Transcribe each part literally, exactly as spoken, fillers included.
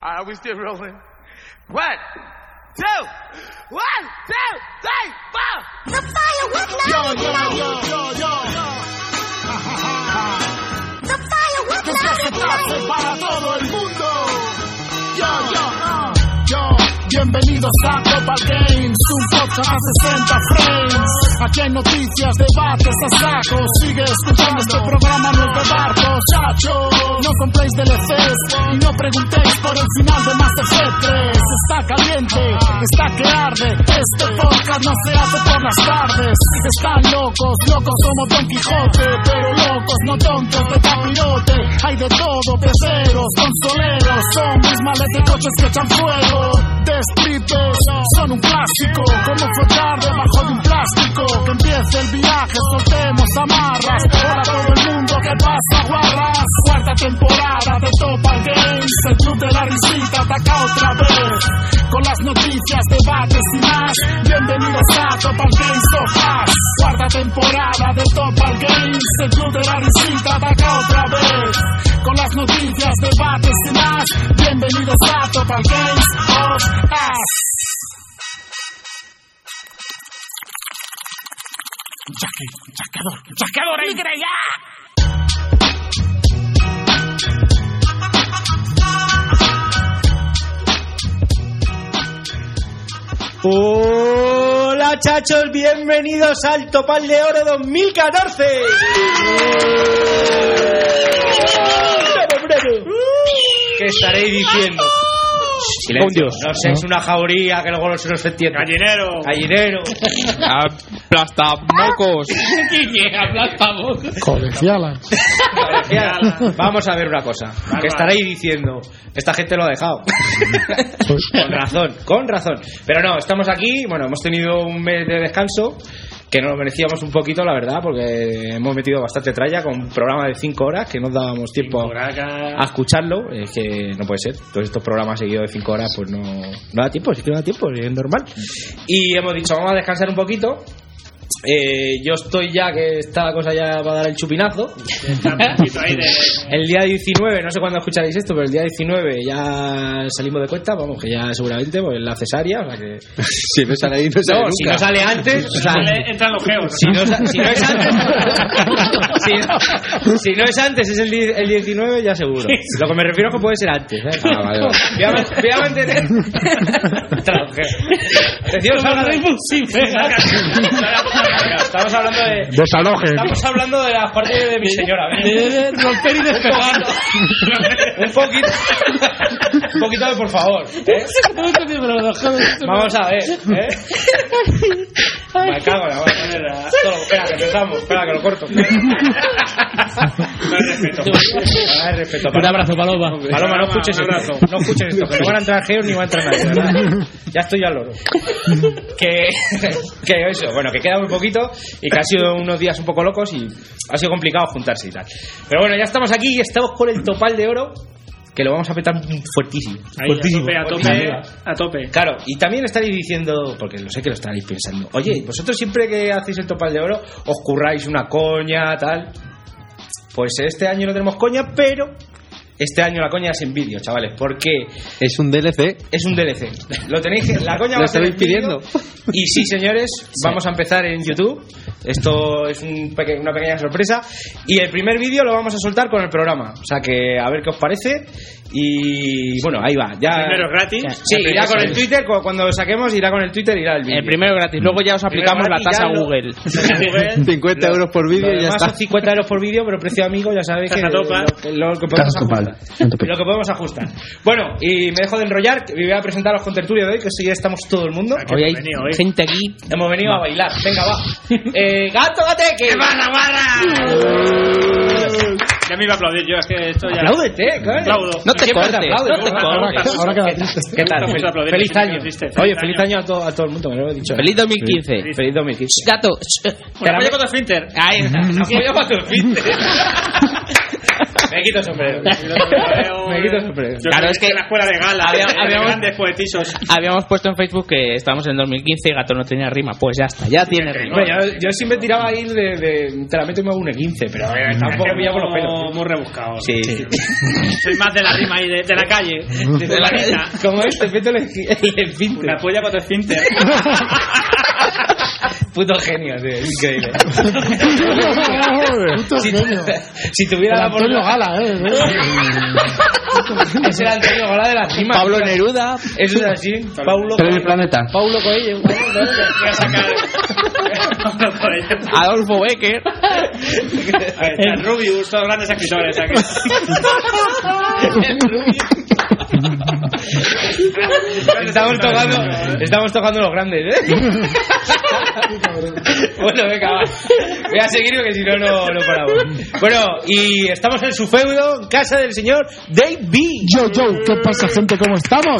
Are we still rolling? One, two, one, two, three, four. The firework now. Yo, yo, yo, yo, yo. The firework Que se aceptase para todo el mundo. Yo, yo, yo. Bienvenidos a Topal Games, un podcast a sesenta frames. Aquí hay noticias, debates a saco. Sigue escuchando este programa, no es de barcos, chacho. No compréis D L Cs y no preguntéis por el final de Mass Effect tres. Está caliente, está que arde. Este podcast no se hace por las tardes. Están locos, locos somos Don Quijote, pero locos, no tontos de capirote. Hay de todo, peceros, consoleros, zombies, maletes, coches que echan fuego. Destripes son un clásico, como flotar debajo de un plástico. Que empiece el viaje, soltemos amarras. Hola a todo el mundo, ¿qué pasa, guarras? Cuarta temporada de Topal Games, el club de la risita ataca otra vez. Con las noticias, debates y más. Bienvenidos a Topal Games of Us. Cuarta temporada de Topal Games, el club de la risita ataca otra vez. Con las noticias, debates y más. Bienvenidos a Topal Games of Us. Jackie, chasqueador, chasqueador, ¡Igre ya! Hola chachos, bienvenidos al Topal de Oro dos mil catorce. ¿Qué estaréis diciendo? Silencio, no sé, es una jauría que luego no se nos entiende. Gallinero. Gallinero. Aplastamocos. Aplastamocos. Colegialas. Vamos a ver una cosa. Vale, ¿Qué estaréis diciendo? Esta gente lo ha dejado. Con razón, con razón. Pero no, estamos aquí. Bueno, hemos tenido un mes de descanso que nos lo merecíamos un poquito, la verdad, porque hemos metido bastante tralla con un programa de cinco horas que no dábamos tiempo a escucharlo. Es que no puede ser. Todos estos programas seguidos de cinco horas, pues no, no da tiempo, sí que no da tiempo, es normal. Y hemos dicho, vamos a descansar un poquito. Eh, yo estoy ya que esta cosa ya va a dar el chupinazo. El día diecinueve, no sé cuándo escucharéis esto, pero el día diecinueve ya salimos de cuenta, vamos, que ya seguramente pues la cesárea, o sea que si no sale ahí no sale no, nunca. Si no sale antes, o sea, entran los geos. Si no, si no es antes, si, no, si no es antes es el, el diecinueve ya seguro. Lo que me refiero es que puede ser antes, ¿eh? Ah, vale, vale. Voy a, voy a mantener. Atención, salga de Estamos hablando de. Desaloje. Estamos hablando de las partes de mi señora. De, de, de romper y despegar. Un poquito. Un poquito de por favor. ¿Eh? Vamos a ver. ¿Eh? Me cago en la madre. Espera, que empezamos. Espera, que lo corto. No hay respeto. No hay respeto. Un abrazo, Paloma. Paloma, no escuches esto. No escuches esto. Que no van a entrar geos ni va a entrar nadie, ¿verdad? Ya estoy al loro. Que. Que eso. Bueno, que queda muy poquito y que ha sido unos días un poco locos y ha sido complicado juntarse y tal. Pero bueno, ya estamos aquí y estamos con el Topal de Oro, que lo vamos a petar fuertísimo. Ahí, fuertísimo. A tope, a tope, a tope. Claro, y también estaréis diciendo, porque lo sé que lo estaréis pensando, oye, vosotros siempre que hacéis el Topal de Oro os curráis una coña, tal. Pues este año no tenemos coña, pero este año la coña es en vídeo, chavales, porque es un D L C. Es un D L C. Lo tenéis, la coña va a ser en pidiendo. Y sí, señores, vamos a empezar en YouTube. Esto es un peque- una pequeña sorpresa. Y el primer vídeo lo vamos a soltar con el programa. O sea que a ver qué os parece. Y bueno, ahí va. Ya, el primero es gratis. Sí, irá con el Twitter. Cuando lo saquemos, irá con el Twitter, irá el vídeo. El primero gratis. Luego ya os aplicamos la tasa lo, Google. cincuenta euros por vídeo y ya está. Son cincuenta euros por vídeo, pero precio amigo, ya sabéis que lo, lo, lo que podemos ajustar. Lo que podemos ajustar. Bueno, y me dejo de enrollar. Y voy a presentar a los contertulios de hoy, que hoy ya estamos todo el mundo. Hoy hay gente aquí. Hemos venido a bailar. Venga, va. Eh, gato, gateque. ¡Qué barra, barra! Ya me iba a aplaudir yo, es que esto ya. Apláudete, coño. Aplaudo. No te cortes, no te cortes. Ahora queda triste. ¿Qué tal? Feliz, feliz año. Triste. Oye, feliz año a todo, a todo el mundo, me lo he dicho. Feliz dos mil quince. Feliz, feliz dos mil quince. Gato. Bueno, apoyo con tu esfínter. Ahí está. Apoyo para tu esfínter. Me quito el sombrero. Me quito el sombrero. Claro, es que la escuela de gala, había- de habíamos- grandes poetizos. Habíamos puesto en Facebook que estábamos en el dos mil quince y Gato no tenía rima. Pues ya está, ya tiene rima. Hombre, yo, yo siempre tiraba ahí de, de te la meto y me hago un E quince, pero eh, tampoco pilla por los pelos. Muy rebuscado. Sí, sí. Soy más de la rima y de, de la calle. De la vida. Como este, meto el, el esfínter. Una polla con tu esfínter. Puto genio, tío, es increíble. Puto si, genio. si tuviera El la Antonio oportunidad. Gala, eh. Es el Antonio Gala de las rimas. Pablo Neruda. Eso es así. Paulo Premio Planeta. Paulo Coelho. Voy a sacar. Adolfo Becker. Ahí está, Rubius, todos grandes escritores aquí. Estamos tocando, estamos tocando los grandes, ¿eh? Bueno, venga, va. Voy a seguir porque si no, no no paramos. Bueno, y estamos en su feudo, en casa del señor Dave B. Yo, yo, ¿qué pasa, gente? ¿Cómo estamos?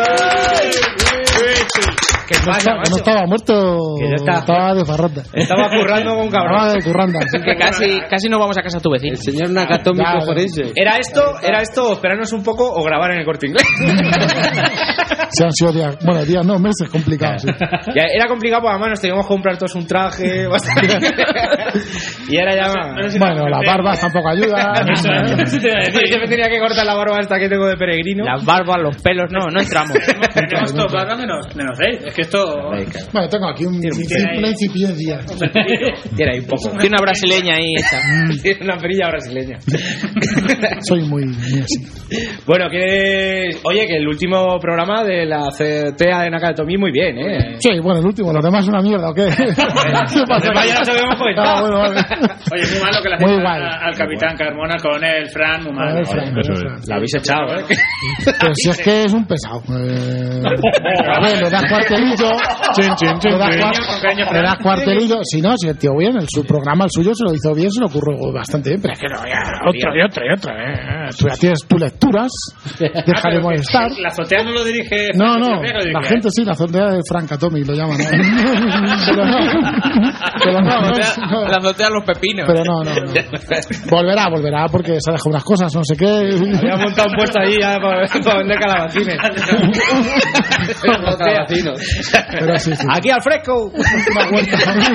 ¿Qué No pasa, estaba, no macho? estaba muerto, Que ya está. estaba de farrota. Estaba currando con Estaba cabrón. de curranda. Que casi, casi no vamos a casa de tu vecino. El señor Nakatomi Ya, ya. forense. ¿Era esto, era esto o esperarnos un poco o grabar en el Corte Inglés? Se han sido días, bueno, días no, meses complicados. Sí. Ya, era complicado porque además nos teníamos que comprar todos un traje bastante. Y era ya más... Bueno, las barbas tampoco ayudan. Yo me tenía que cortar la barba hasta que tengo de peregrino. Las barbas, los pelos, no, no entramos. Tenemos todo barba menos, menos Dave. Es que esto. Bueno, tengo aquí un, una incipiencia. Tiene ahí un poco. Tiene una brasileña ahí hecha. Tiene una perilla brasileña. Soy muy, muy así. Bueno, que... Oye, que el último programa de la C T A de Nakatomi muy bien, ¿eh? Sí, bueno, el último, los demás es una mierda, ¿o qué? ¿Qué pasa? demás ya los habíamos comentado. Ah, bueno, vale. Oye, muy malo que le Muy hacen igual. a- al capitán Carmona con el Fran, muy malo. Vale, Fran, vale, Fran. La habéis echado, ¿eh? Pero si es que es un pesado. Eh, a ver, le das cuartelillo. Chin, chin, chin, le das, Con cua- cariño, le Fran. das cuartelillo. Si no, si el tío bien, el, su programa, el suyo, se lo hizo bien, se lo ocurrió bastante bien. Pero es que no, ya, otra y otra y otra. Eh. Tú ya tienes tus lecturas. Deja de molestar. La azotea no lo dirige. No, no, Lo dirige, la ¿eh? gente sí, la azotea de Frank Atomic lo llaman. ¿no? Pero no, pero no, no, es- no. La azotea los pepinos. Pero no, no, no. Volverá, volverá porque se ha dejado unas cosas, no sé qué. Había montado un puesto allí ya para, para vender calabacines. Calabacinos. Pero sí, sí. Aquí al fresco. Una vuelta.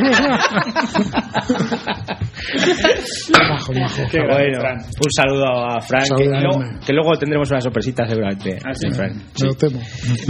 Majo, majo. Qué grande, Bueno, Fran. un saludo a Frank. Que Saludo luego, enorme. que luego tendremos una sorpresita seguramente. Ah, sí. de Frank. Me lo temo.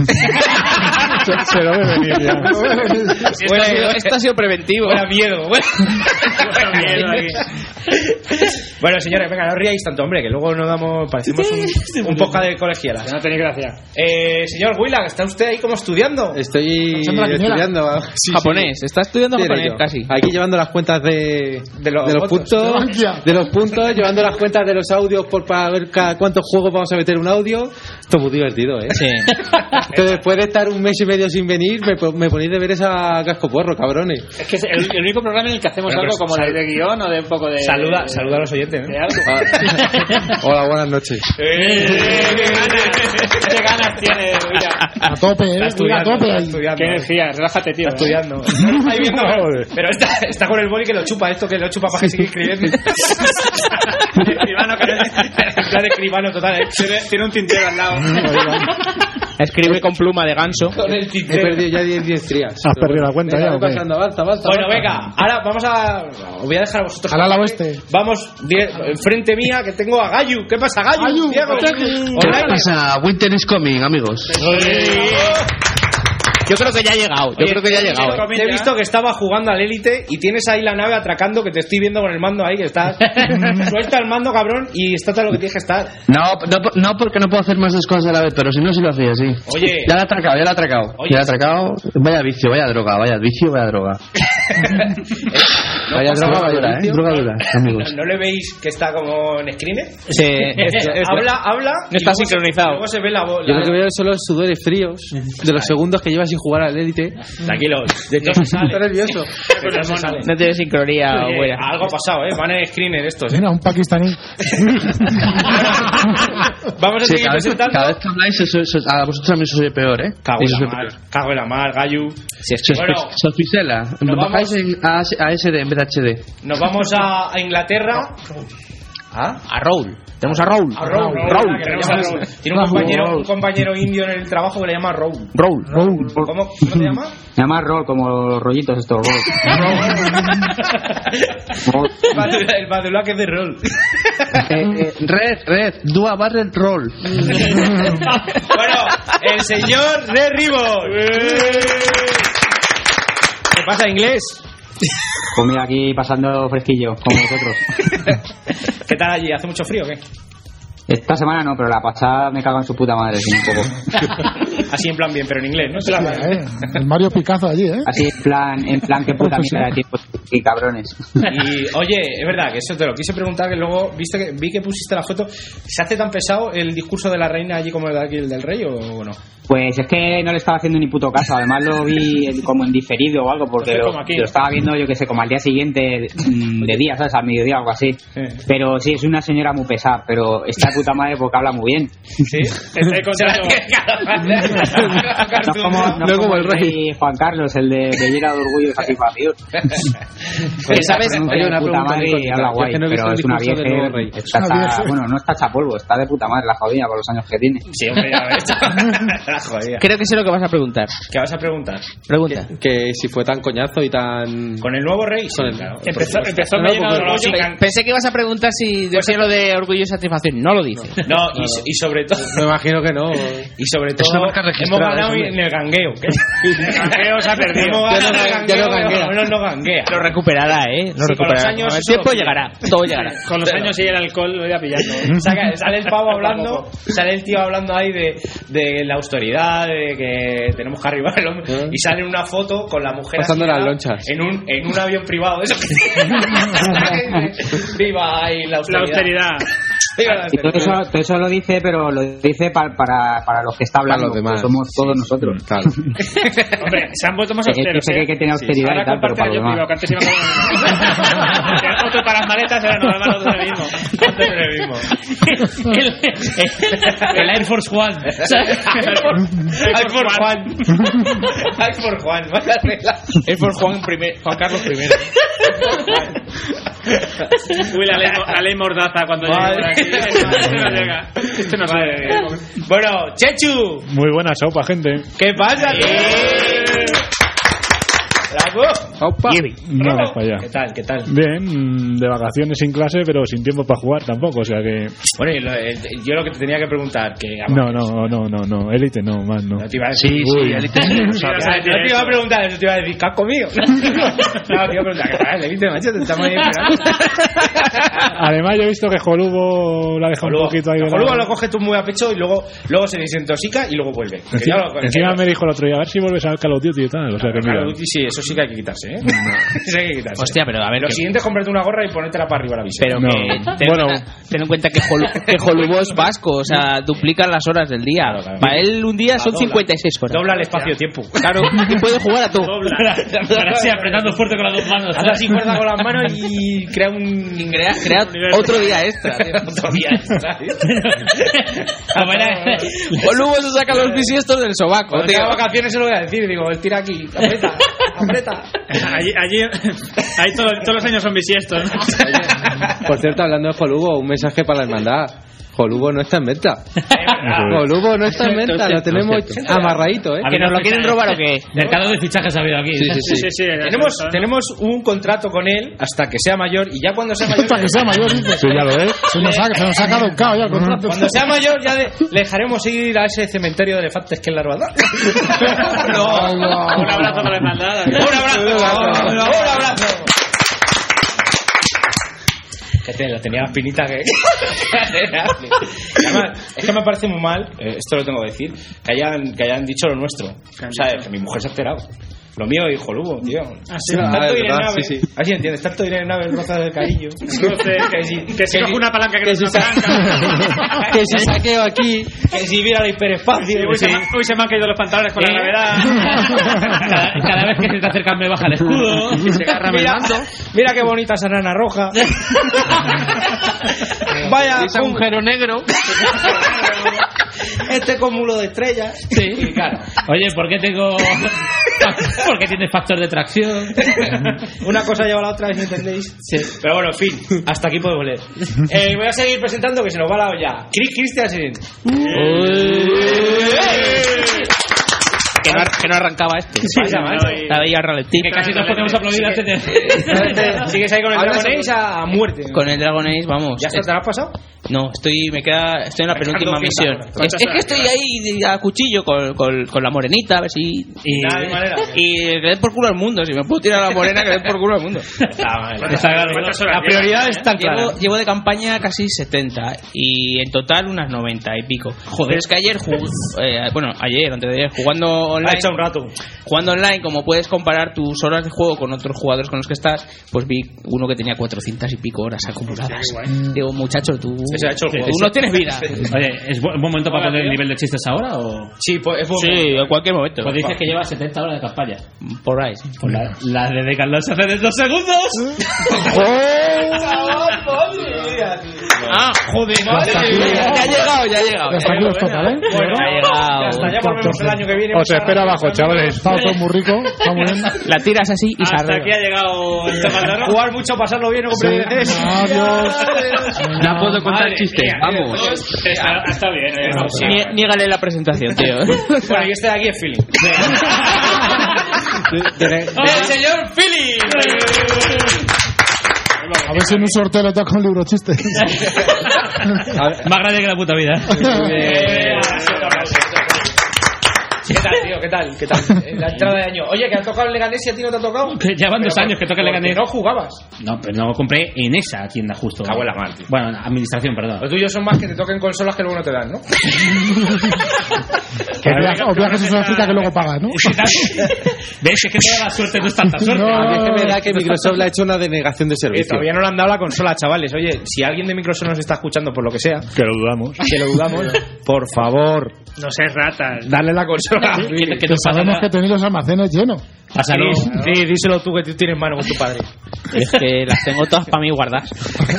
Se lo ve venir ya. Esto, ha sido, esto ha sido preventivo. Buena miedo. Bueno. Bueno, miedo aquí. Bueno, señores, venga, no os riáis tanto, hombre, que luego nos damos, parecemos un, un podcast de colegialas. Que no tenéis gracia. Eh, señor Willa, ¿está usted ahí como estudiando? Estoy Echando la quiniela. estudiando. Sí, Japonés, está estudiando sí. japonés Diré yo. casi. Aquí llevando las cuentas de, De los de votos. los puntos, De Bankia. de los puntos, llevando las cuentas de los audios por para ver cada, cuántos juegos vamos a meter un audio. Esto es muy divertido, ¿eh? Sí. Que después de estar un mes y medio sin venir, me, po- me ponéis de ver esa casco porro, cabrones. Es que es el, el único programa en el que hacemos Bueno, algo pues, como de, sal- de guión o de un poco de. Saluda, de- saluda a los oyentes, ¿no? de algo. Ah. Hola, buenas noches. ¡Eh! ¡Qué ganas! ¡Qué ganas tiene! Mira. A tope, eh. Está A estudiando, tope está ahí. estudiando. ¡Qué energía! Relájate, tío. Está estudiando. Ahí viendo, pero está, está con el boli que lo chupa, esto que lo chupa para que siga escribiendo. Escribano, que no- En plan de escribano total, ¿eh? tiene, tiene un tintero al lado. Escribe con pluma de ganso. Con el He tintero. perdido ya diez trías. Has perdido la cuenta Venga, ya, ¿o voy qué? pasando, avanza, avanza. Bueno, avanza. venga, ahora vamos a. Os voy a dejar a vosotros. Al ala oeste. Vamos, die- enfrente mía, que tengo a Gayu. ¿Qué pasa, Gayu? Gayu, Diego. Gayu. Hola. ¿Qué pasa? Winter is coming, amigos. Yo creo que ya ha llegado. Yo Oye, creo que ya ha llegado. ¿eh? Te he visto que estaba jugando al élite y tienes ahí la nave atracando, que te estoy viendo con el mando ahí, que estás. Suelta el mando, cabrón, y estate a lo que tienes que estar. No, no, no porque no puedo hacer más dos cosas a la vez, pero si no, sí lo hacía, sí. Oye. Ya la he atracado, ya la he atracado. Oye. Ya la he atracado. Vaya vicio, vaya droga, vaya vicio, vaya droga. Vaya droga, vaya dura, ¿eh? Droga dura, amigos. ¿No le veis que está como en screener? Sí, esto- esto- habla, habla. No y está luego se- sincronizado. Luego se ve la voz. Yo lo que veo son los sudores fríos de los segundos que llevas sin jugar al élite. Tranquilo, de todo se sale. Está nervioso. De todo se sale. No tiene sincronía Oye, buena. algo ha pasado, ¿eh? Van en screener estos, ¿eh? Mira, un pakistaní. Vamos a Sí, seguir cada, vez, presentando. cada vez que habláis, eso- eso- a vosotros también os oye peor, ¿eh? Cago en Eso la es mar, peor. cago en la mar, Gayu. Si es que Sospe- Bueno. Sofisela, Nos bajáis vamos- en A S D en vez de H D. Nos vamos a, a Inglaterra. ¿Ah? A Raúl. Tenemos a Raúl. A Raúl. Raúl. Raúl. Tenemos a Raúl. Tiene un compañero, un compañero indio en el trabajo que le llama Raúl. Raúl. Raúl. ¿Cómo, ¿Cómo te llama? Se llama roll, como los rollitos estos, roll. El badulá que es de roll. Eh, eh, red, red, Dua Barrel Roll. Bueno, el señor de Ribos. ¿Qué pasa, inglés? Pues mira, aquí pasando fresquillo, como vosotros. ¿Qué tal allí? ¿Hace mucho frío o qué? Esta semana no, pero la pasada me cago en su puta madre, sí, un poco. Así en plan bien, pero en inglés, ¿no? Hostia, eh, el Mario Picazo allí, ¿eh? Así en plan, en plan que puta mierda de tiempo y cabrones. Y oye, es verdad que eso te lo quise preguntar, que luego viste que vi que pusiste la foto. ¿Se hace tan pesado el discurso de la reina allí como el de aquí el del rey o no? Pues es que no le estaba haciendo ni puto caso. Además lo vi en- como en diferido o algo, porque lo, lo estaba viendo, yo que sé, como al día siguiente mm, de día, ¿sabes? Al mediodía o algo así. Pero sí, es una señora muy pesada, pero está de puta madre porque habla muy bien. ¿Sí? Estoy contando. No es como, no es como el rey Juan Carlos, el de, de llena de orgullo y satisfacción. ¿Sabes? Oye, una puta madre y habla guay, Yo es que no he visto pero el es una discurso del vieja. nuevo rey. Está, Es una vieja. bueno, no está hecha polvo, está de puta madre la jodida por los años que tiene. Sí, hombre, ya ves. La jodida. Creo que sé lo que vas a preguntar. ¿Qué vas a preguntar? Pregunta. Que si fue tan coñazo y tan... ¿Con el nuevo rey? Sí, Con el- claro. Empezó, Por empezó No, me lleno de porque- orgullo. sí, Pensé que ibas a preguntar si decía lo de orgullo y satisfacción. No lo dice. No, y, y sobre todo... Me imagino que no. Y sobre todo, una marca hemos registrada, ganado eso, en el gangueo. El gangueo se ha perdido. Hemos Ya no ganado gan- en el ya no gangueo, ganguea. por lo menos no ganguea. Lo recuperará, ¿eh? Lo Sí, con los recuperará. años Con el eso tiempo lo- llegará. Todo llegará. Con los años y el alcohol lo iba pillando. Saca- sale el pavo hablando, sale el tío hablando ahí de, de la austeridad, de que tenemos que arribar el hombre, ¿Eh? y sale una foto con la mujer Pasando así, las ¿no? lonchas. en un en un avión privado, eso que viva ahí la La austeridad. austeridad. Viva la Y todo austeridad. eso, todo eso lo dice, pero lo dice pa- para, para los que está hablando, Para los demás. que somos todos nosotros. Claro. Hombre, se han vuelto más Eh, austeros. dice que hay que tener austeridad Ahora y tal, pero comparte para yo los privado, demás. que antes iba con otro para las maletas, era normal, nosotros el mismo. Antes era el mismo. El Air Force One. Ay por Juan. Ay por Juan. Vaya regla. Air Force Juan, primer, Juan Carlos primero. Uy, la ley, la ley mordaza cuando llega por aquí. Este no llega. Este no sale. Bueno, Chechu, Muy buena sopa, gente. ¿qué pasa? Bravo. Opa. Vamos para allá. ¿Qué tal? ¿Qué tal? Bien, mm, de vacaciones sin clase, pero sin tiempo para jugar tampoco, o sea que... Bueno, y lo- el- yo lo que te tenía que preguntar, que No, no, no, no, no, élite no, más no. no te iba a decir. Sí, sí, élite sí, lo No, sabe. no te iba a preguntar eso, te iba a decir, ¿qué has comido? No, te iba a preguntar, ¿qué pasa? Élite, macho, te estamos ahí esperando. Además yo he visto que Jolubo la deja un Jolubo, poquito ahí de Jolubo lado. lo coge tú muy a pecho y luego, luego se desintoxica y luego vuelve. Que ya lo- Encima que- me dijo el otro día, a ver si vuelves al Call of Duty y tal, o sea que Claro, mira... sí, eso sí que hay que quitarse, ¿eh? Eso hay que quitarse. Hostia, pero a ver. Lo que- siguiente es comprarte una gorra y ponértela para arriba la visera. Pero No. que ten, Bueno. en cuenta, ten en cuenta que, Jol- que Jolubo es vasco, o sea, duplican las horas del día. Claro, claro. Para él un día son Dobla. cincuenta y seis horas. Dobla el espacio-tiempo. Claro, y puede jugar a todo. Ahora sí, apretando fuerte con las dos manos. Haz así fuerza con las manos y crea un... Crea, crea otro día extra. tío. Otro día extra, tío. Jolubo se saca los bisiestos del sobaco, Cuando tío. tenga vacaciones se lo voy a decir. Digo, él tira aquí, aprieta, aprieta. Allí, allí, ahí todo- todos los años son bisiestos, ¿no? Por cierto, hablando de Jolubo, un mensaje para la hermandad. Jolubo no está en venta. Jolubo no está en venta, lo tenemos amarradito, ¿eh? ¿Que nos lo quieren robar o qué? Mercado de fichajes ha habido aquí. Sí, sí, Sí, sí. sí, sí. Tenemos, tenemos un contrato con él hasta que sea mayor y ya cuando sea mayor... Hasta que sea mayor, dice. Sí, ya lo ves. Se nos ha, se nos ha caducado ya el contrato. Cuando sea mayor ya de- le dejaremos ir a ese cementerio de elefantes que es la hermandad. No, no. Un abrazo para la hermandad. Un abrazo. Un abrazo. Que te, lo tenía pinita que... Además, es que me parece muy mal, eh, esto lo tengo que decir, que hayan, que hayan dicho lo nuestro. O sea, que mi mujer se ha enterado. Lo mío y Jolubo, tío. sí. Ah, Tanto es ir en verdad, nave. sí, sí. Así entiendes, tanto ir en nave, el roza del cariño. Que si, que si coge una palanca que no es una palanca. Que si saqueo aquí. Que si viera el hiperespacio. Uy, se, me- uy, se me han caído los pantalones con la gravedad. Cada, cada vez que se te acercan me baja el escudo. Mira, mira qué bonita esa nana roja. Vaya, Ese agujero negro. este cúmulo de estrellas. Sí. Y claro. Oye, ¿por qué tengo...? ¿Por qué tiene factor de tracción? Una cosa lleva a la otra, ¿me entendéis? Sí. Pero bueno, en fin, hasta aquí podemos leer. Eh, voy a seguir presentando que se nos va la olla. Chris Christiansen. Que no, que no arrancaba esto. ¿Qué pasa, macho? La veía al ralentí. Que casi nos podemos aplaudir antes de... ¿Sigues ahí con el Dragon Age a, a muerte? Con el Dragon Age, vamos. ¿Ya está, te lo has pasado? No, estoy, me queda, estoy en la penúltima misión. Es, es que estoy ahí a cuchillo con, con, con la morenita, a ver si... Y, Nada de manera. y que le den por culo al mundo. Si me puedo tirar a la morena, que le den por culo al mundo. Está claro, la prioridad es tan clara. Llevo, llevo de campaña casi setenta y en total unas noventa y pico. Joder. Pero es que ayer, jug, eh, bueno, ayer, antes de ayer, jugando online... Ha hecho un rato. Jugando online, como puedes comparar tus horas de juego con otros jugadores con los que estás, pues vi uno que tenía cuatrocientas y pico horas acumuladas. Digo, muchacho, tú, se ha hecho el juego. tú no tienes vida. Oye, ¿es buen momento para poner el nivel de chistes ahora o...? Sí, pues es buen Sí, momento. en cualquier momento. Pues dices que lleva setenta horas de campaña. Por ahí. Pues la, la de Decathlon se hace en dos segundos. Ah, joder, madre mía. Ya ha llegado, ya ha llegado. Hasta aquí os toca, ¿eh? Bueno, Ya ha llegado. ya está, ya volvemos el año que viene. Os espera abajo, chavales. Está todo muy rico. Está muy bien. La tiras así y se Hasta arregla. aquí ha llegado este Mandarro. Jugar mucho, pasarlo bien, no comprar D L Cs. Adiós. Ya puedo contar Madre chistes. mía, Vamos. Está, está bien, eh. No, sí. Ní- Niégale la presentación, tío. Bueno, y este de aquí es Philly. ¡El señor Philly! A ver si en un sorteo le toca un libro chiste. Más grande que la puta vida. ¿Qué tal, tío? ¿Qué tal? ¿Qué tal? La entrada de año. Oye, que ha tocado el Leganés y a ti no te ha tocado. Que ya van dos años que toca el Porque Leganés. no jugabas. No, pero no compré en esa tienda justo. Cago en la mar, tío. Bueno, administración, perdón. Los tuyos son más que te toquen consolas que luego no te dan, ¿no? Que viaja- o viajes a Sudáfrica que luego pagas, ¿no? ¿Ves? Es que toda la suerte no es tanta suerte. No. A mí es que me da que Microsoft le ha hecho una denegación de Eh, servicio. todavía no le han dado la consola, chavales. Oye, si alguien de Microsoft nos está escuchando por lo que sea, Que lo dudamos. que lo dudamos, por favor, No seas ratas. dale la consola. ¿Qué, qué Que te sabemos pasa? que tenéis los almacenes llenos. Pásalo. Sí, sí, díselo tú que tú tienes mano con tu padre. Es que las tengo todas para mí guardadas.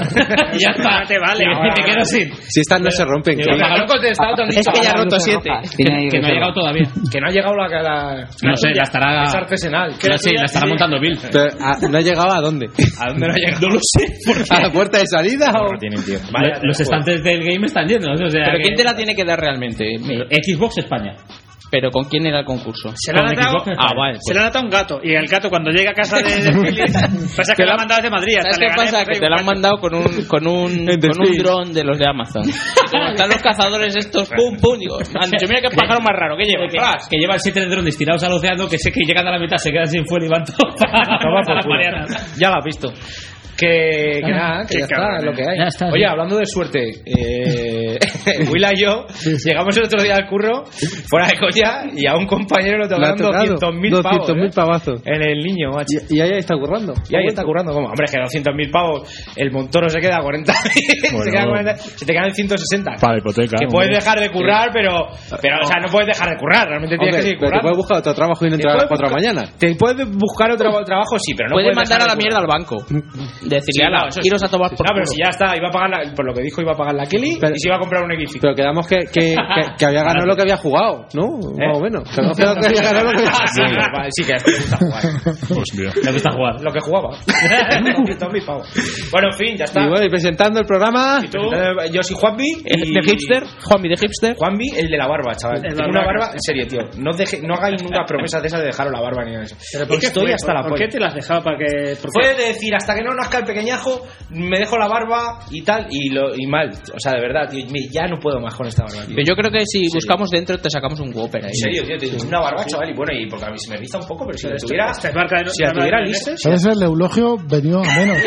Ya está. No te vale. Y te quedo sin. Si estas no se rompen, Digo, ¿qué? paga- No he contestado, te han Es dicho. que ya ha ahora, roto siete. Tiene Que no ha llegado todavía. Que no ha llegado la... la No sé, la estará... Es artesanal. No sé, la estará montando Bill. Pero, ah, ¿no ha llegado a dónde? ¿A dónde no ha llegado? No lo sé. porque ¿A la puerta de salida o...? No tienen, tío. Vaya, los estantes del game están llenos. O sea, ¿Pero que- quién te la tiene que dar realmente? Xbox España. ¿Pero con quién era el concurso? Se lo han Con atado. Xbox Ah, vale. Se lo han atado a un gato. Y el gato, cuando llega a casa de, de Philly, pasa que lo han mandado desde Madrid. ¿Sabes hasta qué Leganés, pasa? pues, Que te lo han igual. mandado con un con un, En con un desfile. dron de los de Amazon. Y como están los cazadores estos, pum, pum, digo, han dicho, mira qué pájaro más raro que lleva. Que, que llevan siete drones tirados al océano que sé que llegan a la mitad, se quedan sin fuel y van todos para Toma por las culo. Marianas. Ya lo has visto. Que, que nada, que Qué ya está, cabrón, es lo que hay. Ya está, Oye, sí. hablando de suerte, eh, Willa y yo llegamos el otro día al curro, fuera de coña, y a un compañero le ¿Le ha tocaron tocado? doscientos mil pavos. doscientos mil ¿eh? pavazos. En el niño, macho. Y, y ahí está currando. Y ahí está currando, ¿cómo? Hombre, es que doscientos mil pavos, el Montoro se queda a cuarenta mil, Bueno. se, queda a cuarenta, se te quedan ciento sesenta. Para la hipoteca. Que hombre. puedes dejar de currar, pero, pero, o sea, no puedes dejar de currar, realmente tienes Hombre, que seguir pero te currando. puedes buscar otro trabajo y no Te entrar a las puedes cuatro de la buscar- mañana. Te puedes buscar otro trabajo, sí, pero no Puede puedes mandar a dejar la de mierda currar. al banco. Decirle, Sí, ala, no, eso sí. iros a tomar por No, pero culo. si ya está, iba a pagar la- por lo que dijo, iba a pagar la Kelly Pero- y se iba a comprar un X. Pero quedamos que, que, que, que había ganado lo que había jugado, ¿no? Más o menos. Quedamos que había ganado lo que había Ah, sí, jugado. vale, sí, que a este le gusta jugar. Hostia. Le gusta jugar. Lo que jugaba. doscientos mil pavos. Bueno, en fin, ya está. Y bueno, y presentando el programa... ¿Y tú? Eh, yo soy Juanvi. y- ¿De hipster? Juanmi de hipster. Juanvi, el de la barba, chaval. El Tengo una barba. barba, en serio, tío. No, deje, no hagáis nunca promesas de esas de dejaros la barba ni nada de eso. ¿Pero por qué Estoy fue? hasta la ¿Por polla. qué te lo has dejado para que.? por qué? Fue de decir, hasta que no nazca el pequeñajo, me dejo la barba y tal, y, lo, y mal. O sea, de verdad, tío, me- ya no puedo más con esta barba, tío. Pero yo creo que si buscamos dentro te sacamos un Whopper ahí. En serio, tío, tío, una barba, chaval, y bueno, y porque a mí se me riza un poco, pero si la Esto- tuviera, esta es marca de- si la de- tuviera de- lista, si Puede ser el eulogio venido a menos.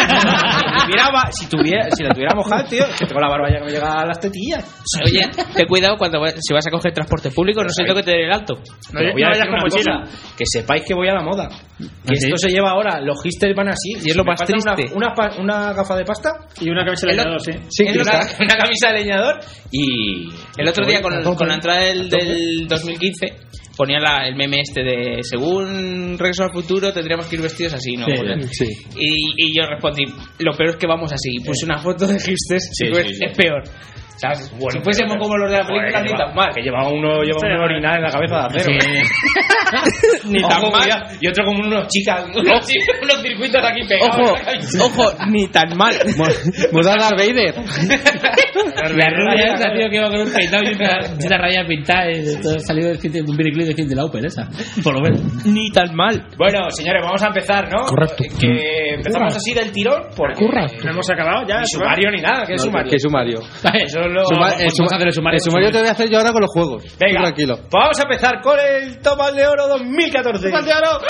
la tuviera, va- si tuviera, si la tuviera mojada, tío, es que tengo la barba ya que me llega a las tetillas. Oye, ten cuidado cuando va- si vas a coger transporte público, no sé lo que te dé el alto. No, Pero no voy a vayas decir con una mochila. cosa, que sepáis que voy a la moda. Que ¿Ah, sí? esto se lleva ahora, los hipsters van así. Y es lo Me más falta una- triste. Una, pa- una gafa de pasta, Y una camisa de El leñador, otro- sí. Sí, una, quizás. una camisa de leñador y... El otro día con, a tope. con la entrada del, del dos mil quince ponía la- el meme este de según Regreso al Futuro tendríamos que ir vestidos así, ¿no? Sí, Porque- Sí. y, y yo respondí, lo peor es que vamos así. Puse una foto de hipsters Sí, y pues, sí, sí. es peor. ¿Sabes? Bueno, si fuésemos como los de la película, joder, ni lleva- tan mal. Que lleva uno lleva un orinal en la cabeza de acero. Ni Ojo, tan mal. cuidado. Y otro como unos chicas, unos, unos circuitos aquí pegados. Ojo, ojo, ni tan mal. Mudar a Vader. La rubia esa, tío, que va con un peinado y una, una raya pintada. y todo salió del fin de un videoclip de fin de la ópera, esa. Por lo menos. Ni tan mal. Bueno, señores, vamos a empezar, ¿no? Correcto. Que empezamos así del tirón porque Correcto. No hemos acabado ya. ni sumario ni nada. ¿Qué es sumario? ¿Qué sumario? Eso es lo... Suma- el, vamos a hacer el sumario. el sumario te voy a hacer yo ahora con los juegos. Venga, Tú tranquilo. pues vamos a empezar con el Topal de Oro dos mil catorce. ¡Topal de Oro!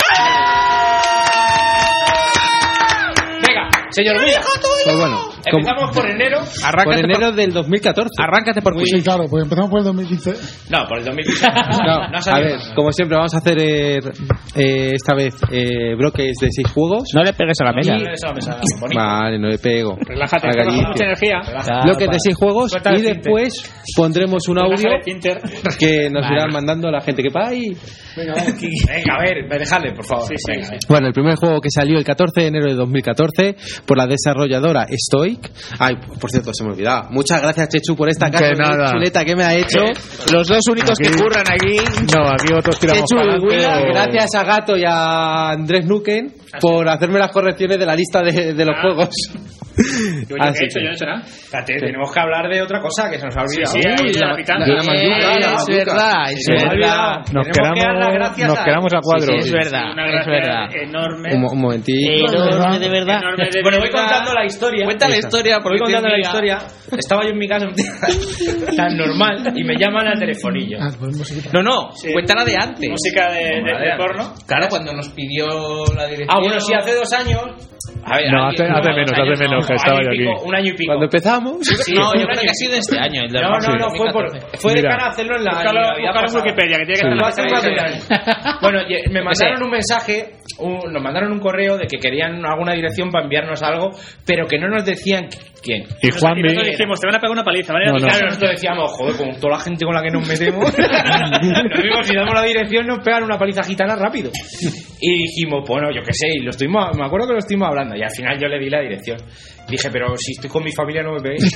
Venga, señor Villa. Pues bueno, como- Empezamos por enero. por Arráncate enero del dos mil catorce. Arráncate por Sí, claro, pues empezamos por el dos mil quince. No, por el dos mil quince. No, no ha a salido ver, nada. como siempre vamos a hacer eh, eh, esta vez eh, bloques de seis juegos. No le pegues a la mesa. No le des a la mesa, bonito. Vale, no le pego. Relájate, Haga tenemos limpio. mucha energía. Bloques de seis juegos Suelta y el tinte. después pondremos un audio Relájate, Tinter. que nos irán mandando la gente que va ahí. Venga, a ver, dejadle, por favor. Sí, sí, Venga. sí. Bueno, el primer juego que salió el catorce de enero de dos mil catorce por la desarrolladora Stoic. Ay, por cierto, se me olvidaba. Muchas gracias, Chechu, por esta caja nada. chuleta que me ha hecho. Los dos únicos que Aquí- curran aquí. No, aquí otros tiramos Chechu para y Willa, adelante. gracias a Gato y a Andrés Nuken por hacerme las correcciones de la lista de, de los Ah. juegos. Yo, yo Así qué he hecho, que- yo no he hecho nada. Espérate, tenemos que hablar de otra cosa que se nos ha Sí, olvidado. sí, ahí Uy, de la la- picante. de una manduca, Eh, la es manduca. verdad, es Se nos ha verdad. olvidado. Nos Tenemos que dar las quedamos, gracias nos a- quedamos a cuadro. Sí, sí, es verdad, Una es gracia verdad. enorme. Un, mo- un momentito. Enorme, de verdad. Enorme de Bueno, voy verdad. contando la historia. Cuenta la historia, Voy porque contando la tienes historia. Estaba yo en mi casa un día tan normal y me llaman al telefonillo. Ah, pues musiquita. No, no, Sí. cuéntala de antes. Música de, de, Como la de de antes. porno. Claro, cuando nos pidió la dirección. Ah, bueno, sí, hace dos años. A ver, No, alguien- hace- hace dos menos, años, hace menos, que un estaba año yo y pico, aquí. Un año y pico. Cuando empezamos, Sí, No, un yo creo año que y ha sido este año. El de No, no, no, fue, por, fue de Mira. cara a hacerlo en la Búscalo, en la Navidad búscalo en pasada. Wikipedia, que tiene que Sí. estar en Lo la hace fecha cuatro de- años. Bueno, y me mandaron sé. un mensaje, un- nos mandaron un correo de que querían alguna dirección para enviarnos algo, pero que no nos decían quién. Y Y Juanvi, nosotros dijimos, te van a pegar una paliza, ¿vale? No, Y no. Claro, nosotros decíamos, joder, con toda la gente con la que nos metemos, nos digo, si damos la dirección nos pegan una paliza gitana rápido. Y dijimos, bueno, yo qué sé, y lo estuvimos, me acuerdo que lo estuvimos hablando, y al final yo le di la dirección. Dije, pero si estoy con mi familia no me peguéis.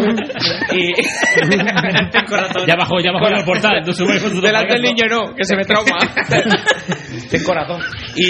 y... Ten corazón. Ya bajó, ya bajó el portal. Entonces, voy con tu Delante del niño no, que se me trauma. Ten corazón.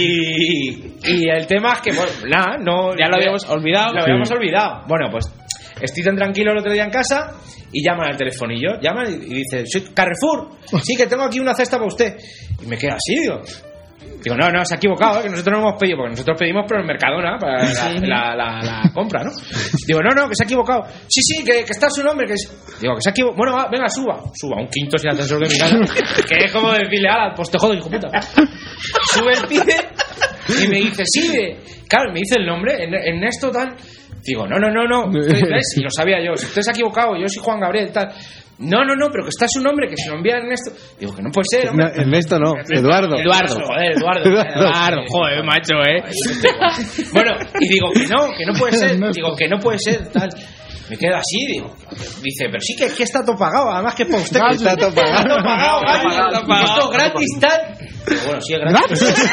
Y, y el tema es que, bueno, nada, no. Ya lo habíamos olvidado. Lo habíamos olvidado. Bueno, pues estoy tan tranquilo el otro día en casa y llaman al telefonillo. Llaman y, y dicen, soy Carrefour. Sí, que tengo aquí una cesta para usted. Y me quedo así, digo. Digo, no, no, se ha equivocado, ¿eh? Que nosotros no hemos pedido, porque nosotros pedimos por el Mercadona para la, la, la, la compra, ¿no? Digo, no, no, que se ha equivocado. Sí, sí, que, que está su nombre, que es... Digo, que se ha equivocado. Bueno, va, venga, suba. Suba, un quinto sin ascensor de mi casa. Que es como decirle, ala, pues te jodo, hijo puta. Sube el pibe y me dice, sí, de... Claro, me dice el nombre, en, en esto tal... Digo, no, no, no, no. ¿Ves? Y lo sabía yo. Si usted se ha equivocado, yo soy Juan Gabriel, tal... No, no, no, pero que está su nombre, que se lo envían en esto. Digo, que no puede ser, hombre. no, Ernesto no, Eduardo. Eduardo. Joder, Eduardo. Eduardo, joder, macho, eh. Bueno, y digo que no, que no puede ser. Digo que no puede ser, tal. Me quedo así, digo. Dice, pero sí que, es que está todo pagado. Además que es para usted. Que Está todo pagado. Está todo pagado, gallo. Está pagado. Esto es gratis, tal. Pero bueno, si es gratis.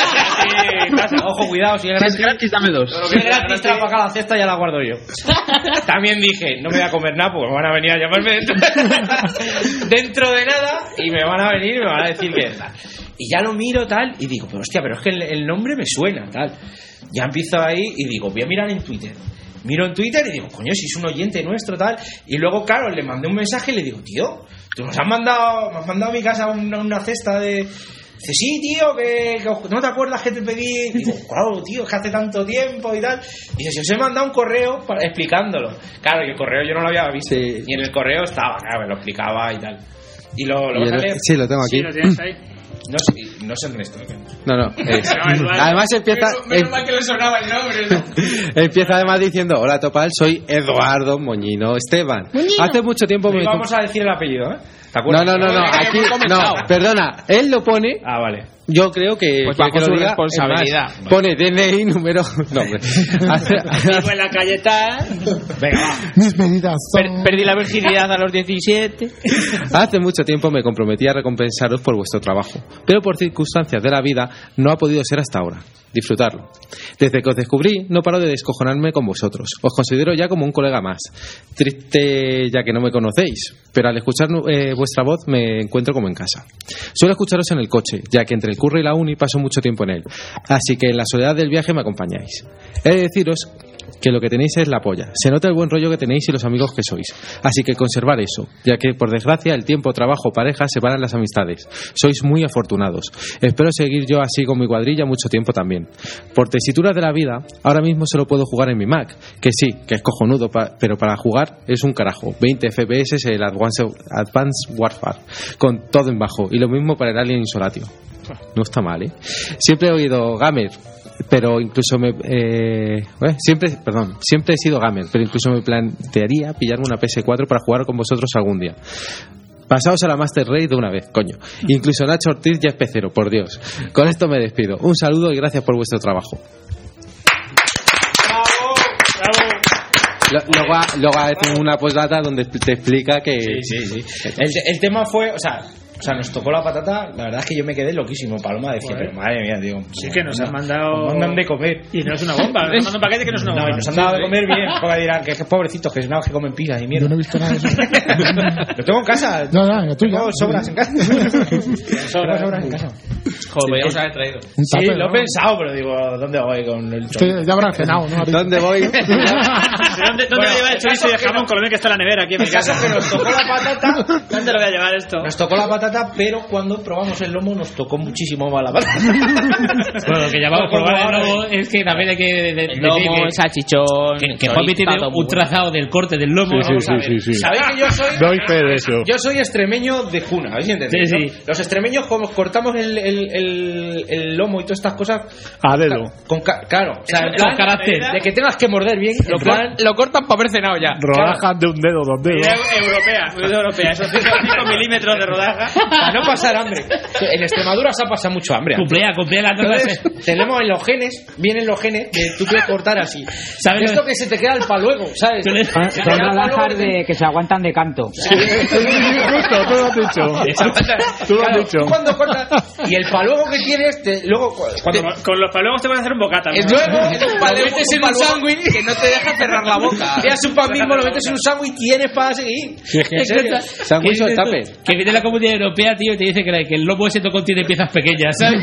Ojo, cuidado, si es gratis. gratis, dame dos. Si es gratis, trae para acá la cesta, ya la guardo yo. También dije, no me voy a comer nada porque me van a venir a llamarme dentro, dentro de nada y me van a venir y me van a decir que tal. Y ya lo miro tal y digo, pero hostia, pero es que el, el nombre me suena tal. Ya empiezo ahí y digo, voy a mirar en Twitter. Miro en Twitter y digo, coño, si es un oyente nuestro tal. Y luego, claro, le mandé un mensaje y le digo, tío, tú nos has mandado, me has mandado a mi casa una, una cesta de... Dice, sí, tío, que, que no te acuerdas que te pedí. Digo, claro, tío, es que hace tanto tiempo y tal. Dice, si os he mandado un correo para, explicándolo. Claro, y el correo yo no lo había visto. Sí. Y en el correo estaba, claro, me lo explicaba y tal. Y lo, lo Y vas a el- leer. sí, lo tengo aquí. Sí, lo tienes ahí. No sé, no sé Ernesto. ¿eh? No, no. es- No, igual. Además empieza, Menos mal que le sonaba el nombre, ¿no? empieza además diciendo, hola Topal, soy Eduardo Moñino Esteban. Moñino. Hace mucho tiempo me Y hizo- vamos a decir el apellido, ¿eh? ¿Te acuerdas? No, no, no, no, aquí, no, perdona, él lo pone. Ah, vale. Yo creo que. Pues que- bajo que lo su diga, responsabilidad. es más, pone D N I número. No, hombre. Hace- Vivo en la calle tal. Venga, va. Mis medidas Per- son... perdí la virginidad a los diecisiete. Hace mucho tiempo me comprometí a recompensaros por vuestro trabajo, pero por circunstancias de la vida no ha podido ser hasta ahora. Disfrutarlo. Desde que os descubrí, no paro de descojonarme con vosotros. Os considero ya como un colega más. Triste ya que no me conocéis, pero al escuchar eh, vuestra voz me encuentro como en casa. Suelo escucharos en el coche, ya que entre el curro y la uni paso mucho tiempo en él. Así que en la soledad del viaje me acompañáis. He de deciros que lo que tenéis es la polla. Se nota el buen rollo que tenéis y los amigos que sois. Así que conservar eso, ya que por desgracia el tiempo, trabajo, pareja separan las amistades. Sois muy afortunados. Espero seguir yo así con mi cuadrilla mucho tiempo también. Por tesituras de la vida, ahora mismo solo puedo jugar en mi Mac, que sí, que es cojonudo, pa- pero para jugar es un carajo. veinte F P S el Advanced, Advanced Warfare, con todo en bajo, y lo mismo para el Alien Isolatio. No está mal, ¿eh? Siempre he oído gamer, pero incluso me eh, eh, siempre, perdón, siempre he sido gamer, pero incluso me plantearía pillarme una P S cuatro para jugar con vosotros algún día. Pasaos a la Master Race de una vez, coño. Incluso Nacho Ortiz ya es pecero, por Dios. Con esto me despido. Un saludo y gracias por vuestro trabajo. Lo- Luego, ha- luego hace una postdata donde te explica que... Sí, sí, sí. El, el tema fue, o sea, o sea, nos tocó la patata, la verdad es que yo me quedé loquísimo. Paloma decía, pero madre mía, digo. Sí que nos han mandado. Nos mandan de comer. Y no es una bomba, nos han mandado un paquete que no es una No, bomba. y nos han dado de comer bien. Porque dirán que, que pobrecitos, que es nada que comen pilas y mierda. Yo no he visto nada de eso. Lo tengo en casa. No, no, lo tuyo. Tengo sobras en casa. Tengo sobras en casa. Joder, podríamos haber traído. Un Sí, tupper, lo he ¿no? pensado, pero digo, ¿dónde voy con el Es que ya habrán cenado, ¿no? ¿Dónde voy? ¿Dónde, dónde Bueno, lo lleva el chorizo y el jamón con lo bien que está la nevera aquí en mi El caso casa? es que nos tocó la patata. ¿Dónde lo voy a llevar esto? Nos tocó la patata, pero cuando probamos el lomo nos tocó muchísimo más la patata. Bueno, lo que llamamos probar el lomo es que también hay que de- de- El decir lomo, que- el salchichón. que, que el Juanmi tiene chorizo, un muy bueno. trazado del corte del lomo. Sí, Vamos sí, a ver. sí, sí, sí. ¿Sabéis que yo soy? Doy fe de eso. Yo soy extremeño de cuna, ¿habéis entendido? Sí, ¿no? sí. Los extremeños, como cortamos el, el, el, el lomo y todas estas cosas. A dedo. Con ca- claro, o sea, en Con plan, carácter. de que tengas que morder bien. Lo, en plan, cor- lo cortan para haber cenado ya. Rodajas de un dedo, dos dedos. Idea europea, idea europea, esos cinco milímetros de rodaja. para no pasar hambre. En Extremadura se ha pasado mucho hambre. Cumplea, cumplea la torta. Entonces, tenemos en los genes, vienen los genes que tú puedes cortar así. ¿Sabes Esto lo- que se te queda el paluego, ¿sabes? Tú le- Son Se te queda el rodajas paluego de que se aguantan de canto. Justo, tú lo has dicho. Tú lo has Claro, dicho. tú cuando cortas y el paluego que tienes, te- luego cu- cuando Con, con los paluegos te pueden hacer un bocata. ¿no? Es luego es un lo paleo, metes un en un paluego sándwich que no te deja cerrar la boca. veas un pan mismo, lo metes en un sándwich y tienes para seguir. En serio. ¿Sándwich o el tupper? Que viene la Comunidad Europea, tío, y te dice que, la- que el lomo ese no contiene piezas pequeñas, ¿sabes?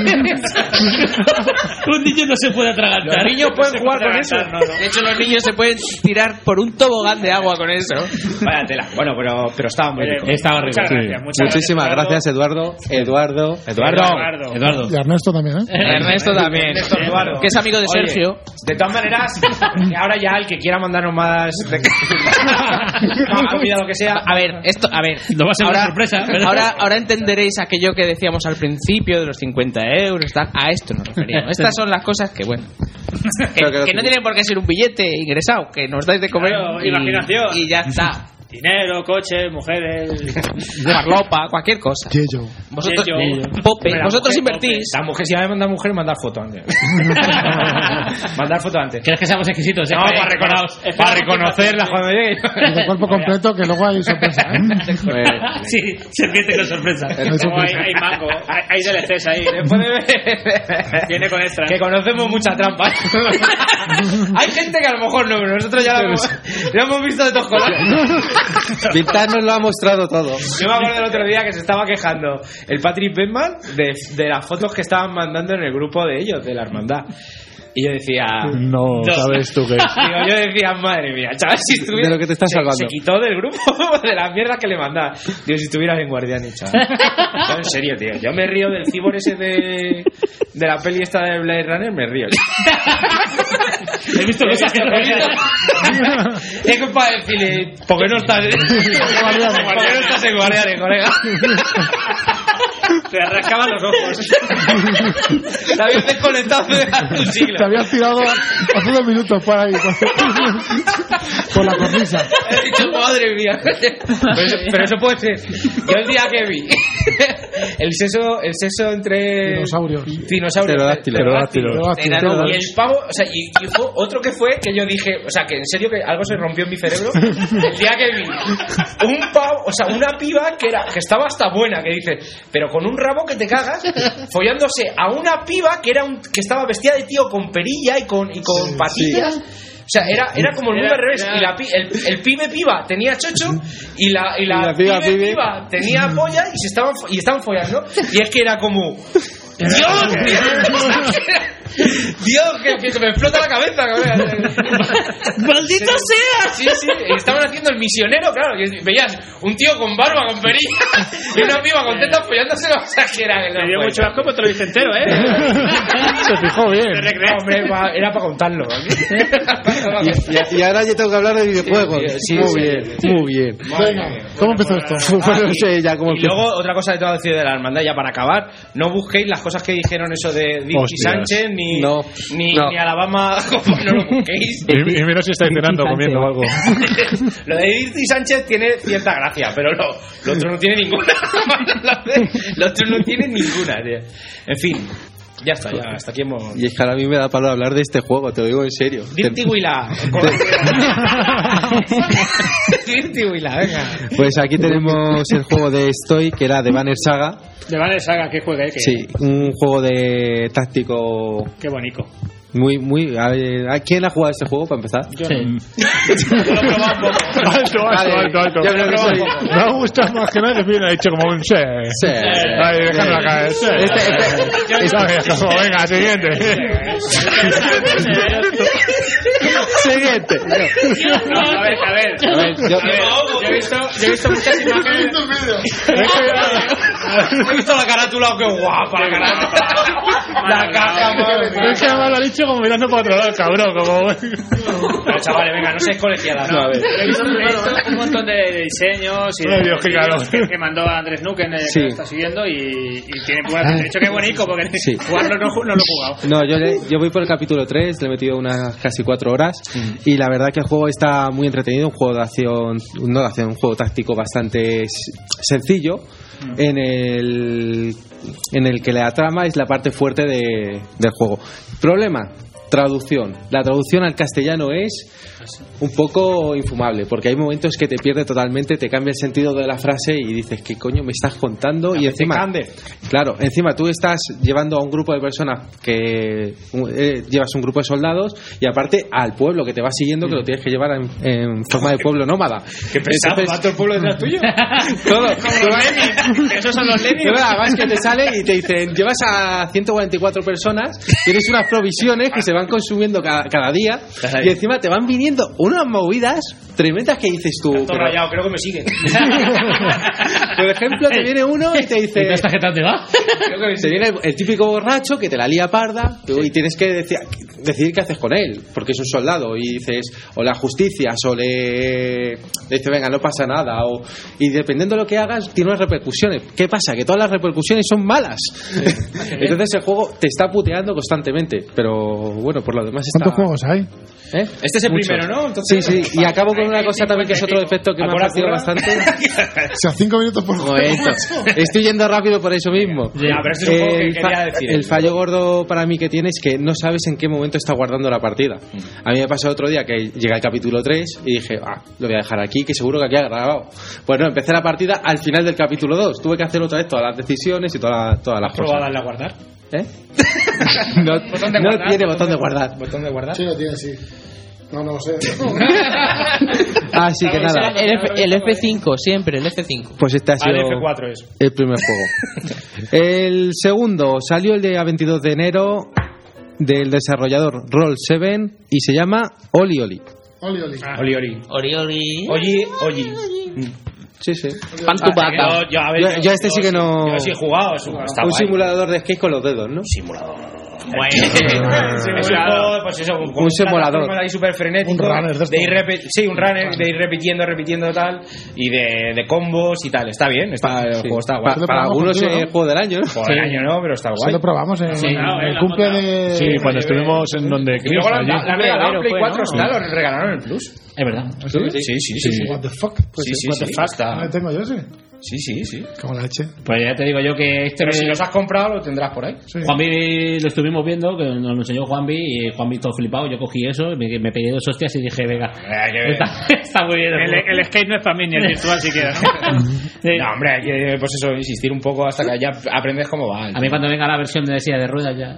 Un niño no se puede atragantar. Los niños pueden jugar con eso. No, no. De hecho, los niños se pueden tirar por un tobogán de agua con eso. Vaya tela. Bueno, pero, pero estaba muy Oye, rico. Estaba rico. Muchas gracias, muchas Muchísimas gracias, Eduardo. Eduardo. Eduardo. Eduardo. Eduardo. Y Ernesto también, ¿eh? Ernesto también. Ernesto Eduardo. Que es amigo de Oye, Sergio. De todas maneras, ahora ya el que quiera mandarnos más. De... comida, lo que sea. A ver, esto, a ver. No va a ser una ahora, sorpresa, ¿verdad? ahora, ahora entenderéis aquello que decíamos al principio de los cincuenta euros. Tal. A esto nos referíamos. Estas son las cosas que, bueno. Que, Pero que- que no tienen por qué ser un billete ingresado, que nos dais de comer. Claro, y, imaginación. y ya está. Dinero, coche, mujeres. Farlopa, cualquier cosa. Yello. Vosotros, Yello. Pope, La vosotros mujer, invertís. La mujer, si va a mandar mujer, mandar foto antes. mandar foto antes. ¿Quieres que seamos exquisitos? eh? No, para, reconocer, para reconocerla cuando llegue. Y de cuerpo completo, que luego hay sorpresa, ¿eh? Sí, serpiente con sorpresa. Hay Luego hay, sorpresa. hay mango, hay, hay D L Cs ahí. Después de ver- Viene con extras. que conocemos mucha trampa. Hay gente que a lo mejor no, pero nosotros ya lo hemos, lo hemos visto de todos colores. Vintage nos lo ha mostrado todo. Yo me acuerdo el otro día que se estaba quejando el Patrick Benman de, de las fotos que estaban mandando en el grupo de ellos, de la hermandad. Y yo decía... No, Dos. sabes tú qué. Digo, yo decía, madre mía, chaval, si estuviera... De lo que te estás se, salvando. se quitó del grupo de las mierdas que le mandaba. Digo, si estuvieras en Guardián, chaval. No, en serio, tío. Yo me río del cibor ese de, de la peli esta de Blade Runner, me río. He visto cosas que no he visto. Es que para decirle, ¿por qué no estás, ¿por qué no estás en Guardianes, colega? Te rascaban los ojos. Te habías desconectado de hace un siglo. Te habías tirado hace dos minutos por ahí. por la cornisa. He dicho, madre mía. Pero eso, pero eso puede ser. Yo el día que vi el sexo, el sexo entre dinosaurios, dinosaurios, pterodáctilos, pterodáctilos, y el pavo, o sea, y, y fue otro que fue que yo dije, o sea, que en serio que algo se rompió en mi cerebro el día que vi un pavo, o sea, una piba que era que estaba hasta buena, que dice, pero con un rabo que te cagas, follándose a una piba que era un, que estaba vestida de tío con perilla y con y con sí, patillas. Sí. O sea, era, era como el mundo al revés. Y la, el, el pibe piba tenía chocho y la, y la, y la pibe, pibe piba tenía polla y se estaban y estaban follando. Y es que era como ¡Dios! Dios, que, que me explota la cabeza. ¡Maldito sea! Sí, sí, estaban haciendo el misionero, claro. Y veías un tío con barba, con perilla, y una piba con tetas follándose. O sea, que era. Me dio mucho asco, pero te lo dije entero, ¿eh? Se fijó bien. Hombre, era para contarlo. y, y, y ahora yo tengo que hablar de videojuegos. Sí, muy sí, bien, sí. muy bien. Venga, ¿cómo empezó esto? Bueno, no sé ya cómo y luego, otra cosa que te voy a decir de la hermandad, ya para acabar, no busquéis las cosas que dijeron eso de Dirty Sánchez, ni, no, ni, no. ni Alabama, no lo busquéis. Y, y menos si estáis cenando, comiendo algo. Lo de Dirty Sánchez tiene cierta gracia, pero lo, lo otro no tiene ninguna. Lo otro no tiene ninguna, tío. En fin. Ya está, ya, hasta aquí hemos... Y es que ahora a mí me da palo hablar de este juego, te lo digo en serio. Dirty Willa. Dirty Willa, venga. Pues aquí tenemos el juego de Stoy, que era de Banner Saga. De Banner Saga, ¿qué juega? ¿Qué? Sí, un juego de táctico... Qué bonito. Muy, muy... A ver, ¿a quién ha jugado este juego, para empezar? Yo sí. Yo lo he probado un poco. Alto, alto, alto, alto. Yo creo que soy... Me ha gustado más que nada que me ha dicho como un sí. Sí. Ay, déjalo caer. Sí. Este, este, este, como, venga, siguiente. Siguiente. No, a ver, a ver. A ver, yo, a ver, yo he visto, yo he visto muchas imágenes. He visto la carátula, qué guapa la carátula. La caja, madre. Es que además lo ha dicho como mirando para otro lado, cabrón. Como... Pero chavales, venga, no seáis colegiadas. No, a ver. He visto, he visto un montón de diseños y de Dios, que, que mandó a Andrés Nuken, eh, sí. que lo está siguiendo y, y tiene buena. De hecho, qué bonito, porque sí. jugarlo no, no lo he jugado. No, yo, le, yo voy por el capítulo tres, le he metido unas casi cuatro horas mm. y la verdad que el juego está muy entretenido, un juego de acción, no de acción, un juego táctico bastante sencillo. En el, en el que la trama es la parte fuerte de, del juego. Problema, traducción. La traducción al castellano es un poco infumable, porque hay momentos que te pierde totalmente, te cambia el sentido de la frase y dices, ¿qué coño me estás contando? Y encima, claro, encima tú estás llevando a un grupo de personas que eh, llevas un grupo de soldados y aparte al pueblo que te va siguiendo, que lo tienes que llevar en, en forma de pueblo nómada. ¿Qué pesado? ¿Va todo el pueblo detrás tuyo? Todo. Como los Lenin. Esos son los Lenin. Además que te sale y te dicen, llevas a ciento cuarenta y cuatro personas, tienes unas provisiones que se van consumiendo cada, cada día y encima te van viniendo unas movidas tremendas que dices tú. Todo pero... rayado, creo que me siguen. Por ejemplo, te viene uno y te dice. ¿Y esta gente te va? Te viene el, el típico borracho que te la lía parda y tienes que decir, decidir qué haces con él, porque es un soldado y dices, o la justicia, o le, le dices, venga, no pasa nada, o y dependiendo de lo que hagas, tiene unas repercusiones. ¿Qué pasa? Que todas las repercusiones son malas. Sí. Entonces el juego te está puteando constantemente, pero bueno, por lo demás está. ¿Cuántos juegos hay? ¿Eh? Este es el Muchos. Primero, ¿no? Entonces, sí, sí, y acabo con una cosa también que es otro defecto que me ha parecido bastante. O sea, cinco minutos por juego. Estoy yendo rápido por eso mismo. Ya, pero eso es un juego que quería decir. El fallo gordo para mí que tiene es que no sabes en qué momento está guardando la partida. A mí me pasó otro día que llegué al capítulo tres y dije, ah, lo voy a dejar aquí, que seguro que aquí ha grabado. Pues no, empecé la partida al final del capítulo dos. Tuve que hacer otra vez todas las decisiones y todas las, todas las cosas. ¿Probada darle a guardar? ¿Eh? no ¿Botón de no guardar? tiene botón de guardar. ¿Botón de guardar? Sí, lo tiene, sí. No, no lo sé. Así que nada. El, F, el F cinco, siempre, el F cinco. Pues este ha sido el F cuatro es. el primer juego. El segundo salió el día veintidós de enero del desarrollador Roll siete y se llama Oli Oli. Oli, Oli. Ah. Oli Oli. Oli Oli. Oye, oye. Sí, sí. Pan tu vaca. Yo, yo, a ver, yo, yo este sí que no. Yo sí he jugado. Es un, está un guay. simulador de skate con los dedos, ¿no? Simulador. Bueno, es un juego, pues eso, un, un simulador ahí súper frenético, un runner de, de ir repi- sí, un runner de ir repitiendo, repitiendo tal y de, de combos y tal. Está bien, está, el sí. juego está guay. Pa, para algunos es el juego del año, ¿no? Juego del año no, pero está guay. Sí, lo probamos en, sí, en no, el la cumple de. Sí, cuando estuvimos en donde. Y luego la, la, la regalaron Play fue, cuatro, ¿no? está, lo regalaron en el Plus. Es verdad. Sí, sí, sí. sí, sí. What the fuck? Pues Sí, sí, what the sí, fuck. está. ¿No le tengo yo, sí? Sí, sí, sí. Como la leche. Pues ya te digo yo que este Pero me- si los has comprado, lo tendrás por ahí. Sí. Juanvi lo estuvimos viendo, que nos lo enseñó Juanvi, y Juanvi todo flipado. Yo cogí eso, me, me pegué dos hostias y dije, venga, está, está muy bien. El, el skate no es para mí, ni el virtual siquiera, ¿no? Sí. No, hombre, hay que, pues eso, insistir un poco hasta que ya aprendes cómo va. A mí cuando venga la versión de silla de ruedas ya...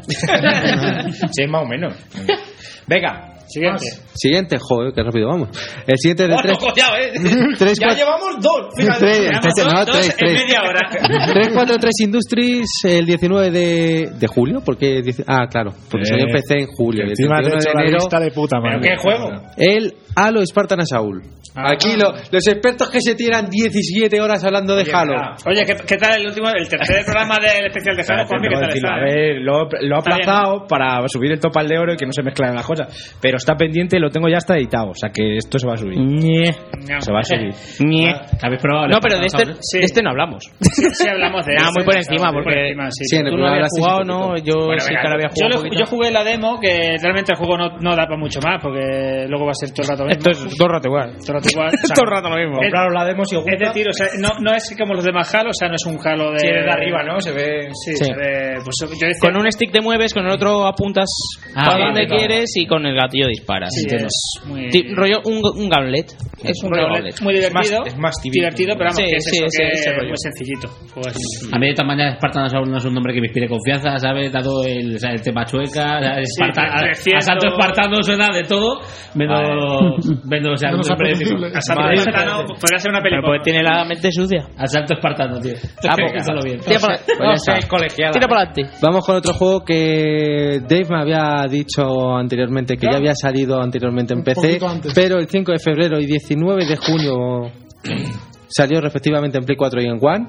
Sí, más o menos. Venga, Siguiente. Siguiente, joder, qué rápido vamos. El siguiente es de tres. Ojo, ya, ¿eh? tres, Ya cuatro- llevamos dos. Fíjate. tres, Llevamos este, no, dos, dos tres, en tres. media hora. tres cuatro tres Industries el diecinueve de, de julio, porque dice- ah, claro, porque Eh, salió en P C en julio. y el Encima te he treinta y uno hecho de la enero lista de puta ¿Pero madre. qué juego? el Halo Spartan Assault. Aquí lo- los expertos que se tiran diecisiete horas hablando de Oye, Halo. verdad. Oye, ¿qué, ¿qué tal el último, el tercer programa del especial de Halo? Juanmi, ¿qué tal está? A ver, lo, lo he Está bien, aplazado para subir el topal de oro y que no se mezclen las cosas. Pero está pendiente y lo tengo ya hasta editado. O sea que esto se va a subir. No. Se va a subir. ¿Habéis probado? No, pero de este, Sí. de este no hablamos. Sí, sí hablamos de Nada, eso. muy por encima, Muy por porque encima, sí. Sí, en el Tú no programa habías hablasteis jugado, un ¿no? poquito. Yo Bueno, sí venga, que lo había Yo, jugado lo- un poquito. yo jugué la demo, que realmente el juego no, no da para mucho más, porque luego va a ser todo el rato mismo. Esto es todo el rato igual. Todo el rato igual. O sea, Todo el rato lo mismo. es- Compraros la demo si os gusta. Es decir, o sea, no, no es como los demás Halo, o sea, no es un Halo de... Sí, desde arriba, ¿no? Se ve. Sí, Sí. se ve... Pues yo decía... Con un stick te mueves, con el otro apuntas Ah, para bien, donde bien, quieres y con el gatillo disparas. Sí, Entiendo. es muy... Ti- rollo un, un gauntlet. Es un rollo gauntlet. muy divertido. Es más- es más tibio. divertido, pero vamos, Sí, que es sí, eso, ese- que ese es rollo. muy sencillito. Juego así. A mí de todas maneras Spartan Assault no es un nombre que me inspire confianza, ¿sabes? Dado el, o sea, el tema chueca, Esparta- trescientos. Asalto espartano suena de todo, menos, menos, o sea, Menos un nombre apetecible. épico. Asalto Vale. espartano podría ser una película. Pues tiene la mente sucia. Asalto espartano, tío. Ah, pues, Piénsalo bien. Tira para Pues ya está. seáis colegiadas. tira para adelante. Vamos con otro juego que Dave me había dicho anteriormente que ya había salido anteriormente en Un P C, poquito antes. pero el cinco de febrero y diecinueve de junio salió respectivamente en Play cuatro y en One.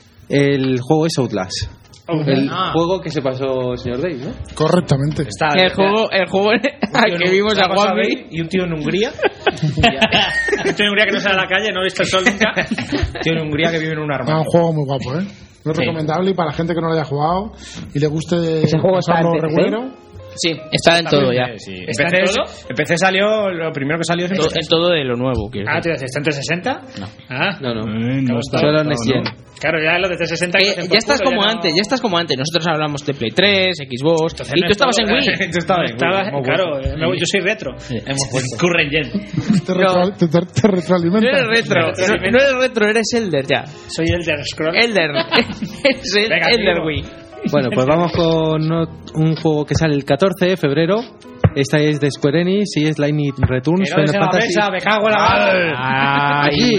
El juego es Outlast. El Ah. juego que se pasó el señor Dave, ¿no? Correctamente. Está, El juego, el juego un tío al en que un- vimos a ¿sabes a Juanmi. ver? Y un tío en Hungría. Estoy en Hungría que no sale a la calle, no he visto el sol nunca. Un tío en Hungría que vive en un Ah, armario. un juego muy guapo, ¿eh? Muy Sí. recomendable y para la gente que no lo haya jugado y le guste ¿Ese juego está pasarlo en P C? regulero. Sí, está en todo ya. Sí. ¿Está en Empecé, todo? empecé salió, lo primero que salió es En todo, en todo de lo nuevo. quiero Ah, decir. te iba a decir, ¿está en trescientos sesenta? No. Ah, No, no. Eh, no está, Solo en está, Next Gen. ¿no? claro, ya lo de trescientos sesenta... Que que hacen ya por estás culo, como no- antes, ya estás como antes. Nosotros hablamos de Play tres, Xbox, Entonces y no tú estabas es en todo- Wii. Tú estabas en Wii, Estaba- hemos claro, vuelto. eh, me- yo soy retro. Hemos puesto. Current Gen. Te, retro- te, te- te No retroalimenta. eres retro, no, no eres retro, eres Elder ya. Soy el de Scroll. Elder. Es el Venga, Elder tío. Wii. Bueno, pues vamos con no- un juego que sale el catorce de febrero. Esta es de Square Enix y es Lightning Returns Que no Final se la Fantasy. mesa, me cago en la mano. Aquí.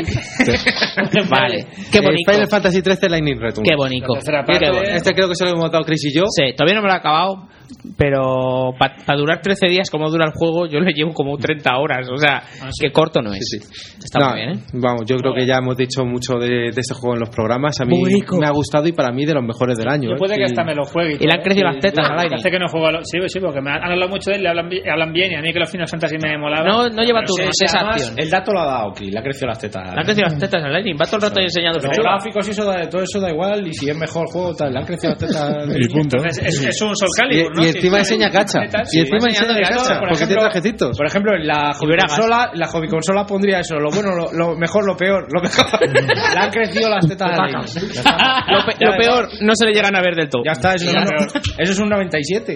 Vale, qué Eh, bonito. Final Fantasy trece Lightning Returns. Qué bonito. La tercera Qué parte. bonito. Este creo que se lo hemos dado Chris y yo. Sí, todavía no me lo he acabado, pero para durar trece días como dura el juego, yo le llevo como treinta horas. O sea, que corto no es. Sí, sí. Está No, muy bien, ¿eh? Vamos, yo creo que ya hemos dicho mucho de, de este juego en los programas. A mí Bonito. me ha gustado y para mí de los mejores del año. Yo ¿eh? puede que Y- hasta me lo juegue. Y le han todo, crecido ¿eh? las tetas al aire. Hace que no juego a los... Sí, sí, porque me han hablado mucho de él, le hablan, bi- hablan bien y a mí que los Final Fantasy me molaban. No, no lleva Pero turnos, sí, es Además, acción. el dato lo ha dado aquí, le ha crecido las tetas. Le han crecido las tetas al Lightning. Va todo el rato ahí enseñando Los fechuga. gráficos y eso, da- todo eso da igual. Y si es mejor el juego, tal, le han crecido las tetas. Y punto. Entonces, es, es un Soul Y, Calibur, ¿no? y Sí, encima sí, enseña cacha. tetas, Y sí, encima va enseña enseñando cacha. cacha, por Porque tiene ejemplo, trajecitos. Por ejemplo, en la hobby Bragas. consola, la hobby consola pondría eso, lo bueno, lo, lo mejor, lo peor, lo mejor. Le han crecido las tetas de Link. Ya está. Lo, pe- Ya lo da peor, igual. no se le llegan a ver del todo. Ya está, eso, Ya, es, peor. un, eso es un noventa y siete.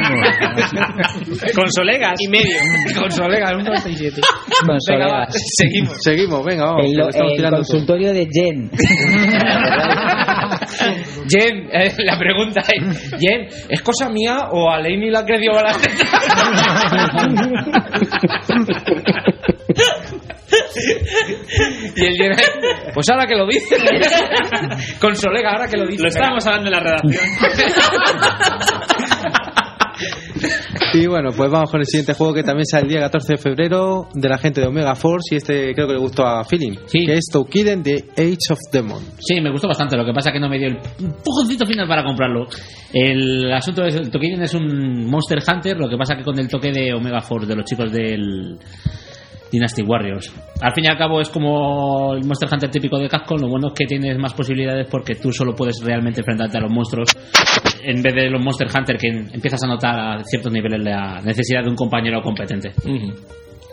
Consolegas. Y medio. Consolega, un noventa y siete. Consolegas. Venga, va, seguimos. Seguimos, venga, vamos. El, que lo estamos el tirando todo. consultorio de Jen. Jen, eh, la pregunta es, Jen, ¿es cosa mía o a Lainey le ha crecido las tetas? Y el Jen, pues ahora que lo dice, Consolega, ahora que lo dice. Lo estábamos hablando en la redacción. Y bueno, pues vamos con el siguiente juego que también sale el día catorce de febrero de la gente de Omega Force y este creo que le gustó a Feeling, Sí. que es Toukiden de Age of Demon. Sí, me gustó bastante. Lo que pasa es que no me dio el empujoncito final para comprarlo. El asunto es: el Tokiden es un Monster Hunter. Lo que pasa que con el toque de Omega Force, de los chicos del Dynasty Warriors. Al fin y al cabo es como el Monster Hunter típico de Capcom. Lo bueno es que tienes más posibilidades porque tú solo puedes realmente enfrentarte a los monstruos, en vez de los Monster Hunter que empiezas a notar a ciertos niveles la necesidad de un compañero competente.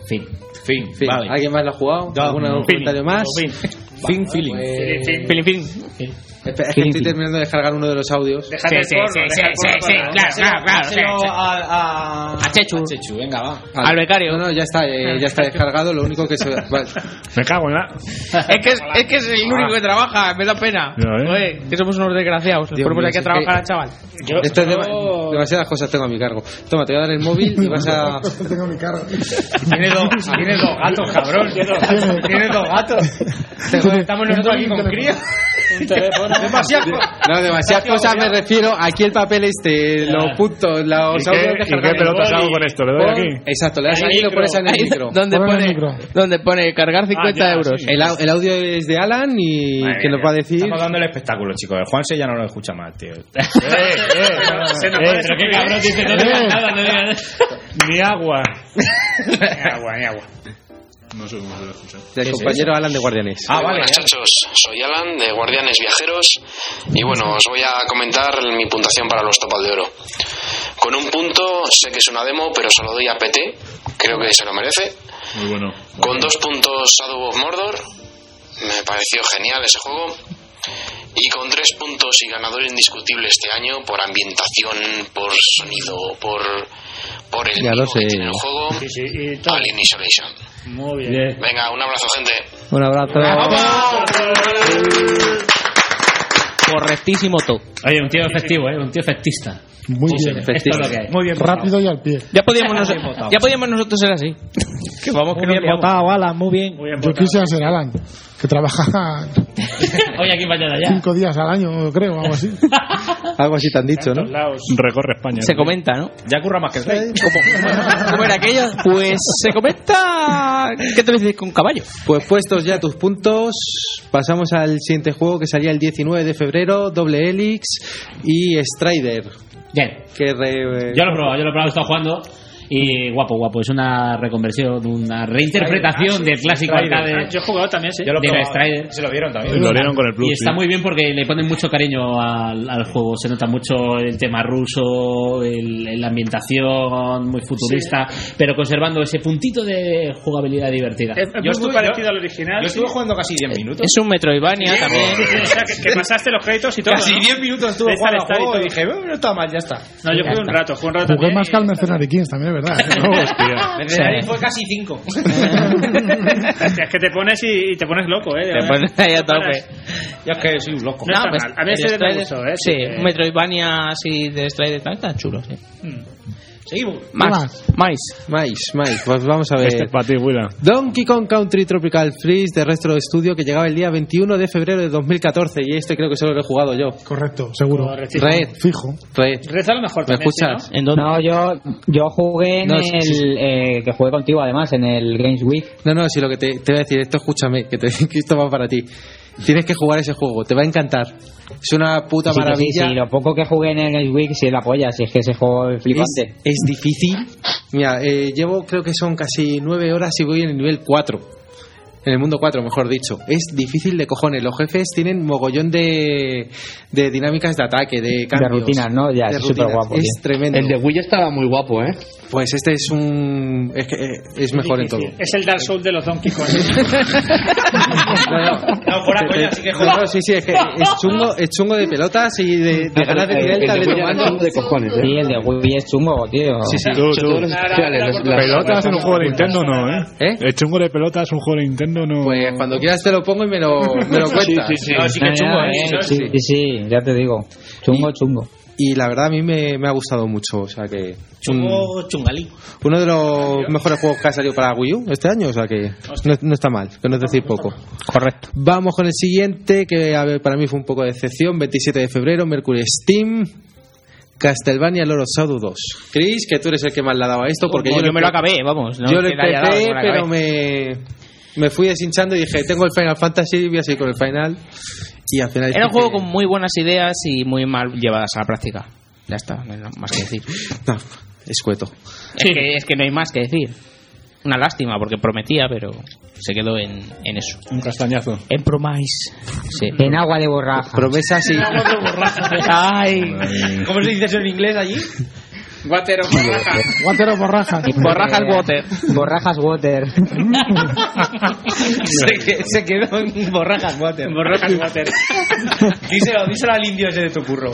Fin. Fin. Fin. Vale. ¿Alguien más lo ha jugado? ¿Algún comentario más? Fin. Fin, feeling. Fin, fin, fin. Espera, es que estoy terminando de descargar uno de los audios. Déjate Sí, el sí, porno, sí, deja el sí, porno sí, para- claro, claro, claro. Dáselo sí. a, a, A Chechu. a Chechu, venga, va. Al becario. No, no, ya está, eh, ya está descargado. Lo único que se. Vale. Me cago en la. Es que es, es que es el único que trabaja, me da pena. Ya, ¿eh? Oye, que somos unos desgraciados. Nos Dios ponemos mío, aquí a es trabajar que- al chaval. Yo- Esto es yo- dema- demasiadas cosas tengo a mi cargo. Toma, te voy a dar el móvil y vas a. Tengo mi carro. Tienes dos, tienes dos gatos, cabrón. Tienes dos gatos. Estamos nosotros aquí con crío. Un teléfono. Demasiado. No, demasiadas cosas me refiero. Aquí el papel este, los puntos, los ¿Y qué, audios ¿y qué descargados. pelotas hago con esto? ¿Le doy Pon- aquí? Exacto, le das El ahí y lo micro. pones en el micro. ¿Dónde Pon el pone, micro. ¿Dónde pone cargar cincuenta Ah, ya, euros? sí. El, au- el audio es de Alan y Madre que mía, nos va a decir. Estamos dando el espectáculo, chicos. El Juanse ya no lo escucha más, tío. Eh, eh, se nos Eh, puede Pero qué subir. cabrón, dice, no digas nada, no digas nada. Ni agua. Ni agua, ni agua. No sé cómo se lo escucha. Del compañero Alan de Guardianes. Ah, vale. Buenas, chachos. Soy Alan de Guardianes Viajeros y bueno, os voy a comentar mi puntuación para los Topal de Oro. Con un punto, sé que es una demo, pero se lo doy a P T, creo que se lo merece. Muy bueno. Con dos puntos Shadow of Mordor, me pareció genial ese juego. Y con tres puntos y ganador indiscutible este año por ambientación, por sonido, por, por el Ya lo mimo que sé. tiene el juego, Sí, sí, y todo. Alien Isolation. Muy bien. Bien. Venga, un abrazo, gente. Un abrazo. Correctísimo todo. Oye, un tío efectivo, ¿eh? Un tío efectista. Muy Sí, bien. esto es lo que hay. Muy bien. Rápido y al pie. Ya podíamos, nos- Bien votado. ya podíamos nosotros ser así. Que vamos, que nos liamos. Alan, muy bien. Muy bien Yo votado. quisiera ser Alan, que trabaja Oye, aquí mañana ya. cinco días al año, creo, algo así. Algo así te han dicho, ¿no? Todos lados. Recorre España. Se comenta, ¿no? Ya curra más que el rey. ¿Cómo era aquello? Pues se comenta. ¿Qué te dices con caballo? Pues puestos ya tus puntos, pasamos al siguiente juego que salía el diecinueve de febrero, Doble Helix y Strider. Bien. Que re- Yo lo he probado, yo lo he probado, he estado jugando. Y guapo, guapo. Es una reconversión, una reinterpretación del clásico arcade Ah, yo he jugado también, sí. Yo lo de la probaba. Strider. Se lo vieron también. Lo dieron con el Plus. Y está sí. muy bien porque le ponen mucho cariño al, al juego. Se nota mucho el tema ruso, el, la ambientación muy futurista, pero conservando ese puntito de jugabilidad divertida. Es, es Yo muy estuve- parecido yo- al original. Yo estuve sí. jugando casi diez minutos. Es un Metroidvania también. Sí, sí, o sea, que, que pasaste los créditos y todo. Casi ¿no? diez minutos estuve Ves al jugando al estadio y juego y todo. dije, "Eh, no está mal, ya está". No, yo Ya jugué un está. rato, jugué un rato Jugué también. más y- que al Mercenary Kings, también es verdad. Hostia. Mercenary fue casi cinco. Hostia, es que te pones y, y te pones loco, ¿eh? Te pones ahí a Te pones- tope. Yo es que soy un loco. No está pues, mal. A mí el ese me Strider- gustó, ¿eh? Sí, que- un Metroidvania así de Strider también está chulo, sí. Seguimos. Más, más. Mais, Mais, pues vamos a ver. Este es para ti, Willa. Donkey Kong Country Tropical Freeze de Retro Studio que llegaba el día veintiuno de febrero de dos mil catorce y este creo que solo lo he jugado yo. Correcto, seguro. Correctísimo. Red, Fijo. Red. Reza lo mejor ¿Me también, ¿sí, escuchas? ¿En dónde? No, yo, yo jugué en No, sí, el. sí, sí. eh, que jugué contigo además, en el Games Week. No, no, si lo que te, te voy a decir, esto escúchame, que, te, que esto va para ti. Tienes que jugar ese juego, te va a encantar. Es una puta Sí, que sí, maravilla. sí, lo poco que jugué en el Games Week, sí es la polla, si es que ese juego es Es, flipante. es difícil. Mira, eh, llevo creo que son casi nueve horas y voy en el nivel cuatro. En el mundo cuatro, mejor dicho. Es difícil de cojones. Los jefes tienen mogollón de, de dinámicas de ataque, de cambios. De rutinas, ¿no? Ya, de es súper rutinas. guapo. Es tío. tremendo. El de Wii estaba muy guapo, ¿eh? Pues este es un... Es, que, eh, es mejor en todo. Difícil. Es el Dark Souls de los Donkey Kong. No, no. No, fuera coña, sí que No, no, sí, sí, es que es chungo, es chungo de pelotas y de, de ganas de el- tirar el el de tablero Wii era mando. Son de cojones, ¿eh? Sí, el de Wii es chungo, tío. Sí, sí. Tú, tú. Todos los especiales, las- las- Pelotas en un juego de Nintendo no, ¿eh? ¿Eh? El chungo de pelotas en un juego de Nintendo no. Pues cuando quieras te lo pongo y me lo, me lo cuentas. Sí, sí, sí. No, sí que Ah, chungo, ya, ¿eh? eh, Eso sí, sí. sí, sí, ya te digo. Chungo, chungo. Y la verdad a mí me, me ha gustado mucho, o sea que... Chungo, chungalí. Uno de los mejores juegos que ha salido para Wii U este año, o sea que no, no está mal, que no es decir poco. Correcto. Vamos con el siguiente, que a ver, para mí fue un poco de decepción, veintisiete de febrero, Mercury Steam, Castlevania Lord of Shadow dos. Chris, que tú eres el que más le ha dado a esto, porque Como yo, yo me lo acabé, vamos. No yo lo es que le haya dado, empecé, me lo pero acabé. me, me fui deshinchando y dije, tengo el Final Fantasy, voy a seguir con el Final. Y al final... Era un dije juego que- con muy buenas ideas y muy mal llevadas a la práctica. Ya está, no hay nada más que decir. No, escueto. Es, que, es que no hay más que decir. Una lástima, porque prometía, pero se quedó en, en eso. Un castañazo. En Promise. Sí. En agua de borraja. Promesas y... Ay. ¿Cómo se dice eso en inglés allí? Water o borraja. Water o borrajas. Borrajas water. Borrajas water. se, se quedó en borrajas water. Borrajas water. díselo, díselo al indio ese de tu curro.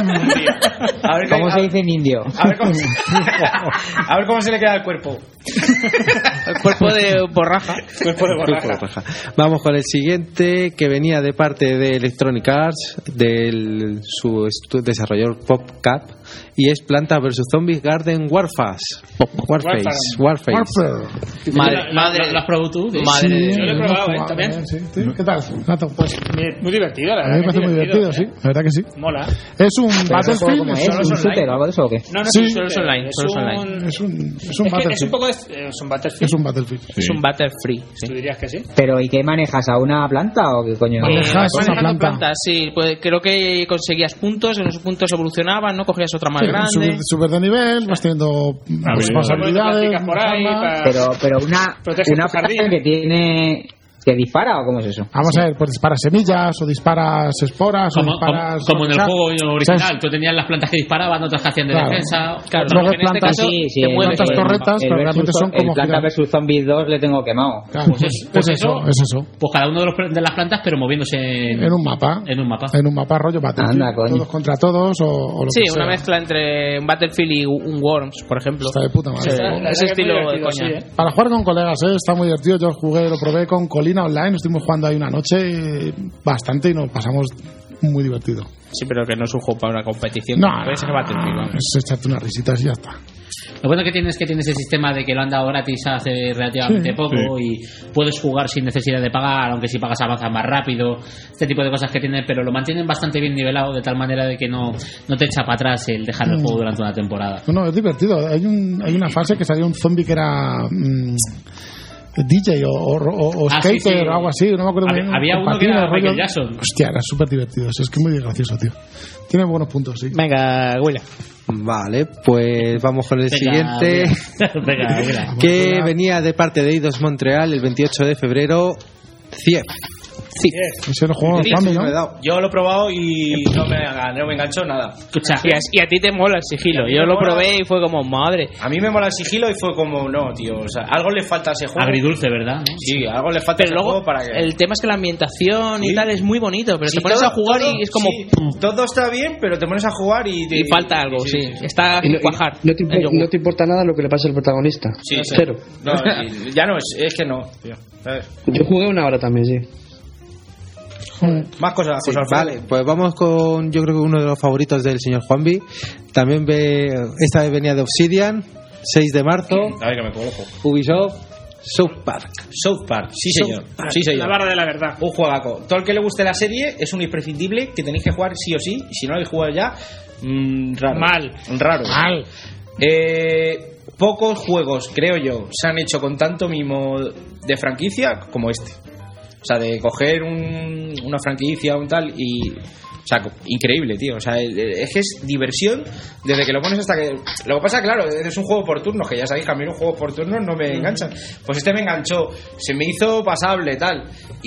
A ver ¿Cómo a, se dice en indio? A ver cómo, a ver cómo se le queda el cuerpo. El cuerpo de borraja. Cuerpo de borraja. Vamos con el siguiente, que venía de parte de Electronic Arts, del su estu- desarrollador PopCap, y es Planta versus. Zombies Garden Warface. Warface. Warface. Warfare. Madre, madre. ¿Lo has probado tú? Madre Sí, de Yo lo he hemos probado, jugado, ¿eh? También. ¿eh? Sí, sí. ¿Qué tal, Gato? Pues muy divertido, la A mí me verdad. parece muy divertido, sí. ¿eh? La verdad que sí. Mola. Es un ¿Pero ese juego cómo Battlefield. es? solo ¿Un es shooter o algo de eso o qué? No, no, Sí. es Solo es online, Es solo es un... online. Es un, es un Es, que es un Battlefield. poco... de- Es un Battlefield. Es un Battlefield. Es un butter free. Sí. ¿Tú dirías que sí? ¿Pero y qué manejas? ¿A una planta o qué coño? Manejas Eh, vas una manejando planta. plantas, sí. Pues creo que conseguías puntos, en esos puntos evolucionaban, ¿no? Cogías otra más Sí, grande. subir, subir de nivel, vas teniendo responsabilidades. Prácticas por ahí para- Pero, pero una, Protege una tu jardín. planta que tiene... ¿Que dispara o cómo es eso? Vamos a ver, pues disparas semillas o disparas esporas Como, o disparas... como, como en el o sea, juego ¿sabes? original, tú tenías las plantas que disparaban, otras que hacían de Claro. defensa. Claro, Luego en este plantas- caso Sí, sí, te el- mueves. plantas el- torretas, el pero versus- realmente son como El Planta gigantes. versus. Zombies dos le tengo quemado. Claro, Pues pues, es- es pues eso, eso. es eso. Pues cada uno de, los, de las plantas, pero moviéndose en, En un mapa. en un mapa. En un mapa rollo Battlefield. Anda, coño. Todos contra todos o, o lo Sí, que una sea. mezcla entre un Battlefield y un Worms, por ejemplo. Está de puta madre. Sí, La verdad ese que es muy estilo de divertido, coña. sí, ¿eh? Para jugar con colegas, ¿eh? Está muy divertido. Yo jugué, lo probé con Colina Online. Estuvimos jugando ahí una noche eh, bastante y nos pasamos muy divertido. Sí, pero que no es un juego para una competición. No, puede ser Battlefield, vamos. es echarte unas risitas y ya está. Lo bueno que tienes es que tienes el sistema de que lo han dado gratis hace relativamente Sí, poco y puedes jugar sin necesidad de pagar, aunque si pagas avanzas más rápido, este tipo de cosas que tienen, pero lo mantienen bastante bien nivelado de tal manera de que no, no te echa para atrás el dejar el Mm. juego durante una temporada. No, no, es divertido. Hay, un, hay una fase que salía un zombie que era mm, D J o, o, o Ah, skater sí, sí. o algo así. No me acuerdo Había- muy bien, había con uno que era patines, Michael rollo- Jackson. Hostia, era súper divertido. Es que es muy gracioso, tío. Tiene buenos puntos, sí. Venga, Willa. Vale, pues vamos con el Venga, siguiente, venga, venga. que venía de parte de Eidos Montreal el veintiocho de febrero. Cief. Sí. Ese lo jugamos Sí, cuando, sí, ¿no? me he dado. Yo lo he probado y no me, no me enganchó nada. Escucha, Y a, y a ti te mola el sigilo. Y a mí Yo me lo mola. probé y fue como, madre. A mí me mola el sigilo y fue como, no, tío. O sea, algo le falta a ese juego. agridulce, ¿verdad? ¿No? Sí, algo le falta Pero a ese luego, juego para que. el tema es que la ambientación y Sí. tal es muy bonito, pero Sí, te pones todo- a jugar todo- y es como. sí, todo está bien, pero te pones a jugar y. te- Y falta algo, sí. Está Y no, sin cuajar. y no te, el impo- yogur. no te importa nada lo que le pase al protagonista. Sí, sí. Cero. No, y- ya no, es, es que no, tío. ¿Sabes? Yo jugué una hora también, sí. Más cosas, Sí, cosas vale, pues vamos con, yo creo que uno de los favoritos del señor Juanvi. También ve, esta vez venía de Obsidian, seis de marzo, A ver que me coloco. Ubisoft, South Park. South Park, sí señor. Sí señor. La barra de la verdad. Un juegaco. Todo el que le guste la serie es un imprescindible que tenéis que jugar sí o sí. Y si no lo habéis jugado ya, mmm, raro. Mal. Raro. Mal. Eh, pocos juegos, creo yo, se han hecho con tanto mimo de franquicia como este. O sea, de coger un, una franquicia o un tal y... O sea, increíble, tío. O sea, es que es diversión desde que lo pones hasta que... Lo que pasa, claro, es un juego por turnos, que ya sabéis que a mí los juegos por turnos no me enganchan. Pues este me enganchó, se me hizo pasable, tal.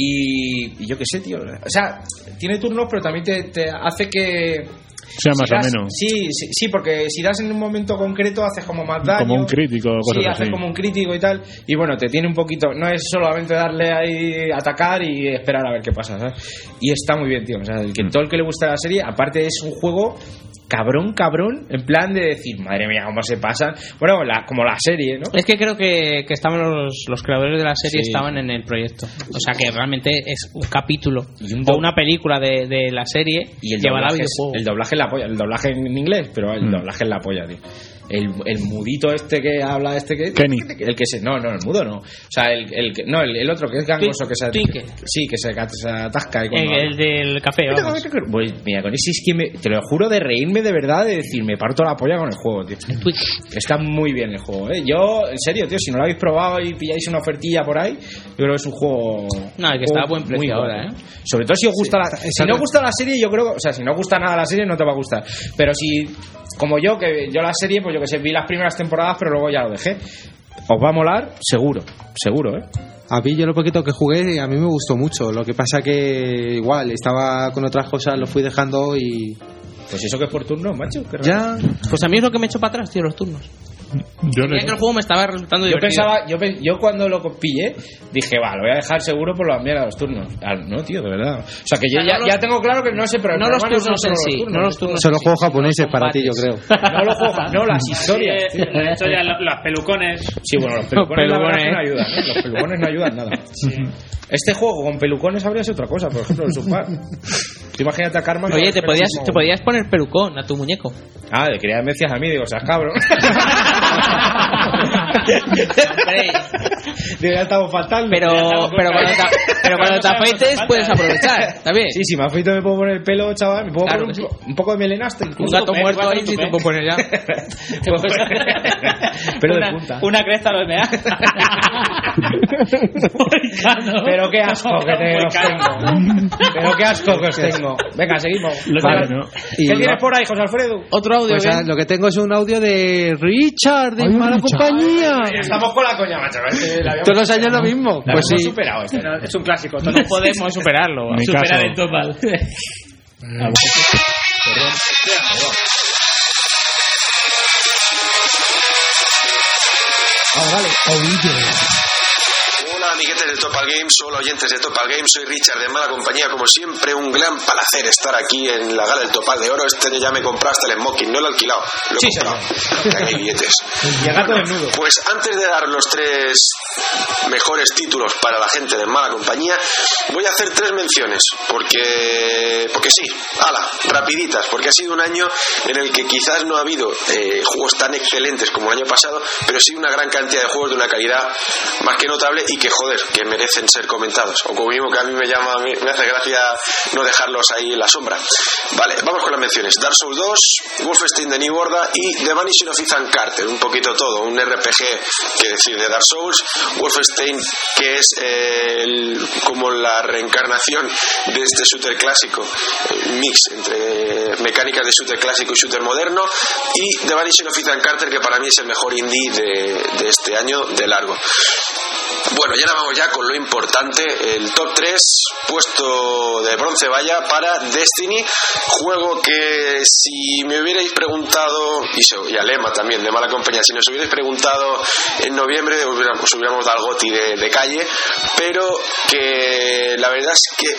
Y, y yo qué sé, tío. O sea, tiene turnos, pero también te, te hace que... sea más si o das- menos. Sí, sí, sí, porque si das en un momento concreto haces como más daño. Como un crítico, cosas Sí, haces así. como un crítico y tal. Y bueno, te tiene un poquito. No es solamente darle ahí, atacar y esperar a ver qué pasa, ¿sabes? Y está muy bien, tío. O sea, el que, todo el que le gusta la serie, aparte es un juego cabrón, cabrón, en plan de decir, madre mía, cómo se pasan. Bueno, la, como la serie, ¿no? Es que creo que, que estaban los, los creadores de la serie Sí. estaban en el proyecto. O sea que realmente es un capítulo Y un o do- una película de, de la serie Y el llevará doblaje, es, videojuego. el doblaje es la polla. El doblaje en inglés, pero el Mm. doblaje es la polla, tío. El, el mudito este que habla, este que. Kenny. El que se. No, no, el mudo no. O sea, el, el que. No, el, el otro que es gangoso, que se. Twinkie. Sí, que se, se atasca. Y El, cuando el del café, vamos. Pues mira, con ese es que me, te lo juro de reírme de verdad, de decir, me parto la polla con el juego, tío. Está muy bien el juego, ¿eh? Yo, en serio, tío, si no lo habéis probado y pilláis una ofertilla por ahí, yo creo que es un juego. No, el que está a juego buen precio muy ahora, bueno. ¿eh? Sobre todo si os gusta la. está- Si está no bien. gusta la serie, yo creo. O sea, si no gusta nada la serie, no te va a gustar. Pero si. Como yo, que yo la serie, pues yo que sé, vi las primeras temporadas, pero luego ya lo dejé. Os va a molar, seguro. Seguro, ¿eh? A mí yo lo poquito que jugué, a mí me gustó mucho. Lo que pasa que igual estaba con otras cosas, lo fui dejando y Pues eso que es por turnos, macho. Qué raro. Ya. Pues a mí es lo que me echo para atrás, tío, los turnos. Yo Creía que el juego me estaba resultando Yo divertido. pensaba, yo, pe- yo cuando lo pillé, dije, va, lo voy a dejar seguro por la mierda de los turnos. Ah, no, tío, de verdad. O sea, que yo O sea, ya, no los- ya tengo claro que no sé, pero el no los problema turnos son en solo sí, los no los turnos Son en los sí, juegos sino japoneses los para ti, yo creo. No los juegos, no, las historias. Sí, la historia, lo- los pelucones. Sí, bueno, los pelucones, la verdad, pelucones. que no ayudan, ¿eh? Los pelucones no ayudan nada. Este juego con pelucones habría sido otra cosa, por ejemplo, el Super. Tú imagínate a Karma. Oye, te podías, te podías poner pelucón a tu muñeco. Ah, de que ya me decías a mí, digo, o sea, cabrón. Digo, ya estamos faltando. Pero, pero, cuando te, pero cuando te afeites puedes aprovechar, ¿está bien? Sí, si me afeito me puedo poner el pelo, chaval. Me puedo Claro poner que un, sí. un poco de melenaste. Un Incluso. gato muerto ahí sí te puedo poner ya. Pero de una, punta. una cresta lo de Pero qué asco que te os tengo. Pero qué asco que os tengo. Venga, seguimos. Vale, ¿no? Y ¿Qué lo- tienes por ahí, José Alfredo? Otro audio, Pues ah, ¿bien? lo que tengo es un audio de Richard, de Ay, Mala Richard. Compañía. Estamos con la coña, macho. Todos los años lo mismo. La Pues hemos sí. superado este. Es un clásico. No podemos superarlo. Mi Superar caso. el Topal. Hola amiguetes de Topal Games, hola oyentes de Topal Games, soy Richard de Mala Compañía, como siempre un gran placer estar aquí en la gala del Topal de Oro. Este año ya me compraste el smoking, no lo he alquilado, lo he Sí, comprado, ya que hay billetes. Y el gato desnudo. Pues antes de dar los tres mejores títulos para la gente de Mala Compañía, voy a hacer tres menciones, porque porque sí, ala, rapiditas, porque ha sido un año en el que quizás no ha habido eh, juegos tan excelentes como el año pasado, pero sí una gran cantidad de juegos de una calidad más que notable y que, joder, que merecen ser comentados, o como mismo que a mí me llama, me me hace gracia no dejarlos ahí en la sombra. Vale, vamos con las menciones. Dark Souls dos, Wolfenstein The New Order y The Vanishing of Ethan Carter, un poquito todo, un R P G, que decir, de Dark Souls, Wolfenstein, que es eh, el, como la reencarnación de este shooter clásico, eh, mix entre mecánicas de shooter clásico y shooter moderno, y The Vanishing of Ethan Carter, que para mí es el mejor indie de, de este año de largo. Bueno, y ahora vamos ya con lo importante, el top tres, puesto de bronce vaya para Destiny, juego que si me hubierais preguntado, y, so, y a Lema también, de Mala Compañía, si nos hubierais preguntado en noviembre, hubiéramos, hubiéramos dado el goti de, de calle, pero que la verdad es que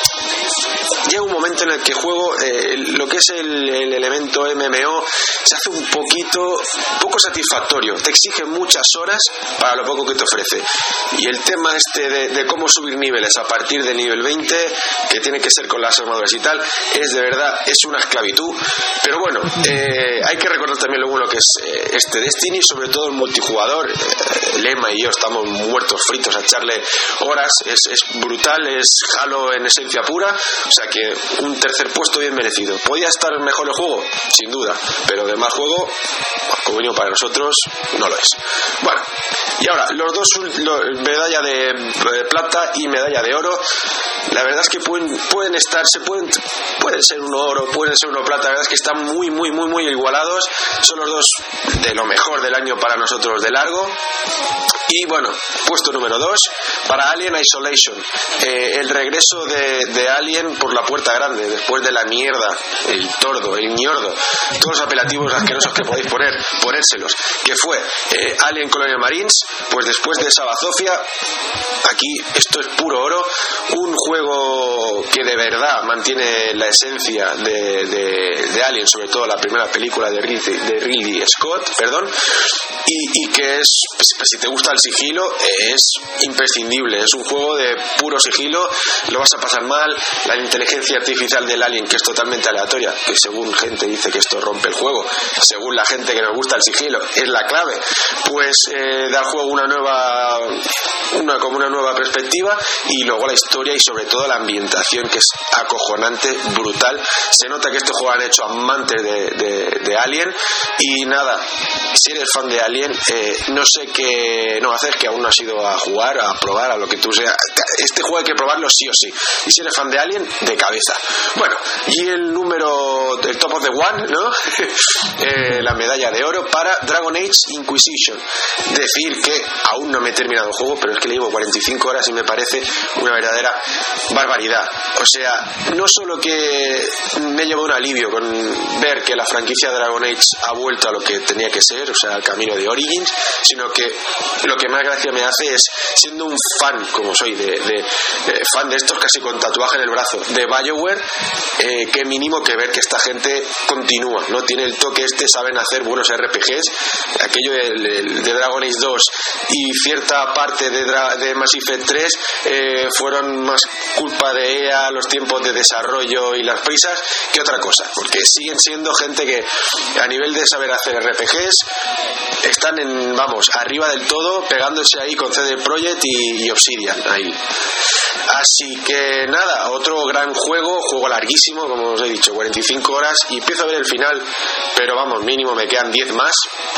llega un momento en el que el juego, eh, lo que es el, el elemento M M O, se hace un poquito, poco satisfactorio, te exige muchas horas para lo poco que te ofrece. Y el tema este de, de cómo subir niveles a partir del nivel veinte, que tiene que ser con las armaduras y tal, es de verdad, es una esclavitud. Pero bueno, eh, hay que recordar también lo bueno que es eh, este Destiny, sobre todo el multijugador. eh, Lema y yo estamos muertos fritos a echarle horas, es, es brutal, es Halo en esencia pura, o sea que un tercer puesto bien merecido. ¿Podía estar mejor el juego? Sin duda, pero de más juego, como vino para nosotros, no lo es. Bueno, y ahora, los dos, lo, medalla de, de plata y medalla de oro, la verdad es que pueden, pueden estar, se pueden, pueden ser uno oro, pueden ser uno plata, la verdad es que están muy, muy, muy, muy igualados, son los dos de lo mejor del año para nosotros de largo. Y bueno, puesto número dos para Alien Isolation, eh, el regreso de, de Alien por la puerta grande, después de la mierda, el tordo, el ñordo, todos los apelativos asquerosos que podéis poner, ponérselos, que fue eh, Alien Colonial Marines, pues después de esa bazofia, aquí esto es puro oro, un juego que de verdad mantiene la esencia de, de, de Alien, sobre todo la primera película de Ridley, de Ridley Scott, perdón, y, y que es, pues, pues, si te gusta el sigilo, es imprescindible, es un juego de puro sigilo, lo vas a pasar mal, la inteligencia artificial del Alien, que es totalmente aleatoria, que según gente dice que esto rompe el juego, según la gente que nos gusta el sigilo, es la clave, pues eh, da al juego una nueva una como una nueva perspectiva, y luego la historia y sobre todo la ambientación, que es acojonante, brutal. Se nota que este juego han hecho amantes de, de, de Alien, y nada, si eres fan de Alien, eh, no sé qué no hacer, que aún no has ido a jugar, a probar, a lo que tú sea. Este juego hay que probarlo sí o sí, y si eres fan de Alien, de cabeza. Bueno, y el número, el top of the one, ¿no? eh, la medalla de oro para Dragon Age Inquisition. Decir que aún no me he terminado el juego, pero es que le llevo cuarenta y cinco horas y me parece una verdadera barbaridad. O sea, no solo que me llevo un alivio con ver que la franquicia Dragon Age ha vuelto a lo que tenía que ser, o sea, al camino de Origins, sino que lo que más gracia me hace es, siendo un fan, como soy, de, de, de fan de estos casi con tatuaje en el brazo, de BioWare, eh, que mínimo que ver que esta gente continúa, ¿no? Tiene el toque este, saben hacer buenos R P Gs, aquello de, de, de Dragon Age dos y cierta parte de, Dra- de Mass Effect tres eh, fueron más culpa de E A, los tiempos de desarrollo y las prisas, que otra cosa, porque siguen siendo gente que a nivel de saber hacer R P Gs están en, vamos, arriba del todo, pegándose ahí con C D Projekt y, y Obsidian ahí. Así que nada, otro gran juego, juego larguísimo, como os he dicho, cuarenta y cinco horas, y empiezo a ver el final, pero vamos, mínimo me quedan diez más.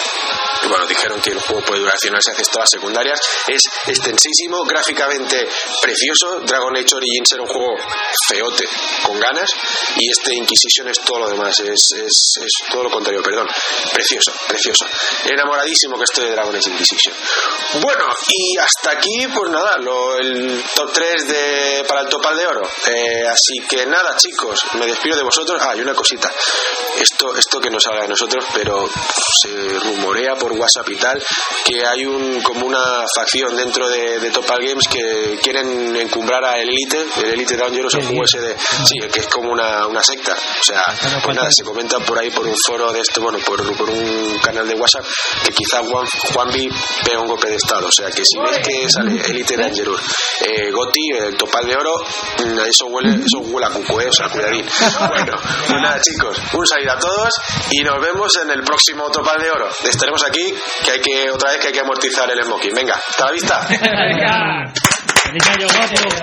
Y bueno, dijeron que el juego puede durar cien horas si haces todas las secundarias. Es extensísimo, gráficamente precioso. Dragon Age Origins era un juego feote, con ganas, y este Inquisition es todo lo demás, es, es, es todo lo contrario, perdón. Precioso, precioso. Enamoradísimo que estoy de Dragon Age Inquisition. Bueno, y hasta aquí, pues nada, lo, el top tres de, para el Topal de Oro. Eh, así que nada, chicos, me despido de vosotros. Ah, y una cosita. Esto, esto que no salga de nosotros, pero se rumorea por WhatsApp y tal, que hay un como una facción dentro de, de Topal Games que quieren encumbrar a Elite, el Elite Dangerous, el juego ese de, sí, que es como una, una secta. O sea, pues nada, se comenta por ahí por un foro de esto, bueno, por, por un canal de WhatsApp, que quizá Juan, Juanvi pega un golpe de estado. O sea, que si ves que sale Elite Dangerous, eh, Goti, el Topal de Oro, eso huele, eso huele a cuco, eh, o sea, cuidadín. Bueno, pues nada, chicos, un saludo a todos y nos vemos en el próximo Topal de Oro. Estaremos aquí, que hay que, otra vez que hay que amortizar el smoking. Venga, hasta la vista. Venga. Feliz año, guapo.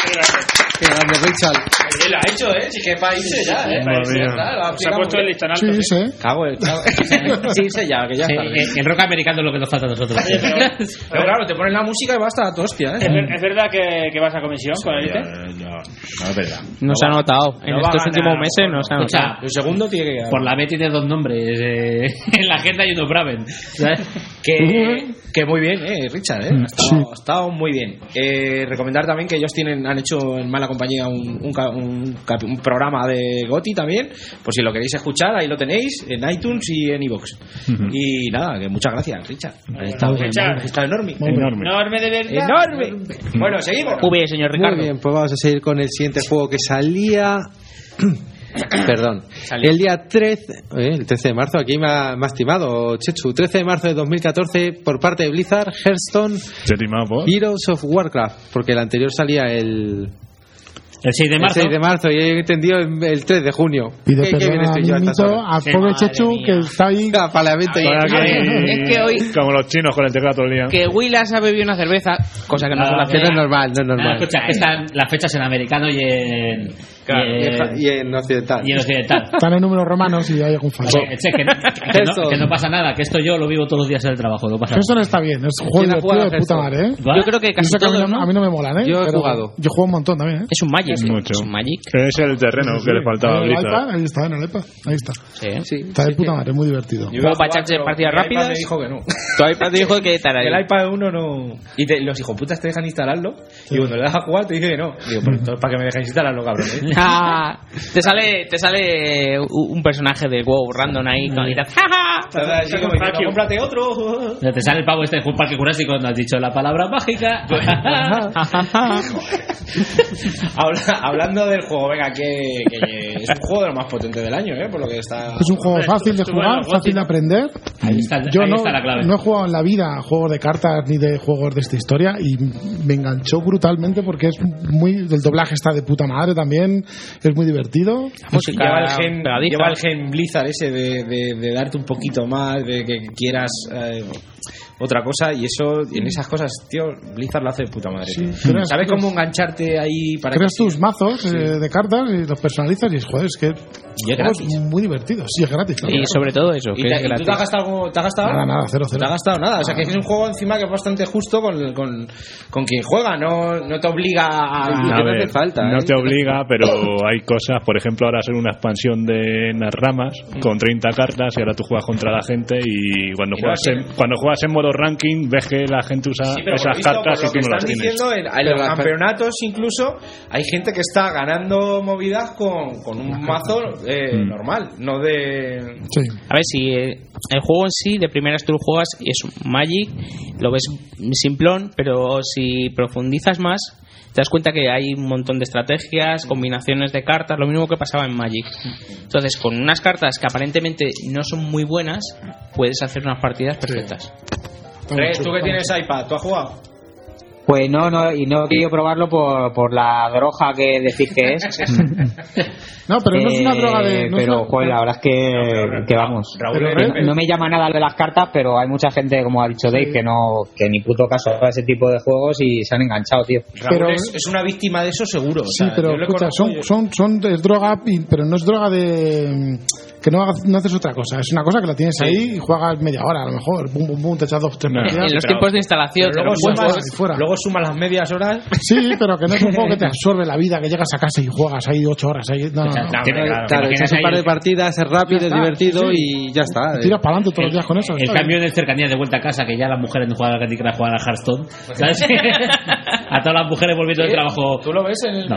Qué grande, Richard. Él lo ha hecho, ¿eh? Sí que para irse ya, ¿eh? Para irse, claro, Se ha puesto el listón alto. Sí, sí. Cago, el cago. Sí, sí, ya, que ya Sí, está. el rock americano es lo que nos falta a nosotros. Pero claro, te ponen la música y va hasta tu hostia, ¿Es, ¿eh? ver- es verdad que, que vas a comisión con el I T? No, no es verdad. No se ha notado. En no va estos a últimos ganar, meses no se ha Escucha, notado. El segundo tiene que... por la B tiene dos nombres. Eh, en la agenda hay unos Braven. ¿Sabes? Que, que muy bien, eh, Richard, eh. Ha estado, ha estado muy bien. Eh, recomendar también que ellos tienen, han hecho en Mala Compañía un, un, ca- un, capi- un programa de Goti también. Por si lo queréis escuchar, ahí lo tenéis, en iTunes y en iVoox. Y nada, que muchas gracias, Richard. Ha estado, Richard. ha estado enorme. Enorme. Enorme de verdad. Enorme. Bueno, seguimos. Muy bien, señor Ricardo. Muy bien, pues vamos a seguir con el siguiente juego que salía. Perdón. Salió. El día trece, eh, el trece de marzo, aquí me ha, me ha estimado Chechu, trece de marzo de dos mil catorce, por parte de Blizzard, Hearthstone ¿Te timado por? Heroes of Warcraft, porque el anterior salía el, El seis de el marzo. seis de marzo y he entendido el, el tres de junio. Pido ¿Qué, qué perdón vienes a tú mí yo a estas mismo, horas? al Sí, pobre madre Chechu mía. que está ahí. Ah, Parlamento y- Para que- Es que hoy Como los chinos con el teclado todo el día. que Willas ha bebido una cerveza, cosa que no suele Ah, que no hacer. es normal, no es No, normal. escucha, que están las fechas en americano y en, Claro, y en, y en occidental. y en occidental. Están en números romanos y hay algún fallo. Eh, che, que, que no, que no pasa nada, que esto yo lo vivo todos los días en el trabajo. No pasa nada. Eso no está bien, es un juego ¿Quién ha divertido jugado de a puta Hearthstone? madre, ¿eh? Yo creo que Y casi eso que a, mí todos, no, ¿no? a mí no me molan, ¿eh? Yo he Pero jugado. Yo juego un montón también, ¿eh? Es un Magic. Mucho. Es un Magic. Es el terreno que le faltaba a Blizzard. Ahí está, en el iPad. Ahí está. Sí. Está de puta madre, muy divertido. Yo iba a Juego para jugar, echarse pero partidas el iPad rápidas. me dijo que no. Tu iPad te dijo que estará ahí. El iPad uno no. Y te- los hijoputas te dejan instalarlo. Y cuando le das a jugar te dice que no. Digo, pues entonces, ¿para qué me dejáis instalarlo, cabrón? ¿eh? Ah, te sale te sale un personaje del WoW random ahí con y te hace, ¡ja, ja! Así como diciendo, cómprate otro. Te sale el pavo este de un parque jurásico cuando has dicho la palabra mágica. Habla- hablando del juego, venga, que, que es un juego de lo más potente del año, ¿eh? Por lo que está. Es un juego Hombre, fácil de estuvo en jugar, los fácil de aprender. Ahí está, Yo ahí no, está la clave. no he jugado en la vida juegos de cartas ni de juegos de esta historia y me enganchó brutalmente porque es muy. El doblaje está de puta madre también, es muy divertido. Música Lleva el gen, pegadiza. lleva el gen Blizzard ese de, de, de darte un poquito más, de que quieras eh, otra cosa, y eso, en esas cosas, tío, Blizzard lo hace de puta madre. Sí, ¿Sabes creas, cómo engancharte ahí para creas que tus mazos sí. eh, de cartas y los personalizas y joder, es que y es gratis. muy divertido, sí, es gratis. Y claro. sobre todo eso, ¿Y que te, es gratis. ¿tú te has gastado algo? ¿Te has gastado? Nada, nada, cero, cero. ¿Te has gastado nada? O sea, que es un juego encima que es bastante justo con, con, con quien juega, no, no te obliga a... a ver, no te falta, no ¿eh? te obliga, pero hay cosas, por ejemplo, ahora hacer una expansión de las ramas con treinta cartas y ahora tú juegas contra la gente y cuando, y juegas, no en, cuando juegas en modo ranking ves que la gente usa sí, pero esas visto, cartas y lo tú no las están tienes. diciendo, en, en los campeonatos incluso hay gente que está ganando movidas con, con un mazo eh, mm. normal, no de... Sí. A ver, si eh, el juego en sí de primeras tú lo juegas y es un Magic, lo ves simplón, pero si profundizas más te das cuenta que hay un montón de estrategias, combinaciones de cartas, lo mismo que pasaba en Magic. Entonces, con unas cartas que aparentemente no son muy buenas, puedes hacer unas partidas perfectas. Sí. ¿Tú que tienes iPad? ¿Tú has jugado? Pues no, no, y no he querido probarlo por, por la droga que decís que es. No, pero no es una droga de... No pero, una... joder, la verdad es que, no, pero, que vamos. Raúl, pero, no, no me llama nada lo de las cartas, pero hay mucha gente, como ha dicho Dave, que no que ni puto caso a ese tipo de juegos y se han enganchado, tío. Raúl pero, es, es una víctima de eso seguro. O sí, sea, pero escucha, son, son, son, es droga, pero no es droga de... que no, hagas, no haces otra cosa, es una cosa que la tienes sí. ahí y juegas media hora a lo mejor, bum bum bum, te echas dos tres no, partidas. En los tiempos de instalación, pero luego, sumas, fuera. luego sumas las medias horas. Sí, pero que no es un juego que te absorbe la vida, que llegas a casa y juegas ahí ocho horas. Ahí, no, no, no. no, claro, claro echas un par de partidas, es rápido, es divertido sí. y ya está. Tiras para adelante todos el, los días con eso. El cambio de cercanía de vuelta a casa, que ya las mujeres no juegan a Candy Crush, juegan a Hearthstone, ¿sabes? A todas las mujeres volviendo del trabajo. ¿Tú lo ves en el.? No.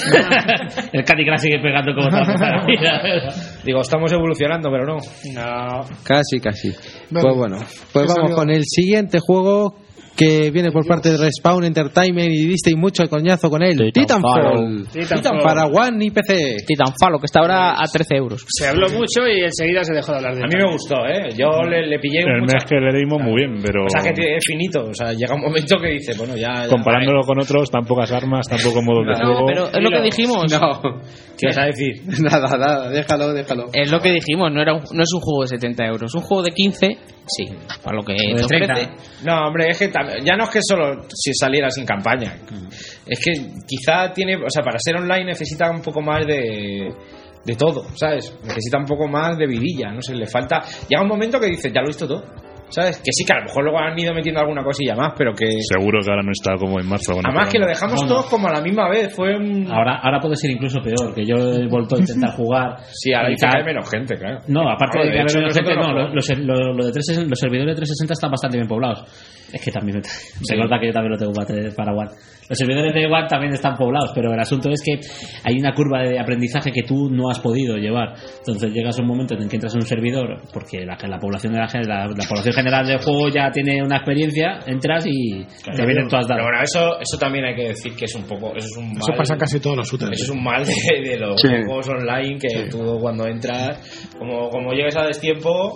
El Candy Crush sigue pegando como tal la vida. Digo, estamos evolucionando, pero no. No. Casi, casi. Bueno, pues bueno, pues vamos salió? con el siguiente juego que viene por parte de Respawn Entertainment y disteis mucho el coñazo con él. Titanfall. Titanfall. Para One y P C. Titanfall, que está ahora a trece euros. Se habló mucho y enseguida se dejó de hablar de él. A mí me gustó, ¿eh? Yo le, le pillé el mucha... mes que le dimos muy bien, pero... O sea, que es finito. O sea, llega un momento que dice, bueno, ya... ya comparándolo vale. con otros, tan pocas armas, tan poco modos de no, juego... No, pero es lo que dijimos. No. ¿Qué vas a decir? Nada, nada, déjalo, déjalo. Es lo que dijimos, no, era un, no es un juego de setenta euros. Un juego de quince, sí, para lo que te ofrece. No, hombre, es que ya no es que solo si saliera sin campaña. Es que quizá tiene, o sea, para ser online necesita un poco más de de todo, ¿sabes? Necesita un poco más de vidilla, no sé, le falta. Llega un momento que dices, ya lo he visto todo, ¿sabes? Que sí, que a lo mejor luego han ido metiendo alguna cosilla más, pero que... Seguro que ahora no está como en marzo. Además que lo dejamos no, no. todos como a la misma vez, fue un... Ahora, ahora puede ser incluso peor, que yo he vuelto a intentar jugar... Sí, ahora dice que hay menos gente, claro. No, aparte no, de que hay menos gente, no, no los, los, los, de trescientos sesenta, los servidores de trescientos sesenta están bastante bien poblados. Es que también me, sí. se nota que yo también lo tengo para One. Los servidores de One también están poblados, pero el asunto es que hay una curva de aprendizaje que tú no has podido llevar. Entonces llegas a un momento en que entras en un servidor, porque la, la población de la, la, la población general del juego ya tiene una experiencia, entras y claro, te vienen todas dadas. Pero bueno, eso, eso también hay que decir que es un poco... Eso, es un mal, eso pasa en casi todos los shooters. Eso es un mal de, de los sí. juegos online que sí. tú cuando entras, como, como llegues a destiempo...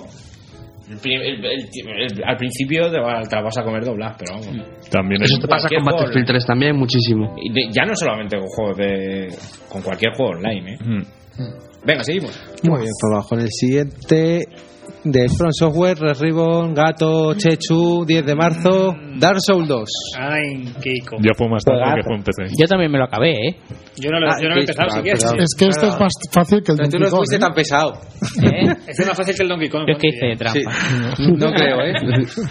El, el, el, el, al principio te, va, te la vas a comer doblas, pero vamos. También eso te pasa con Battlefield tres también muchísimo. Y de, ya no solamente con juegos de, con cualquier juego online, ¿eh? Mm. Venga, seguimos. Muy bien, por abajo. En el siguiente de From Software, Red Ribbon, Gato, Chechu, diez de marzo, Dark Souls dos. Ay, Kiko. Yo fue más tarde que fue en P C. Yo también me lo acabé, ¿eh? Yo no lo, ah, yo no lo he empezado siquiera. Es que esto es más fácil que el Donkey Kong. Tú no fuiste ¿eh? tan pesado. ¿Eh? Este es más fácil que el Donkey Kong. Yo es que hice trampa. Sí. No creo, ¿eh?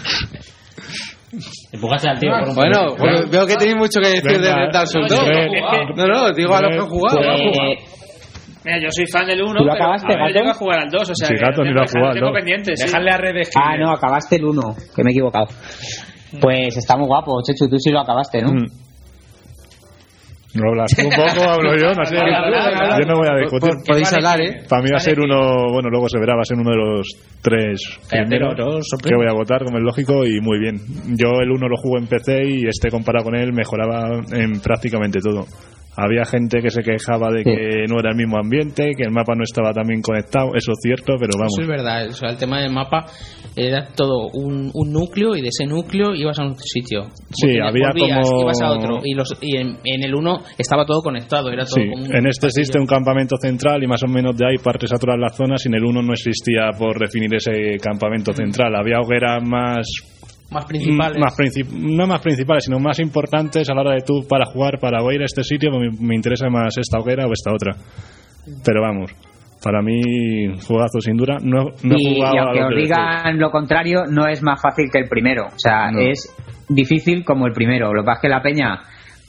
Empujaste al tío. Ah, bueno, bueno, veo que tenéis mucho que decir de Dark Souls dos. No, no, digo a los que he jugado. Mira, yo soy fan del uno, pero acabaste, no llego a jugar al dos, o sea, sí, Gato ni lo ha jugado, tengo no. pendiente, sí. Dejarle a redes. Ah, no, acabaste el uno, que me he equivocado. Pues está muy guapo, Chechu, tú sí lo acabaste, ¿no? Mm. No hablas tú un poco, hablo yo, no sé. Yo no voy a discutir. Podéis hablar, ¿eh? Para mí va a ser uno, bueno, luego se verá, va a ser uno de los tres primeros que voy a votar, como es lógico, y muy bien. Yo el uno lo juego en P C y este comparado con él mejoraba en prácticamente todo. Había gente que se quejaba de que sí. no era el mismo ambiente, que el mapa no estaba tan bien conectado, eso es cierto, pero vamos. Eso es verdad, o sea, el tema del mapa era todo un, un núcleo y de ese núcleo ibas a un sitio. Sí, volvías, había volvías, como... ibas a otro y, los, y en, en el uno estaba todo conectado, era todo sí. como un en este pasillo. existe un campamento central y más o menos de ahí partes a todas las zonas y en el uno no existía por definir ese campamento central. Había hogueras más más principales. Más princip- no más principales, sino más importantes a la hora de tú para jugar, para voy a ir a este sitio, me, me interesa más esta hoguera o esta otra. Pero vamos, para mí, juegazo sin duda. No, no he y, jugado y aunque a os digan lo contrario, no es más fácil que el primero. O sea, No. es difícil como el primero. Lo que pasa es que la peña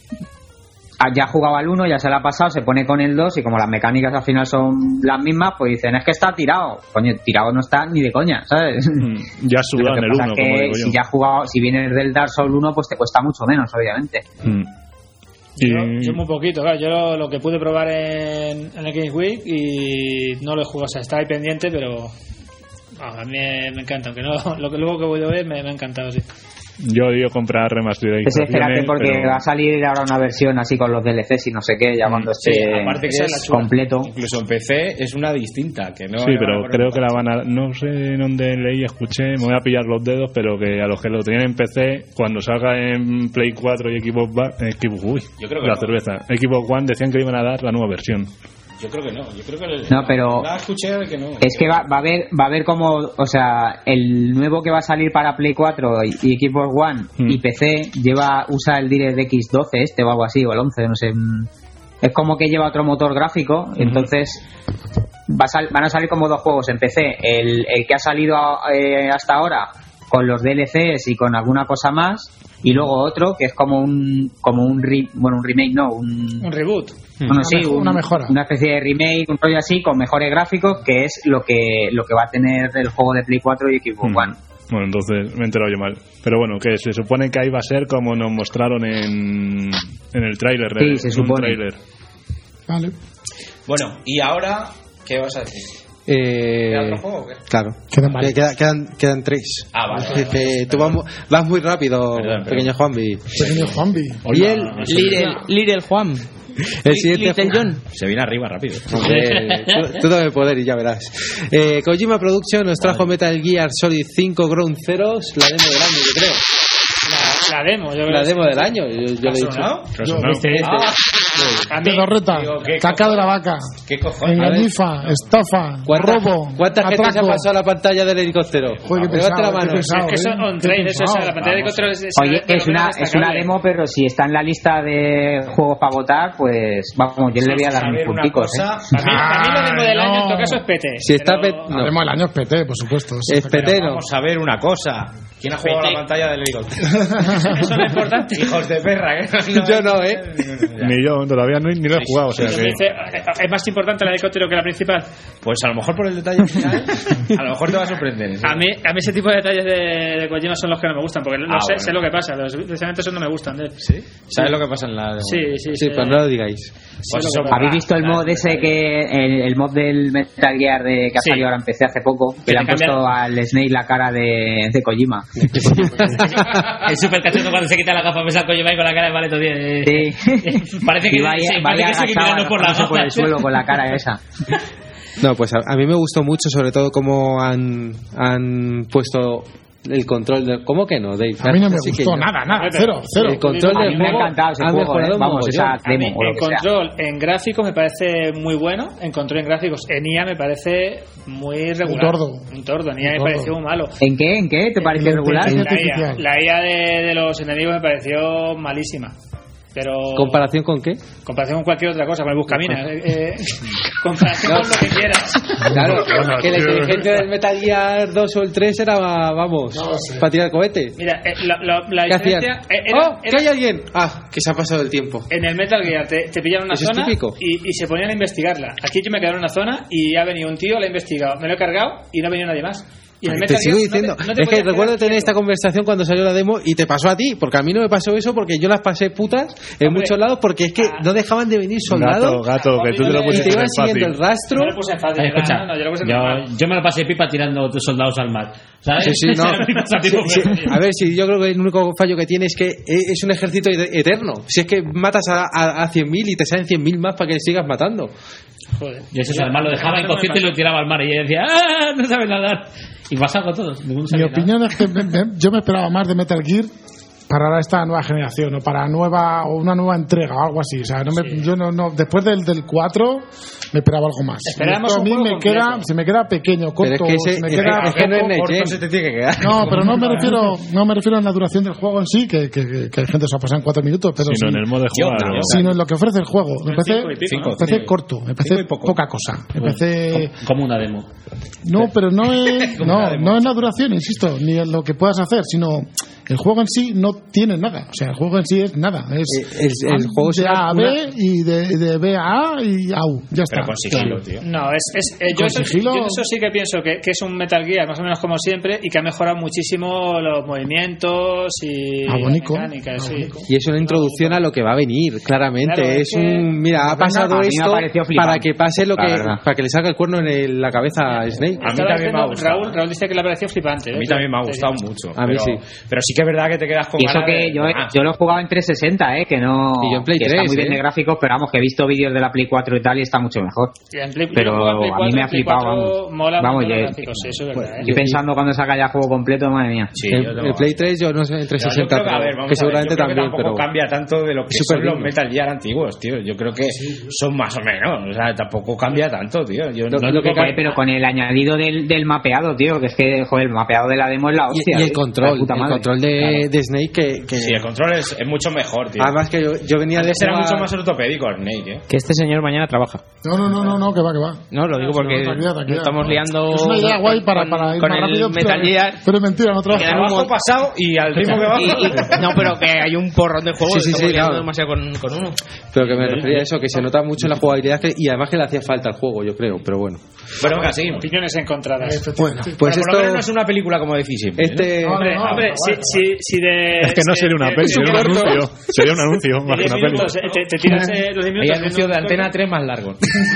ya ha jugado al uno, ya se la ha pasado, se pone con el dos y como las mecánicas al final son las mismas, pues dicen, es que está tirado. Coño, tirado no está ni de coña, ¿sabes? Ya has sudado en el uno, como digo yo. Si ya has jugado, si vienes del Dark Souls uno, pues te cuesta mucho menos, obviamente. Mm. Yo, yo muy poquito, claro. Yo lo, lo que pude probar en, en el Games Week y no lo he jugado, o sea, está ahí pendiente, pero a mí me, me encanta. Aunque no, lo que luego que voy a ver me, me ha encantado, sí. Yo digo comprar remasterizaciones. Pues espérate, porque pero... va a salir ahora una versión así con los D L Cs y no sé qué, ya cuando esté Sí, aparte que es completo. Incluso en P C es una distinta. Que no Sí, pero creo que la van a... No sé en dónde leí, escuché, me voy a pillar los dedos, pero que a los que lo tenían en P C, cuando salga en Play cuatro y Xbox One... Xbox, uy, Yo creo que la no. cerveza. Xbox One decían que iban a dar la nueva versión. Yo creo que no. Yo creo que el, No, pero la escuché de que no. es que va, va a haber va a haber como, o sea, el nuevo que va a salir para Play cuatro y, y Xbox One Mm. y P C lleva usa el DirectX doce este o algo así, o el once, no sé. Es como que lleva otro motor gráfico, entonces va a sal- van a salir como dos juegos en P C. El, el que ha salido eh, hasta ahora con los D L Cs y con alguna cosa más, y luego otro que es como un como un re- bueno un remake no un, Un reboot. bueno, Una sí, mejo- un- una mejora. una especie de remake, un rollo así con mejores gráficos, que es lo que lo que va a tener el juego de Play cuatro y Xbox One. Bueno, entonces me he enterado yo mal. Pero bueno, que se supone que ahí va a ser como nos mostraron en, en el tráiler. Sí, en se un supone. tráiler. Vale. Bueno, y ahora, ¿qué vas a decir? Eh, ¿Queda otro juego o qué? Claro. Quedan Eh, varios. queda- quedan, quedan tres. Ah, vale, Es vale, que vale. tú vas, mu- vas muy rápido, Perdón, pequeño Juanvi. Pequeño Juanvi. Y el, Little, Little Juan. el siguiente Little John. Se viene arriba rápido. Hombre, tú, tú dame poder y ya verás. Eh, Kojima Production nos trajo Metal Gear Solid cinco Ground Zeroes, la demo del año, yo creo. La, la demo, yo creo. La que demo sí. del año, yo, yo ¿Ha le he dicho. sonado? Sonado. Este, este. Ah, a mí, Pedorreta, digo, ¿qué caca de la vaca, ¿Qué cojones? engañifa, estafa, ¿Cuánta, robo, ¿Cuánta gente se ha atraco. pasado a la pantalla del helicóptero? Joder, qué Levante la pesado, mano. qué pesado, es que son ¿eh? on train, Qué eso, o sea, la pesado. pantalla de control es, Oye, de lo es una menos es una destacable. demo, pero si está en la lista de juegos para votar, pues vamos, yo le voy a dar A mis ver, una punticos, cosa. ¿eh? Para mí, para mí la demo del año en todo caso es P T. Si está pero- P- no. Además, el año es P T, por supuesto. Es P T. P T, no. Vamos a ver una cosa. ¿Quién ha jugado P T. la pantalla del helicóptero? Eso es lo importante. Hijos de perra, ¿eh? Yo no, ¿eh? Ni yo, todavía ni, ni lo he jugado. O sea Pero que... me dice, ¿es más importante la de helicóptero que la principal? Pues a lo mejor por el detalle final, a lo mejor te va a sorprender. ¿sí? A mí, a mí ese tipo de detalles de, de Kojima son los que no me gustan, porque no Ah, sé, bueno. sé lo que pasa, los, precisamente esos no me gustan de él. ¿Sí? ¿Sabes lo que pasa en la...? Sí, sí, Sí, sí. pues no lo digáis. Pues eso, ¿Habéis visto el mod ese que el, el mod del Metal Gear de, que ha Sí. salido ahora en P C hace poco, que Que le te han puesto cambia- al Snake la cara de, de Kojima? Es súper cachondo cuando se quita la gafa, pesa el Kojima y con la cara de Valeto, tío. Eh, Sí. Parece que, Y vaya, sí, vaya parece que sigue agachado mirando por la arrastrándose por el gafa. suelo con la cara esa. No, pues a, a mí me gustó mucho, sobre todo cómo han, han puesto el control de... ¿Cómo que no, Dave? A mí no me Sí que gustó yo. nada, nada, cero, cero. El control A del mí me ha juego encantado ese ha juego, mejorado ¿eh? un Vamos, esa mogollón. demo En, o lo en que sea. control, en gráficos me parece muy bueno. En control, en gráficos, en I A me parece muy regular. tordo. Un tordo. En I A Un me tordo. pareció muy malo. ¿En qué? ¿En qué? ¿Te pareció En la regular? inteligencia La I A, artificial. la I A de, de los enemigos me pareció malísima. Pero. ¿Comparación con qué? comparación con cualquier otra cosa, con el Buscaminas. Eh, eh, comparación No. con lo que quieras. Claro, que la inteligencia del Metal Gear dos o el tres era, vamos, para tirar cohete. Mira, eh, la, la, la ¿Qué hacían? diferencia. eh, era- ¡Oh, que era- hay alguien! Ah, que se ha pasado el tiempo. En el Metal Gear te, te pillan una Eso es zona típico. y, y se ponían a investigarla. Aquí yo me quedé en una zona y ha venido un tío, la ha investigado, me lo he cargado y no ha venido nadie más. Y en el Te Metal sigo Gear no te- diciendo, no te es que podías recuerdo quedar tener quieto. esta conversación cuando salió la demo y te pasó a ti, porque a mí no me pasó eso porque yo las pasé putas en Hombre. muchos lados porque es que Ah. no dejaban de venir soldados Gato, gato, que tú te lo y pusiste te iban en siguiendo el fácil. rastro. No lo puse en fácil, Ay, escucha, no, no, yo lo puse en yo, normal. yo me lo pasé pipa tirando soldados al mar. ¿Sabes? Sí, sí, no. Sí, sí. A ver, si yo creo que el único fallo que tiene es que es un ejército eterno. Si es que matas a, a, a cien mil y te salen cien mil más para que sigas matando. Joder. Y eso, además lo dejaba inconsciente y lo tiraba al mar. Y ella decía, ¡ah! No sabes nadar. Y pasaba con todos. Ninguno Mi sabía nada. opinión es que me- me- yo me esperaba más de Metal Gear para esta nueva generación o para nueva o una nueva entrega o algo así. O sea, no me, sí. yo no, no después del, del cuatro me esperaba algo más. Esperamos a mí me queda, se me queda pequeño, corto. Pero es que, ese, se me es queda que, es que no, es corto, se te tiene que quedar. No, pero no me refiero, no me refiero a la duración del juego en sí, que, que, que, que hay gente se ha pasado en cuatro minutos, pero sino sí, en el modo de jugar, yo, ¿no? Sino en lo que ofrece el juego. Me parece, cinco, me parece cinco. corto, me parece poca cosa. Me parece como una demo. No, pero no es, no, no es la duración, insisto, ni en lo que puedas hacer, sino el juego en sí no tiene nada. O sea, el juego en sí es nada. Es el, el, el juego de A a B una... y de, de B a A y A U. Ya pero está. Con sigilo, tío. No, es, es, eh, yo, eso, sigilo... yo eso sí que pienso que, que es un Metal Gear más o menos como siempre y que ha mejorado muchísimo los movimientos y ah, la mecánica. Ah, sí. Y es una introducción a lo que va a venir, claramente. Claro, es, es que... un. Mira, ha pasado esto para que pase lo que. Para que le salga el cuerno en el, la cabeza a Snake. A mí también me ha gustado. Raúl, Raúl dice que le ha parecido flipante. ¿eh? A mí también me ha gustado mucho. A mí pero, sí. Pero sí que es verdad que te quedas con. Y eso que yo, ah. yo lo he jugado en trescientos sesenta, ¿eh? Que no. Y yo en Play que tres, está muy bien ¿eh? de gráficos, pero vamos, que he visto vídeos de la Play cuatro y tal y está mucho mejor. Play, pero Play cuatro, a mí me ha flipado. Vamos, mola vamos yo, gráficos, sí, eso es verdad, ¿eh? Estoy pensando cuando saca ya juego completo, madre mía. Sí, el, el Play tres, yo no sé, en trescientos sesenta, yo creo que, a ver, que seguramente ver, yo creo también. Que tampoco pero cambia tanto de lo que son los Metal Gear antiguos, tío. Yo creo que sí, son más o menos. O sea, tampoco cambia tanto, tío. Yo no, no, lo que cambia, pero con el añadido del, del mapeado, tío, que es que, joder, el mapeado de la demo es la hostia. Y, y el control, el control de, claro. de Snake que, que. Sí, el control es, es mucho mejor, tío. Además que yo, yo venía Antes de. Era jugar... mucho más ortopédico, Snake, ¿eh? Que este señor mañana trabaja. No, no, no, no, no que va, que va. No, lo digo porque no, tranquila, tranquila, estamos no. liando. Es una idea guay para, con, para ir con más el rápido. Metal Gear. Pero es mentira, no trabaja. Trabajo pasado y al ritmo que va. Y, y, no, pero que hay un porrón de juegos. Sí, sí, sí, claro. demasiado con, con uno. Pero que me refería a eso, que se nota mucho en la jugabilidad que, y además que le hacía falta al juego, yo creo, pero bueno. Bueno, casi. Opiniones encontradas. Bueno, pues bueno, esto. Por lo menos no es una película como difícil. Este. ¿no? Hombre, no, no, hombre, no, si, si, si de. Es que no sería una peli, sería un anuncio. Sería un anuncio más que una peli. Te, te tiras eh, los diez minutos. Hay anuncio de Antena tres más largo.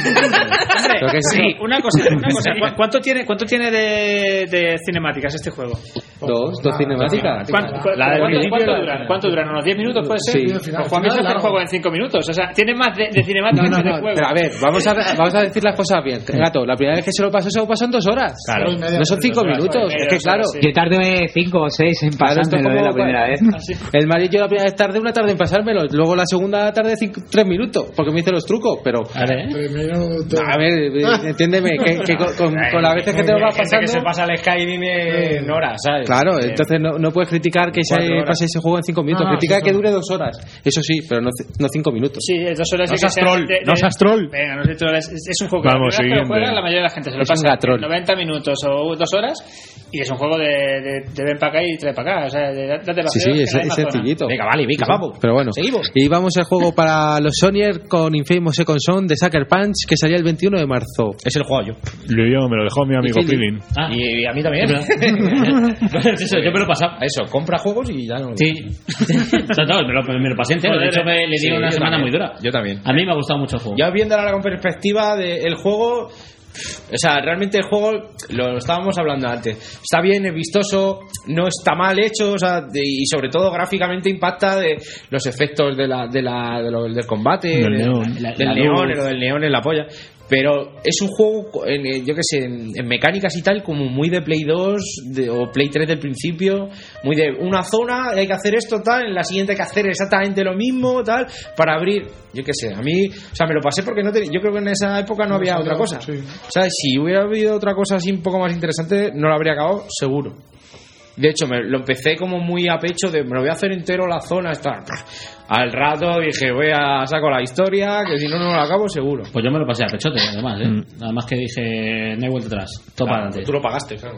Hombre, sí, una cosa, una cosa. ¿Cuánto tiene, cuánto tiene de, de cinemáticas este juego? Dos, dos cinemáticas. ¿Cuánto, cu la ¿cuánto, ¿cuánto duran? ¿Cuánto duran? ¿Unos diez minutos puede ser? Sí. Pues Juan Luis hace el juego en cinco minutos. O sea, tiene más de, de cinemáticas no, no, que de no, juego. Pero a ver, vamos a, vamos a decir las cosas bien. Gato, la primera vez que se lo pasó, se lo pasó en dos horas. Claro. No son cinco minutos. Es que claro. Yo tardé cinco o seis en pasármelo la primera vez. El Mario yo la primera vez tardé una tarde en pasármelo. Luego la segunda tarde cinco, tres minutos. Porque me hice los trucos. Pero. A ver, a ver, entiéndeme. Que, que con, con, con las veces que te lo vas pasando. Que se pasa el Skyrim en horas, ¿sabes? Claro, entonces no, no puedes criticar que se pase ese juego en cinco minutos. No, no, Critica sí, que dure dos horas. Eso sí, pero no, no cinco minutos. Sí, dos horas. No seas troll. No seas troll. Venga, no seas troll. Es, es un juego que Vamos, la, que juega, la mayoría de la gente se lo es pasa en noventa minutos o dos horas y es un juego de, de, de ven para acá y trae para acá. O sea, de, date para sí, sí, es, es sencillito. Venga, vale, venga, vamos. Pero bueno, seguimos. Y vamos al juego para los Sonyer con Infamous Second Son de Sucker Punch que salía el veintiuno de marzo. Es el juego yo. Yo me lo dejó mi amigo Feeling. Ah. Y, y a mí también. Eso, yo me lo he pasado. Eso, compra juegos y ya no. Sí. no, no, me, lo, me lo pasé entero. De hecho, me, le di sí, una semana también. muy dura. Yo también. A mí me ha gustado mucho el juego. Yo viendo ahora con perspectiva del juego. O sea, realmente el juego, lo estábamos hablando antes, está bien, es vistoso, no está mal hecho, o sea, de, y sobre todo gráficamente impacta de los efectos de la, de la, de lo, del combate, del de, neón, la, del la neón, lo del neón en la polla. Pero es un juego, en, yo que sé, en, en mecánicas y tal, como muy de Play dos de, o Play tres del principio, muy de una zona, hay que hacer esto, tal, en la siguiente hay que hacer exactamente lo mismo, tal, para abrir, yo que sé, a mí, o sea, me lo pasé porque no te, yo creo que en esa época no había otra cosa. Sí. O sea, si hubiera habido otra cosa así un poco más interesante, no lo habría acabado, seguro. De hecho, me lo empecé como muy a pecho de me lo voy a hacer entero la zona, está. Al rato dije, voy a saco la historia, que si no, no lo acabo seguro. Pues yo me lo pasé a pechote, además, ¿eh? Mm. Nada más que dije, no hay vuelta atrás. Todo claro, para adelante. Tú lo pagaste, claro.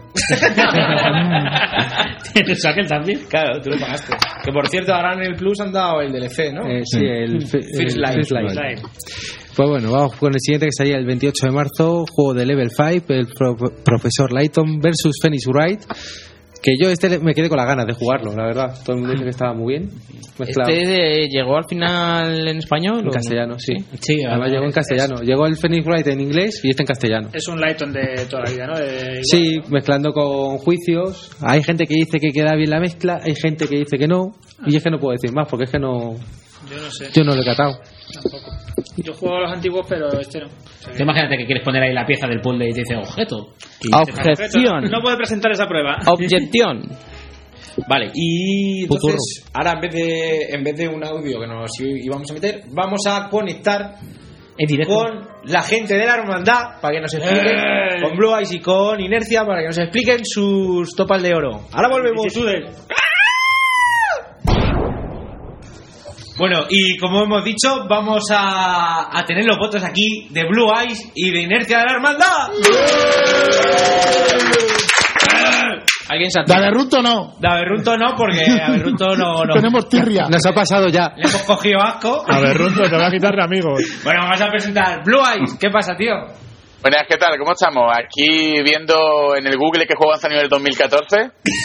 ¿Tienes aquel también? Claro, tú lo pagaste. Que por cierto, ahora en el Plus han dado el D L C, ¿no? Eh, sí, sí, el First Light. Light. Pues bueno, vamos con el siguiente que salía el veintiocho de marzo, juego de Level cinco, el pro Profesor Layton versus Phoenix Wright. Que yo este me quedé con las ganas de jugarlo, la verdad. Todo el mundo dice que estaba muy bien mezclado. ¿Este llegó al final en español? En castellano, sí. Sí, además llegó en castellano. Llegó el Phoenix Wright en inglés y este en castellano. Es un Lighton de toda la vida, ¿no? De sí, mezclando con juicios. Hay gente que dice que queda bien la mezcla, hay gente que dice que no. Y es que no puedo decir más porque es que no... Yo no sé. Yo no lo he catado. Tampoco. Yo juego a los antiguos, pero este no. Te imagínate que quieres poner ahí la pieza del puzzle y te dice objeto. Objeción. No puede presentar esa prueba. Objeción. Vale, y entonces Futuro. ahora en vez de en vez de un audio que nos íbamos a meter, vamos a conectar con la gente de la hermandad para que nos expliquen, ¡Eh! con Blue Eyes y con Inercia, para que nos expliquen sus topas de oro. Ahora volvemos. Bueno, y como hemos dicho, vamos a, a tener los votos aquí de Blue Eyes y de Inercia de la hermandad. ¿Alguien se ha De Aberrunto no. De Aberrunto no, porque Aberrunto no, no. Tenemos tirria. Nos ha pasado ya. Le hemos cogido asco. Aberrunto, te va a quitar de amigos. Bueno, vamos a presentar Blue Eyes. ¿Qué pasa, tío? Buenas, ¿qué tal? ¿Cómo estamos? Aquí viendo en el Google qué juegos han salido en el dos mil catorce.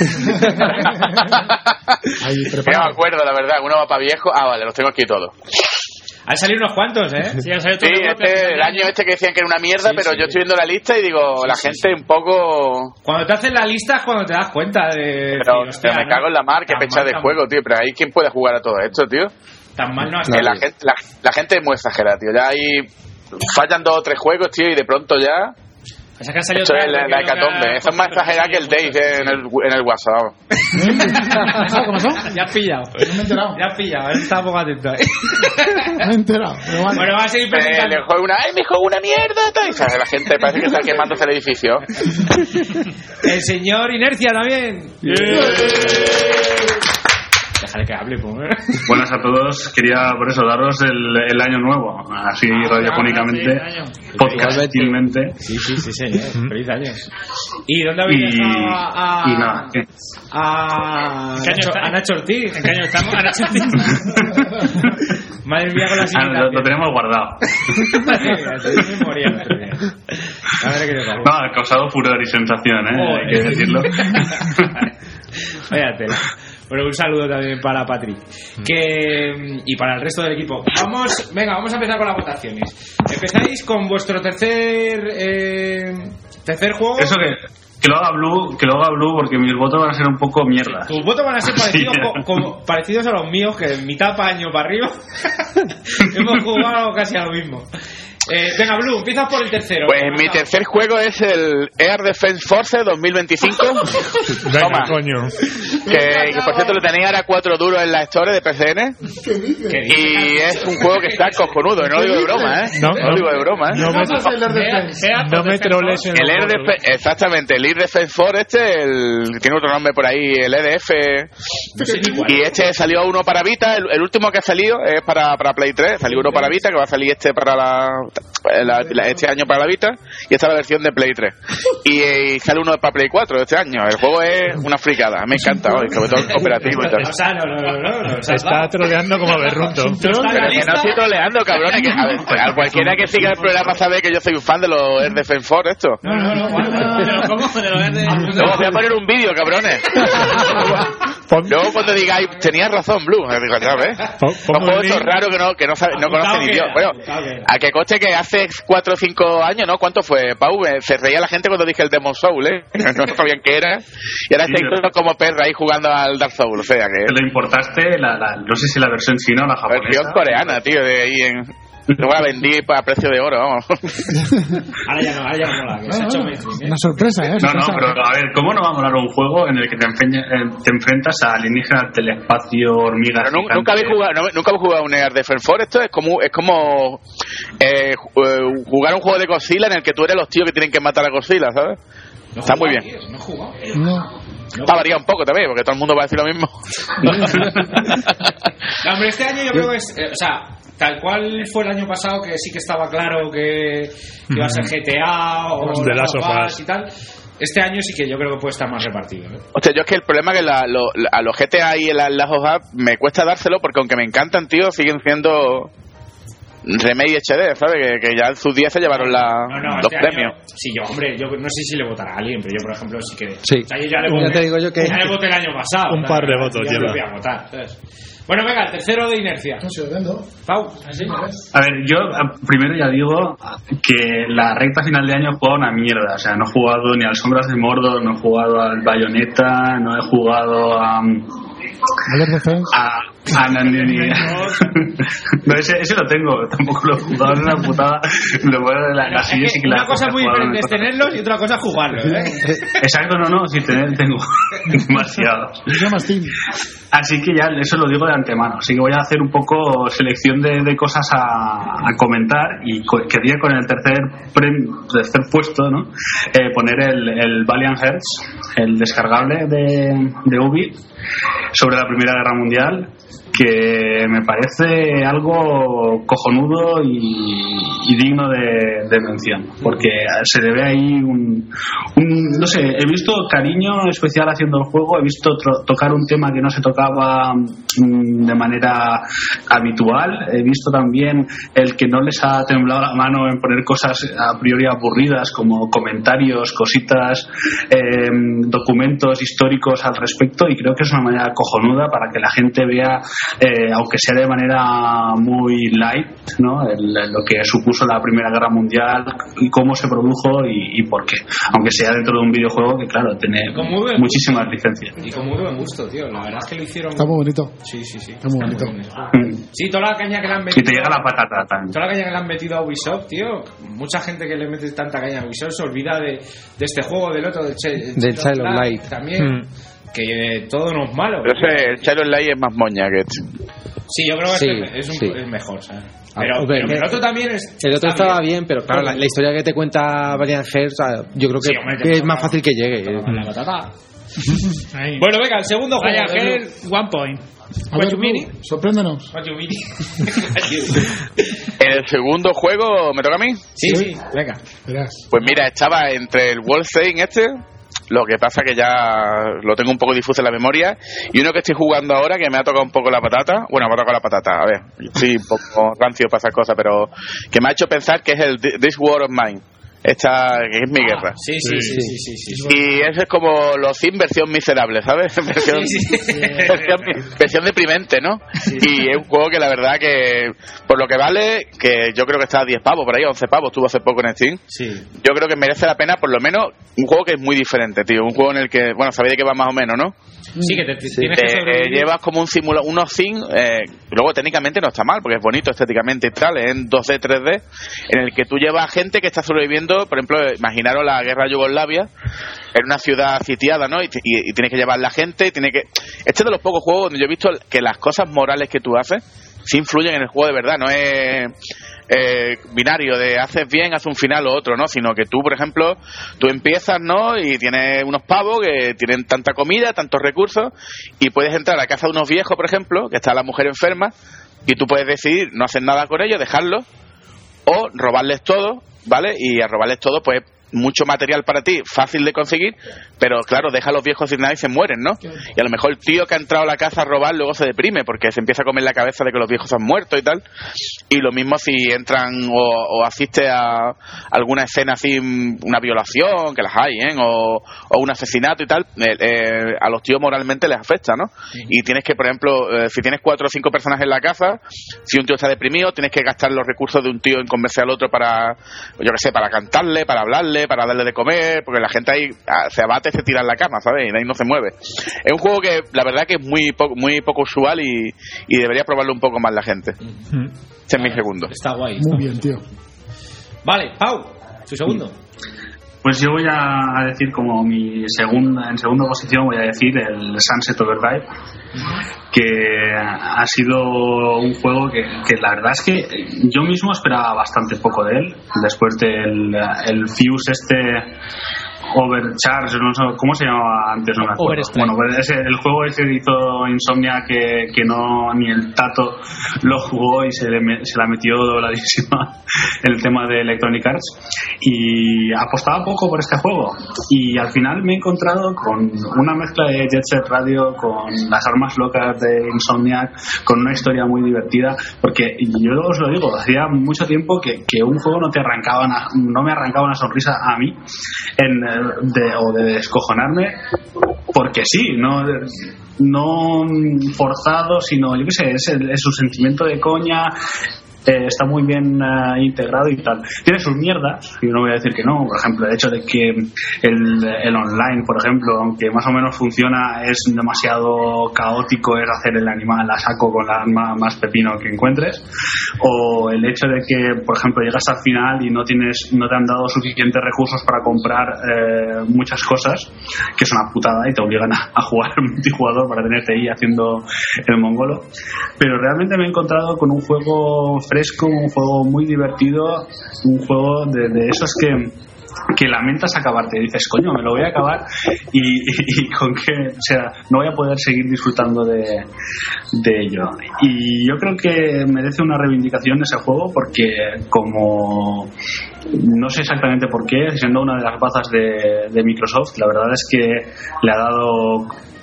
Ahí, No me acuerdo, la verdad. Uno va para viejo. Ah, vale, los tengo aquí todos. Han salido unos cuantos, ¿eh? Sí, han salido Sí, todos los este, golpes. el año este que decían que era una mierda, Sí, pero sí. yo estoy viendo la lista y digo, la gente un poco... Cuando te hacen la lista es cuando te das cuenta de... Pero, decir, hostia, pero me ¿no? cago en la mar, que Tan pecha mal, de tan- juego, tío. Pero ahí, ¿quién puede jugar a todo esto, tío? Tan mal no has Que la, gente, la, la gente es muy exagerada, tío. Ya ahí fallan dos o tres juegos, tío, y de pronto ya... Esa que han salido Esto es tarde, la, que la es lo que hecatombe. ha- Eso es más exagerado que el Days en el, en el WhatsApp, vamos. ¿Cómo pasó? Ya has pillado. No me he enterado. Ya has pillado. Él está poco atento. ¿eh? No me he enterado. Pero vale. Bueno, va a seguir Eh, presentando. le juego una... ¡Ay, me juego una mierda! tal. Y sabe, la gente parece que está quemándose el edificio. El señor Inercia también. Déjale que hable, pues. Buenas a todos. Quería por eso daros el, el año nuevo, así radiofónicamente, podcastilmente. Sí, sí, sí, sí. eh. Feliz año. ¿Y dónde habéis Y, dejado a, y nada, ¿qué? a, ¿En qué año Nacho, está? a Nacho Ortiz? ¿En qué año estamos? A Nacho Ortiz. Madre mía, con las Ah, lo, lo tenemos guardado. imitaciones. Moría el otro día. A ver qué le pasa. No, ha causado furor y sensación, ¿eh? Joder. Hay que decirlo. Vaya tela. Bueno, un saludo también para Patrick que, y para el resto del equipo. Vamos, venga, vamos a empezar con las votaciones. Empezáis con vuestro tercer eh, tercer juego. Eso que, que lo haga Blue, que lo haga Blue, porque mis votos van a ser un poco mierda. Tus votos van a ser parecidos, Sí. co- como- parecidos a los míos, que en mitad para año para arriba hemos jugado casi a lo mismo. Eh, venga, Blue, empiezas por el tercero. Pues mi tercer juego es el Air Defense Force dos mil veinticinco. Venga, Toma. coño. Que, que por cierto lo tenía ahora cuatro duros en la Store de P C N. Y es un juego que está cojonudo, y no lo digo de broma, ¿eh? No, No, no. lo digo de broma, ¿eh? No me, no me troles en El el Air Defe- exactamente, el Air Defense Force este, el, tiene otro nombre por ahí, el E D F. Y este salió uno para Vita, el, el último que ha salido es para, para Play tres, salió uno para Vita, que va a salir este para la, la- la- este año para la Vita, y esta es la versión de Play tres. Y, eh, y sale uno para Play cuatro este año. El juego es una fricada, me encanta, hoy, sobre todo el cooperativo y tal. O sea, no, no, no, no, no, o sea, Está troleando como Aberrunto. Pero que no estoy troleando, cabrones. Que, a ver, a cualquiera que siga el programa sabe que yo soy un fan de los Air Defense Force, esto. No, no, no. Pero ¿cómo? De lo verde. Luego voy a poner un vídeo, cabrones. Luego cuando digáis, tenías razón, Blue. Digo, ya ves. Son juegos estos raros que no, que no, sabe- no conocen ni Dios. Bueno, a que coste que hace cuatro o cinco años, ¿no? ¿Cuánto fue, Pau? Eh, Se reía la gente cuando dije el Demon Soul, ¿eh? No sabían qué era. Y ahora Sí, estáis ¿verdad? todos como perra ahí jugando al Dark Soul. O sea que... Te lo importaste, la, la, no sé si la versión china o la japonesa. Versión coreana, tío, de ahí en... Luego la vendí a precio de oro, vamos. Ahora ya no, ahora ya no mola, que se ha hecho mainstream, ¿eh? Una sorpresa, ¿eh? No, no, Sorpresa. pero a ver, ¿cómo no va a molar un juego en el que te, enfeña- eh, te enfrentas a alienígenas del espacio, hormigas Pero nu- nunca habéis jugado, no- nunca habéis jugado un Air Defense Force. Esto es como es como eh, ju- eh, jugar un juego de Godzilla en el que tú eres los tíos que tienen que matar a Godzilla, ¿sabes? No Está he muy jugado, bien. tío, no he jugado. No. Va a variar un poco también, porque todo el mundo va a decir lo mismo. No, hombre, este año yo creo que es, eh, o sea, tal cual fue el año pasado, que sí que estaba claro que, que iba a ser G T A o De Last las of sofás. Us y tal. Este año sí que yo creo que puede estar más repartido, ¿eh? O sea, yo es que el problema es que la- lo- la- a los G T A y las Last of Us me cuesta dárselo, porque aunque me encantan, tío, siguen siendo remake H D, ¿sabes? Que, que ya en sus días se llevaron la, No, no, los este premios. año, sí, yo, hombre, yo no sé si le votará a alguien, pero yo, por ejemplo, sí que... Sí. O sea, yo ya le Ya voté, te digo yo que- ya le voté el año pasado. Un ¿sabes? par de votos Yo le lleva. voy a votar, ¿sabes? Bueno, venga, el tercero de Inercia. No se lo vendo. Pau. A ver, yo eh, primero ya digo que la recta final de año he jugado una mierda. O sea, no he jugado ni al Sombras de Mordor, no he jugado al Bayonetta, no he jugado a... Air Defense. a Ah, no, ni, ni. No, ese, ese lo tengo, tampoco lo he jugado, es una putada. Lo bueno de la, la es que sí que la una cosa muy diferente es tenerlos y otra cosa es jugarlos, ¿eh? Exacto, no, no, si tener tengo demasiado. Así que ya eso lo digo de antemano. Así que voy a hacer un poco selección de, de cosas a, a comentar y co- quería con el tercer prem, tercer puesto, ¿no? Eh, poner el, el Valiant Hearts, el descargable de, de Ubi sobre la Primera Guerra Mundial, que me parece algo cojonudo y, y digno de, de mención, porque se le ve ahí un, un, no sé, he visto cariño especial haciendo el juego, he visto tro- tocar un tema que no se tocaba mm, de manera habitual, he visto también el que no les ha temblado la mano en poner cosas a priori aburridas como comentarios, cositas, eh, documentos históricos al respecto, y creo que es una manera cojonuda para que la gente vea, eh, aunque sea de manera muy light, ¿no? El, lo que supuso la Primera Guerra Mundial y cómo se produjo y, y por qué, aunque sea dentro de un videojuego que claro tiene muchísimas licencias. Y con muy buen gusto, tío, la verdad es que lo hicieron. Está muy bonito. Sí, sí, sí. Está muy bonito. Sí, toda la caña que le han metido. Y te llega la patata también. Toda la caña que le han metido a Ubisoft, tío. Mucha gente que le mete tanta caña a Ubisoft se olvida de, de este juego, del otro, del, Ch- Del Child of Light. También. Mm. Que todo no es malo. Pero ese, el Child of Light es más moña que este. Sí, yo creo que Sí, este es, un, sí. es mejor, ¿sabes? Ah, Pero, hombre, pero el otro también es. El otro está estaba bien, pero claro, la, la historia que te cuenta Valiant Hearts, ah, yo creo que, Sí, hombre, que te es más fácil que llegue. La patata. Bueno, venga, el segundo juego. Vaya, de Gel, Blue. one point. A ver, Blue, sorpréndenos. What you mean? En el segundo juego, ¿me toca a mí? Sí, sí, venga. Verás. Pues mira, estaba entre el Wolfenstein este, lo que pasa que ya lo tengo un poco difuso en la memoria, y uno que estoy jugando ahora que me ha tocado un poco la patata, bueno, me ha tocado la patata, a ver, estoy un poco rancio para esas cosas, pero que me ha hecho pensar que es el This War of Mine. Esta que es mi guerra. Sí, sí, sí, sí, sí, sí, sí. Y eso es como los Sims versión miserable, ¿sabes? Versión, Sí, sí. versión, versión deprimente, ¿no? Y es un juego que la verdad que, por lo que vale, que yo creo que está a diez pavos, por ahí, once pavos, estuvo hace poco en Steam. Sí. Yo creo que merece la pena, por lo menos, un juego que es muy diferente, tío. Un juego en el que, bueno, sabéis de qué va más o menos, ¿no? Sí, que te, te Sí. tienes que Eh, sobrevivir. llevas como un simula unos Sims, eh, luego técnicamente no está mal, porque es bonito estéticamente y tal, es en dos D, tres D, en el que tú llevas gente que está sobreviviendo, por ejemplo, imaginaros la guerra de Yugoslavia, en una ciudad sitiada, ¿no? Y, y, y tienes que llevar la gente, y tiene que... Este es de los pocos juegos donde yo he visto que las cosas morales que tú haces sí influyen en el juego de verdad, no es... Eh, binario de haces bien, haces un final o otro, ¿no? Sino que tú, por ejemplo, tú empiezas, ¿no? Y tienes unos pavos que tienen tanta comida, tantos recursos, y puedes entrar a casa de unos viejos, por ejemplo, que está la mujer enferma, y tú puedes decidir no hacer nada con ellos, dejarlos, o robarles todo, ¿vale? Y a robarles todo, pues mucho material para ti, fácil de conseguir, pero claro, deja a los viejos sin nada y se mueren, ¿no? Y a lo mejor el tío que ha entrado a la casa a robar luego se deprime porque se empieza a comer la cabeza de que los viejos han muerto y tal. Y lo mismo si entran o, o asiste a alguna escena así, una violación, que las hay, ¿eh? O, o un asesinato y tal, eh, eh, a los tíos moralmente les afecta, ¿no? Y tienes que, por ejemplo, eh, si tienes cuatro o cinco personas en la casa, si un tío está deprimido, tienes que gastar los recursos de un tío en convencer al otro para, yo qué sé, para cantarle, para hablarle, para darle de comer, porque la gente ahí se abate y se tira en la cama, ¿sabes? Y de ahí no se mueve. Es un juego que la verdad que es muy poco, muy poco usual y, y debería probarlo un poco más la gente. Este es mi segundo. Está guay. Muy bien, tío. Vale, Pau, su segundo. Pues yo voy a decir como mi segunda, en segunda posición voy a decir el Sunset Overdrive, que ha sido un juego que, que la verdad es que yo mismo esperaba bastante poco de él, después del el Fuse este Overcharge, no sé cómo se llamaba antes, no me acuerdo. Bueno, pues ese, el juego ese que hizo Insomnia que, que no ni el Tato lo jugó y se, le, se la metió dobladísima el tema de Electronic Arts, y apostaba poco por este juego, y al final me he encontrado con una mezcla de Jet Set Radio con las armas locas de Insomniac, con una historia muy divertida, porque yo os lo digo, hacía mucho tiempo que, que un juego no te arrancaba una, no me arrancaba una sonrisa a mí en De, o de descojonarme porque sí, no, no forzado, sino yo qué sé, es, el, es su sentimiento de coña. eh, está muy bien eh, integrado y tal. Tiene sus mierdas, yo no voy a decir que no. Por ejemplo, el hecho de que el, el online, por ejemplo, aunque más o menos funciona, es demasiado caótico, es hacer el animal a saco con la arma más pepino que encuentres. O el hecho de que, por ejemplo, llegas al final y no tienes, no te han dado suficientes recursos para comprar eh, muchas cosas, que es una putada y te obligan a, a jugar multijugador para tenerte ahí haciendo el mongolo. Pero realmente me he encontrado con un juego fresco, un juego muy divertido, un juego de, de esos que que lamentas acabarte y dices, coño, me lo voy a acabar y, y, y con qué, o sea, no voy a poder seguir disfrutando de, de ello. Y yo creo que merece una reivindicación ese juego porque, como no sé exactamente por qué, siendo una de las bazas de, de Microsoft, la verdad es que le ha dado,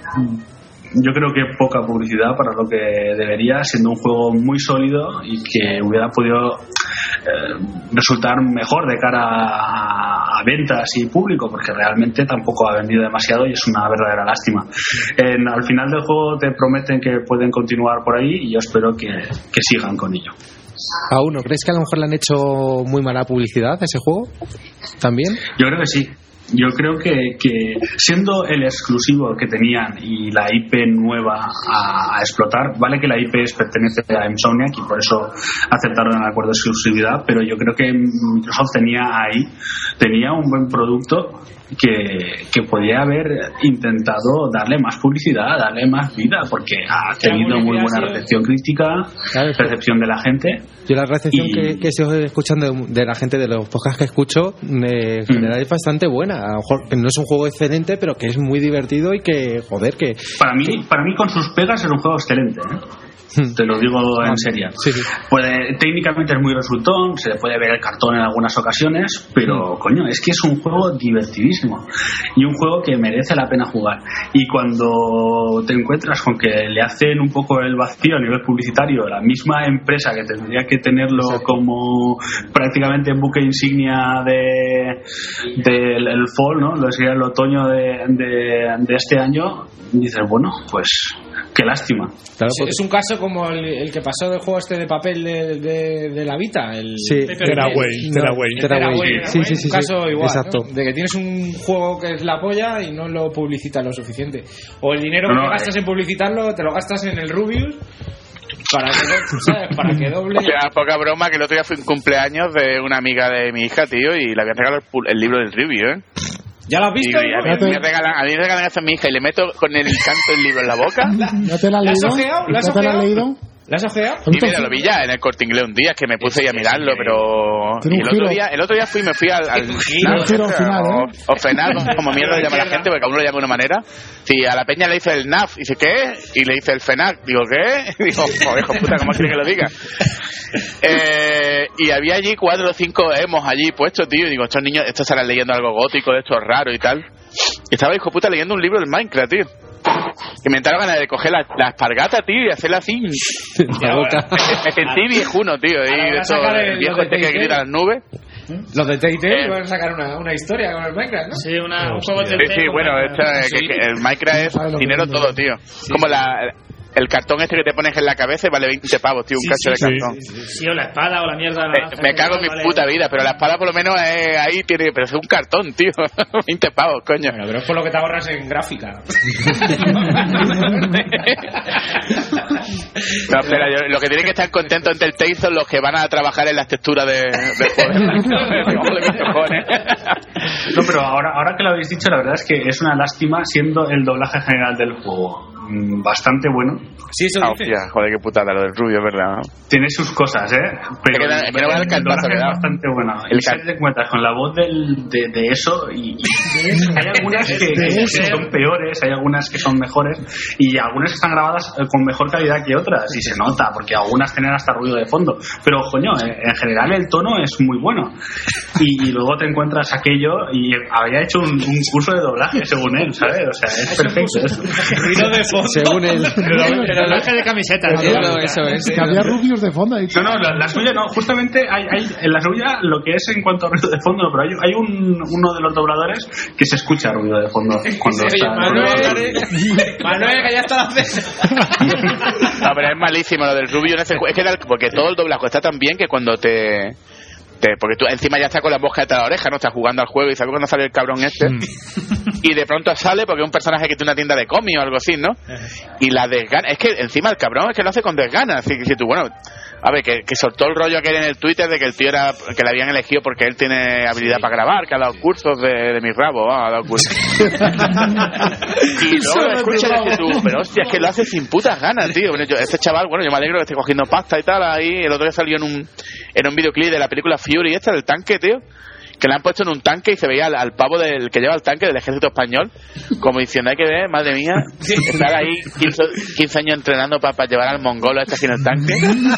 yo creo que poca publicidad para lo que debería, siendo un juego muy sólido y que hubiera podido eh, resultar mejor de cara a, a ventas y público, porque realmente tampoco ha vendido demasiado y es una verdadera lástima. En, al final del juego te prometen que pueden continuar por ahí y yo espero que, que sigan con ello. ¿A uno crees que a lo mejor le han hecho muy mala publicidad a ese juego? ¿También? Yo creo que sí. Yo creo que, que siendo el exclusivo que tenían y la I P nueva a, a explotar, vale que la I P pertenece a Insomniac y por eso aceptaron el acuerdo de exclusividad, pero yo creo que Microsoft tenía ahí, tenía un buen producto que, que podía haber intentado darle más publicidad, darle más vida, porque ha tenido muy buena recepción crítica, recepción de la gente. Yo la recepción y... que, que estoy escuchando de, de la gente de los podcasts que escucho eh, en general mm. es bastante buena. A lo mejor no es un juego excelente, pero que es muy divertido y que, joder, que... Para mí, para mí con sus pegas es un juego excelente, ¿eh? Te lo digo en serio. Sí, sí. Puede, técnicamente es muy resultón, se le puede ver el cartón en algunas ocasiones, pero mm. coño, es que es un juego divertidísimo y un juego que merece la pena jugar. Y cuando te encuentras con que le hacen un poco el vacío a nivel publicitario, la misma empresa que tendría que tenerlo Exacto. como prácticamente buque insignia de del de el fall, ¿no? Lo sería el otoño de, de, de este año, dices, bueno, pues qué lástima. Claro, sí, es un caso como el, el que pasó del juego este de papel de, de, de la Vita, el sí. Tearaway, Tearaway. Tearaway. Sí, sí, sí, un caso sí. igual, Exacto. ¿no? De que tienes un juego que es la polla y no lo publicitas lo suficiente. O el dinero no, que no, gastas eh. en publicitarlo, te lo gastas en el Rubius para que, ¿sabes? Para que doble. O sea, poca broma, que el otro día fue un cumpleaños de una amiga de mi hija, tío, y le habían regalado el, el libro del Rubio, ¿eh? ¿Ya lo has visto? Y, y a, mí, me regalan, a mí me regalan eso a mi hija y le meto con el canto el libro en la boca. ¿No te la has leído? ojeado? ¿La has ¿No te la has ojeado? leído? ¿La has ojeado? Sí, mira, lo vi ya en el Corte Inglés un día, que me puse ahí a mirarlo, pero... Y el otro día el otro día fui me fui al... al giro, giro final, ¿eh? O, o FENAC, como mierda le llama la gente, porque a uno lo llama de una manera. Sí, a la peña le dice el N A F, dice, ¿qué? Y le dice el FENAC, digo, ¿qué? Digo, joder, hijo puta, ¿cómo quiere que lo diga? Eh, y había allí cuatro o cinco emos allí puestos, tío, y digo, estos niños, estos estarán leyendo algo gótico, de estos raros y tal. Y estaba, hijo puta, leyendo un libro del Minecraft, tío. Que me entraron ganas de coger la, la espargata, tío, y hacerla así. La boca. Me, me sentí viejuno, tío. Y de eso, el viejo este que grita a las nubes. Los de T y T eh, van a sacar una, una historia con el Minecraft, ¿no? Sí, una, un juego de Sí, sí, bueno, esta, sí. que, que el Minecraft es dinero todo, tío. Sí. Como la... El cartón este que te pones en la cabeza vale veinte pavos, tío, un sí, cacho sí, de cartón. Sí, sí, sí. sí, o la espada o la mierda. La eh, me cago en mi vale. puta vida, pero la espada por lo menos eh, ahí tiene, pero es un cartón, tío. veinte pavos, coño. Bueno, pero es por lo que te ahorras en gráfica. No, espera, yo, lo que tienen que estar contentos en Telltale son los que van a trabajar en las texturas de, de juego. No, pero ahora, ahora que lo habéis dicho, la verdad es que es una lástima, siendo el doblaje general del juego bastante bueno. Sí, eso ah, dice. Hostia, joder, qué putada lo del Rubio, ¿verdad? Tiene sus cosas, ¿eh? Pero que, que, que no va el cantazo, es bastante bueno. El y si te encuentras con la voz del, de, de eso y, y hay algunas que, que, que son peores, hay algunas que son mejores y algunas están grabadas con mejor calidad que otras y se nota, porque algunas tienen hasta ruido de fondo. Pero, coño, en general el tono es muy bueno. Y, y luego te encuentras aquello y había hecho un, un curso de doblaje, según él, ¿sabes? O sea, es perfecto eso. Ruido de fondo. Según el... el ángel de camiseta. Había, eso es. Que había rubios de fondo. Ahí. No, no, la, la suya no. Justamente hay, hay en la suya lo que es en cuanto a ruido de fondo, pero hay, hay un, uno de los dobladores que se escucha ruido de fondo cuando sí, está... Manuel, Manuel, que ya está la cesa. No, pero es malísimo lo del rubio en ese juego. Es que era el- porque todo el doblaje está tan bien que cuando te... te- porque tú encima ya estás con la mosca de la oreja, ¿no? Estás jugando al juego y sabes cuando sale el cabrón este. Y de pronto sale porque es un personaje que tiene una tienda de cómics o algo así, ¿no? Y la desgana... Es que encima el cabrón es que lo hace con desgana. Así que si tú, bueno... A ver, que, que soltó el rollo aquel en el Twitter de que el tío era... Que le habían elegido porque él tiene habilidad para grabar, que ha dado cursos de, de mi rabo, ah, ha dado cursos. Y luego lo escuchas y dices tú, pero hostia, es que lo hace sin putas ganas, tío. Bueno, yo, este chaval, bueno, yo me alegro que esté cogiendo pasta y tal. Ahí el otro día salió en un, en un videoclip de la película Fury, esta del tanque, tío. Que le han puesto en un tanque y se veía al, al pavo del que lleva el tanque del ejército español, como diciendo, hay que ver, madre mía, estar ahí quince, quince años entrenando para pa llevar al mongolo este sin el tanque.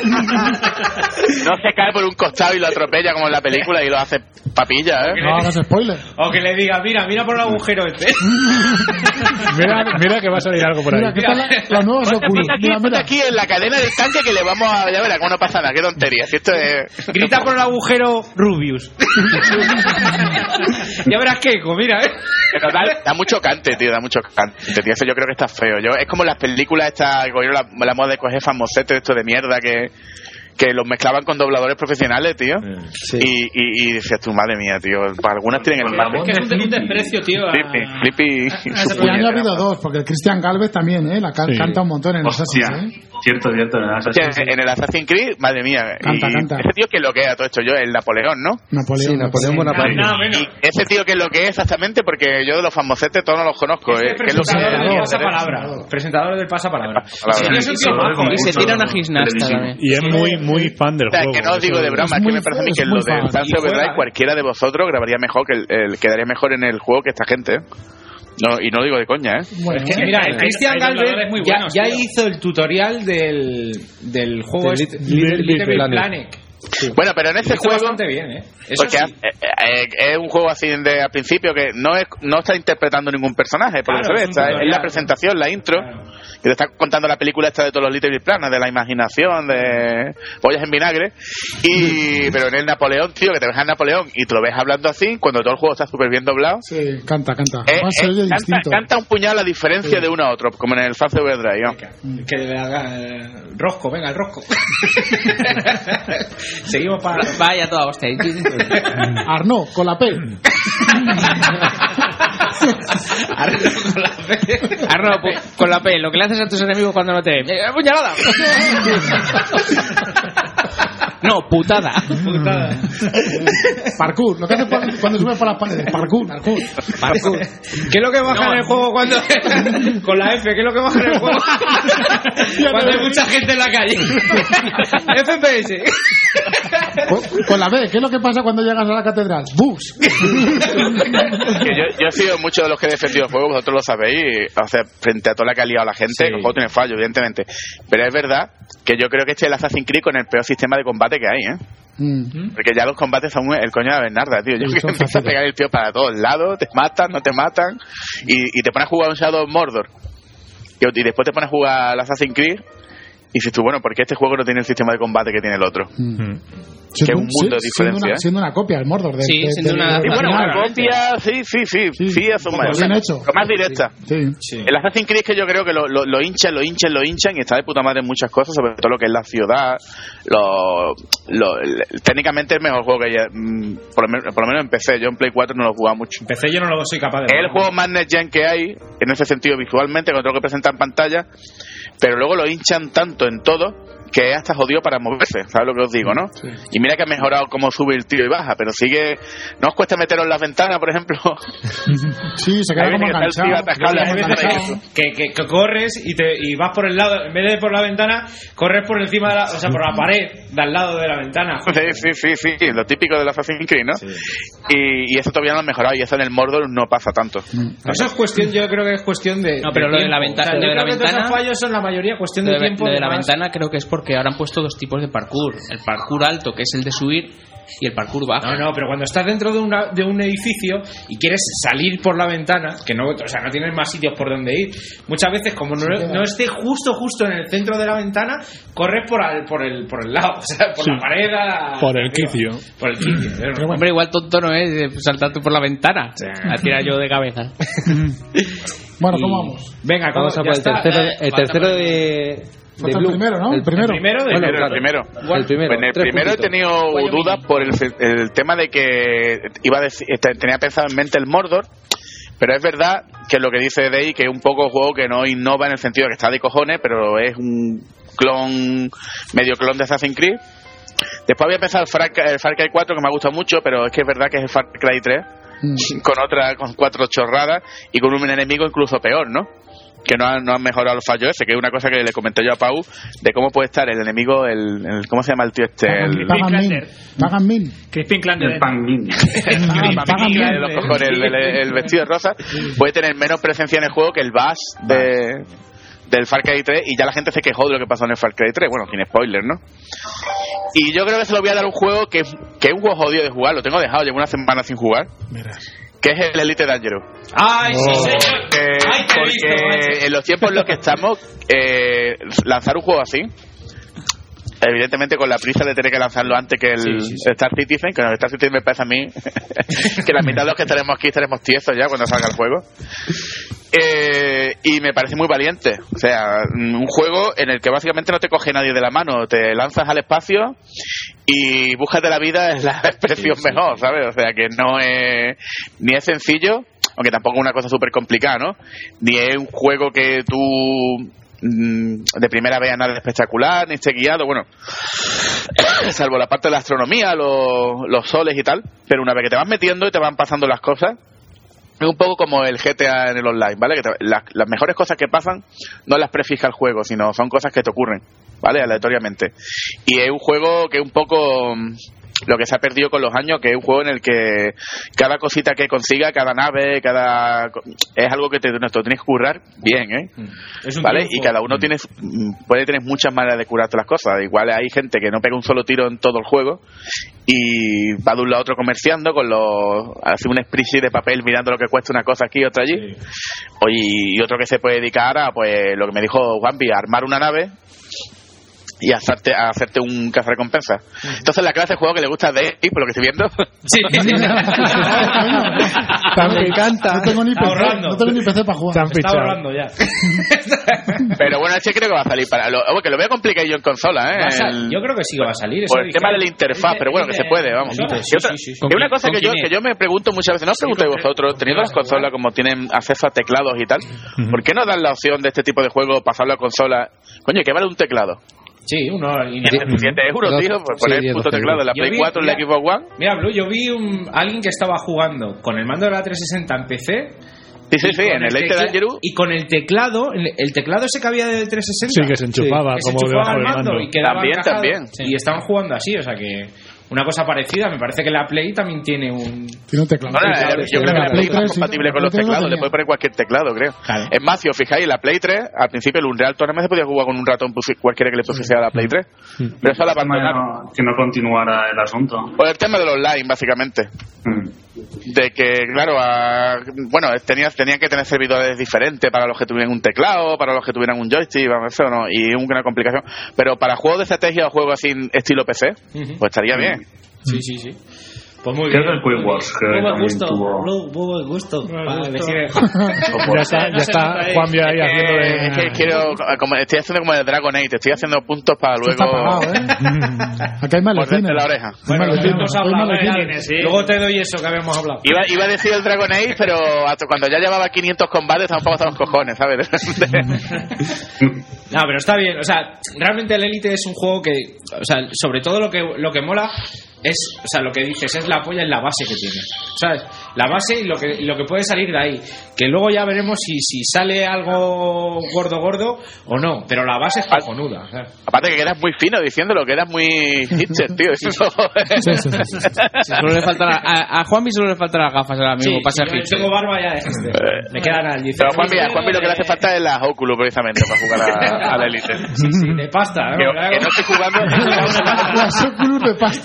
No se cae por un costado y lo atropella como en la película y lo hace papilla, ¿eh? No hagas spoiler. O que le diga, mira, mira por el agujero este. Mira, mira que va a salir algo por ahí. Mira, ¿qué tal la, la nueva Ponte Oculus? aquí, Mira, ponte mira. aquí en la cadena del tanque que le vamos a... Ya verá cómo no pasa nada, qué tontería. Si esto es... Grita por el agujero Rubius. Ya verás que eco, mira, ¿eh? Pero da, da mucho cante, tío, da mucho cante, tío. Eso yo creo que está feo. Yo, es como las películas estas, que cogieron la, la moda de coger famosetes esto de mierda que, que los mezclaban con dobladores profesionales, tío. Sí. Y, y, y decías tú, madre mía, tío. Para algunas tienen el Es que es un, un desprecio, tío. A... Flippy, Flippy. Y han habido dos, porque el Christian Galvez también, ¿eh? La can- Sí. canta un montón en Hostia, Assassin's, ¿eh? cierto, cierto. En Assassin's, Hostia, en el Assassin's Creed, madre mía. Canta, y canta. Ese tío que lo que todo esto, yo, el Napoleón, ¿no? Napoleón. Sí, Napoleón Bonaparte. Nada menos. Y ese tío que es lo que es exactamente, porque yo de los famosetes todos no los conozco. Es ¿eh? el ¿Qué es lo que presentador del es? pasapalabra. Presentador del pasapalabra. Palabra. Y es un tío majo, Y se ¿eh? tira una gisnasta también. Y es muy, muy fan del O sea, juego. que no os digo eso- de broma, es es que muy- me parece a mí que es lo muy del fan. Sunset Y juega, Overdrive ¿eh? cualquiera de vosotros grabaría mejor que el, el- quedaría mejor en el juego que esta gente, ¿eh? No, y no lo digo de coña, ¿eh? Bueno, Es que, mira, el eh, Christian hay Galvez dobladores muy ya, buenos, ya tío. hizo el tutorial del, del juego Del este, Little- Little, Little Little Big Planet. Planet. Bueno, pero en Lo este hizo juego... bastante bien, ¿eh? Eso Porque sí. eh, eh, es un juego así de al principio que no es no está interpretando ningún personaje, por lo Claro, que se ve, es un está- es tutorial, la ¿no? presentación, la intro, Claro. que te está contando la película esta de todos los Little Big Planet, de la imaginación, de pollas en vinagre, y pero en el Napoleón, tío, que te ves a Napoleón y te lo ves hablando así, cuando todo el juego está súper bien doblado, Sí, canta, canta. eh, Además, se eh, oye canta, distinto. canta un puñado la diferencia de uno a otro, como en el Sunset Overdrive, ¿no? Que le haga eh, rosco, venga, el rosco. Seguimos para... Vaya toda hostia. Arnaud, con la P. Arno, pu- con la P, lo que le haces a tus enemigos cuando no te ven. ¡Eh, ¡Puñalada! No, putada. Putada. Parkour, lo que hace por- cuando sube por las paredes. Parkour, parkour. Parkour. ¿Qué es lo que baja No. en el juego cuando... con la F, ¿qué es lo que baja en el juego? cuando hay mucha gente en la calle. F P S. Con, con la B, ¿qué es lo que pasa cuando llegas a la catedral? Bus. Que yo, yo he sido muchos de los que he defendido el juego, vosotros lo sabéis, o sea, frente a toda la que ha liado la gente, Sí. el juego tiene fallo, evidentemente. Pero es verdad que yo creo que este es el Assassin's Creed con el peor sistema de combate que hay, ¿eh? Mm. Porque ya los combates son el coño de la Bernarda, tío. Yo Sí, creo que son empiezas a fáciles. pegar el tío para todos lados, te matan, no te matan, y, y te pones a jugar un Shadow of Mordor. Y, y después te pones a jugar al Assassin's Creed, y dices tú, bueno, ¿por qué este juego no tiene el sistema de combate que tiene el otro? Mm. Que es un mundo de siendo diferencia, una, ¿eh? siendo una copia del Mordor. De, Sí, de- siendo de- una- de- Y bueno, original. una copia, sí, sí, sí, sí, sí, es un Pero bien hecho. lo más directa. Sí. El Assassin's Creed es que yo creo que lo, lo, lo hinchan, lo hinchan, lo hinchan y está de puta madre en muchas cosas, sobre todo lo que es la ciudad. Lo, lo, el- técnicamente es el mejor juego que haya, mm, por, lo menos, por lo menos en P C. Yo en Play cuatro no lo he jugado mucho. Empecé, yo no lo soy capaz de... Es el juego más next gen que hay, en ese sentido visualmente, con todo lo que presenta en pantalla, pero luego lo hinchan tanto en todo que es hasta jodido para moverse, ¿sabes lo que os digo, no? Y mira que ha mejorado cómo sube el tiro y baja, pero sigue... ¿No os cuesta meteros en las ventanas, por ejemplo? Sí, se queda Hay como veces que está el tío enganchado. atascado en la Hay veces ventana. que, que, que corres y, te, y vas por el lado, en vez de por la ventana, corres por encima de la, o sea, por la pared de al lado de la ventana. Sí, sí, sí, sí, lo típico del Assassin's Creed, ¿no? Y, y eso todavía no lo han mejorado, y eso en el Mordor no pasa tanto. Eso es cuestión, yo creo que es cuestión de. No, pero lo de la tiempo. ventana- O sea, lo yo de la creo que todos ventana- esos fallos son la mayoría cuestión Lo de de, tiempo. lo de la más. ventana creo que es porque ahora han puesto dos tipos de parkour. El parkour alto, que es el de subir, y el parkour baja. No, no, pero cuando estás dentro de, una, de un edificio y quieres salir por la ventana, que no, o sea, no tienes más sitios por donde ir, muchas veces como no, no esté justo justo en el centro de la ventana, corres por, al, por, el, por el lado, o sea, por sí. la pared a, por el quicio. Por el quicio. Bueno. Hombre, igual tonto no es saltarte por la ventana. Sí. A tirar yo de cabeza. Bueno, ¿cómo vamos? Venga, vamos a por el tercero, el tercero de... De el primero, ¿no? El primero. El primero, bueno, claro. el primero. El primero, en el primero he tenido dudas por el, el tema de que iba a decir, tenía pensado en mente el Mordor, pero es verdad que lo que dice Dave, que es un poco juego que no innova en el sentido de que está de cojones, pero es un clon, medio clon de Assassin's Creed. Después había pensado el Far, el Far Cry cuatro, que me ha gustado mucho, pero es que es verdad que es el Far Cry tres, mm. con otra, con cuatro chorradas y con un enemigo incluso peor, ¿no? Que no han, no han mejorado los fallos ese, que es una cosa que le comenté yo a Pau, de cómo puede estar el enemigo, el, el ¿cómo se llama el tío este? El Pagan Min. Crispin Klander. El Pangmin. El, el, el vestido rosa puede tener menos presencia en el juego que el Bash de, del Far Cry tres, y ya la gente se quejó de lo que pasó en el Far Cry tres, bueno, sin spoiler, ¿no? Y yo creo que se lo voy a dar a un juego que, que es un juego jodido de jugar, lo tengo dejado, llevo una semana sin jugar. Mira. Que es el Elite Dangerous. ¡Ay, sí, señor! Eh, Ay, te porque he visto, en los tiempos en los que estamos, eh, lanzar un juego así, evidentemente con la prisa de tener que lanzarlo antes que el sí, sí, sí. Star Citizen, que el Star Citizen me parece a mí que la mitad de los que estaremos aquí estaremos tiesos ya cuando salga el juego. Eh, y me parece muy valiente. O sea, un juego en el que básicamente no te coge nadie de la mano, te lanzas al espacio y búscate la vida es la expresión sí, sí. mejor, ¿sabes? O sea, que no es ni es sencillo, aunque tampoco es una cosa súper complicada, ¿no? Ni es un juego que tú de primera veas nada espectacular, ni esté guiado, bueno, salvo la parte de la astronomía, los, los soles y tal, pero una vez que te vas metiendo y te van pasando las cosas, es un poco como el G T A en el online, ¿vale? Que te, las, las mejores cosas que pasan no las prefija el juego, sino son cosas que te ocurren, ¿vale? Aleatoriamente. Y es un juego que es un poco lo que se ha perdido con los años, que es un juego en el que cada cosita que consiga, cada nave, cada es algo que te, te lo tienes que currar bien, ¿eh? Es ¿vale? Triunfo. Y cada uno tiene puede tener muchas maneras de curarte las cosas. Igual hay gente que no pega un solo tiro en todo el juego y va de un lado a otro comerciando con los hace un spreadsheet de papel mirando lo que cuesta una cosa aquí y otra allí. Sí. Y otro que se puede dedicar a, pues lo que me dijo Juanpi, a armar una nave y a hacerte, a hacerte un cazarrecompensa. Entonces la clase de juego que le gusta a Dave, por lo que estoy viendo. Sí. Me encanta. No tengo ni P C, ahorrando. No tengo ni P C para jugar. Está ahorrando ya. Pero bueno, este creo que va a salir para lo, que lo voy a complicar yo en consola, ¿eh? El, yo creo que sí que va a salir. Por el tema de la interfaz, pero bueno, que se puede, vamos. Sí, otra, sí, sí, sí. Es una cosa que yo, que yo me pregunto muchas veces, no os preguntéis vosotros, teniendo las consolas como tienen acceso a teclados y tal, ¿por qué no dan la opción de este tipo de juego pasarlo a consola? Coño, ¿qué vale un teclado? Sí, uno siete euros, tío, por poner el puto teclado de la Play cuatro en la Xbox One. Mira, Blue, yo vi un, alguien que estaba jugando con el mando de la trescientos sesenta en P C. Sí, sí, sí, en el Elite Dangerous. Y con el teclado, el teclado ese que había del trescientos sesenta. Sí, que se enchufaba sí, como debajo del mando. mando. Y quedaba también, encajado, también. Sí. Y estaban jugando así, o sea que una cosa parecida. Me parece que la Play también tiene un... Tiene un teclado. No, no, yo, yo creo que la Play tres es compatible sí, con los teclados. Le puedes poner cualquier teclado, creo. Claro. Es más, si os fijáis, la Play tres, al principio el Unreal Tournament se podía jugar con un ratón cualquiera que le pusiese a la Play tres. Mm. Pero eso la abandonaron. Que no continuara el asunto. Por el tema del online, básicamente. Mm. De que, claro, a, bueno, tenían, tenían que tener servidores diferentes para los que tuvieran un teclado, para los que tuvieran un joystick, eso no, y una complicación. Pero para juegos de estrategia o juegos así estilo P C, uh-huh. pues estaría uh-huh. bien. Sí, sí, sí. Pues muy Creo bien. que el Quick Wars, que muy buen gusto, tuvo... muy, muy buen gusto. Para elegir. Ya está, ya está Juan Vía ahí haciendo de... Es que quiero, como, estoy haciendo como el Dragon Age, estoy haciendo puntos para luego... Está pagado, ¿eh? Acá hay maletines. la oreja. Bueno, hemos hablado, ¿eh? Sí. Luego te doy eso que habíamos hablado. Iba, iba a decir el Dragon Age, pero hasta cuando ya llevaba quinientos combates, tampoco hasta los cojones, ¿sabes? No, pero está bien. O sea, realmente el Elite es un juego que... O sea, sobre todo lo que, lo que mola... Es, o sea, lo que dices es la polla en la base que tiene, ¿sabes? La base y lo que, lo que puede salir de ahí. Que luego ya veremos si, si sale algo gordo, gordo o no. Pero la base es cojonuda, ¿sabes? Aparte que quedas muy fino diciéndolo, quedas muy hitcher, tío. Eso sí, sí, sí, sí. Sí, solo le falta la, a, a Juanmi solo le faltan las gafas ahora mismo. Sí, para ser yo hitcher. Tengo barba ya de este. Me quedan al diez. Pero a Juanmi, a Juanmi lo que le hace falta es la Oculus, precisamente, para jugar a, a la Elite. Sí, sí, de pasta. ¿no? Que, que no estoy jugando... Las Oculus de pasta. De pasta.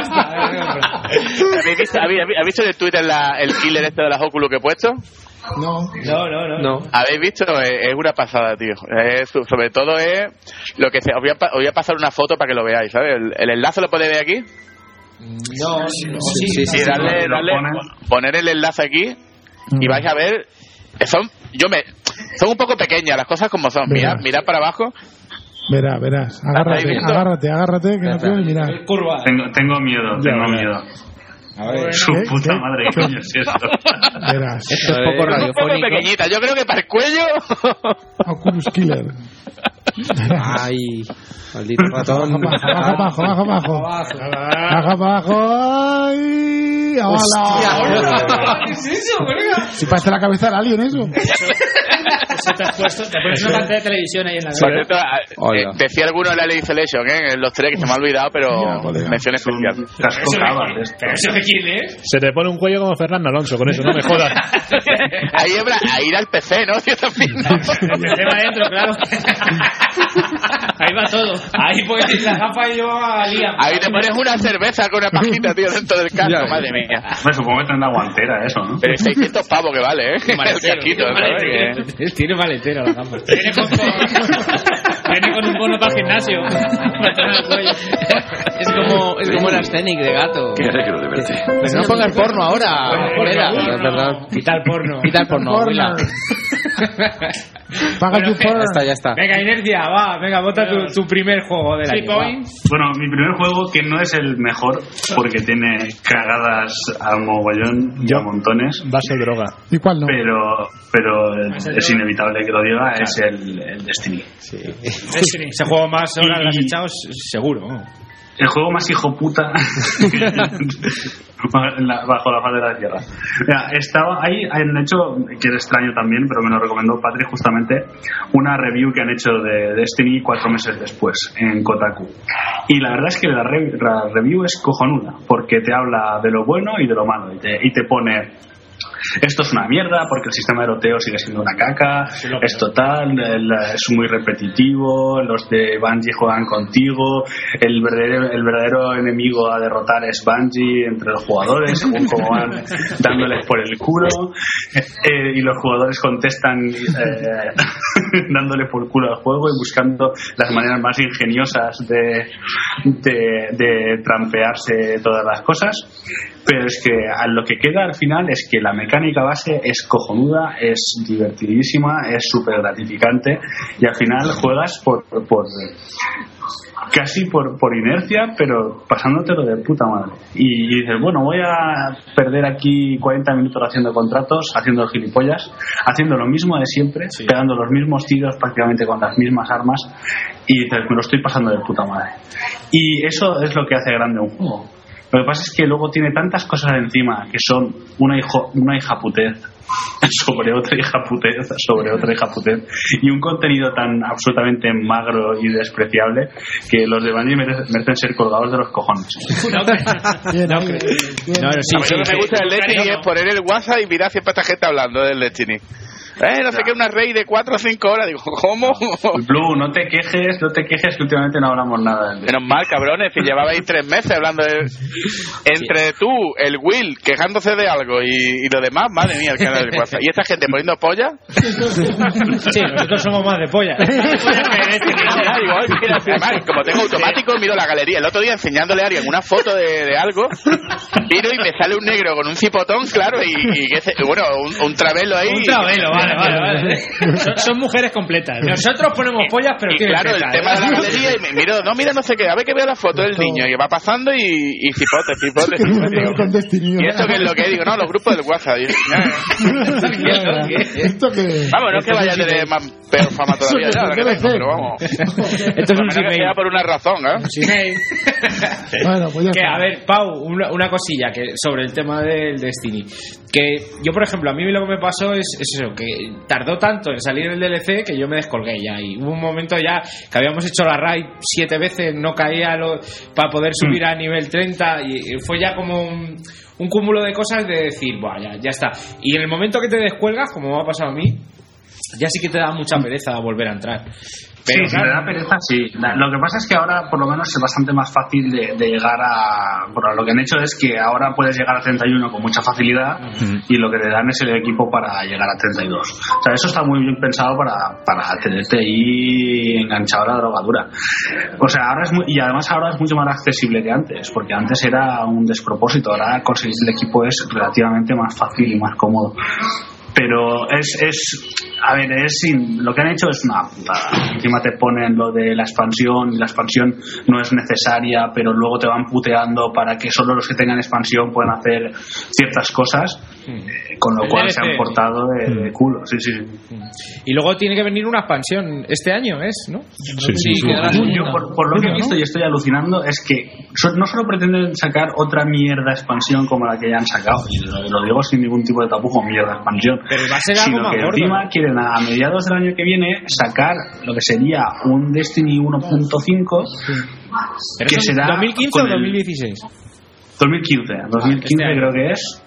¿Habéis visto, habéis, habéis visto en Twitter la, el killer este de las Oculus que he puesto? No, no, no, no. no. ¿Habéis visto? Es, es una pasada, tío. Es, sobre todo es lo que se, os, voy a, os voy a pasar una foto para que lo veáis, ¿sabes? El, el enlace lo podéis ver aquí. No, no, sí, sí, sí, darle, darle, poner el enlace aquí y vais a ver. Son, yo me, son un poco pequeñas las cosas como son. Mirad, mirad para abajo. Verás, verás. Agárrate, agárrate, agárrate, que no quiero ni mirar. Tengo, tengo miedo, tengo ya, miedo. A ver, su ¿qué? puta ¿Qué? madre, ¿qué coño es esto? Verás. Esto es poco radiofónico. Un poco pequeñita, yo creo que para el cuello. Oculus Killer. Ay, maldito ratón. Baja, baja, baja, baja. Baja, baja. Ay, hola. ¿Qué es eso, colega? Si parece la cabeza del alien eso. Eso te has puesto, te pones una pantalla de televisión ahí en la Por cierto, eh, decía alguno de la Lady Selection, ¿eh? En los tres que se me ha olvidado, pero mención especial. ¿Pero eso de quién es? Se te pone un cuello como Fernando Alonso con eso, no me jodas. Ahí, ahí irá el P C, ¿no? Yo también. El P C va adentro, claro. Ahí va todo. Ahí pues la gafa y yo a Liam. Ahí te pones una cerveza con una pajita, tío, dentro del casco, madre mía. Me supongo que tendrá guantera eso, ¿no? Pero seiscientos pavos que vale, ¿eh? El casquito, ¿sabes? Tiene maletero la gafa. Viene con, viene con un bono para el gimnasio. Es como, es como el Arsenic de gato. Qué alegro de verte. Pues no pongas porno ahora, Morera. Es verdad. Quita el porno. Quita el porno, abuela. Paga tu porno. Ya está, ya está. Venga, Inercia, va, venga, vota tu, tu primer juego del año. Bueno, mi primer juego, que no es el mejor, porque tiene cagadas a mogollón y a montones. Va a ser droga. ¿Y cuál no? Pero, pero es inevitable que lo diga, es el, el Destiny. Sí. Destiny. Ese juego más horas las has echado, seguro. El juego más hijo puta bajo la faz de la tierra. Mira, estaba ahí, han hecho, que es extraño también, pero me lo recomendó Patrick justamente, una review que han hecho de Destiny cuatro meses después en Kotaku. Y la verdad es que la, re, la review es cojonuda, porque te habla de lo bueno y de lo malo, y te, y te pone: esto es una mierda porque el sistema de loteo sigue siendo una caca, sí, es total, el, es muy repetitivo, los de Bungie juegan contigo, el verdadero, el verdadero enemigo a derrotar es Bungie entre los jugadores, según como van dándoles por el culo, eh, y los jugadores contestan eh, dándole por el culo al juego y buscando las maneras más ingeniosas de, de, de trampearse todas las cosas. Pero es que a lo que queda al final es que la mecánica base es cojonuda, es divertidísima, es súper gratificante y al final juegas por, por casi por, por inercia, pero pasándotelo de puta madre. Y, y dices, bueno, voy a perder aquí cuarenta minutos haciendo contratos, haciendo gilipollas, haciendo lo mismo de siempre, sí, pegando los mismos tiros prácticamente con las mismas armas, y dices, me lo estoy pasando de puta madre. Y eso es lo que hace grande un juego. Lo que pasa es que luego tiene tantas cosas encima que son una, hijo, una hijaputez sobre otra hijaputez sobre otra hijaputez y un contenido tan absolutamente magro y despreciable que los de Bungie merecen, merecen ser colgados de los cojones. No, no, no, sí, sí, me gusta el Destiny es poner el WhatsApp y mirar siempre a esta gente hablando del Destiny. Eh, no sé qué, una raid de cuatro o cinco horas. Digo, ¿cómo? Blue, no te quejes, no te quejes que últimamente no hablamos nada del Menos mal, cabrones, que llevabais tres meses hablando de... Entre tú, el Will, quejándose de algo y, y lo demás, madre mía, el canal del WhatsApp. ¿Y esta gente poniendo polla? Sí, nosotros somos más de polla. Además, como tengo automático, miro la galería. El otro día enseñándole a alguien una foto de, de algo, miro y me sale un negro con un cipotón, claro, y, y ese, bueno, un, un travelo ahí. Un travelo, vale. Vale, vale. Son, son mujeres completas. Nosotros ponemos pollas, pero y claro, el tema de la galería y me miro, no, mira, no sé qué, a ver que veo la foto del niño y va pasando y, y cipote, cipote, cipote. ¿Y esto qué es lo que digo? No, los grupos del WhatsApp. ¿Esto qué? Vamos, no es que vaya a tener más peor fama todavía ya, la que tengo, pero vamos. Esto es un Gmail. Por una razón, ¿eh? Bueno, pues ya que, está. a ver, Pau, una, una cosilla que sobre el tema del Destiny. Que yo, por ejemplo, a mí lo que me pasó es, es eso, que tardó tanto en salir el D L C que yo me descolgué ya. Y hubo un momento ya que habíamos hecho la raid siete veces, no caía lo, para poder subir a nivel treinta. Y fue ya como un, un cúmulo de cosas de decir, buah, ya, ya está. Y en el momento que te descuelgas, como me ha pasado a mí, ya sí que te da mucha pereza volver a entrar. Pero, sí, si claro, te da pereza, sí. Lo que pasa es que ahora, por lo menos, es bastante más fácil de, de llegar a... Bueno, lo que han hecho es que ahora puedes llegar a treinta y uno con mucha facilidad uh-huh. y lo que te dan es el equipo para llegar a treinta y dos. O sea, eso está muy bien pensado para, para tenerte ahí enganchado a la drogadura. O sea, ahora es muy... Y además ahora es mucho más accesible que antes, porque antes era un despropósito. Ahora conseguir el equipo es relativamente más fácil y más cómodo. Pero es, es a ver, es lo que han hecho es una putada. Encima te ponen lo de la expansión y la expansión no es necesaria, pero luego te van puteando para que solo los que tengan expansión puedan hacer ciertas cosas, eh, con lo el cual D L C. Se han portado de, de culo. Sí, sí. Y luego tiene que venir una expansión este año, ¿es? ¿No? Sí, sí, sí. Yo, por, por lo que he visto y estoy alucinando, es que no solo pretenden sacar otra mierda expansión como la que ya han sacado, y lo, lo digo sin ningún tipo de tapujo, mierda expansión. Pero va a ser algo sino más que gordo, encima ¿no? quieren a mediados del año que viene sacar lo que sería un Destiny uno punto cinco ¿Pero que eso será dos mil quince o dos mil dieciséis? dos mil quince dos mil quince ah, este creo que es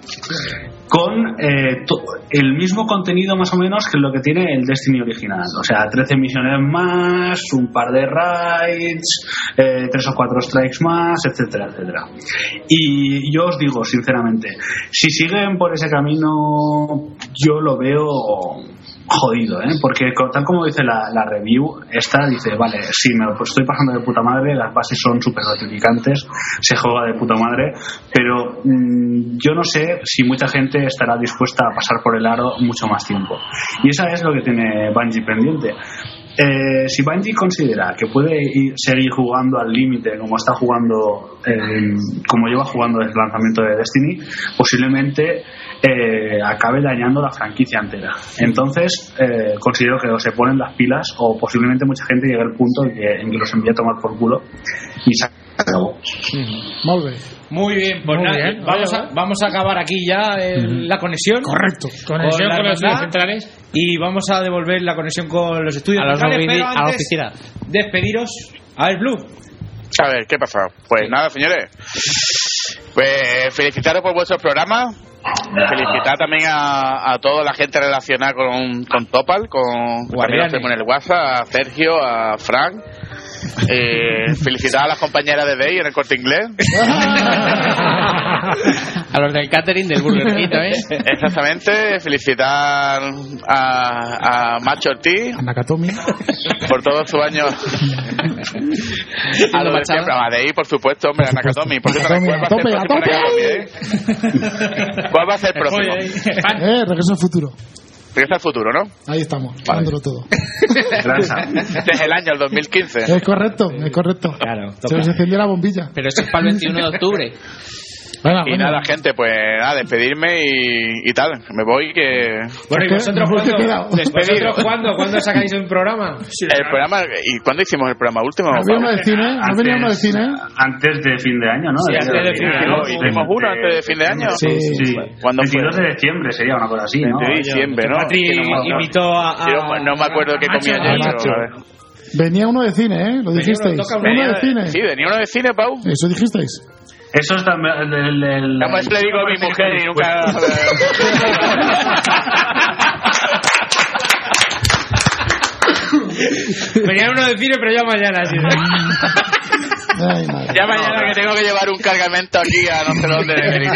con eh, to, el mismo contenido más o menos que lo que tiene el Destiny original, o sea, trece misiones más, un par de raids, eh, tres o cuatro strikes más, etcétera, etcétera. Y yo os digo sinceramente, si siguen por ese camino, yo lo veo jodido, ¿eh? Porque tal como dice la, la review, esta dice, vale, sí, me lo estoy pasando de puta madre, las bases son súper gratificantes, se juega de puta madre, pero mmm, yo no sé si mucha gente estará dispuesta a pasar por el aro mucho más tiempo. Y esa es lo que tiene Bungie pendiente. Eh, si Bungie considera que puede ir, seguir jugando al límite como está jugando, eh, como lleva jugando desde el lanzamiento de Destiny, posiblemente eh, acabe dañando la franquicia entera. Entonces eh, considero que o se ponen las pilas o posiblemente mucha gente llegue al punto en que, en que los envíe a tomar por culo y se acabó. Muy bien. Muy bien, pues Muy nada, bien, vamos, vale, a, vamos a acabar aquí ya el, uh-huh. la conexión. Correcto. Conexión con, con los estudios centrales. Y vamos a devolver la conexión con los estudios a centrales. Los a la oficina. Despediros. A ver, Blue. A ver, ¿qué pasa? Pues sí. Nada, señores. Pues felicitaros por vuestro programa. Felicitar también a, a toda la gente relacionada con, con Topal, con también en el WhatsApp, a Sergio, a Frank. Eh, felicitar a las compañeras de Day en el Corte Inglés. A los del catering del Burger King, ¿eh? Exactamente. Felicitar a, a Macho Ortiz, a Nakatomi, por todos sus años. A los de siempre, a Day, por supuesto, hombre, a Nakatomi. Por cierto, ¿cuál va a ser el próximo? Eh, Regreso al Futuro. Regresa al futuro, ¿no? Ahí estamos, vale. dándolo todo. Este es el año, el dos mil quince. Es correcto, es correcto. Claro, se nos encendió la bombilla. Pero eso es para el veintiuno de octubre. Bueno, y bueno. nada, gente, pues nada, despedirme y, y tal. Me voy que... Bueno, ¿y vosotros cuándo? ¿Vosotros cuándo? ¿Cuándo sacáis un programa? El programa... ¿Y cuándo hicimos el programa último? ¿No venía uno de cine? ¿No venía uno de cine? Antes de fin de año, ¿no? Sí, antes de fin de año. ¿Hicimos uno antes de fin de año? Sí, sí. ¿Cuándo fue? veintidós de diciembre sería una cosa así, ¿no? De diciembre, ¿no? Patri invitó a... No me acuerdo qué comía yo. Venía uno de cine, ¿eh? Lo dijisteis. Uno de cine. Sí, venía uno de cine, Pau. Eso dijisteis. Eso es también el, el, el, Además le digo a mi mujer y nunca... Venía uno de cine, pero ya mañana, sí. Ay, ya mañana que tengo que llevar un cargamento aquí a no sé dónde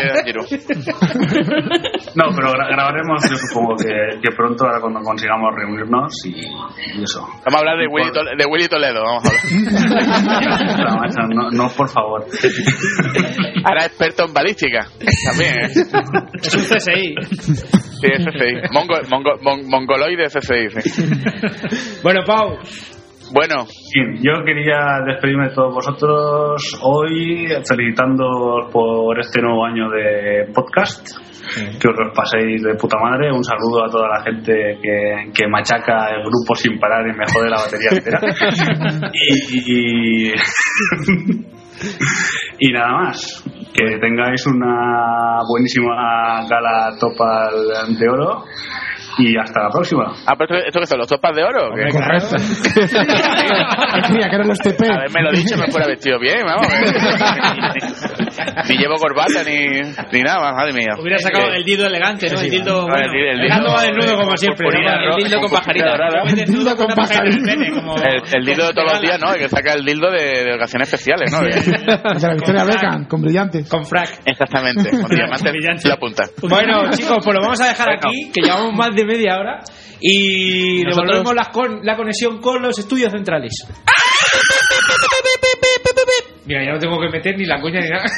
No, pero gra- grabaremos, yo supongo que, que pronto, ahora cuando consigamos reunirnos y, y eso. Vamos a hablar de Willy, Tol- de Willy Toledo, vamos a hablar. no, macho, no, no, por favor. Ahora experto en balística, también, ¿eh? Es un C S I. Sí, es C S I. Mongo, mongo, mon, mongoloide C S I, sí. Bueno, Pau. Bueno, bien, yo quería despedirme de todos vosotros hoy, felicitándoos por este nuevo año de podcast, sí. Que os los paséis de puta madre. Un saludo a toda la gente que, que machaca el grupo sin parar y me jode la batería entera. y, y, y nada más, que tengáis una buenísima gala Topal de Oro. Y hasta la próxima. Ah, pero ¿esto qué son? ¿Los topas de oro? ¿Qué? Correcto. Mira, que eran los T P. Haberme lo dicho, me fuera vestido bien, vamos. ni llevo corbata ni, ni nada, madre mía. Hubiera sacado Eh, el dildo elegante, ¿no? El dildo. No, el dildo- el El gato dildo- va desnudo como siempre. purpurina, ¿no? ¿no? El dildo con pajarita. dorada. El dildo con pajarita. Como... El, el dildo de todos los días, ¿no? El que saca el dildo de, de ocasiones especiales, ¿no? De- De la Victoria Beckham, con brillantes. Con frac. Exactamente, con diamantes en la punta. Bueno, chicos, pues lo vamos a dejar aquí, que llevamos más de media hora. Y Nosotros- devolvemos la, con, la conexión con los estudios centrales. Mira, ya no tengo que meter ni la cuña ni nada.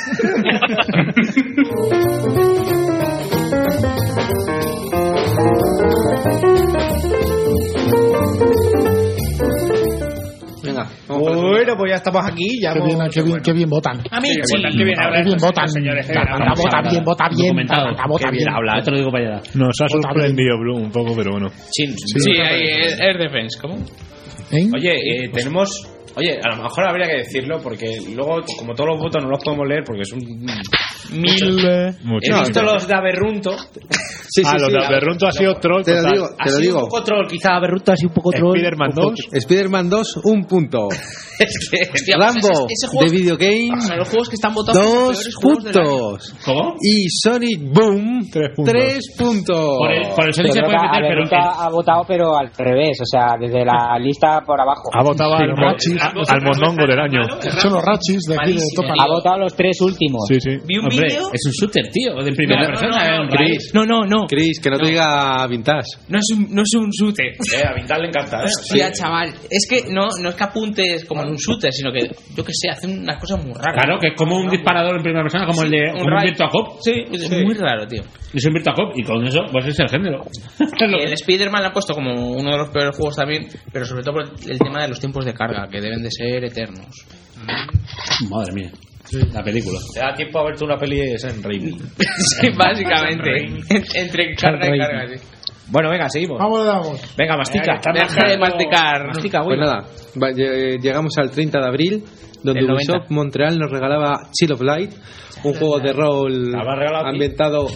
Venga, bueno, pues ya estamos aquí. Ya Qué hemos- bien, qué bien, qué bien votan. A mí, Qué sí, bien qué bien hablan Qué bien estos votan. señores, qué La bien banda hablan. vota bien, vota bien. Documentado. La banda vota Qué bien bien. habla, te lo digo para allá. Nos ha Vota sorprendido Blue un poco, pero bueno. Sí, Sí, ahí es Air Defense, ¿cómo? ¿Eh? Oye, eh, tenemos. Oye, a lo mejor habría que decirlo porque luego, como todos los votos no los podemos leer porque son mil. Mucho. He visto los de Aberrunto. Sí, ah, sí, los sí. de Aberrunto ha sido troll Te lo total. digo, Ha te lo sido un digo. poco troll, quizá Aberrunto ha sido un poco troll. Spider-Man Un poco- dos. Spider-Man dos, un punto. Es que. Hostia, pues Rambo, ese- ese juego- de Video Game, Son los juegos que están votados como los dos peores juegos del año. puntos. ¿Cómo? Y Sonic Boom, Tres puntos. tres puntos. Por el, por el Sonic Yo se creo puede que meter, pero. Aberrunta ha votado, pero al revés, o sea, desde la lista por abajo. Ha votado al, mo- Rachis. a- al mondongo del año. Son los rachis de aquí de Malísimo. Topa. Ha votado los tres últimos. Sí, sí. Vi un Hombre, vídeo. es un shooter, tío, de primera No, no, persona. no, es no, un Chris. raíz. No, no, no. Chris, que no te diga vintage. No es un, no es un shooter. Eh, a Vintal le encanta, ¿eh? Hostia, chaval. Es que no, no es que apuntes como en un shooter, sino que, yo que sé, hacen unas cosas muy raras. Claro, que es como un disparador en primera persona, como el de Un como un raid. Virtua Cop. Sí, es muy raro, tío. Es un Virtua Cop, y con eso, pues es el género. Y el Spider-Man lo han puesto como uno de los peores juegos también, pero sobre todo por el tema de los tiempos de carga, que deben de ser eternos. Madre mía. La película. Te da tiempo a verte una peli de Sam Raimi. Sí, básicamente. En- Entre carga y carga, sí. Bueno, venga, seguimos. Vamos, le damos. Venga, mastica. Deja de masticar. Mastica, Pues güey. nada, va- lle- llegamos al treinta de abril, donde Del noventa. Ubisoft Montreal nos regalaba Chill of Light, un juego de rol ¿La habrás regalado a ti? ambientado.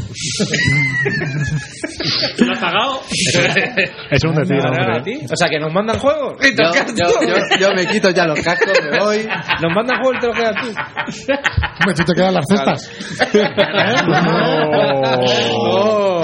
¿Lo has pagado? Es un decir, ¿A hombre. ti? O sea, que nos mandan juegos. Yo, yo- yo- yo me quito ya los cascos, me voy. Nos mandan juegos y te lo quedas tú. Hombre, tú te quedan las cestas. Oh.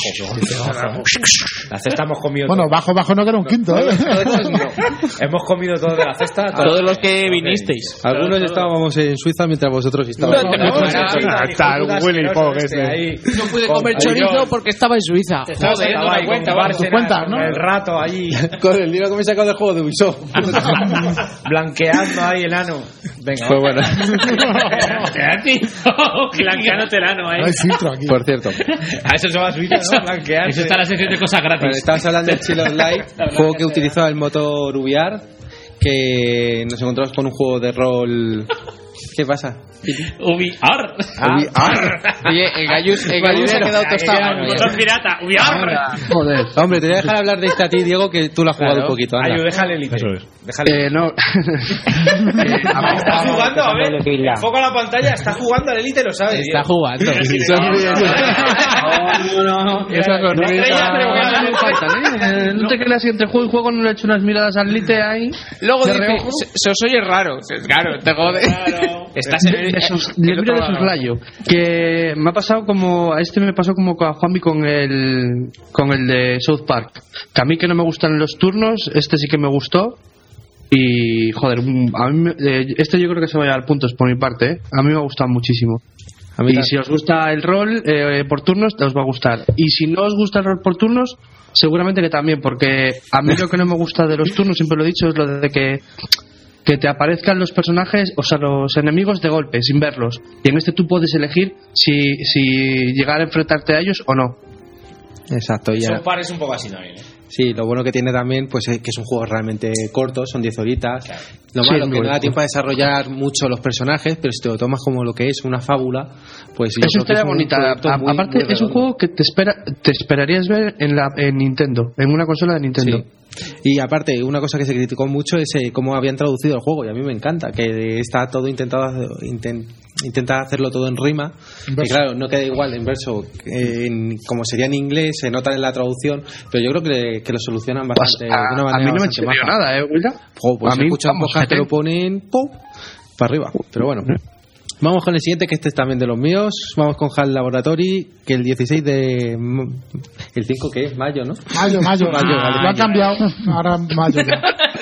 La cesta hemos comido. Bueno, bajo, bajo no que era un quinto, ¿eh? Hemos comido todo de la cesta. Todos los que vinisteis. Algunos estábamos en Suiza mientras vosotros estabais. Hasta el Willy Fogg este. Ahí. No pude Con comer pollón. chorizo porque estaba en Suiza. Estaba Joder, sacando la cuenta, por tu cuenta, ¿no? El rato ahí. Con el dinero que me he sacado del juego de Ubisoft. Blanqueando ahí el ano. Venga. Pues bueno, Blanqueándote el ano ahí. No hay filtro aquí. por cierto. A eso se va a Suiza, ¿no? Blanquear. Eso está en la sección de cosas Bueno, gratis. estabas hablando del Chill of Light, juego que utilizaba el motor V R, que nos encontramos con un juego de rol. ¿Qué pasa? Ubi Ar. V R. Oye, el Gallus, el Gallus se ha quedado tostado. Motor pirata. ¡Ubiar! Joder. Hombre, te voy a dejar hablar de esta a ti, Diego, que tú lo has jugado Claro. un poquito. anda. Ayu, déjale el Eso es. Déjale. Eh, no. Está jugando, a ver. Doble pila. Enfoca la pantalla, está jugando al Elite, lo sabes. Está jugando. No, no, esas sonrisas no me faltan, ¿eh? No te creas que entre juego y juego no le he hecho unas miradas al Lite ahí. Luego de dice, reojo. se, se os oye raro. Claro, te jode. Estás en el, De sus- el le miro otro de lado. soslayo. Que me ha pasado como. A este me pasó como a Juanmi con el. Con el de South Park. Que a mí que no me gustan los turnos, este sí que me gustó. Y joder, mm, a mí, me- eh, este yo creo que se va a llevar puntos por mi parte. ¿eh? A mí me ha gustado muchísimo. A mí Y también. si os gusta el rol eh, por turnos, os va a gustar. Y si no os gusta el rol por turnos, seguramente que también, porque a mí lo que no me gusta de los turnos, siempre lo he dicho, es lo de que que te aparezcan los personajes, o sea, los enemigos de golpe, sin verlos. Y en este tú puedes elegir si, si llegar a enfrentarte a ellos o no. Exacto, ya. Son pares un poco así también, ¿eh? Sí, lo bueno que tiene también pues es que es un juego realmente corto, son diez horitas. Lo Sí, malo es que muy no da bonito. tiempo a desarrollar mucho los personajes, pero si te lo tomas como lo que es una fábula, pues yo Es una creo que historia un bonita. producto A- muy, aparte, muy es un redondo. juego que te espera te esperarías ver en, la, en Nintendo, en una consola de Nintendo. Sí. Y aparte, una cosa que se criticó mucho es eh, cómo habían traducido el juego, y a mí me encanta, que está todo intentado hacer- inten- intenta hacerlo todo en rima, y claro, no queda igual en verso, eh, en- como sería en inglés, se nota en la traducción, pero yo creo que, que lo solucionan bastante, Pues, a, de una a manera mí no me bastante chirrió maja. nada, ¿eh, Willa? Jo, pues a se mí, escuchan vamos, pocas que genial. lo ponen ¡pum! Para arriba, pero bueno. Vamos con el siguiente, que este es también de los míos. Vamos con HAL Laboratory, que el dieciséis de... ¿El cinco qué es? Mayo, ¿no? Mayo, mayo. mayo Ah, vale. lo han cambiado. Ahora mayo ya.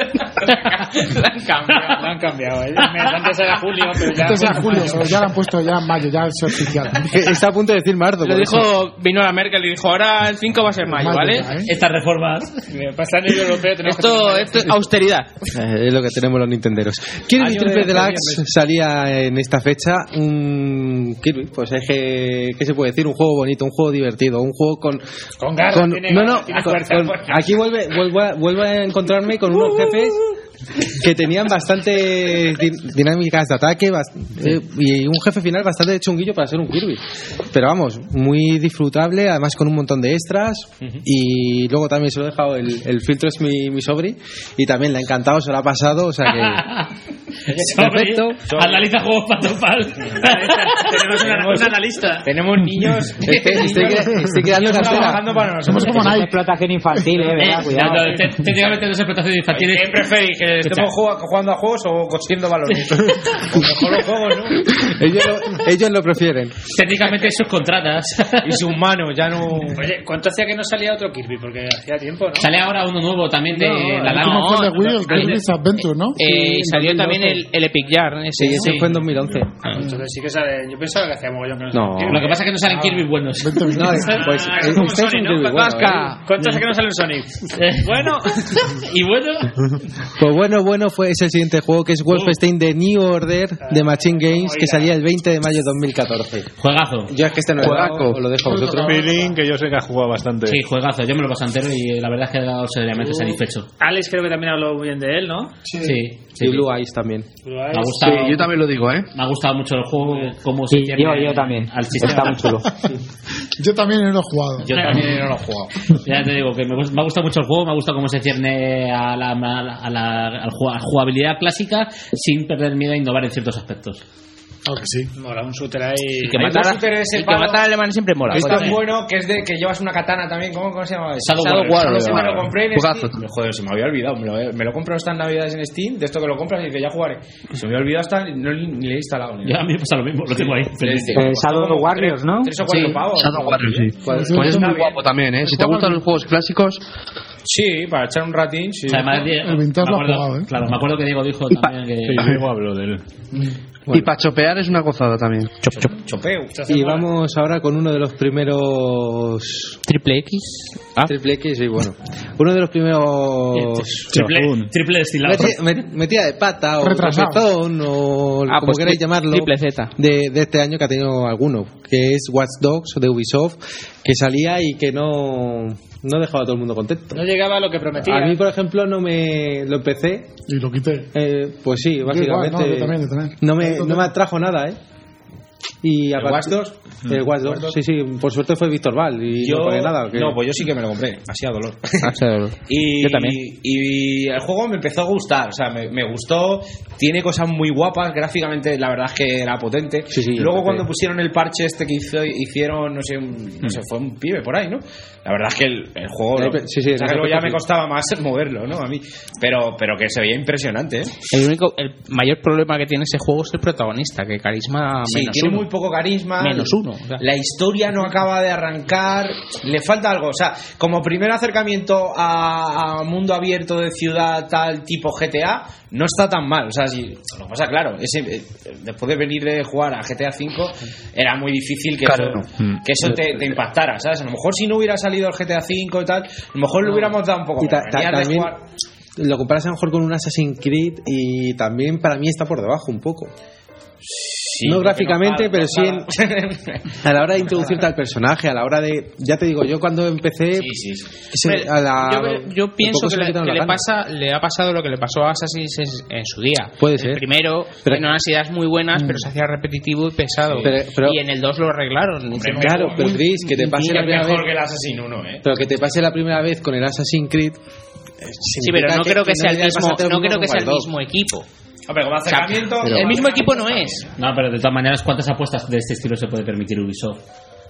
Lo han cambiado, lo han cambiado. ¿eh? Antes era julio, pero ya... Antes era julio, pero ya lo han puesto ya en mayo, ya es oficial. Está a punto de decir marzo. Lo dijo, vino la Merkel y dijo, ahora el cinco va a ser mayo, Mayo ¿vale? ya, ¿eh? Estas reformas. Me pasa a nivel europeo. tenemos que Esto, tener- esto es austeridad. Eh, es lo que tenemos los nintenderos. Kirby Año Triple de Deluxe salía en esta fecha. Un Kirby, pues es que, ¿qué se puede decir? Un juego bonito, un juego divertido, un juego con... Con garra, con- tiene no, garra, no, tiene con- fuerza, con- fuerza. aquí vuelve, vuelvo, a, vuelvo a encontrarme con unos jefes que tenían bastante di- dinámicas de ataque bast- eh, y un jefe final bastante chunguillo para ser un Kirby, pero vamos, muy disfrutable, además con un montón de extras. Y luego también se lo he dejado, el, el filtro es mi, mi sobri y también le ha encantado, se lo ha pasado, o sea que perfecto. Analiza juegos para topar. Tenemos una, un analista. Tenemos niños. Estoy, estoy, cre- estoy creando niños cartera. trabajando para nosotros. Somos como Eso es Nike. explotación infantil, eh, verdad, Eh, cuidado. no, no, te- técnicamente no es explotación infantil. ¿Quién preferís? ¿Que estemos jugando, jugando a juegos o cosiendo balones? Pues mejor los juegos, ¿no? ellos, lo, ellos lo prefieren. Técnicamente sus contratas. Y sus manos, ya no. Oye, ¿cuánto hacía que no salía otro Kirby? Porque hacía tiempo, ¿no? Sale ahora uno nuevo también de No, la el Lama. último fue el de Wii, el no, Kirby's Adventure, ¿no? Eh, Sí, salió en dos mil también doce. el, el Epic Jar. Ese, Sí, ese fue en dos mil once. Ah, entonces sí que sale. Yo pensaba que hacía mogollón que no No. salía Kirby. Lo que pasa es que no salen Kirby buenos. veinte minutos. No, pues Ah, este es como es Sonic, un ¿no? Kirby bueno, Vasca. ¿eh? ¿Cuánto hace que no sale un Sonic? Bueno. Y bueno, Pues bueno, bueno, fue ese el siguiente juego, que es Wolfenstein The New Order de Machine Games, que salía el veinte de mayo de dos mil catorce. juegazo. Yo es que este no lo he dado, Juegaco. os lo dejo a vosotros. Feeling que yo sé que ha jugado bastante. Sí, juegazo. Yo me lo paso entero y la verdad es que he quedado seriamente satisfecho. Alex creo que también habló muy bien de él, ¿no? Sí, sí. Y Blue Eyes también. Me ha Sí, gustado, yo también lo digo, ¿eh? me ha gustado mucho el juego, cómo se Sí, cierne yo, yo también. al sistema. Está muy chulo. Yo también lo he jugado. Yo también no lo he jugado. Ya te digo que me, gust- me ha gustado mucho el juego, me ha gustado cómo se cierne a la, a la, a la, a la jugabilidad clásica sin perder miedo a innovar en ciertos aspectos. Claro que sí. Mola, un shooter ahí. Y que Hay matar, dos shooters y ese que palo. matar alemanes siempre mola. Es tan Joder. bueno que es de que llevas una katana también. ¿Cómo, cómo se llama? Shadow Shadow Warrior. Warrior. Ese me lo compré en Jugazo. Steam. Joder, se me había olvidado. Me lo, me lo compro estas navidades en Steam. De esto que lo compras y dices, ya jugaré. Se me había olvidado hasta. No ni, ni le he instalado. Ni Ya a mí me pasa lo mismo, lo tengo ahí. pendiente. Eh, Shadow Warriors, ¿no? Tres o cuatro Sí. pavos. Shadow Warrior, sí. Pues- Pues es muy Está bien. guapo también, ¿eh? Si te gustan los juegos clásicos, Sí, para echar un ratín. Sí. O sea, además, Diego- El Vintage me lo ha acuerdo- jugado, ¿eh? Claro, me acuerdo que Diego dijo Y pa- también que... Sí, yo luego hablo de él. y para chopear es una gozada también. Chopeo. Y vamos ahora con uno de los primeros... Triple X. Ah. Triple X, sí, bueno. Uno de los primeros... Triple, triple destilado. Meti- met- Metida de pata o Retrasado. tropezón o Ah, como pues queráis tri- llamarlo triple Z. de, de este año, que ha tenido alguno, que es Watch Dogs de Ubisoft, que salía y que no, no dejaba a todo el mundo contento. No llegaba a lo que prometía. A mí, por ejemplo, no me lo empecé, Y lo quité. eh, pues sí, Yo básicamente igual, no, yo también, yo también. no me, no me atrajo nada, ¿eh? Y a ¿El part- Watch Dogs? El Watch Dogs, sí, sí, por suerte fue Víctor Val y Yo, no pagué nada. que- no, pues yo sí que me lo compré, así a dolor. Ah, y, Yo también. y el juego me empezó a gustar, o sea, me, me gustó, tiene cosas muy guapas, gráficamente la verdad es que era potente. Sí, sí, Luego empecé. cuando pusieron el parche este que hizo, hicieron, no sé, un- no sé, fue un pibe por ahí, ¿no? La verdad es que el, el juego, Eh, lo- sí, sí, o sea, en que luego ese ya aspecto me sí. costaba más moverlo, ¿no? A mí, pero, pero que se veía impresionante, ¿eh? El único, el mayor problema que tiene ese juego es el protagonista, que carisma Sí, menos tiene uno. muy poco carisma. Menos uno. o sea. La historia no acaba de arrancar. Le falta algo. O sea, como primer acercamiento a, a mundo abierto de ciudad tal tipo G T A, no está tan mal. O sea, si, lo que pasa, claro, ese, eh, después de venir de jugar a G T A cinco, era muy difícil que Claro. eso, que eso te, te impactara, ¿sabes? A lo mejor si no hubiera salido el G T A cinco y tal, a lo mejor le hubiéramos dado un poco Y ta- más. ta- Venías de también jugar- lo comparas a lo mejor con un Assassin's Creed y también para mí está por debajo un poco. Sí, no porque gráficamente, no pero sí en- estaba- a la hora de introducirte al personaje, a la hora de... Ya te digo, yo cuando empecé... Sí, sí, sí. ese- a la- yo, yo un pienso poco que, se le, quitaron que las le ganas. pasa le ha pasado lo que le pasó a Assassin's en, en su día. Puede el ser. primero Pero- tenía unas ideas muy buenas, Mm. pero se hacía repetitivo y pesado. Pero- pero- y en el dos lo arreglaron. Hicieron Claro, un- pero Chris, que te pase Sí, la es primera mejor vez... que el Assassin uno, ¿eh? Pero que te pase la primera vez con el Assassin's Creed... Sí, pero no creo que sea el no le mismo, pase a todo no mundo creo que con sea el Wild Dog. mismo equipo. Hombre, como acercamiento. el mismo equipo no es. No, pero de todas maneras, ¿cuántas apuestas de este estilo se puede permitir Ubisoft?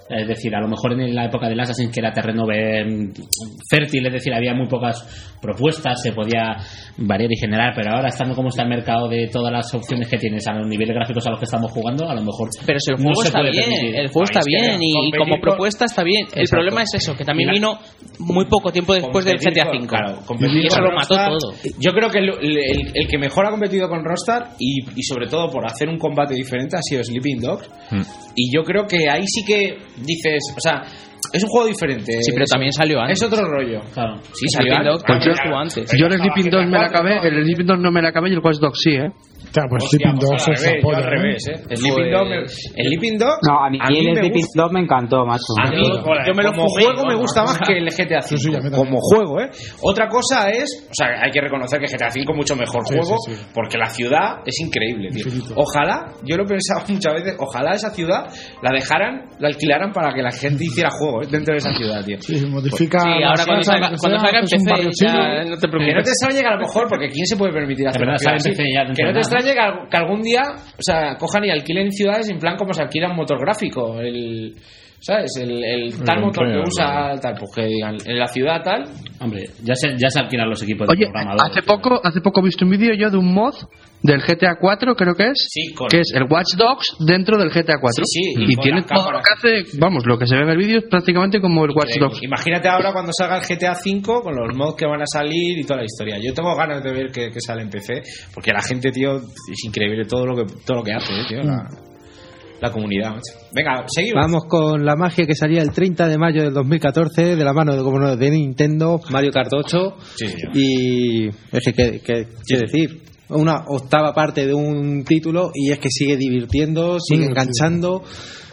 Es decir, a lo mejor en la época del Assassin's, que era terreno fértil, es decir, había muy pocas propuestas, se podía variar y generar, pero ahora, estando como está el mercado de todas las opciones que tienes a los niveles gráficos a los que estamos jugando, a lo mejor pero si el juego no se está puede bien, permitir. el juego está bien y, y como con... propuesta está bien. El Exacto. problema es eso, que también vino muy poco tiempo después del G T A cinco. Claro, y eso lo mató Rockstar, todo. Yo creo que el, el, el que mejor ha competido con Rockstar y, y sobre todo por hacer un combate diferente ha sido Sleeping Dogs. Mm. Y yo creo que ahí sí que dices, o sea, es un juego diferente. Sí, pero es, también salió antes. Es otro rollo. Claro. Sí, salió antes. Pues yo, antes. Yo el Sleeping Dogs me la acabé, el Sleeping Dogs no me la acabé y el Watch Dogs sí, ¿eh? Claro, pues Sleeping Dogs es al revés, al revés, ¿eh? El Sleeping Dogs, el Sleeping Dogs. No, a mí, a mí el Sleeping Dogs me encantó, macho. A mí, yo me lo como juego me gusta más que el G T A cinco. Sí, sí, como juego, ¿eh? Otra cosa es, o sea, hay que reconocer que G T A cinco es mucho mejor sí, juego sí, sí. porque la ciudad es increíble, tío. Infinito. Ojalá, yo lo he pensado muchas veces, ojalá esa ciudad la dejaran, la alquilaran para que la gente hiciera juegos dentro de esa ciudad, tío. Sí, modifica. Sí, ahora cuando salga, cuando salga en P C, ya no te preocupes. Que no te extrañe que a lo mejor, porque ¿quién se puede permitir hacer verdad, una ciudad P C ya así? Que no te extrañe que, que algún día, o sea, cojan y alquilen ciudades en plan como se alquila un motor gráfico, el, ¿sabes? El, el tal el motor que empleo, usa, tal, pues que digan, en la ciudad tal. Hombre, ya se, ya se alquilan los equipos de Oye, programadores. hace poco, hace poco he visto un vídeo yo de un mod del G T A cuatro, creo que es, sí, con... que es el Watch Dogs dentro del G T A cuatro. Sí, sí, y, y tiene todo lo que hace, vamos, lo que se ve en el vídeo es prácticamente como el Watch Dogs. Imagínate ahora cuando salga el G T A cinco con los mods que van a salir y toda la historia. Yo tengo ganas de ver que, que sale en P C, porque la gente, tío, es increíble todo lo que todo lo que hace, ¿eh, tío? La, la comunidad, macho. Venga, seguimos. Vamos con la magia que salía el treinta de mayo del dos mil catorce de la mano de, como no, de Nintendo, Mario Kart ocho. Sí, señor. Y es que, ¿qué, qué, sí, qué decir? Una octava parte de un título y es que sigue divirtiendo, sigue sí, enganchando.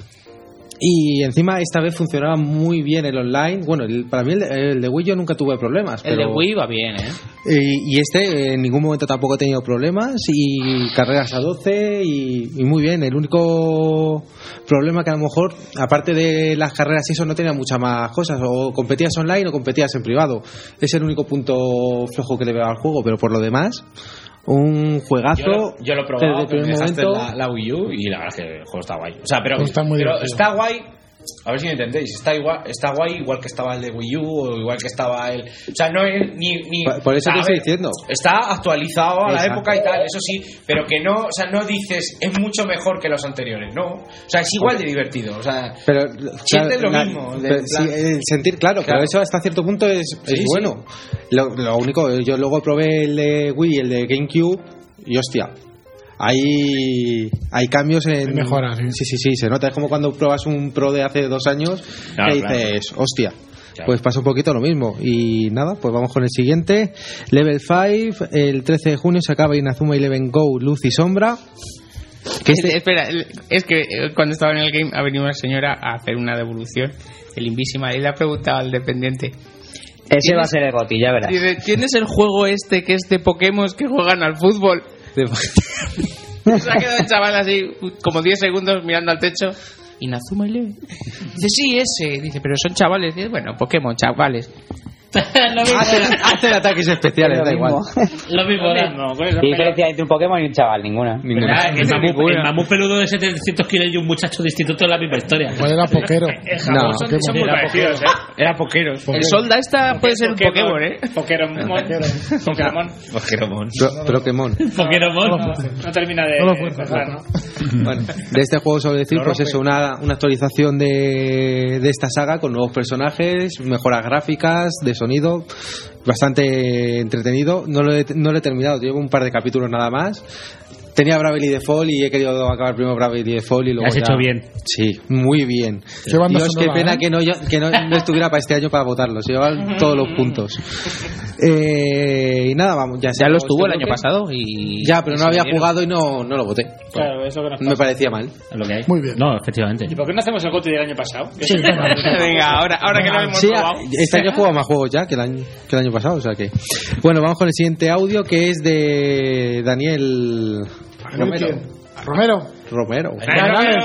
Y encima esta vez funcionaba muy bien el online. Bueno, el, para mí el de, el de Wii yo nunca tuve problemas. El pero, de Wii va bien, ¿eh? Y, y este en ningún momento tampoco he tenido problemas. Y carreras a doce y, y muy bien. El único problema que a lo mejor, aparte de las carreras y eso, no tenía muchas más cosas. O competías online o competías en privado. Es el único punto flojo que le veo al juego. Pero por lo demás, un juegazo. Yo lo, yo lo he probado, desde el primer momento momento. La, la Wii U y la verdad es que el juego está guay. O sea, pero, Pues está muy pero divertido. está guay. A ver si me entendéis. Está igual, está guay igual que estaba el de Wii U o igual que estaba el. O sea, no es ni. ni Por, por eso o sea, te a estoy ver, diciendo. Está actualizado a la Exacto. época y tal, eso sí, pero que no, o sea, no dices es mucho mejor que los anteriores, no. O sea, es igual de divertido, o sea, pero sientes lo la- mismo. pero en sí, plan- el sentir, claro, Claro. pero eso hasta cierto punto es, es Sí, bueno. Lo, lo único, yo luego probé el de Wii y el de GameCube y hostia, hay hay cambios en Hay mejoras, sí. sí, sí, sí, se nota. Es como cuando pruebas un Pro de hace dos años Claro, que claro. dices, hostia. Claro. Pues pasa un poquito lo mismo. Y nada, pues vamos con el siguiente. Level cinco, el trece de junio se acaba Inazuma Eleven Go, Luz y Sombra. Que este, espera, es que eh, cuando estaba en el game ha venido una señora a hacer una devolución el Invisima y le ha preguntado al dependiente. Ese va a ser el goti, ya verás. Dice, ¿tienes el juego este que es de Pokémon que juegan al fútbol? Se ha quedado el chaval así como diez segundos mirando al techo. Inazuma Eleven. Dice, sí, ese. Dice, pero son chavales. Dice, bueno, Pokémon, chavales. Hacen, hacen ataques especiales, da igual. Lo mismo, Lo ¿no? mismo, con esa ¿Qué pela- diferencia entre un Pokémon y un chaval? Ninguna. ¿Verdad? El mamú, el mamú peludo de setecientos kilos y un muchacho de instituto es la misma historia. ¿Cuál era Poquero? En Japón No, son, Pokémon. son muy Era parecidos, ¿eh? Era pokeros. Pokémon. El Solda esta puede ser un Pokémon, ¿eh? Pokémon. Pokémon. Pokémon. Pro- Pokémon. Pokémon. No termina de No lo fuerza, cuajar, ¿no? Bueno, de este juego sobre decir, pues eso, una, una actualización de, de esta saga con nuevos personajes, mejoras gráficas, de sonido, bastante entretenido. No lo he, no lo he terminado, llevo un par de capítulos nada más. Tenía Bravely Default y he querido acabar primero Bravely Default y luego Lo has ya- hecho bien. Sí, muy bien. Qué banda Dios, qué sonora, pena ¿eh? que, no, yo- que no, no estuviera para este año para votarlo. Se llevaban todos los puntos. Eh, y nada, vamos. Ya, se Ya lo acabó estuvo el este año bloque. pasado y... Ya, pero y no se había dieron. jugado y no, no lo voté. Claro, es lo que nos Me pasa. parecía mal. Es lo que hay. Muy bien. No, efectivamente. ¿Y por qué no hacemos el goti del año pasado? Sí, venga. Venga, ahora, ahora que lo hemos Sí, probado. este año he jugado más juegos ya que el año, que el año pasado, o sea que. Bueno, vamos con el siguiente audio que es de Daniel Romero. Romero. Romero. Romerales.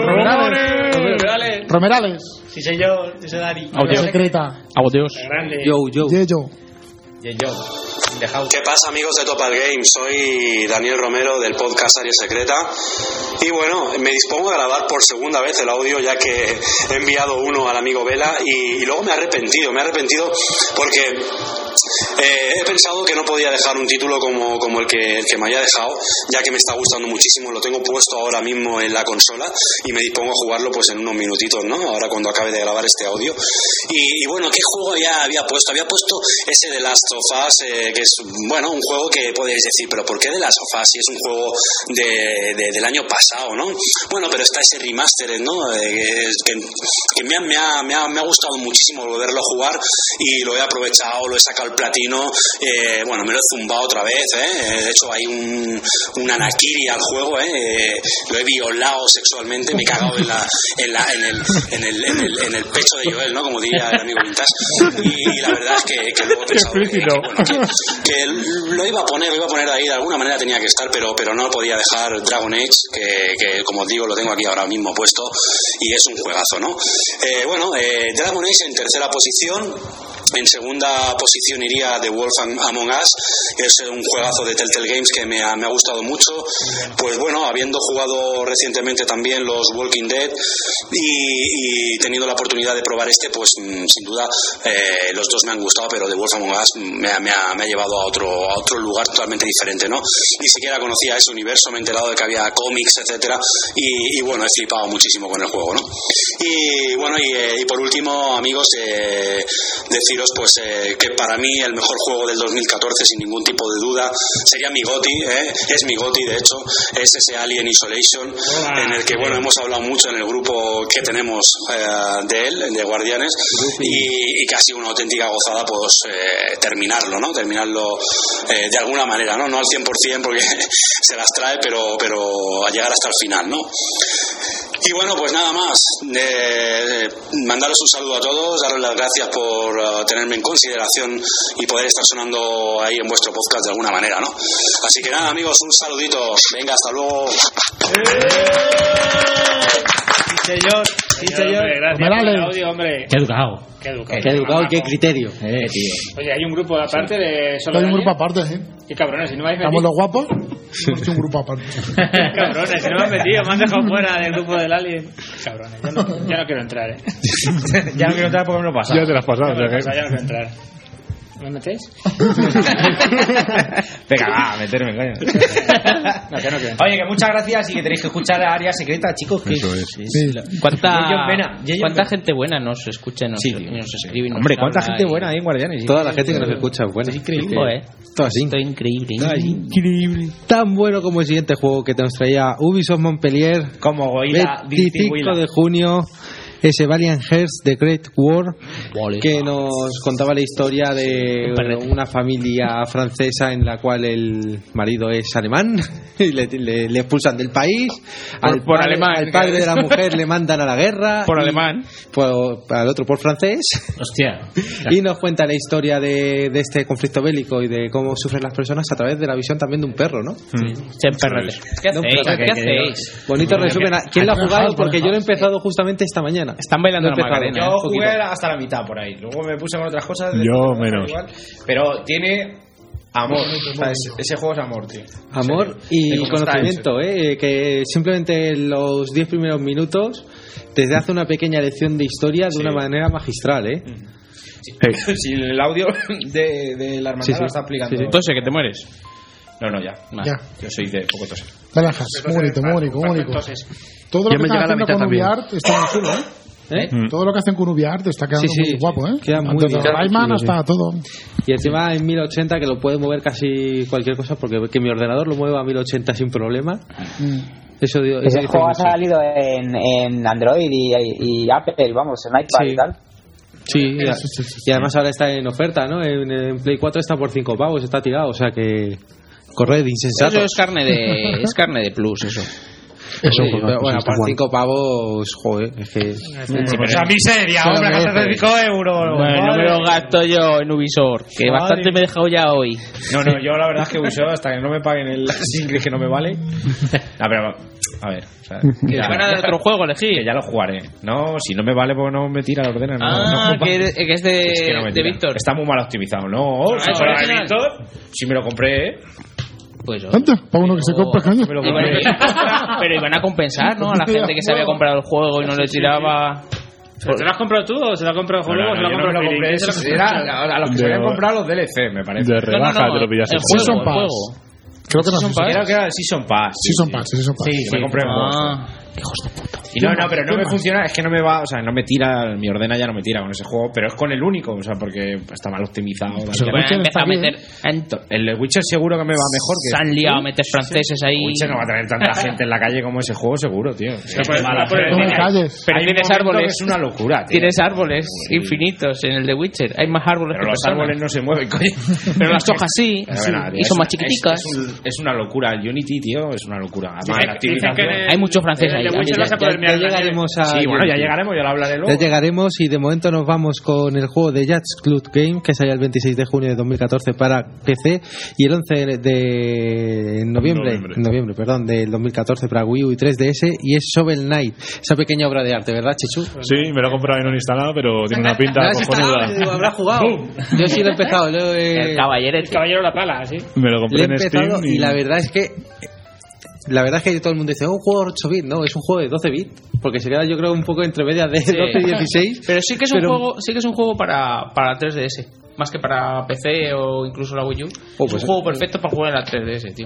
Romerales. Romerales. Sí, señor. Ese Dari. La secreta. Audios. Grande. Yo, yo. Yeyo. Y yo. ¿Qué pasa, amigos de Topal Games? Soy Daniel Romero del podcast Área Secreta y bueno, me dispongo a grabar por segunda vez el audio ya que he enviado uno al amigo Vela y, y luego me he arrepentido, me he arrepentido porque eh, he pensado que no podía dejar un título como, como el, que, el que me haya dejado, ya que me está gustando muchísimo, lo tengo puesto ahora mismo en la consola y me dispongo a jugarlo pues en unos minutitos, ¿no? Ahora cuando acabe de grabar este audio. Y, y bueno, ¿qué juego ya había puesto? Había puesto ese de Last of Us, eh, que es, bueno, un juego que podéis decir, pero ¿por qué de Last of Us si es un juego de, de, del año pasado, ¿no? Bueno, pero está ese remaster, ¿no? Eh, que, que me, ha, me, ha, me, ha, me ha gustado muchísimo volverlo a jugar y lo he aprovechado, lo he sacado el platino, eh, bueno, me lo he zumbado otra vez, ¿eh? De hecho hay un, un anakiri al juego, ¿eh? Lo he violado sexualmente, me he cagado en, la, en, la, en, el, en, el, en, el, en el pecho de Joel, ¿no? Como diría el amigo Vintage. Y, y la verdad es que, que luego he pensado que, que, bueno, que, que lo iba a poner, lo iba a poner ahí, de alguna manera tenía que estar, pero, pero no podía dejar Dragon Age, que, que como os digo lo tengo aquí ahora mismo puesto y es un juegazo, ¿no? Eh, bueno, eh, Dragon Age en tercera posición. En segunda posición iría The Wolf Among Us, que es un juegazo de Telltale Games que me ha, me ha gustado mucho. Pues bueno, habiendo jugado recientemente también los Walking Dead y, y teniendo la oportunidad de probar este, pues sin duda eh, los dos me han gustado, pero The Wolf Among Us me ha, me ha, me ha llevado a otro, a otro lugar totalmente diferente, ¿no? Ni siquiera conocía ese universo, me he enterado de que había cómics, etcétera, y, y bueno, he flipado muchísimo con el juego, ¿no? Y bueno, y, eh, y por último, amigos, eh, deciros pues eh, que para mí el mejor juego del dos mil catorce sin ningún tipo de duda sería mi GOTY, ¿eh? Es mi GOTY de hecho, es ese Alien Isolation, Hola. En el que bueno, hemos hablado mucho en el grupo que tenemos eh, de él, de Guardianes, y, y que ha sido una auténtica gozada pues eh, terminarlo, ¿no? Terminarlo eh, de alguna manera, ¿no? No al cien por ciento porque se las trae, pero, pero a llegar hasta el final, ¿no? Y bueno, pues nada más, eh, mandaros un saludo a todos, daros las gracias por uh, tenerme en consideración y poder estar sonando ahí en vuestro podcast de alguna manera, ¿no? Así que nada, amigos, un saludito, venga, hasta luego. Sí, señor, sí, señor. Gracias por el audio, hombre. Qué educado. Qué educado. Qué educado y qué criterio. Eh, tío. Oye, hay un grupo aparte de solo Hay un de grupo Alien? aparte, ¿eh? Qué cabrones, si no me habéis Estamos metido. los guapos. Hemos hecho un grupo aparte. Cabrones, si no me han metido, me han dejado fuera del grupo del Alien. Cabrones, yo no, ya no quiero entrar, ¿eh? Ya no quiero entrar porque me lo pasa. Ya te lo has pasado. Ya me lo o sea he pasado, que- ya no quiero entrar. ¿Me metéis? Venga, va, meterme, coño. No, que no quiero entrar. Oye, que muchas gracias y que tenéis que escuchar a Área Secreta, chicos. Que Eso es. Sí. ¿Cuánta, Yeyon Pena, Yeyon ¿cuánta Pena. gente buena nos escucha y nos, Sí. y nos escribe? y nos Hombre, cuánta habla gente y- buena hay en Guardianes. Toda la gente que nos escucha es buena. Es increíble. Joder, Todo así. esto es increíble. Todo así. Increíble. Tan bueno como el siguiente juego que nos traía Ubisoft Montpellier. Como Goila, veinticinco de junio. Ese Valiant Hearts The Great War, que nos contaba la historia de una familia francesa en la cual el marido es alemán y le, le- le expulsan del país. Por- Al por padre, alemán. al padre de la mujer le mandan a la guerra. Por y- alemán. por- al otro por francés. Hostia. Y nos cuenta la historia de, de este conflicto bélico y de cómo sufren las personas a través de la visión también de un perro, ¿no? Se perrete. ¿Qué De un hacéis? perro. ¿Qué hacéis? Bonito resumen. ¿Quién lo ha jugado? Porque yo lo he empezado justamente esta mañana. Están bailando Lo he la empezado. Macarena. Yo un poquito. jugué hasta la mitad por ahí. Luego me puse con otras cosas. Yo menos. Igual, pero tiene amor. O sea, es- ese juego es amor, tío. Amor Sí. y De cómo está conocimiento, ¿eh? Que simplemente en los diez primeros minutos te hace una pequeña lección de historia de Sí. una manera magistral, ¿eh? hecho. Si el audio de, de la hermandad Sí, sí. lo está explicando. Sí, sí. Tose, que te mueres. No, no, ya. Ya. Yo soy de poco tose. Naranjas, muy bonito, muy bonito, muy bonito. Todo lo Ya que me están llega la haciendo mitad con también. UbiArt está muy chulo, ¿eh? ¿Eh? Mm. Todo lo que hacen con UbiArt está quedando Sí, sí. muy guapo, ¿eh? Queda muy Desde bien. Rayman Sí, sí. hasta todo. Y encima en mil ochenta que lo puede mover casi cualquier cosa porque que mi ordenador lo mueva a mil ochenta sin problema. Mm. Eso digo, eso Ese dice juego ha mucho. salido en, en Android y, y Apple, vamos, en iPad Sí. y tal. Sí, y, y además ahora está en oferta, ¿no? En, en Play cuatro está por cinco pavos, está tirado, o sea que corred insensato. Eso es carne de, es carne de plus, eso. Eso sí, pero bueno, por cinco pavos, joder, es que... Sí, pero esa miseria, hombre, gastar cinco euros. Bueno, no me lo gasto yo en Ubisoft, que Madre. bastante me he dejado ya hoy. No, no, yo la verdad es que Ubisoft, hasta que no me paguen el Assassin's que no me vale. No, pero, a ver. O sea, que te van a dar otro juego, elegir. Que ya lo jugaré. No, si no me vale, pues no me tira la ordena. No, ah, no, que, es, que es de, es que no me de tira. Víctor. Está muy mal optimizado. No, Ah, si ¿es fuera de original? Víctor, si me lo compré, ¿eh? Pues yo. Anda, para uno que se compra caña. Me lo Iban- compré. pero iban a compensar, ¿no? A la gente que se había comprado el juego y no le tiraba. ¿Pero te lo has comprado tú o se lo ha comprado el juego o se lo ha yo no me comprado lo el compré. Philip? eso Era a, a los que se De- habían comprado los D L C, me parece. De rebaja te lo pillaste. el Season juego, el Pass. juego. Creo que no Season es Pass. Creo que era el Season Pass. sí, Season sí. Pass, Season Pass. Sí, me compré el juego. Ah, hijos de puta. Y no, no, pero no me funciona, es que no me va, o sea, no me tira, mi ordena ya no me tira con ese juego, pero es con el único, o sea, porque está mal optimizado. Pues ¿vale? el Witcher Empezó a está bien. meter. en- El de Witcher seguro que me va mejor que... Se han liado a meter franceses ahí. Witcher no va a tener tanta gente en la calle como ese juego, seguro, tío. Es que pues, mala pues, fe. No me Hay- calles. Pero Hay un tienes momento árboles. que es una locura, tío. Tienes árboles infinitos en el de Witcher. Hay más árboles Pero que los personas. árboles no se mueven, coño. Pero las hojas sí. Pero, sí, verdad, y tío, son es- más chiquiticas. Es, es un- es una locura. El Unity, tío, es una locura. Además, Dicen- la dicen que optimización... en el- Hay mucho francés en ahí. el de Witcher Ya, vas a poder ya- mirar ya la nieve. llegaremos a... Sí, bueno, ya llegaremos, ya lo hablaré luego. Ya llegaremos y de momento nos vamos con el juego de Jazz Club Game que sale el veintiséis de junio de dos mil catorce para P C y el once de noviembre, Noviembre. noviembre, perdón, del dos mil catorce para Wii U y tres D S y es Shovel Knight, esa pequeña obra de arte, ¿verdad, Chichu? Sí, me lo he comprado y no lo he instalado, pero tiene una pinta ¿Lo has instalado? cojonuda. Digo, ¿habrá jugado? Yo sí lo he empezado, lo he, El caballero. El caballero de la pala, sí. Me lo lo compré he en empezado Steam y la verdad es que la verdad es que todo el mundo dice, oh, un juego de ocho bits, no, es un juego de doce bits, porque se queda yo creo un poco entre medias de Sí. doce y dieciséis. Pero sí que es un pero- juego, sí que es un juego para, para tres D S, más que para P C o incluso la Wii U. Oh, es pues- un juego perfecto para jugar en la tres D S, tío.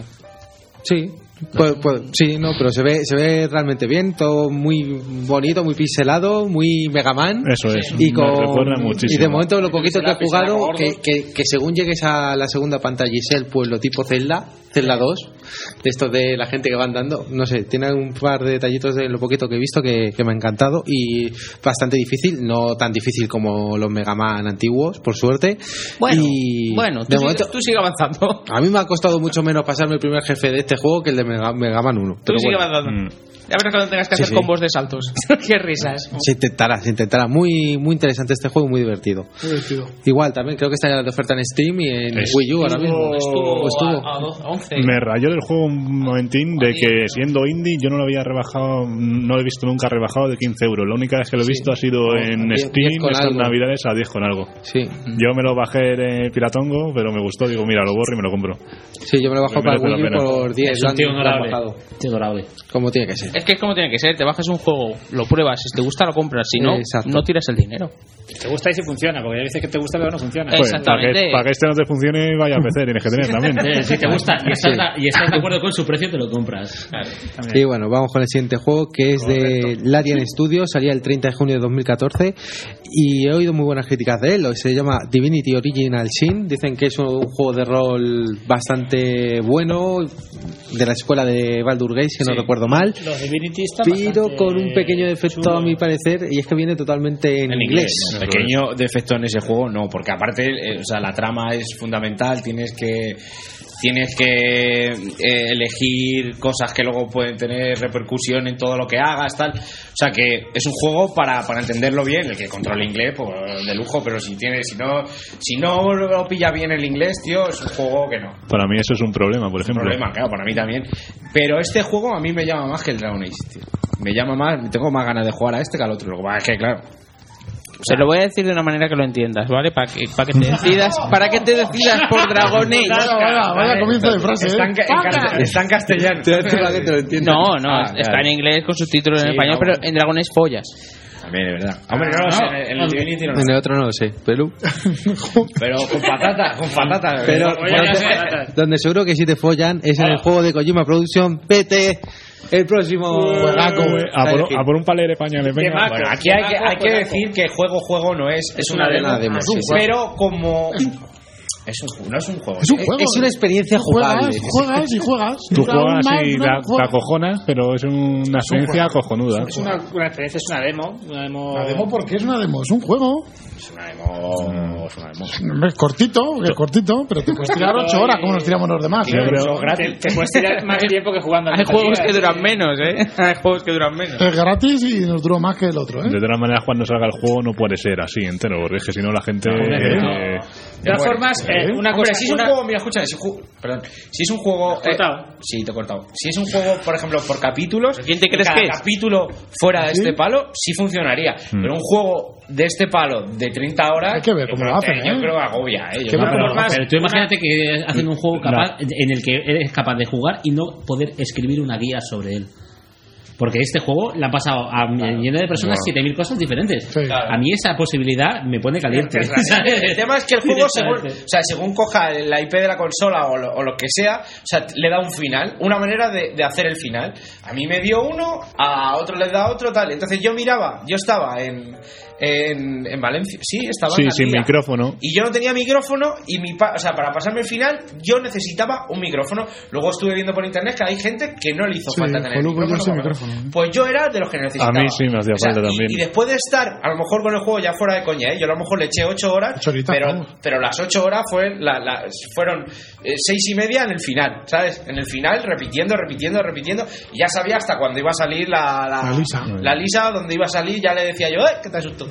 Sí, pues, pues, sí, no, pero se ve, se ve realmente bien, todo muy bonito, muy pixelado, muy Mega Man. Eso es, Y, me con, recuerda y muchísimo. de momento lo poquito que he Pixelado, jugado, gordo. que, que, que según llegues a la segunda pantalla y sea el pueblo tipo Zelda, Zelda dos, de estos de la gente que va andando, no sé, tiene un par de detallitos de lo poquito que he visto que, que me ha encantado y bastante difícil, no tan difícil como los Mega Man antiguos, por suerte. Bueno, y bueno, tú, de sigue, momento, tú sigue avanzando. a mí me ha costado mucho menos pasarme el primer jefe de este juego que el de Mega, Mega Man uno. Tú Pero sigue bueno, avanzando. Ya verás cuando tengas que Sí, hacer sí. combos de saltos. Qué risas. se intentará, se intentará. Muy, muy interesante este juego, muy divertido. Muy divertido. Igual, también creo que está ya de oferta en Steam y en Es- Wii U ahora mismo. Estuvo, ¿O estuvo? a, a doce, a once. Me rayó del juego un momentín de que siendo indie yo no lo había rebajado, no lo he visto nunca rebajado de quince euros. La única vez que lo he visto ha sido en diez- Steam diez con estas algo. navidades a diez con algo. Sí. Yo me lo bajé de Piratongo, pero me gustó, digo, mira, lo borro y me lo compro. Sí, yo me lo bajo Me para merece la Wii U pena. por diez. Es lo un han- tío lo han honorable. bajado. Tío honorable. Como tiene que ser. Es que es como tiene que ser. Te bajas un juego, lo pruebas, si te gusta lo compras, si no, Exacto. no tiras el dinero. Te gusta y si funciona, porque hay veces que te gusta pero no funciona. Eh, Pues, para, Exactamente. que, para que este no te funcione, vaya P C, tienes que tener también. Eh, si te gusta y estás, Sí. y estás de acuerdo con su precio, te lo compras. Y bueno, vamos con el siguiente juego que es de Larian Studios, salía el treinta de junio de dos mil catorce y he oído muy buenas críticas de él. Se llama Divinity Original Sin, dicen que es un juego de rol bastante bueno, de la escuela de Baldur Gate, si no Sí. recuerdo mal, Los Divinity están pero bastante con un pequeño defecto chulos. a mi parecer, y es que viene totalmente en, En inglés. inglés, no, pequeño defecto en ese juego, no, porque aparte, eh, o sea, la trama es fundamental, tienes que tienes que eh, elegir cosas que luego pueden tener repercusión en todo lo que hagas, tal. O sea que es un juego para, para entenderlo bien, el que controle inglés, pues de lujo, pero si tiene, si no, si no lo pilla bien el inglés, tío, es un juego que no. Para mí eso es un problema, por ejemplo. Problema, claro, para mí también. Pero este juego a mí me llama más que el Dragon Age, tío. Me llama más, tengo más ganas de jugar a este que al otro. Lo que pasa es que, claro. Se lo voy a decir de una manera que lo entiendas, ¿vale? Para que, para que te decidas, para que te decidas por Dragon Age. Vaya, vaya, vaya comienzo de frase, Está en, ¿eh? ca- en casta- está en castellano. No, no, Ah, está claro. en inglés con subtítulos en Sí, español, no, pero bueno. en Dragon Age follas. También, de verdad. Hombre, no lo sé, en el- en el Divinity no lo En sé. el otro no lo sé, pero Pero con patata, con patata. pero Oye, ya donde, sé. donde seguro que si te follan es en el juego de Kojima Production P T, el próximo juegaco. A por, a por un palé de pañales, venga. Bueno, aquí hay que, hay que decir que juego juego no es, es una demo, una demo, sí, sí. pero como Es un, no es un juego. Es un juego. Es una experiencia jugable. Juegas, juegas y juegas. Tú juegas Una- y una- te, te acojonas, pero es una experiencia cojonuda. Es una, una experiencia, es una demo. Una demo, Una demo, ¿por qué es una demo? Es un juego. Es una demo. Es una demo. Es cortito, es cortito, pero te puedes tirar ocho horas como nos tiramos los demás. Yo creo- te, te puedes tirar más tiempo que jugando. al Hay Metal juegos Gear, que duran sí. menos, ¿eh? Hay juegos que duran menos. Es gratis y nos duró más que el otro, ¿eh? De todas maneras, cuando salga el juego no puede ser así entero, porque es que si no la gente... eh, De todas formas, eh, una Hombre, cosa. si es un una- juego, mira, escucha, si, ju- perdón, si es un juego. ¿Te has cortado? eh, sí, te he cortado. Si es un juego, por ejemplo, por capítulos. ¿Quién te crees cada que es? capítulo fuera de este palo, sí funcionaría. Pero un juego de este palo de treinta horas. Hay que ver yo cómo creo lo que- hacen, Yo ¿eh? creo que agobia, ¿eh? Yo Qué creo que bueno, agobia. Pero tú imagínate que hacen un juego capaz en el que eres capaz de jugar y no poder escribir una guía sobre él. Porque este juego le ha pasado a millones de personas Claro. siete mil cosas diferentes. Sí. A mí esa posibilidad me pone caliente. El tema es que el juego, según, o sea, según coja la I P de la consola o lo, o lo que sea, o sea, le da un final, una manera de, de hacer el final. A mí me dio uno, a otro le da otro, tal. Entonces yo miraba, yo estaba en, en, en Valencia, sí, estaba Sí, en sin Galicia. micrófono. Y yo no tenía micrófono y mi pa- o sea, para pasarme el final yo necesitaba un micrófono. Luego estuve viendo por internet que hay gente que no le hizo Sí, falta tener Joluco, yo micrófono. sin para- micrófono. Pues yo era de los que necesitaba. A mí sí me hacía O sea, falta y- también. Y después de estar, a lo mejor con el juego ya fuera de coña, ¿eh? Yo a lo mejor le eché ocho horas, Ocho horitas, pero, vamos. pero las ocho horas fue la, la- fueron eh, seis y media en el final, ¿sabes? En el final, repitiendo, repitiendo, repitiendo. Y ya sabía hasta cuándo iba a salir la, la, La lisa. la lisa, donde iba a salir, ya le decía yo, ¡eh! ¿Qué te asusto?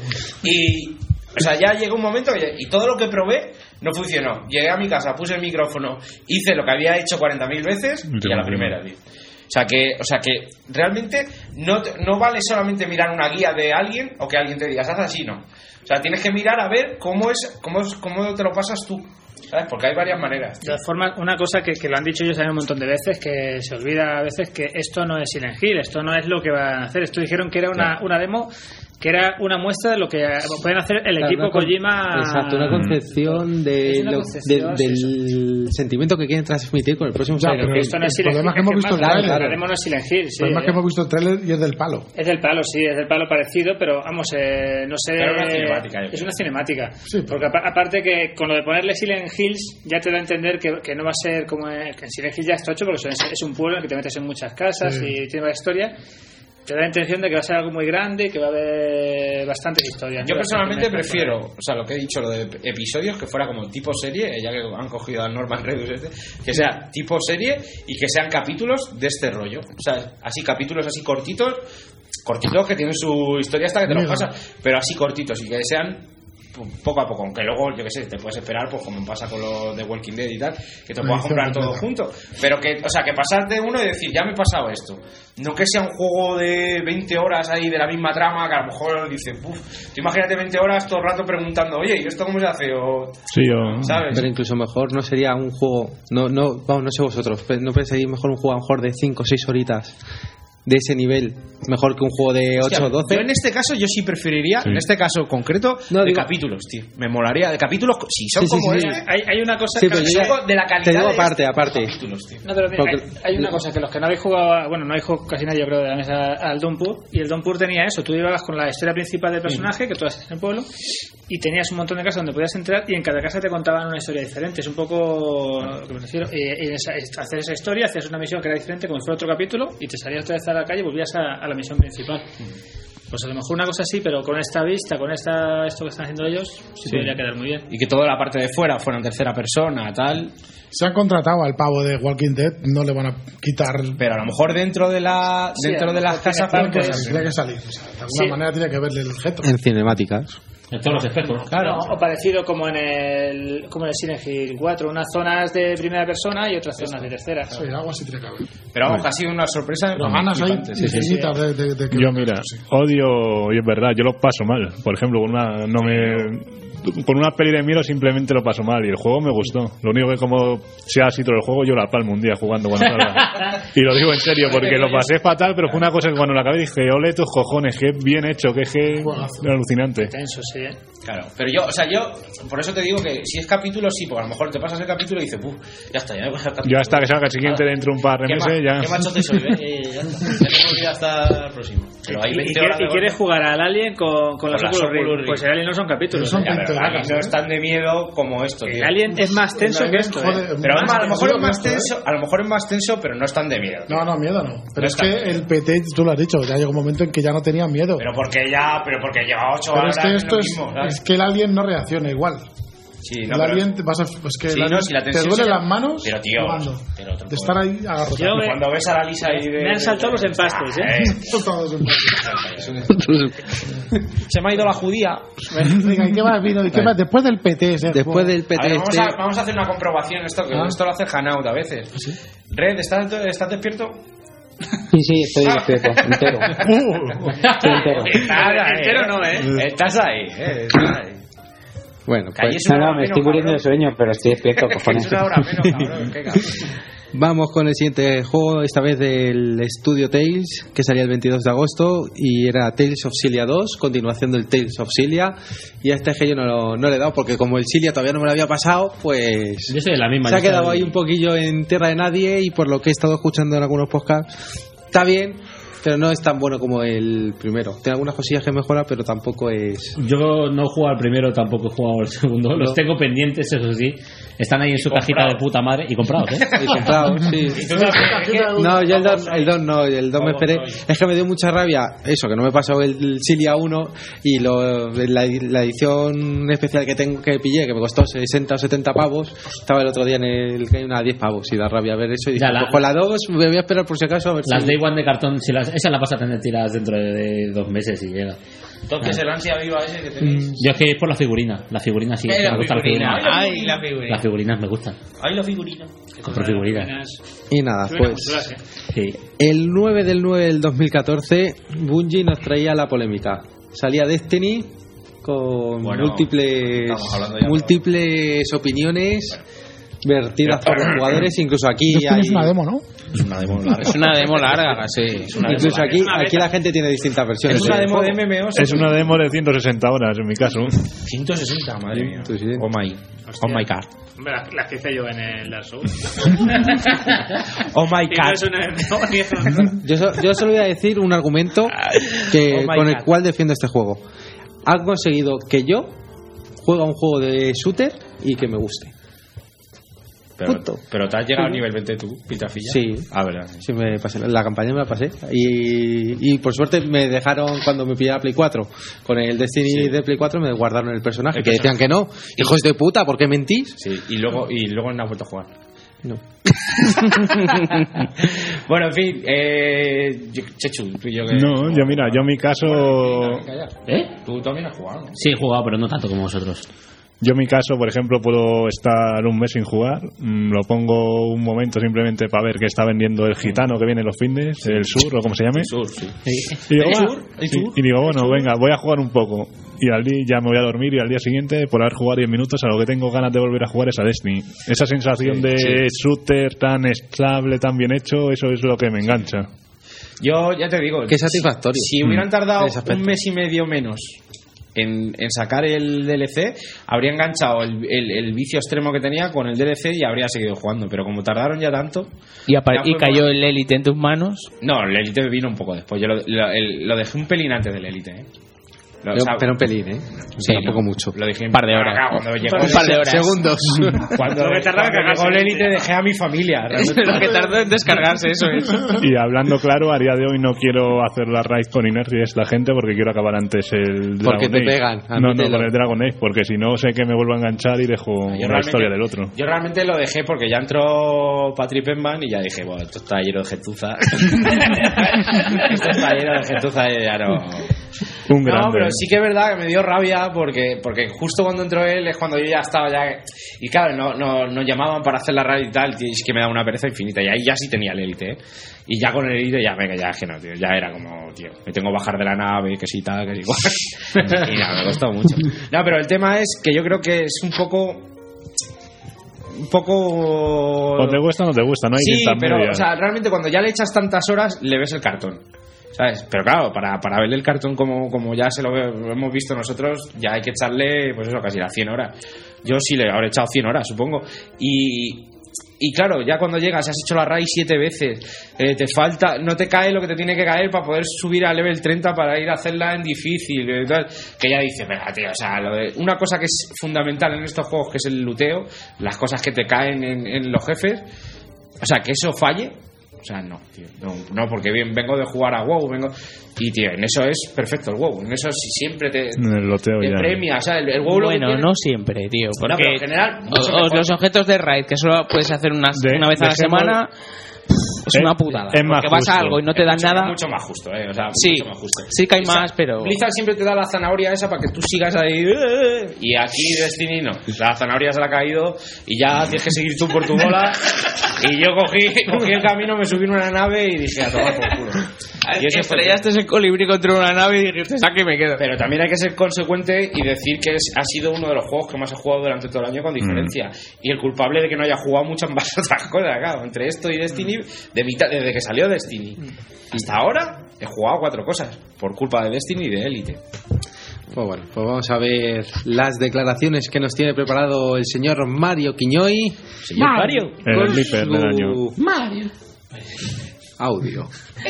Y. O sea, ya llegó un momento que, y todo lo que probé no funcionó. Llegué a mi casa, puse el micrófono, hice lo que había hecho cuarenta mil veces y a la primera, tío. O sea que, o sea que realmente no, te- no vale solamente mirar una guía de alguien o que alguien te diga, haz así, no. O sea, tienes que mirar a ver cómo es, cómo es, cómo te lo pasas tú, ¿sabes? Porque hay varias maneras. De todas formas, una cosa que, que lo han dicho ellos también un montón de veces, que se olvida a veces, que esto no es Silent Hill, esto no es lo que van a hacer. Esto dijeron que era una, una demo, que era una muestra de lo que pueden hacer el Claro, equipo una con- Kojima. Exacto, una concepción de Es una lo- concepción, del, del sentimiento que quieren transmitir con el próximo Ya, Silent pero Hill. Esto no es El Silent problema Hill, es que hemos es visto más, el tráiler. la demo no es Silent Hill, sí, Además eh. que hemos visto el tráiler y es del palo. Es del palo, sí, es del palo parecido, pero vamos, eh, no sé. Pero una cinemática, yo es creo. una cinemática. Sí. Porque apa- aparte que con lo de ponerle Silent Hills ya te da a entender que, que no va a ser como. eh, que en Silent Hill ya está hecho, porque es, es un pueblo en el que te metes en muchas casas Sí. y tiene una historia. Te da la intención de que va a ser algo muy grande y que va a haber bastantes historias. Yo ¿no? personalmente Bastantes prefiero, o sea, lo que he dicho, lo de episodios, que fuera como tipo serie, ya que han cogido al Norman Reedus este, que sea tipo serie y que sean capítulos de este rollo. O sea, así capítulos así cortitos, cortitos que tienen su historia hasta que te los Mira. pasas, pero así cortitos y que sean poco a poco, aunque luego, yo que sé, te puedes esperar, pues como pasa con lo de Walking Dead y tal, que te Una puedas edición comprar todo completa. junto, pero que, o sea, que pasarte uno y decir, ya me he pasado esto, no que sea un juego de veinte horas ahí de la misma trama, que a lo mejor dices, uff, tú imagínate veinte horas todo el rato preguntando, oye, ¿y esto cómo se hace? O, Sí, o... ¿sabes? Pero incluso mejor no sería un juego, no, no, vamos, no sé vosotros, pe- no pensáis mejor un juego a lo mejor de cinco o seis horitas de ese nivel, mejor que un juego de Hostia, ocho o doce. yo en este caso yo sí preferiría, Sí. en este caso concreto, No, de digo- capítulos, tío. Me molaría de capítulos, si son Sí, sí, como sí. este, Hay, hay una cosa Sí, que pero yo ya- de la calidad te digo de aparte, estos aparte. capítulos, tío. No, pero mira, Porque- hay, hay una cosa que los que no habéis jugado, a- bueno, no habéis jugado casi nadie, yo creo, de la mesa al Downpour, y el Downpour tenía eso, tú ibas con la historia principal del personaje, que tú haces en el pueblo, y tenías un montón de casas donde podías entrar y en cada casa te contaban una historia diferente, es un poco lo que me refiero, y, y esa- hacer esa historia, hacías una misión que era diferente como si fuera otro capítulo, y te salías otra vez a la calle y volvías a, a la misión principal. Pues a lo mejor una cosa así, pero con esta vista, con esta esto que están haciendo ellos, sí, Sí. podría quedar muy bien. Y que toda la parte de fuera fuera en tercera persona, tal. Se han contratado al pavo de Walking Dead, no le van a quitar. Pero a lo mejor dentro de la Sí, dentro a lo de las mejor tiene casas Tiene que pues, salir, tiene que salir. O sea, de alguna Sí. manera tiene que verle el objeto. En cinemáticas. En todos los espejos. Claro. O parecido como en el como en el Silent Hill cuatro, unas zonas de primera persona y otras zonas de tercera. Sí, algo así tiene que haber. Pero vamos, que ha sido una sorpresa. Pero ganas ahí flipante, sí, sí, sí. infinitas de, de, de que- Yo, mira, odio, y es verdad, yo lo paso mal. Por ejemplo, con una, no me, con una peli de miedo simplemente lo paso mal. Y el juego me gustó. Lo único que, como sea así todo el juego, yo la palmo un día jugando cuando salga. Y lo digo en serio, porque lo pasé fatal, pero fue una cosa que cuando la acabé dije, ole tus cojones, que bien hecho, que es que alucinante. Tenso, sí, ¿eh? Claro, pero yo, o sea, yo, por eso te digo que si es capítulo, sí, porque a lo mejor te pasas el capítulo y dices, uff, ya está, ya me he pasado el capítulo. Yo hasta que salga el siguiente dentro de un par de Qué meses ma- ya. Qué machote soy, ¿eh? Eh, ya está. Ya tengo y hasta el próximo. Pero hay y, veinte y, horas y de quieres jugar al Alien con, con, con las Oculus Rift. Pues el Alien no son capítulos. Son ¿eh? veinte horas, no están de miedo como esto. El tío. Alien es más tenso que esto. Joder, ¿eh? Pero más a lo mejor tenso es más que esto, tenso, a lo mejor es más tenso, pero no están de miedo. No, no, miedo no. Pero No es está que el P T, tú lo has dicho, ya llegó un momento en que ya no tenía miedo. Pero porque ya, pero porque lleva ocho Pero horas es que en esto lo es, mismo, ¿sabes? es que el Alien no reacciona igual. Sí, el no, pero- Alien te vas a, es que Sí, el no, Alien si la te tensión duelen se- las manos Pero, tío, jugando. pero otro de estar ahí agarrotado. Yo me- Cuando ves a la Lisa ahí de... Me han saltado los empastes, ¿eh? Todos Se me ha ido la judía. Venga, ¿y qué más vino? ¿Y qué más? Después del P T. ese Después juego. del P A ver, T vamos, este... a, vamos a hacer una comprobación. Esto que Ah. esto lo hace Hanout a veces. Red, ¿estás, ¿estás despierto? Sí, sí, estoy despierto, entero. Estoy entero. Estás ahí, Entero no, ¿eh? Estás ahí, ¿eh? Estás ahí. Bueno, Que ahí pues es una No, no, hora me menos, estoy muriendo de cabrón. sueño, pero estoy despierto, cojones. Es una hora menos, cabrón. Qué cabrón. vamos con el siguiente juego, esta vez del estudio Tales, que salía el veintidós de agosto y era Tales of Xillia dos, continuación del Tales of Xillia. Y a este es que yo no, lo- no le he dado porque como el Xillia todavía no me lo había pasado, pues Yo soy de la misma. se ha yo quedado estoy- ahí un poquillo en tierra de nadie y por lo que he estado escuchando en algunos podcasts, está bien, pero no es tan bueno como el primero. Tiene algunas cosillas que mejora, pero tampoco es... Yo no he jugado al primero, tampoco he jugado al segundo. Los No. tengo pendientes, eso sí. Están ahí en su cajita de puta madre y comprados, ¿eh? Y comprado, sí. No, yo el dos, el dos no, el dos me esperé. Es que me dio mucha rabia eso, que no me pasó el, el Xillia uno y lo, la, la edición especial que tengo que pillé, que me costó sesenta o setenta pavos, estaba el otro día en el que hay una diez pavos y da rabia ver eso. Y dije, Ya, la- pues con la dos me voy a esperar por si acaso a ver Las si... Day One de cartón, si las, esas las vas a tener tiradas dentro de, de dos meses y llega. Entonces el ansia viva ese que tenéis. Yo es que es por la figurina. La figurina sí, Eh, me la gusta la figurina. figurina. Ay, la figurina. Las figurinas me gustan. Ay, la figurina. Compro figurinas. Y nada, Suena pues consolas, ¿eh? Sí. el nueve del nueve del dos mil catorce Bungie nos traía la polémica. Salía Destiny con Bueno, múltiples estamos hablando ya múltiples opiniones vertidas por los jugadores, incluso aquí Destiny hay... es una demo, ¿no? Es una demo larga. Es una demo larga, sí. Es una Incluso demo aquí, larga. aquí la gente tiene distintas versiones. Es una del demo de juego. M M Os. Es una demo de ciento sesenta horas en mi caso. ciento sesenta, madre mía. Sí, sí. Oh my. Oh my god. Hombre, las, las que hice yo en el Dark Souls. Oh my Y no god. es una demo, ni- Yo, so- yo solo voy a decir un argumento que, Oh my con el God. cual defiendo este juego. Han conseguido que yo juegue a un juego de shooter y que me guste. Pero, Punto. pero te has llegado al Sí. nivel veinte tú, Pitafilla. Sí. Ah, verdad. Sí, me pasé, la campaña me la pasé. Y, y por suerte me dejaron, cuando me pillé la Play cuatro, con el Destiny de Play cuatro, me guardaron el personaje. El que decían que no. Hijos de puta, ¿por qué mentís? Sí, y luego, y luego no has vuelto a jugar. No. Bueno, en fin, eh, yo- Chechu, tú y yo que... No, yo mira, yo en mi caso... ¿Eh? Tú también has jugado, ¿no? Sí, he jugado, pero no tanto como vosotros. Yo en mi caso, por ejemplo, puedo estar un mes sin jugar, mm, lo pongo un momento simplemente para ver qué está vendiendo el gitano que viene los fines, el sur o como se llame. El sur, sí. Y digo, ¿El "Va". sur? ¿El Sí, sur? y digo, bueno, venga, voy a jugar un poco. Y al día ya me voy a dormir y al día siguiente, por haber jugado diez minutos, a lo que tengo ganas de volver a jugar es a Destiny. Esa sensación Sí, de sí. shooter tan estable, tan bien hecho, eso es lo que me engancha. Yo ya te digo... Qué satisfactorio. Si, si hubieran tardado En ese aspecto. un mes y medio menos en, en sacar el D L C, habría enganchado el, el, el vicio extremo que tenía con el D L C y habría seguido jugando. Pero como tardaron ya tanto... Y, apa- ya y fue cayó más- el Elite en tus manos. No, el Elite vino un poco después. Yo lo, lo, el- lo dejé un pelín antes del Elite, ¿eh? Lo- Pero, o sea, pero un pelín, ¿eh? Sí, Tampoco no. mucho. Lo dije Un par de horas. Ah, cuando llegó Un par de horas. Segundos. Cuando, Lo que tardaba cuando en llegó el cargarse. Elite dejé a mi familia. realmente. Lo que tardó en descargarse, eso es. Y hablando claro, a día de hoy no quiero hacer la raid con Inertia esta gente porque quiero acabar antes el Dragon Porque te Age. pegan, No, no, admítelo. con el Dragon Age, porque si no sé que me vuelvo a enganchar y dejo Yo la realmente- historia del otro. Yo realmente lo dejé porque ya entró Patrick Penman y ya dije, bueno, esto está lleno de gentuza. Esto está lleno de gentuza y ya no... Un No, grande. pero sí que es verdad que me dio rabia porque, porque justo cuando entró él es cuando yo ya estaba ya... Y claro, no, no, nos llamaban para hacer la radio y tal, y es que me daba una pereza infinita. Y ahí ya sí tenía el Elite, ¿eh? Y ya con el Elite ya, venga, ya es que no, tío. Ya era como, tío, me tengo que bajar de la nave, que sí tal, que sí igual. Y nada, me costó mucho. No, pero el tema es que yo creo que es un poco... Un poco... O te gusta o no te gusta, no hay Sí, tintas pero, medias. o sea, realmente cuando ya le echas tantas horas, le ves el cartón. ¿Sabes? Pero claro, para, para verle el cartón como, como ya se lo, ve- lo hemos visto nosotros, ya hay que echarle, pues eso, casi las cien horas. Yo sí le habré echado cien horas, supongo. Y, y claro, ya cuando llegas, has hecho la raid siete veces, eh, te falta, no te cae lo que te tiene que caer para poder subir a level treinta para ir a hacerla en difícil, eh, tal, que ya dices, venga, tío, o sea, lo de, una cosa que es fundamental en estos juegos, que es el luteo, las cosas que te caen en, en los jefes, o sea, que eso falle. O sea, no, tío, no, no, porque bien, vengo de jugar a WoW, vengo y tío, en eso es perfecto el WoW, en eso sí siempre te, el loteo te ya. premia, o sea, el, el WoW lo bueno, que tiene... no siempre, tío, porque no, pero en general, o, o los objetos de raid que solo puedes hacer una, de, una vez a la semana. Es una putada. Es más porque vas justo. a algo y no te dan mucho, nada. Mucho más justo, ¿eh? O sea, sí, mucho más justo. Sí que hay Blizzard, más, pero. Blizzard siempre te da la zanahoria esa para que tú sigas ahí. Y aquí Destiny no. La zanahoria se la ha caído y ya tienes que seguir tú por tu bola. Y yo cogí, cogí el camino, me subí en una nave y dije, a tomar por culo. Y ese estrellaste ese colibrí contra una nave y dijiste, saque y me quedo. Pero también hay que ser consecuente y decir que es, ha sido uno de los juegos que más he jugado durante todo el año con diferencia. Mm. Y el culpable de que no haya jugado muchas más otras cosas, claro. Entre esto y Destiny, de mitad, desde que salió Destiny hasta ahora, he jugado cuatro cosas por culpa de Destiny y de Elite. Pues bueno, pues vamos a ver las declaraciones que nos tiene preparado el señor Mario Quiñoy. Señor Mario. El flipper del año. Mario. Audio.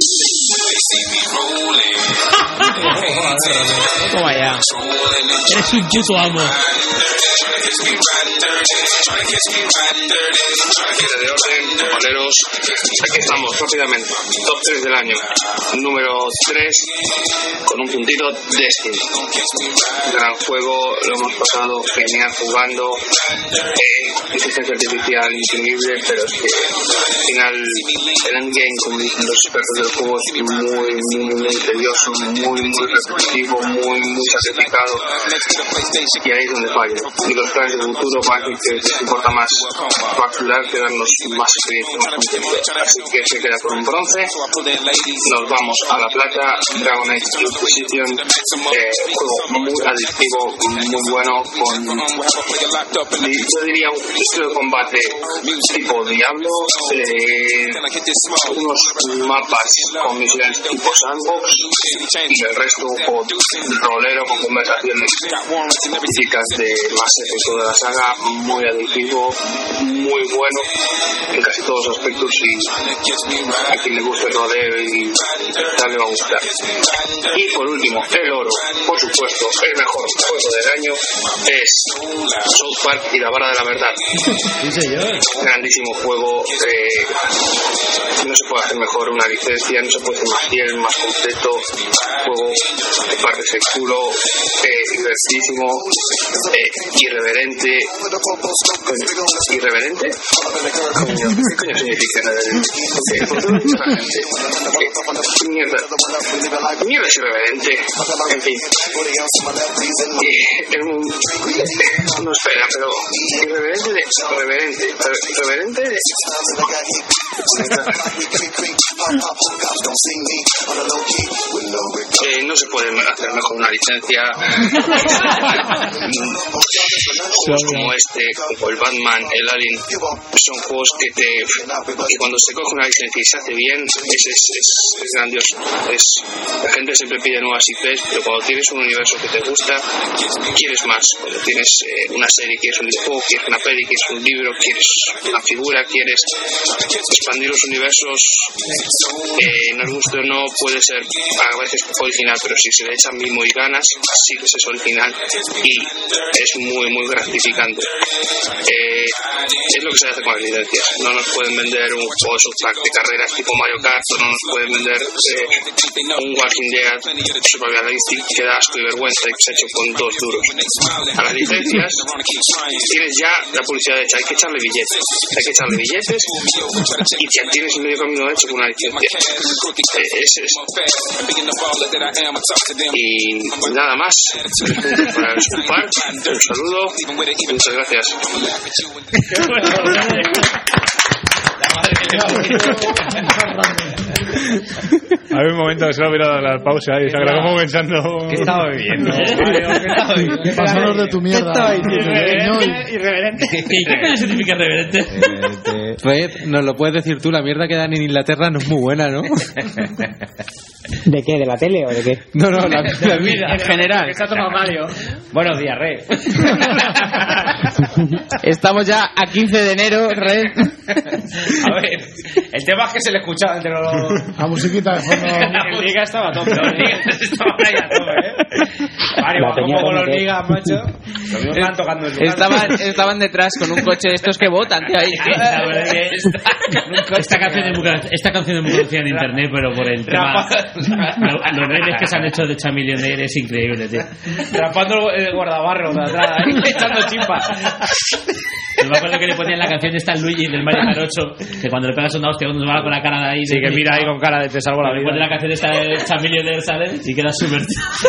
Toma ya. Eres un puto amo. De orden, compañeros, aquí estamos rápidamente. Top tres del año. Número tres, con un puntito, Destiny. Gran juego, lo hemos pasado genial jugando. Eh, inteligencia artificial increíble, pero es que al final el endgame, como dicen los expertos del juego, es muy, muy, muy tedioso, muy, muy repetitivo, muy, muy sacrificado. Y ahí es donde falla. Y los planes de futuro parece que les importa más facturar que darnos más experiencia, más contenido. Así que se queda con un bronce. Nos vamos a la plata. Dragon Age Inquisition, eh, juego muy adictivo, muy bueno, con yo diría un estilo de combate tipo Diablo, eh, unos mapas con misiones tipo sandbox y el resto un juego rolero con conversaciones típicas de más épico de la saga, muy adictivo, muy bueno en casi todos los aspectos, y a quien le guste el rodeo y tal le va a gustar. Y por último, el oro, por supuesto, el mejor juego del año es South Park y la vara de la verdad. Grandísimo juego, eh, no se puede hacer mejor una licencia, no se puede hacer más fiel, más completo, juego de partes el culo, eh, divertidísimo, eh, irreverente. ¿Irreverente? Coño, ¿qué coño significa irreverente? Eh, ¿por qué lo dice la gente? Eh, mierda. Mierda es irreverente. En fin. Eh, eh, no espera, pero irreverente de... Reverente. Reverente de... Eh, no se puede hacer mejor una licencia juegos como este, como el Batman, el Alien, son juegos que te que cuando se coge una licencia y se hace bien es, es, es, es grandioso. Es, la gente siempre pide nuevas I Ps, pero cuando tienes un universo que te gusta quieres más. Cuando tienes eh, una serie, quieres un videojuego, quieres una peli, quieres un libro, quieres una figura, quieres expandir los universos. Eh, nos guste o no, puede ser a veces poco original, pero si se le echan mimo y ganas sí que es original y es muy muy gratificante. Eh, es lo que se hace con las licencias. No nos pueden vender un juego de carreras tipo Mario Kart, o no nos pueden vender eh, un Walking Dead survivalistic que da asco y vergüenza y que se ha hecho con dos duros. A las licencias tienes ya la publicidad hecha, hay que echarle billetes, hay que echarle billetes y ya tienes el medio camino hecho con una licencia. Eh, es, es. Y nada más. Para escupar, un saludo y muchas gracias. Había un momento que se lo hubiera dado la pausa y se acabó como pensando. ¿Qué estaba bebiendo? ¿Qué pasanos de tu mierda? Irreverente. ¿Qué significa irreverente? Red, nos lo puedes decir tú, la mierda que dan en Inglaterra no es muy buena, ¿no? ¿De qué? ¿De la tele o de qué? No, no, la, la vida. En general. Que se ha tomado Mario. Buenos días, Red. Estamos ya a quince de enero, Red. A ver, el tema es que se le escuchaba entre los... La musiquita de fondo. La liga estaba a tope. Los ligas estaban ahí a tope, ¿eh? Mario, como con los ligas, macho. Los mismos estaban tocando en su estaban, estaban detrás con un coche de estos que votan, tío. Ahí. Esta canción es muy, esta canción es muy conocida en internet, pero por el tema... Los, los memes que se han hecho de Chamillionaire es increíble, tío. Rapando el guardabarro de atrás, ahí, echando chispas. Yo me acuerdo que le ponían la canción esta al Luigi del Mario Kart ocho, que cuando le pegas una hostia cuando se va con la cara de ahí. Sí, que mira ahí con cara de te salvo la vida. Le pone la canción esta de Chamillionaire, ¿sabes? Y queda súper...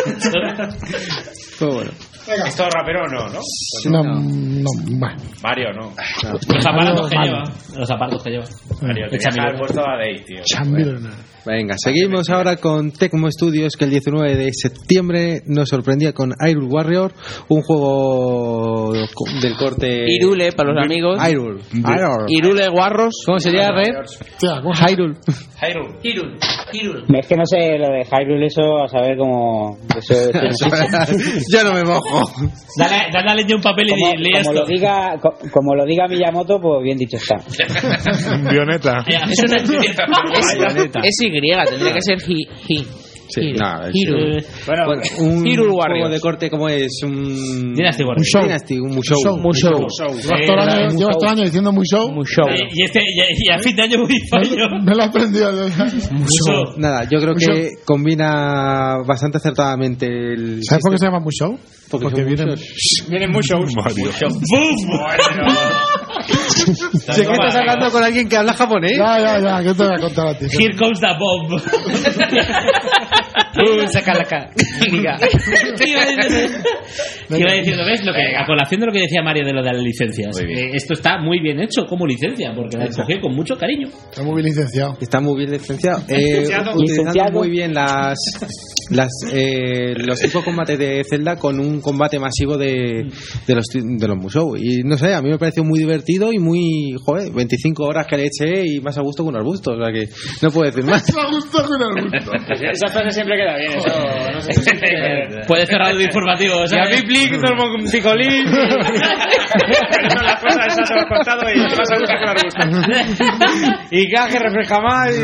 Pues bueno. Venga. ¿Esto es rapero o no, no? Pues no, no, bueno. Mario, no. Los aparatos que lleva. Los aparatos que lleva. Mario, te deja el puesto a Dave, tío. Venga, seguimos ahora con Tecmo Studios, que el diecinueve de septiembre nos sorprendía con Hyrule Warrior, un juego del corte... Hyrule, para los amigos. Hyrule. Hyrule. Hyrule Warros. ¿Cómo sería, Red? Hyrule. Hyrule. Hyrule. Hyrule. Es que no sé lo de Hyrule, eso a saber cómo... Eso, eso Yo no me mojo. Dale, dale a leña un papel como, y lee como esto. Lo diga, co, como lo diga Miyamoto, pues bien dicho está. Vioneta. Es una es, es Y, tendría que ser hi, hi. Sí, no, Hyrule. es, bueno, bueno, un Hyrule juego Warriors. de corte como es un Dynasty Warriors. un Dynasty, un Musou. Musou. Llevas todo el año, llevas todo el año diciendo Musou. Musou. Y, este, y, y a fin de año muy fallo. Me lo he aprendido. Musou. Nada, yo creo que combina bastante acertadamente el... ¿Sabes por qué se llama Musou? Porque, Porque vienen... Vienen muchos. Si es que estás hablando con alguien que habla japonés. Ya, ya, ya, ¿qué te voy a contar a ti? Here comes the bomb. Uh, saca la cara. Iba diciendo, ¿ves? Lo que, a colación de lo que decía Mario de lo de las licencias. Eh, esto está muy bien hecho como licencia, porque la escogió con mucho cariño. Está muy bien licenciado. Está muy bien licenciado. Eh, utilizando Licenciado. muy bien las, las eh, los tipos de combate de Zelda con un combate masivo de, de los de los Musou. Y no sé, a mí me pareció muy divertido y muy, joder, veinticinco horas que le eché y más a gusto que un arbusto. O sea que no puedo decir más. Más a gusto que un arbusto. Esa frase siempre queda bien, eso no sé. Puede cerrar de informativo. Y a mí, plic, dormo con picolín. Son las cosas, esas se lo he contado y más a gusto que un arbusto. Y caje refresca más.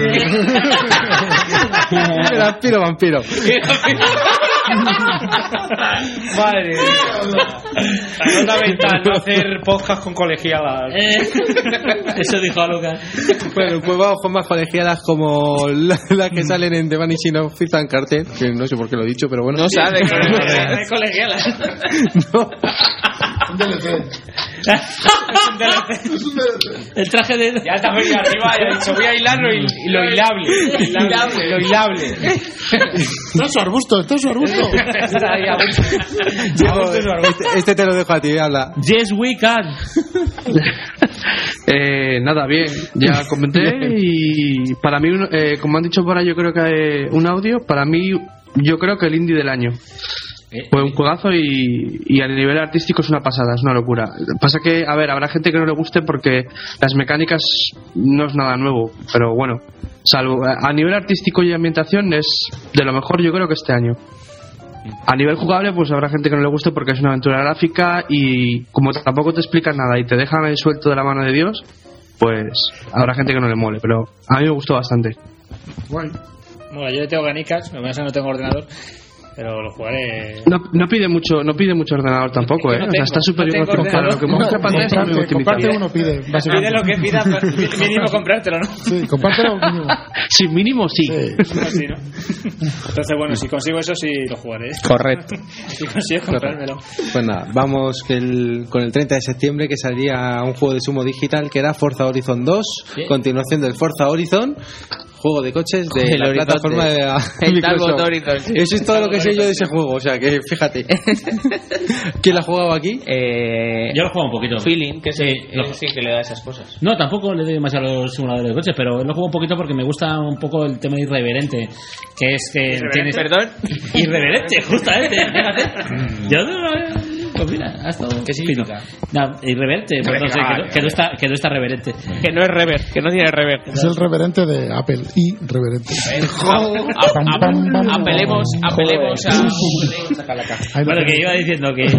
Y... El aspiro vampiro. Madre mía. La nota mental, no hacer podcast con colegialas. Eh, eso dijo a Lucas. Bueno, pues vamos con más colegialas como las la que salen en The Vanishing of Ethan Carter, que no sé por qué lo he dicho, pero bueno. No sabe. De colegialas. No. Un D L C. Es un D L C. El traje de... Ya está venido arriba y ha dicho voy a hilar lo, hil- lo hilable. Lo hilable. Lo hilable. Esto es su arbusto, esto es su arbusto. Está ahí a gusto. Diego, este, este te lo dejo a ti, habla. Yes, we can. Eh, nada, bien, ya comenté y para mí, eh, como han dicho por ahí, yo creo que eh, un audio, para mí, yo creo que el indie del año. Fue un juegazo y, y a nivel artístico es una pasada, es una locura. Pasa que, a ver, habrá gente que no le guste porque las mecánicas no es nada nuevo, pero bueno, salvo a nivel artístico y ambientación es de lo mejor yo creo que este año. A nivel jugable pues habrá gente que no le guste porque es una aventura gráfica y como tampoco te explican nada y te dejan ahí suelto de la mano de Dios, pues habrá gente que no le mole, pero a mí me gustó bastante. Bueno, yo le tengo ganicas, lo que pasa es que no tengo ordenador, pero lo jugaré. No, no pide mucho, no pide mucho ordenador tampoco, Es que no eh. O sea, tengo, está súper no bien tengo optimizado. Lo que muestra pantalla está muy optimizado. Comparte uno, pide. Pide lo que pida, pero mínimo comprártelo, ¿no? Sí, compártelo mínimo. Sí, mínimo sí. Así, ¿no? Entonces, bueno, si consigo eso, sí lo jugaré. Correcto. Si consigo comprármelo. Pues nada, vamos que el, con el treinta de septiembre que salía un juego de Sumo Digital que era Forza Horizon dos, ¿Qué? continuación del Forza Horizon, juego de coches de El la Horizonte. plataforma de la El Talbot Microsoft. Horizon, sí. Eso es todo lo que sé yo de ese juego, o sea que fíjate. ¿Quién lo ha jugado aquí? Eh, Yo lo juego un poquito. Feeling, que sí, Sí, eh, lo- sí que le da esas cosas. No, tampoco le doy demasiado a los simuladores de coches, pero lo juego un poquito porque me gusta un poco el tema irreverente, que es que tienes... ¿Perdón? Irreverente, justamente, fíjate. Yo no... Pues mira, ha estado. ¿Qué significa? No, irreverente, pues no sé, que, no, que, no está, que no está reverente. Que no es rever, que no tiene rever. Es el reverente de Apple y reverente. Apelemos, apelemos a. Bueno, que iba diciendo que.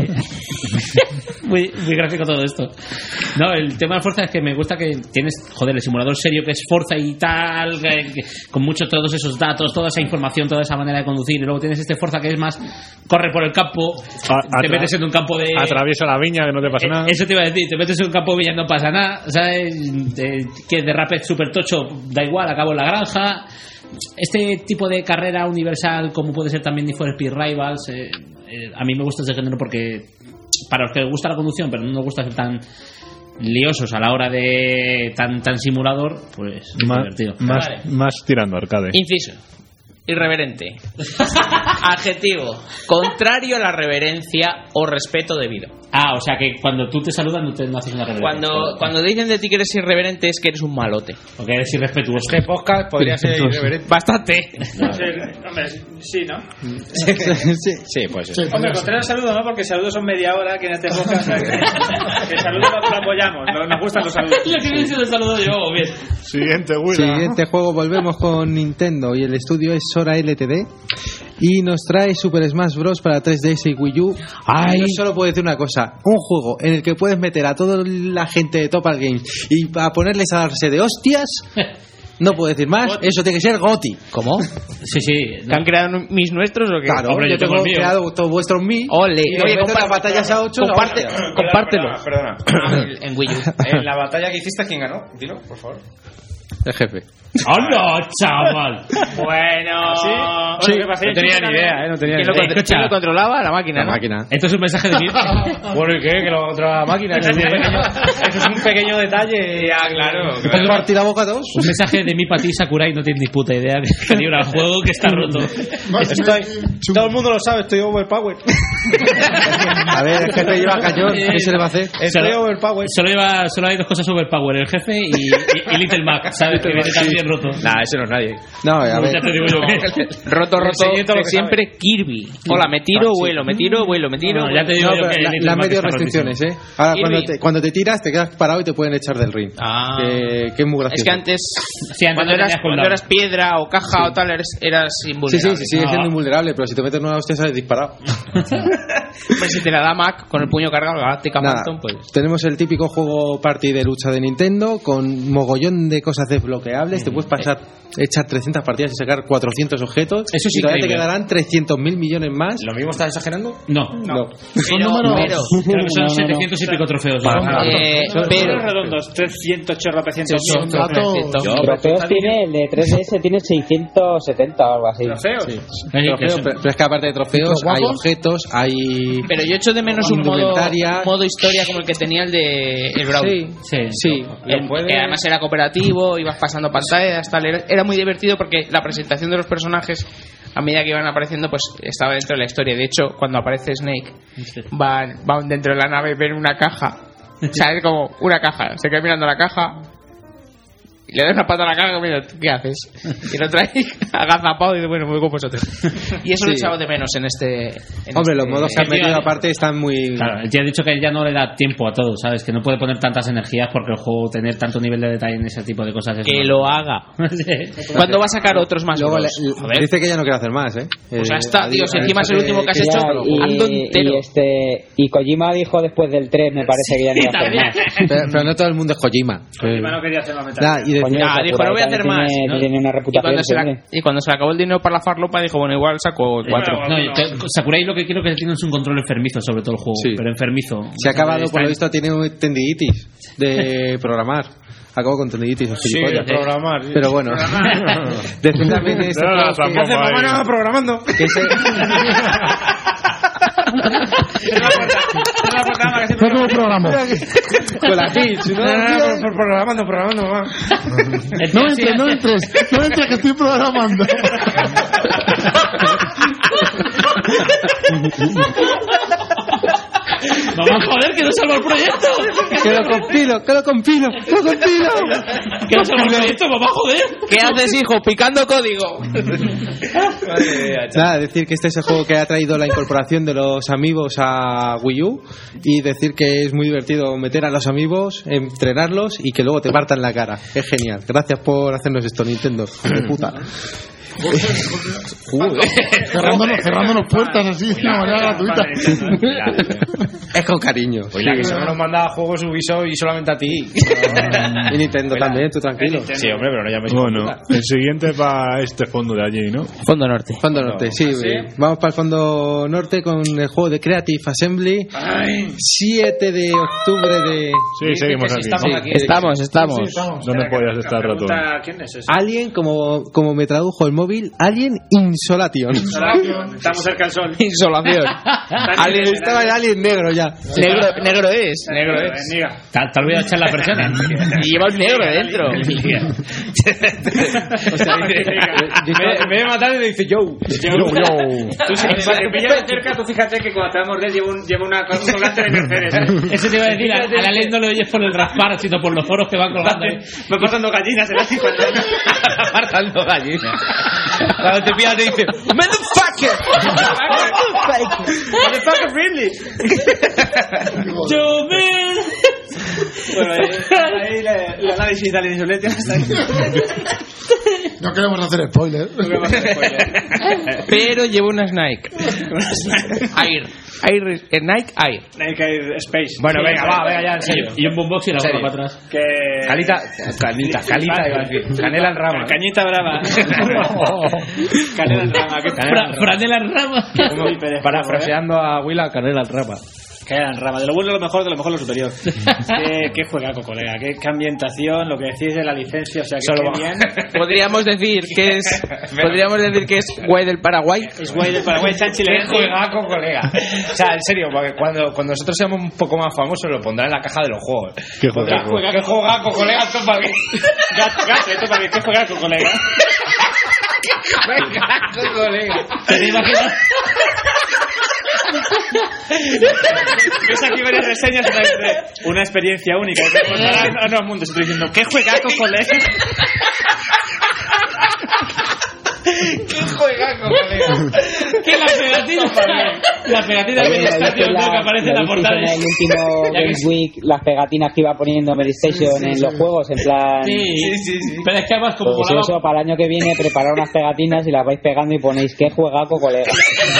muy, muy gráfico todo esto. No, el tema de Forza es que me gusta que tienes, joder, el simulador serio que es Forza y tal, que, que, con muchos todos esos datos, toda esa información, toda esa manera de conducir, y luego tienes este Forza que es más corre por el campo, a, te metes en un campo de atraviesa la viña que no te pasa eh, nada. Eso te iba a decir, te metes en un campo de viña y no pasa nada, ¿sabes? De, que derrapes súper tocho, da igual, acabo en la granja. Este tipo de carrera universal, como puede ser también Need for Speed Rivals, eh, eh, a mí me gusta ese género porque para los que les gusta la conducción pero no nos gusta ser tan liosos a la hora de tan tan simulador, pues es más, divertido. Más, Vale. más tirando arcade. Inciso. Irreverente. Adjetivo. Contrario a la reverencia o respeto debido. Ah, o sea que cuando tú te saludas no, te, no haces una reverencia. Cuando, cuando dicen de ti que eres irreverente es que eres un malote. O que eres irrespetuoso. Este podcast podría ser irreverente. Bastante. Hombre, sí, ¿no? sí, sí, sí, pues sí. Hombre, contrario al saludo, ¿no? Porque saludos son media hora que en este podcast. O sea, que, que el saludo lo, lo apoyamos. Nos, nos gustan los saludos. Lo que me dice el saludo yo, bien. Siguiente, Willa. Siguiente juego, volvemos con Nintendo y el estudio es Sora L T D y nos trae Super Smash Bros. Para tres D S y Wii U. Ay. Yo solo puedo decir una cosa, un juego en el que puedes meter a toda la gente de Topal Games y a ponerles a darse de hostias. No puedo decir más, eso tiene que ser GOTY. ¿Cómo? Sí, sí. ¿Que han creado mis nuestros o qué? Claro, Hombre, yo yo tengo tengo el mío. creado todos vuestros mí. Ole. Y Oye, meto comparte- las batallas a ocho. comparte, no, compártelo. Perdona, perdona. En, en Wii U. En la batalla que hiciste, ¿quién ganó? Dilo, por favor. el jefe. ¡Hola, chaval! Bueno, ¿Sí? bueno, Sí, ¿qué pasa? no tenía ni idea, ¿eh? No tenía ni ¿Quién lo, idea. contro- quién lo controlaba? La máquina, La ¿no? máquina. Esto es un mensaje de mí. Bueno, ¿y qué? Que lo otra máquina. Eso es un pequeño, eso es un pequeño detalle. Ya, claro. ¿Puedes partir la boca a todos? Un mensaje de mí para ti, Sakurai, no tienes ni puta idea de que libra el juego que está roto. Estoy, todo el mundo lo sabe, estoy overpowered. A ver, el jefe lleva cañón, ¿qué se le va a hacer? Estoy Solo- overpowered. Solo, lleva, solo hay dos cosas overpower, el jefe y, y, y Little Mac, ¿sabes? Que viene también roto. Nah, ese no es nadie. No, a ver. Ya te digo yo que... Roto, roto. Enseñé todo lo De que siempre Kirby. Hola, me tiro, vuelo, me tiro, vuelo, me tiro. No, vuelo. ya te digo No, yo pero que la- Little le han Mac metido está restricciones, rotísimo. ¿eh? Ahora, Kirby. cuando te, cuando te tiras, te quedas parado y te pueden echar del ring. Ah. Que, que es muy gracioso. Es que antes, Sí, antes cuando, no eras, tenías cuando cooldown. eras piedra o caja o tal, eras, eras Sí, invulnerable. sí, sí, sigue siendo invulnerable, pero si te metes una hostia sales disparado. Pues si te la da Mac con el puño cargado, Galáctica Nada, Phantom, pues... tenemos el típico juego party de lucha de Nintendo con mogollón de cosas desbloqueables. Te puedes pasar, echar trescientas partidas y sacar cuatrocientos objetos. Eso es y todavía te increíble. quedarán trescientos mil millones más. ¿Lo mismo estás exagerando? No, No. Son números. pero, creo que son setecientos y pico trofeos. Para ¿no? nada. eh, Son pero... números redondos, trescientos, tropecientos. Son datos. Trofeos tiene, el de tres D S tiene seiscientos setenta o algo así. ¿Trofeos? Ahí, Trofeos, que son- pero, pero es que aparte de trofeos ¿Los hay guapos? objetos, hay... Pero yo echo de menos un modo, Indumentaria. modo historia como el que tenía el de el Brawl. Sí, Sí. sí. El- que además era cooperativo, ibas pasando pantallas, tal, era, era muy divertido porque la presentación de los personajes a medida que iban apareciendo pues estaba dentro de la historia. De hecho, cuando aparece Snake van, van dentro de la nave, ven una caja, o sea, es como una caja, se queda mirando la caja y le das una pata a la caja y mira, ¿qué haces? Y lo trae agazapado y dice, bueno, me voy con vosotros. Y eso lo he Sí. echado de menos en este... en Hombre, este- los modos que han metido aparte están muy... Claro, él ya ha dicho que él ya no le da tiempo a todo, ¿sabes? Que no puede poner tantas energías porque el juego, tener tanto nivel de detalle en ese tipo de cosas es Que una- lo haga. Sí. ¿Cuándo va a sacar otros más? Luego Bros? le- Joder. dice que ya no quiere hacer más, ¿eh? Pues ya Eh, está, ha tío, si dicho encima es el que- último que has que hecho, ya- y, ando entero. y este y Kojima dijo después del tres, me parece que ya no iba a hacer más. Pero, pero no todo el mundo es Kojima. Kojima no quería hacer más metal. Nah, y decía- Coño, Ya, Sakurai dijo, no voy a hacer también más. tiene- ¿no? tiene una Y reputación, cuando, se tiene. la, y cuando se le acabó el dinero para la farlopa, dijo, bueno, igual saco cuatro. No, y te- Sakurai lo que quiero que tiene es un control enfermizo sobre todo el juego, Sí. pero enfermizo. Se ha acabado, Está por lo en- visto, tiene tendinitis de programar. Acabo con tendinitis. el Sí, gilipollas. de programar. sí. Pero bueno, decir también esto. No, no, que- tampoco ¿Qué hace ahí. mamá nada programando? que ese- No como programa. con la Hitch, ¿no? No, no, no, por- programando, programando, mamá. No entres, no entres. No entres que estoy programando. Mamá, joder, que no salvo el proyecto. Que lo compilo, que lo compilo, que lo compilo. Que no salvo el proyecto, mamá, joder. ¿Qué haces, hijo? Picando código. Nada, decir que este es el juego que ha traído la incorporación de los amigos a Wii U y decir que es muy divertido meter a los amigos, entrenarlos y que luego te partan la cara. Es genial. Gracias por hacernos esto, Nintendo. De puta. cerrándonos, cerrándonos puertas así de una manera gratuita. Es con cariño. Pues la que solo nos manda juegos Ubisoft y solamente a ti. Y Nintendo también, tú tranquilo. Sí, hombre, pero no llames. Bueno, el siguiente para este fondo de allí, ¿no? Fondo norte. Fondo norte, sí. ¿Sí? Vamos para el fondo norte con el juego de Creative Assembly. Ay. siete de octubre de... Sí, seguimos aquí. Estamos, aquí. estamos. estamos. Sí, sí, estamos. ¿Dónde podías estar, ratón? ¿Quién es ese? Alien, como, como me tradujo el móvil, Alien Insolation. Estamos cerca del sol. Insolación. Alien, estaba el Alien negro ya. Negro, negro es. Negro Eh, es. Niga. Te te has olvidado echar la persona. Y lleva un negro dentro. En vez de matar, le dice yo. Yo, yo. Tú, si para que pillas de cerca, tú fíjate que cuando te va a morder lleva, un, lleva una un colgante de Mercedes. ¿eh? Eso te iba a decir, a, a la ley no lo oyes por el raspar, sino por los foros que van colgando. Me pasando gallinas en así cuando Apartando gallinas. Cuando te pillas te dice motherfucker. Motherfucker really. Yo me... Bueno, ahí, ahí la, el análisis de Alien Isolation hasta ahí. No queremos hacer spoiler. No queremos hacer spoiler. Pero lleva unas Nike. Air. Air. Nike Air. Nike Air Space. Bueno, venga, va, venga ya, en serio. Y un boombox y la ¿En bola serio? para atrás. Que... Calita, calita, calita, iba a decir. Canela en rama. Cañita brava. Canela en rama. ¿Qué Fra- Franela en rama. Como parafraseando a Willa, canela en rama. Canela en rama. De lo bueno, lo mejor, de lo mejor, lo superior. qué, qué juegaco, colega. Qué, qué ambientación, lo que decís de la licencia. O sea, que Solo qué va. bien. Podríamos decir que es. Podríamos decir que es Guay del Paraguay. Es guay del Paraguay, Chanchi Qué le juegaco, colega. O sea, en serio, porque cuando, cuando nosotros seamos un poco más famosos lo pondrán en la caja de los juegos. Qué juegaco. Qué juegaco, colega, topa bien. Gato, gato, esto para mí. Qué juegaco, colega. Qué juegaco, colega. ¿Te imaginas? Ves aquí varias reseñas de una experiencia única. Y te contarán a nuevos mundos. Estoy diciendo, qué juegaco, colega. Qué juegaco, colega. Que la pegatina. La pegatina de estación que aparece en la portada. En el último Games Week, las pegatinas que iba poniendo PlayStation en los juegos, en plan. Sí, sí, sí. Pero es que además, como Pues volaba. eso, para el año que viene, preparar unas pegatinas y las vais pegando y ponéis qué juegaco, colega.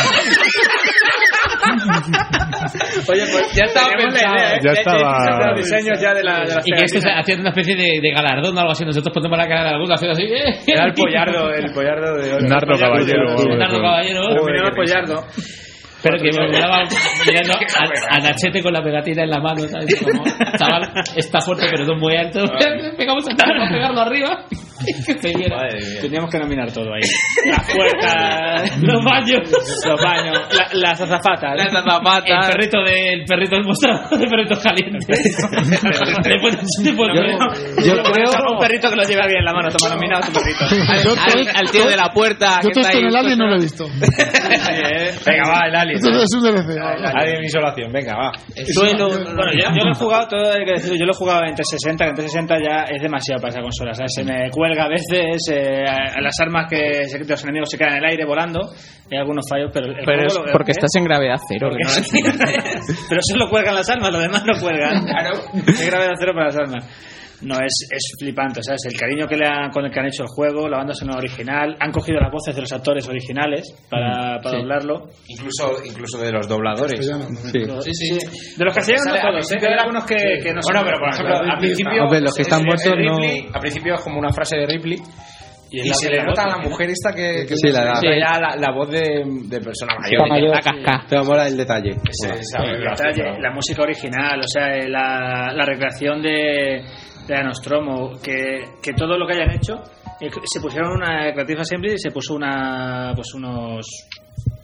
Oye, pues ya estaba pensado. Ya Ya estaba. los diseños ya de la. De las Y que esto pegatinas. haciendo una especie de, de galardón o algo así. Nosotros ponemos la cara de alguno haciendo así. eh, Era el pollardo, el pollardo de Nardo Caballero. Sí, Nardo Caballero. Nominado Pollardo. Pero que me volaba mirando a, a Nachete con la pegatina en la mano, ¿sabes? Como, chaval, está fuerte, pero no muy alto. Pegamos a para pegarlo arriba. Que se viera. Teníamos que nominar todo ahí. Las puertas, los baños, los baños, la, las azafatas. Las azafatas. El perrito del perrito del mostrador de perritos calientes. Después de Yo, yo creo. Un perrito que lo lleva bien en la mano, toma nominado tu perrito. Al, al, al tío de la puerta. Yo que todo está esto ahí. en el Alien no lo he visto. Venga, va, el Alien. Esto es un D L C. Alien Isolación, venga, va. Suelo, bueno, yo, yo lo he jugado, todo hay que decirlo, yo lo he jugado en trescientos sesenta, que en trescientos sesenta ya es demasiado para esa consola, ¿sabes? Se me cuelga a veces, eh, a, a las armas que se, los enemigos se quedan en el aire volando, hay algunos fallos, pero el Pero es juego lo- porque ¿eh? estás en gravedad cero. Porque- ¿no? pero solo cuelgan las armas, lo demás no cuelgan. Claro. Es gravedad cero para las armas. No, es, es flipante, ¿sabes? El cariño que le han, con el que han hecho el juego, la banda sonora original, han cogido las voces de los actores originales para, para Sí. doblarlo. Incluso, incluso de los dobladores. Sí. Sí, sí. De los castellanos no Sale al todos, ¿eh? principio Hay de la- algunos que, que no son. Bueno, pero por ejemplo, al principio. Hombre, los que están es- muertos es Ripley, no- Al principio es como una frase de Ripley. Y Y, es la se de le la nota a voz, la ¿no? mujer esta que, que Sí, se la- nota la- ya la, la voz de, de persona mayor. Chica mayor. La casca. Pero mola el detalle. Ese- esa El vibración, detalle, ¿no? la música original, o sea, eh, la, la recreación de, de la Nostromo, que, que todo lo que hayan hecho, eh, se pusieron una Creative Assembly y se puso una, pues unos,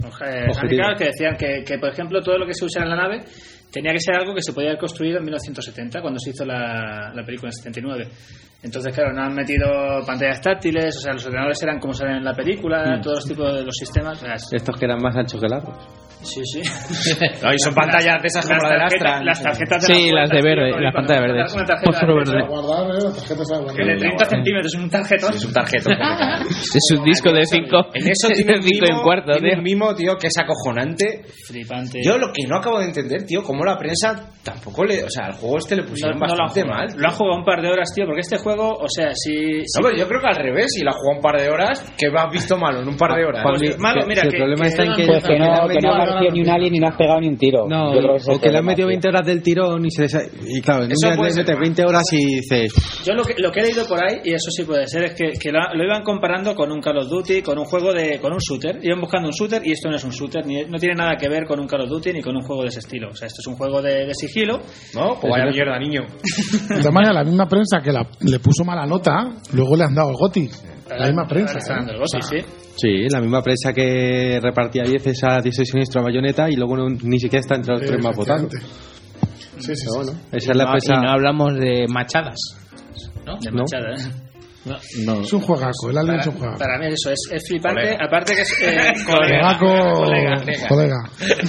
eh, handicaps que decían que, que, por ejemplo, todo lo que se usa en la nave tenía que ser algo que se podía haber construido en mil novecientos setenta, cuando se hizo la, la película en setenta y nueve. Entonces, claro, no han metido pantallas táctiles, o sea, los ordenadores eran como salen en la película, mm. todos los tipos de los sistemas. O sea, estos que eran más anchos que largos. Sí, sí. No, y son pantallas de esas como la de Astra. Las tarjetas de sí, las de verde, las pantallas verdes. Fósforo verde. Guardar, eh, tarjetas de guardar. De treinta centímetros, es un tarjetón. Sí, es un tarjetón. Es un disco de cinco. En eso tiene un mimo, en cuarto, tiene un mimo, tío, que es acojonante. Flipante. Yo lo que no acabo de entender, tío, cómo la prensa tampoco le... O sea, al juego este le pusieron no, no bastante lo mal. Tío. Lo han jugado un par de horas, tío, porque este juego, o sea, si... si... No, pero yo creo que al revés, si lo has jugado un par de horas, ¿qué has visto malo en un par de horas? Pues, pues, malo, mira, que, que... el problema que, está en que... Pues que no, que no ha aparecido ni un alien ni no has pegado ni un tiro. No, yo creo que o que le han metido veinte horas del tirón y se les ha... Y claro, en un día le metes veinte horas y dices... Yo lo que, lo que he leído por ahí, y eso sí puede ser, es que, que lo, lo iban comparando con un Call of Duty, con un juego de... con un shooter. Iban buscando un shooter y esto no es un shooter, ni, no tiene nada que ver con un Call of Duty ni con un juego de ese estilo. O sea, esto es un juego de, de sigilo. No, pues vaya mierda, niño. De manera, la misma prensa que la, le puso mala nota, luego le han dado el GOTY. La misma prensa. ¿eh? El GOTY, sí. Sí, la misma prensa que repartía dieces a dieciséis Siniestro a Bayonetta y luego no, ni siquiera está entre los tres más votados. Sí, sí, bueno, sí. Esa es la no, prensa. Y no hablamos de machadas, ¿no? De no. machadas, ¿eh? No, no. Es un juegaco, el Alien es un juegaco. Para mí eso es, es flipante, Colega. aparte que es eh, colega, colega, colega, colega.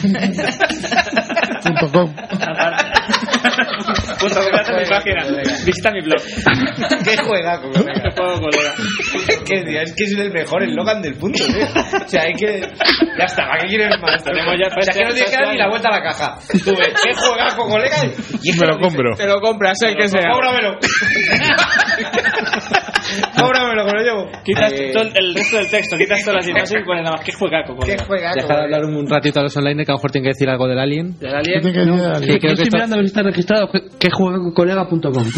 Punto com. Punto com, esa es mi página. Visita mi blog. Qué juegaco, colega. Qué juego, colega. Que, tío, es que es el mejor eslogan del punto, tío. O sea, hay que... Ya está, ¿para qué quieres más? Tenemos ya o sea, que no tienes que dar ni la vuelta a la caja. Tú ves, qué juegaco, colega. Y Me lo compro. Te lo compras, el que sea. Cóbramelo. Cóbramelo, que lo llevo. Quitas Eh, todo el resto del texto, quitas todas las imágenes y pones nada más. Qué juegaco, Qué colega. juegaco. Deja de hablar un ratito a los online que a lo mejor tienen que decir algo del Alien. Del ¿Qué Alien. tiene que decir del Alien? Sí, creo que Estoy esto- mirando a ver si está registrado. Que juega con colega punto com.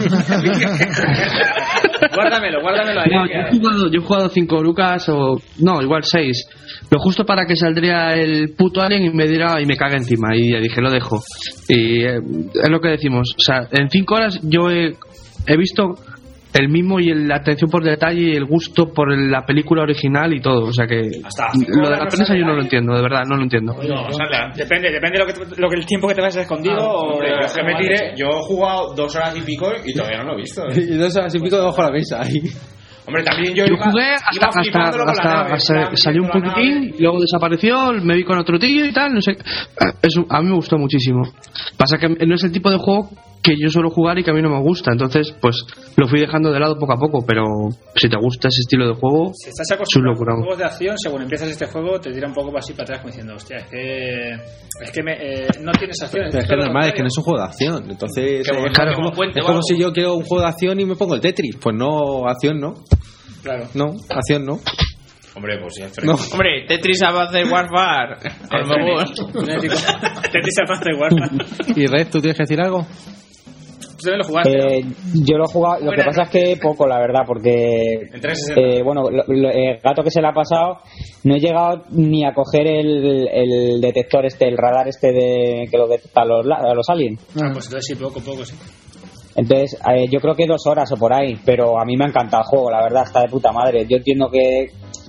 Guárdamelo, guárdamelo ahí. No, yo he jugado, yo he jugado cinco lucas o... No, igual seis. Lo justo para que saldría el puto alien y me diera y me caga encima. Y ya dije, lo dejo. Y eh, es lo que decimos. O sea, en cinco horas yo he, he visto el mimo y el- la atención por detalle y el gusto por el- la película original y todo. O sea que Hasta cinco lo de horas la no prensa sale yo no lo nadie. entiendo, de verdad, no lo entiendo. No, o sea, depende, depende de lo que, lo que el tiempo que te vayas escondido o... Hombre, yo es que me o tiré, algo. yo he jugado dos horas y pico y todavía no lo he visto. ¿eh? Y dos horas y pico debajo de la mesa ahí. Hombre, también yo, Yo iba, jugué hasta, iba hasta, flipándolo con la hasta, nave, hasta- iba salió un viendo la poquitín, nave. luego desapareció, me vi con otro tío y tal, no sé. Eso, a mí me gustó muchísimo. Pasa que no es el tipo de juego que yo suelo jugar y que a mí no me gusta, entonces pues lo fui dejando de lado poco a poco, pero si te gusta ese estilo de juego, Si estás es un acostumbrado a locura. juegos de acción, según empiezas este juego, te tira un poco así para atrás como diciendo, hostia, es que, es que me, eh, no tienes acción. Pero es que es normal, es que no es un juego de acción. Entonces, Que eh, bueno, claro, que como es puente o como algo. si yo quiero un juego de acción y me pongo el Tetris. Pues no, acción no. Claro. No, acción no. Hombre, pues sí, es No. Hombre, Tetris Advanced Warfare. A lo mejor. Tetris Advanced Warfare. ¿Y Red, tú tienes que decir algo? Tú también lo jugaste. Eh, yo lo he jugado, lo que Buena pasa es que poco, la verdad, porque En trescientos sesenta. eh, bueno, lo- lo- el gato que se le ha pasado, no he llegado ni a coger el, el detector este, el radar este de que lo detecta a los, la- a los aliens. Ah, pues entonces sí, poco, poco, sí. Entonces, eh, yo creo que dos horas o por ahí, pero a mí me ha encantado el juego, la verdad, está de puta madre. Yo entiendo que,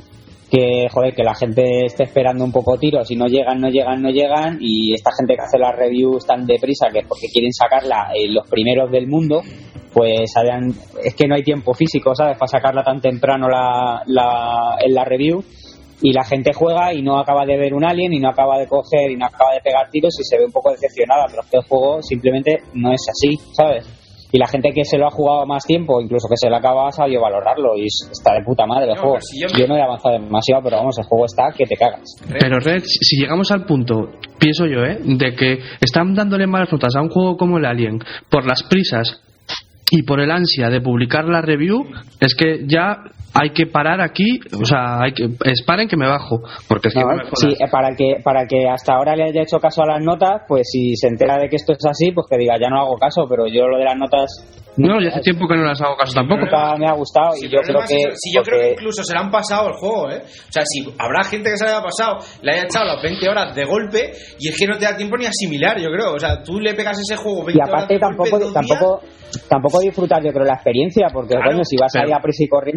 que joder, que la gente esté esperando un poco tiros y no llegan, no llegan, no llegan, y esta gente que hace las reviews tan deprisa que es porque quieren sacarla en los primeros del mundo, pues hayan, es que no hay tiempo físico, ¿sabes?, para sacarla tan temprano la, la, en la review. Y la gente juega y no acaba de ver un alien y no acaba de coger y no acaba de pegar tiros y se ve un poco decepcionada, pero es que el juego simplemente no es así, ¿sabes? Y la gente que se lo ha jugado más tiempo, incluso que se lo acaba, ha sabido valorarlo y está de puta madre el No, juego. pero si yo yo, me- no he avanzado demasiado, pero vamos, el juego está que te cagas. Pero Red, si si llegamos al punto, pienso yo, ¿eh?, de que están dándole malas notas a un juego como el Alien por las prisas y por el ansia de publicar la review, es que ya hay que parar aquí, o sea, hay que esparen que me bajo, porque es que No, no me jodas. sí, eh, para el que para el que hasta ahora le haya hecho caso a las notas, pues si se entera de que esto es así, pues que diga, ya no hago caso, pero yo lo de las notas No, ya hace tiempo que no las hago caso tampoco. nunca me ha gustado Si y el yo creo problema es que eso, si yo creo que porque- incluso se le han pasado el juego, ¿eh? O sea, si habrá gente que se le haya pasado, le haya echado las veinte horas de golpe y es que no te da tiempo ni a asimilar, yo creo. O sea, tú le pegas ese juego veinte y aparte horas de golpe tampoco en dos tampoco tampoco disfrutar yo creo la experiencia, porque Claro, coño, si vas pero- ahí a prisa y corriendo, coño,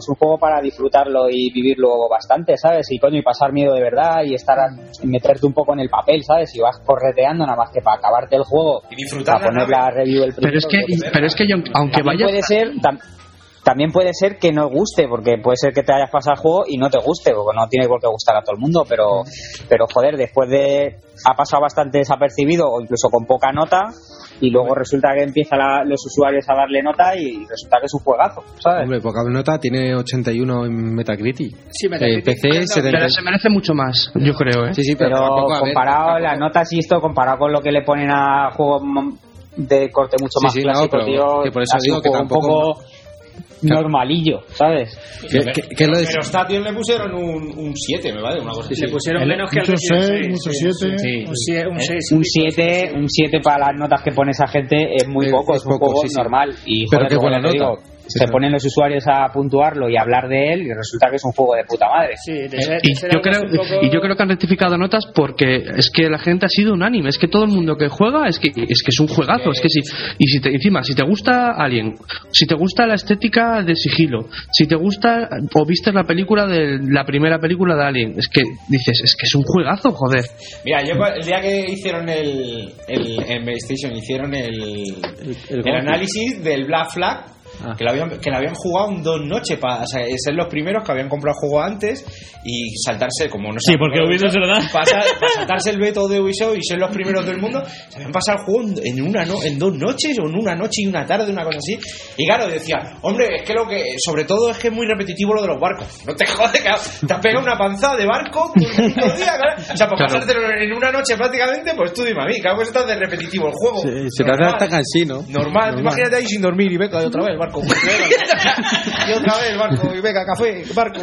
es un juego para disfrutarlo y vivirlo bastante, ¿sabes? Y coño, y pasar miedo de verdad y estar a, y meterte un poco en el papel, ¿sabes? Y vas correteando nada más que para acabarte el juego y disfrutar, para poner la review el primero. Pero es que, pero es que yo, aunque también vaya... puede ser... Tam, También puede ser que no guste, porque puede ser que te hayas pasado el juego y no te guste, porque no tiene por qué gustar a todo el mundo, pero, pero joder, después de... ha pasado bastante desapercibido o incluso con poca nota, y luego resulta que empiezan los usuarios a darle nota y resulta que es un juegazo, ¿sabes? Hombre, poca nota, tiene ochenta y uno en Metacritic. Sí, Metacritic. El P C, setenta. Pero se merece mucho más, yo creo, ¿eh? Sí, sí, pero, pero, tampoco, a ver, comparado, tampoco. las notas y esto, comparado con lo que le ponen a juegos de corte mucho Sí, más sí, clásico, no, pero tío, que por eso ha sido digo que un tampoco- poco normalillo, ¿sabes? ¿Qué, qué, qué lo Pero decís? Station le pusieron un siete, me vale, una cosa así. Le pusieron El- menos que al mucho Resident seis, Evil, mucho sí, siete. sí. Un sie- un seis. Un siete, un siete para las notas que pone esa gente es muy Es- poco, es es, un poco, juego sí, sí. normal. Y Pero joder, qué como buena ya te nota. digo, se ponen los usuarios a puntuarlo y a hablar de él y resulta que es un juego de puta madre. Sí, de Eh, ser- y de ser yo algo creo así un poco- y yo creo que han rectificado notas porque es que la gente ha sido unánime, es que todo el mundo que juega es que es que es un juegazo, es que si y si te, encima si te gusta Alien, si te gusta la estética de sigilo, si te gusta o viste la película de la primera película de Alien, es que dices, es que es un juegazo, joder. Mira, yo el día que hicieron el, el en PlayStation hicieron el, el, el análisis del Black Flag, Ah. que lo habían que lo habían jugado en dos noches para, o sea, ser los primeros que habían comprado el juego antes y saltarse como no sé. Sí, porque Ubisoft se lo da. Para, para saltarse el veto de Ubisoft y ser los primeros del mundo, se habían pasado el juego en una no, en dos noches o en una noche y una tarde, una cosa así. Y claro, decía, hombre, es que lo que sobre todo es que es muy repetitivo lo de los barcos. No te jodes, claro, te has pegado una panzada de barco todo el puto día, claro. O sea, para Claro. pasártelo en una noche prácticamente, pues tú dime a mí, claro, pues estás de repetitivo el juego. Se, se te hace Normal. hasta cansino. Normal, tú imagínate ahí sin dormir y venga, y otra vez el barco. Y otra vez el barco, y venga, café, barco.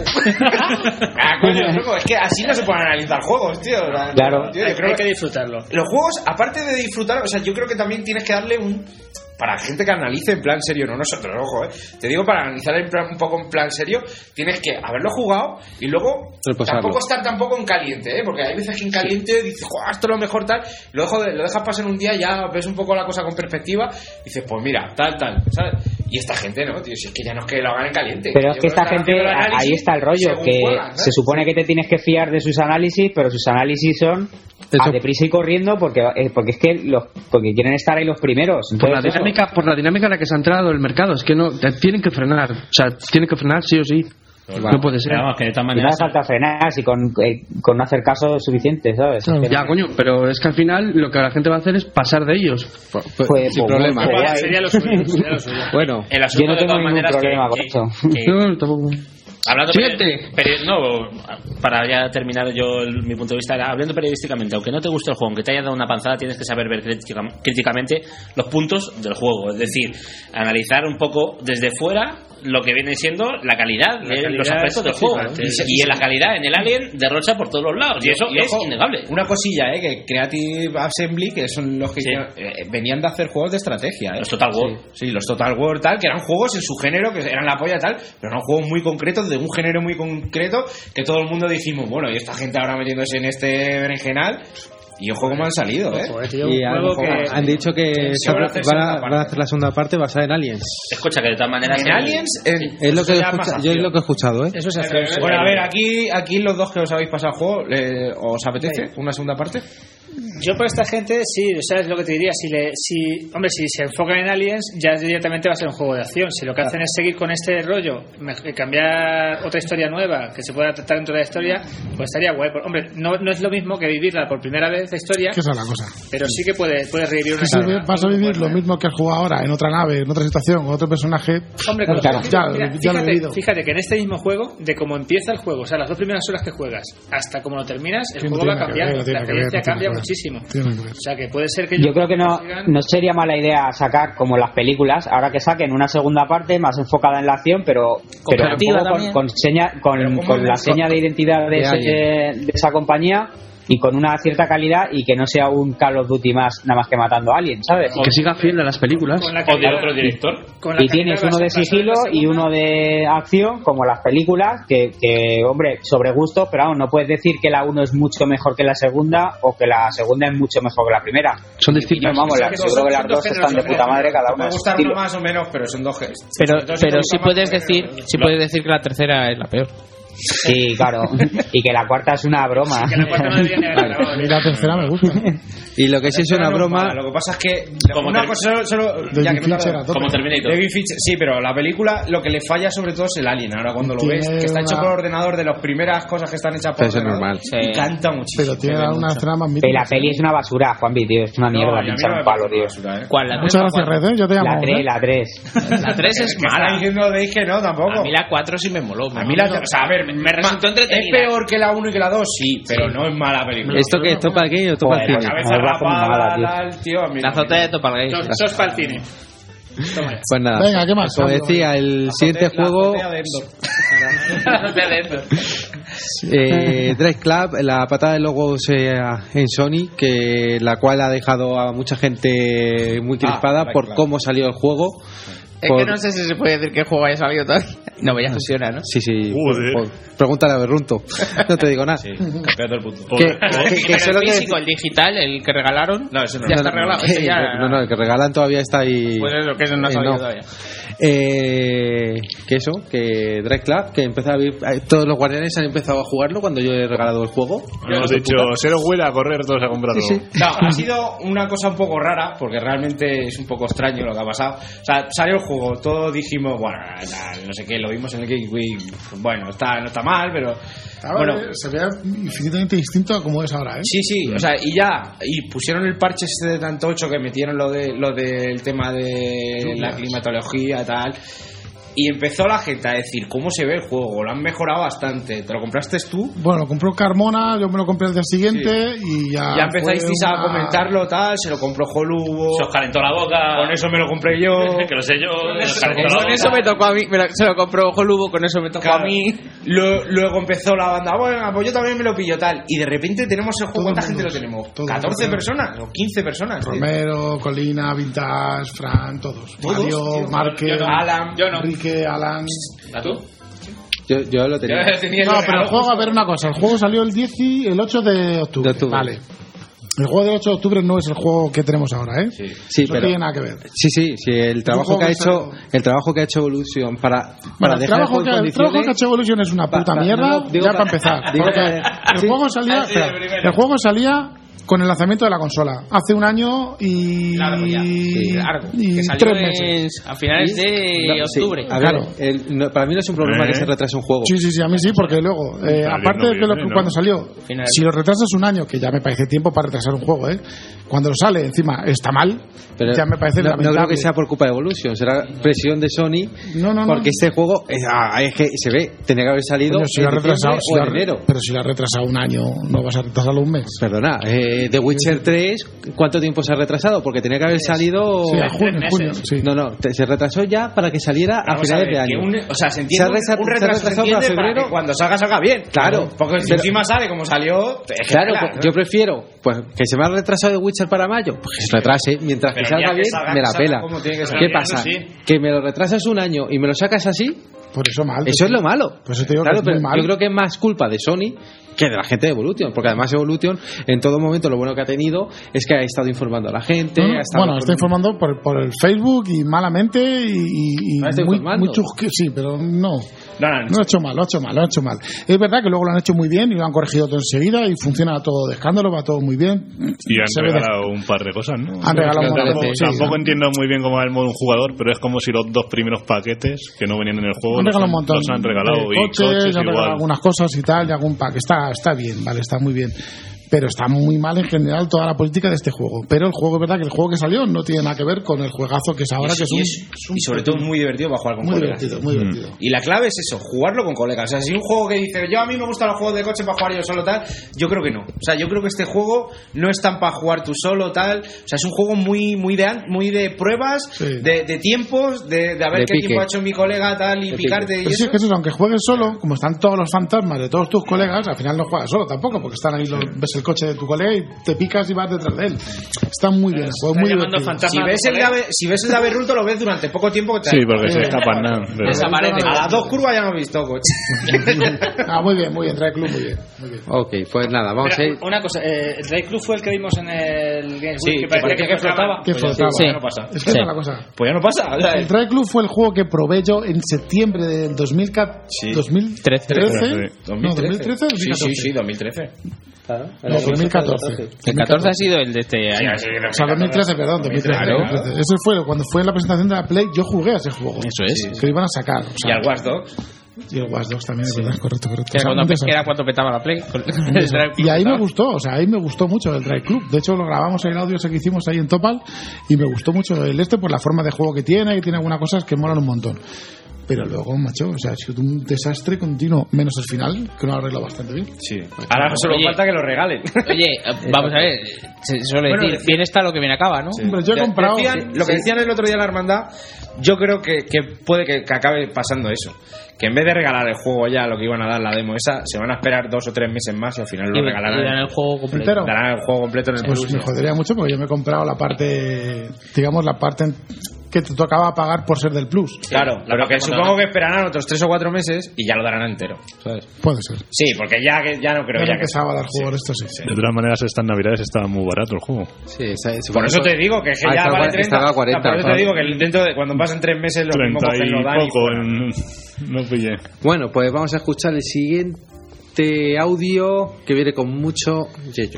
Ah, coño, loco, es que así no se pueden analizar juegos, tío. Claro. Tío, yo hay, creo hay que disfrutarlo. los juegos, aparte de disfrutar, o sea, yo creo que también tienes que darle un... Para gente que analice en plan serio, no nosotros, ojo, eh. Te digo, para analizar en plan, un poco en plan serio, tienes que haberlo jugado y luego Reposarlo. tampoco estar tampoco en caliente, ¿eh? Porque hay veces que en caliente dices, joder, esto es lo mejor tal, lo, dejo de- lo dejas pasar un día, ya ves un poco la cosa con perspectiva, y dices, pues mira, tal, tal, ¿sabes? Y esta gente, ¿no? Tío, si es que ya no es que lo hagan en caliente. Pero Yo es que creo esta están gente, haciendo el análisis ahí está el rollo, según que juegan, se ¿sabes? supone que te tienes que fiar de sus análisis, pero sus análisis son a deprisa y corriendo porque eh, porque es que los porque quieren estar ahí los primeros. Por la Entonces, eso. dinámica, por la dinámica en la que se ha entrado el mercado, es que no te- tienen que frenar, o sea, tienen que frenar sí o sí. No puede ser. Pero vamos, que de todas Y no maneras. hace falta frenar, si con, eh, con no hacer caso es suficiente, ¿sabes? Es que Ya, coño, pero es que al final lo que la gente va a hacer es pasar de ellos. Pues, sin pues, problema. pues, guay. Sería lo suyo, sería lo suyo. Bueno, El Yo asunto no de tengo todas ningún maneras problema que- con que- eso. que- No, tampoco. Hablando Siguiente. peri- peri- no, para ya terminar yo el- mi punto de vista, era, hablando periodísticamente, aunque no te guste el juego, aunque te haya dado una panzada, tienes que saber ver crítica- críticamente los puntos del juego, es decir, analizar un poco desde fuera lo que viene siendo la calidad La de calidad los aspectos del juego. específica, Y, y la calidad en el Alien derrocha por todos los lados, y eso Y es ojo, innegable. Una cosilla, ¿eh? Que Creative Assembly, que son los que Sí. hicieron- eh, venían de hacer juegos de estrategia, ¿eh? Los Total War. Sí, sí, los Total War tal, que eran juegos en su género, que eran la polla tal, pero eran juegos muy concretos, de un género muy concreto, que todo el mundo dijimos, bueno, y esta gente ahora metiéndose en este berenjenal, y ojo cómo han salido, ¿eh? Ojo, eh, tío, y un a lo juego mejor que- han dicho que se van a hacer van, a, segunda parte. van a hacer la segunda parte basada en Aliens. Escucha, que de todas maneras. En el- Aliens, en- Es lo que eso he ya escucha- más yo es acción. lo que he escuchado, ¿eh? Eso se hace. Bueno, a ver, aquí, aquí los dos que os habéis pasado el juego, le- ¿os apetece una segunda parte? Yo por esta gente, sí, o sea, es lo que te diría. Si, le, si Hombre, si se enfocan en Aliens, ya directamente va a ser un juego de acción. Si lo que hacen es seguir con este rollo, me- cambiar otra historia nueva que se pueda tratar dentro de la historia, pues estaría guay. Por- Hombre, no, no es lo mismo que vivirla por primera vez la historia, Que esa es la cosa. pero sí que puede, puede revivir una Que si historia. vas a vivir lo mismo que has jugado ahora en otra nave, en otra situación, con otro personaje. Hombre, con claro, los- ya, mira, ya lo he fíjate, vivido. fíjate que en este mismo juego, de cómo empieza el juego, o sea, las dos primeras horas que juegas hasta cómo lo terminas, el Sí, no juego va tiene que cambiando, ver, no tiene la que ver, experiencia no tiene cambia que ver. muchísimo. Tiene que ver. O sea, que puede ser que Yo ellos creo que no, consigan- no sería mala idea sacar como las películas, ahora que saquen una segunda parte más enfocada en la acción, pero, pero un Cooperativa poco con, también. con seña, con, Pero ¿cómo con la con- seña de identidad de, de ese- alguien. de esa compañía, y con una cierta calidad y que no sea un Call of Duty más nada más que matando a alguien, ¿sabes? Y que siga fiel a las películas. Con la O de calidad- otro director. con la Y tienes calidad uno de vas a pasar sigilo la y segunda. uno de acción, como las películas, que, que hombre, sobre gusto, pero vamos, no puedes decir que la uno es mucho mejor que la segunda o que la segunda es mucho mejor que la primera. Son distintas. No, vamos, la- yo creo que las dos están de puta madre, cada una Puede en su gustar estilo. uno más o menos, pero son dos gestos. Pero, Sobre todo si te pero gusta sí más, puedes pues, decir, sí puedes decir que la tercera es la peor. Sí, claro. Y que la cuarta es una broma. Que la cuarta no debería ni haber grabado. A mí la tercera me gusta. Y lo que sí es Pero una no broma. mala, Lo que pasa es que Como una ter- cosa solo, solo- David ya que no Fincher tarda- a tope. Como Terminator. David Fincher, sí, pero la película lo que le falla sobre todo es el alien. Ahora cuando lo Tiene ves, que está hecho una- por ordenador, de las primeras cosas que están hechas por Pero eso es ordenador, normal. y canta muchísimo. Pero tiene una escena más Y mítica. la peli es una basura, Juanvi, tío. Es una No, mierda y a mí pinchar no me un palo, parece tío. basura, ¿eh? ¿Cuál? La Muchas tres o gracias, cuatro? Red, ¿eh? Yo te llamo. La tres, ¿eh? la tres. La tres es Que está mala. diciendo de que no, tampoco. A mí la cuatro sí me moló. A mí la o sea, a ver, me resultó es entretenida. peor que la uno y que la dos, sí, pero no es mala película. ¿Esto qué? ¿Esto para qué o esto para el Joder, cine? Cabeza Me parece muy mala, rapada, tío. tal, tío, a mí La no. azotea de Topalgate. Sos, sos para el cine. Toma ya. Pues nada. Venga, ¿qué más? Como decía, el siguiente La juego. azotea de Endor. La azotea de Endor. Eh, Drive Club, la patada de logos eh, en Sony, que la cual ha dejado a mucha gente muy crispada Drive por Club. cómo salió el juego. Es Por- que no sé si se puede decir que el juego haya salido todavía. No, ya funciona, ¿no? Sí, sí. Joder. por- pregúntale a Berrunto. No te digo nada. Sí, campeonato del puto. Que, que- que Pero solo el que- físico, el digital, el que regalaron, No, ese no. ya no, está no, regalado. no, Ese ya- no, no, el que regalan todavía está ahí. Pues eso, que eso no ha eh, salido no. todavía. Eh, que eso, que Drive Club, que empezó a ver, eh, todos los guardianes han empezado a jugarlo cuando yo he regalado el juego. Hemos dicho, cero huela a correr todos a comprarlo. Sí, sí. No, ha sido una cosa un poco rara, porque realmente es un poco extraño lo que ha pasado. O sea, salió el juego, todos dijimos, bueno, tal, no sé qué, lo vimos en el Game Week, bueno, está, no está mal, pero... Ahora Bueno, se ve infinitamente distinto a como es ahora, ¿eh? sí, sí, o sea, y ya, y pusieron el parche este de tanto ocho que metieron lo de lo del tema de la climatología y tal. Y empezó la gente a decir cómo se ve el juego, lo han mejorado bastante. ¿Te lo compraste tú? Bueno, lo compró Carmona, yo me lo compré el día siguiente y ya. Ya empezasteis fue a una- comentarlo, tal, se lo compró Jolubo. Se os calentó la boca. Con eso me lo compré yo. Que lo sé yo. se os calentó la Con eso boca. me tocó a mí, me lo- se lo compró Ojo Lubo, con eso me tocó Claro. a mí. Lo- luego empezó la banda, bueno, pues yo también me lo pillo tal. Y de repente tenemos el juego, Todo ¿cuánta el gente mundo, lo tenemos? todo el ¿catorce mundo. personas? ¿O quince personas? tío. Romero, Colina, Vintage, Fran, todos. Todos, Mario, tío. Márquez, Yo no. Alan. Yo no. Enrique, Alan. ¿A tú? Yo, yo lo tenía. Yo tenía No, el pero el regalo juego, a justo. ver una cosa, el juego salió el diez y el ocho de octubre. De octubre. Vale. El juego del ocho de octubre no es el juego que tenemos ahora, ¿eh? Sí. Sí, Eso pero no tiene nada que ver. sí, sí, sí, el trabajo juego que ha que hecho, salió- el trabajo que ha hecho Evolution para Bueno, para el dejar el trabajo, juego que, en el trabajo que ha condiciones. hecho Evolution es una Pa- puta pa- mierda, no, digo ya pa- para empezar. digo Porque pa- el sí. juego salía, Ah, sí, el espera, primero. el juego salía con el lanzamiento de la consola hace un año y, Largo ya. Sí, largo. y Que salió tres en- meses. a finales de No, sí. octubre. A ver, Claro. el- no, para mí no es un problema ¿Eh? que se retrase un juego. Sí, sí, sí, a mí sí, porque luego, eh, Salió aparte en de que lo- noviembre, ¿no? cuando salió, Final. si lo retrasas un año, que ya me parece tiempo para retrasar un juego, ¿eh? Cuando lo sale, encima está mal, Pero ya me parece no, no lamentable. creo que sea por culpa de Evolution, será presión de Sony. No, no, no. Porque este juego es, ah, es que se ve, tenía que haber salido Coño, si lo en ha retrasado, diciembre si o lo en ha- enero. pero si lo ha retrasado un año, no vas a retrasarlo un mes. Perdona, eh, The Witcher tres, ¿cuánto tiempo se ha retrasado? Porque tenía que haber salido. Sí, a junio, meses. junio, sí. No, no, te- se retrasó ya para que saliera a Vamos a finales ver, de que año. un- o sea, se entiende Se ha un- resa- un se ha retraso se retrasado entiende para para febrero. que cuando salga salga bien. Claro. Porque si Pero- encima sale como salió, es que Claro, claro, pues, yo prefiero pues que se me ha retrasado The Witcher para mayo, pues que se retrase, mientras Pero que ya salga que bien, salga, me que la salga pela. como tiene que ¿Qué salir, pasa? eso sí. Que me lo retrasas un año y me lo sacas así, Por eso mal. eso es lo malo. Por eso te digo Claro, que es pero muy mal. yo creo que es más culpa de Sony que de la gente de Evolution, porque además Evolution en todo momento lo bueno que ha tenido es que ha estado informando a la gente, No, no, ha estado bueno, está informando por, por el Facebook y malamente y, y, y ¿No está muy, informando? muy chusqui- sí, pero no. No, no, No ha hecho mal, lo ha hecho mal, lo ha hecho mal. Es verdad que luego lo han hecho muy bien y lo han corregido todo enseguida y funciona todo de escándalo, va todo muy bien. Y han Se ve de- regalado un par de cosas, ¿no? Han regalado un montón de Tampoco, cosas, sí. tampoco entiendo muy bien cómo va el modo un jugador, pero es como si los dos primeros paquetes que no venían en el juego Han los regalado han, un montón los han regalado. de y coches, coches han regalado igual. algunas cosas y tal, y algún pack. Está, está bien, vale, está muy bien. Pero está muy mal en general toda la política de este juego. Pero el juego, es verdad que el juego que salió no tiene nada que ver con el juegazo que es ahora, Y que es y un, es- es un y sobre todo muy divertido para jugar con muy colegas. divertido, muy divertido. Y la clave es eso, jugarlo con colegas. O sea, si un juego que dice, yo a mí me gustan los juegos de coche para jugar yo solo tal, yo creo que no. O sea, yo creo que este juego no es tan para jugar tú solo tal. O sea, es un juego muy muy de an- muy de pruebas, Sí. de, de tiempos, de, de a ver De qué pique. tiempo ha hecho mi colega tal y De picarte y Pero sí, eso. es que eso, aunque juegues solo, como están todos los fantasmas de todos tus colegas, al final no juegas solo tampoco, porque están ahí, los, ves el el coche de tu colega y te picas y vas detrás de él. Está muy bien, es muy divertido. Si ves, el de Ave, si ves el de Averruto lo ves durante poco tiempo. Que te sí, porque se escapan nada. Pero... A las dos curvas ya hemos visto coche. Ah, muy bien, muy bien, Drive Club, muy bien. Muy bien. Ok, pues nada, vamos Pero, a ir. Una cosa, eh, el Drive Club fue el que vimos en el Games Sí, Week, que que parecía parecía que flotaba. Que Pues flotaba. sí, ya no pasa. Es que Sí. esa es la cosa. Pues ya no pasa. El Drive Club fue el juego que probé yo en septiembre del dos mil catorce. Sí. ¿dos mil trece? No, ¿dos mil trece o dos mil catorce? Sí, sí, sí, dos mil trece. Claro. No, dos mil catorce. El catorce ha sido el de este año. O sea, dos mil trece, perdón, dos mil trece. Claro. dos mil trece. Eso fue cuando fue la presentación de la Play. Yo jugué a ese juego. Eso es. Que lo iban a sacar. O sea, Y al Watch Dogs. Y el Watch Dogs también, es verdad, correcto, correcto. Que era, O sea, cuando, un que desastre. era cuando petaba la Play. Y ahí me gustó, o sea, ahí me gustó mucho el Drive Club. De hecho, lo grabamos en el audio ese que hicimos ahí en Topal y me gustó mucho el este por la forma de juego que tiene y tiene algunas cosas que molan un montón. Pero luego, macho, o sea, ha sido un desastre continuo, menos el final, que lo arregló bastante bien. Sí. Ahora solo Oye. falta que lo regalen. Oye, vamos a ver. Se suele Bueno, decir, bien está lo que bien acaba, ¿no? Sí. Hombre, yo he De- comprado- decían- lo que sí. decían el otro día en la hermandad, yo creo que, que puede que, que acabe pasando eso. Que en vez de regalar el juego ya, lo que iban a dar la demo esa, se van a esperar dos o tres meses más y al final lo Y- regalarán. y dan el juego completo. Entero. Darán el juego completo en el Pues Plus. me jodería mucho porque yo me he comprado la parte, digamos, la parte que te tocaba pagar por ser del Plus. Claro, la pero que parte supongo contraria. que esperarán otros tres o cuatro meses y ya lo darán entero, ¿sabes? Puede ser. Sí, porque ya, que- ya no creo Pero ya que empezaba a dar juego de esto, sí. De todas maneras, estas navidades estaba muy barato el juego. Sí, esa- esa- Por eso te digo que, es que Ah, ya estaba- vale treinta. estaba a cuarenta, Por eso te claro. digo que dentro de cuando pasen tres meses lo mismo treinta cogen y lo dan y poco. fuera. En... No pillé. Bueno, pues vamos a escuchar el siguiente audio que viene con mucho yello.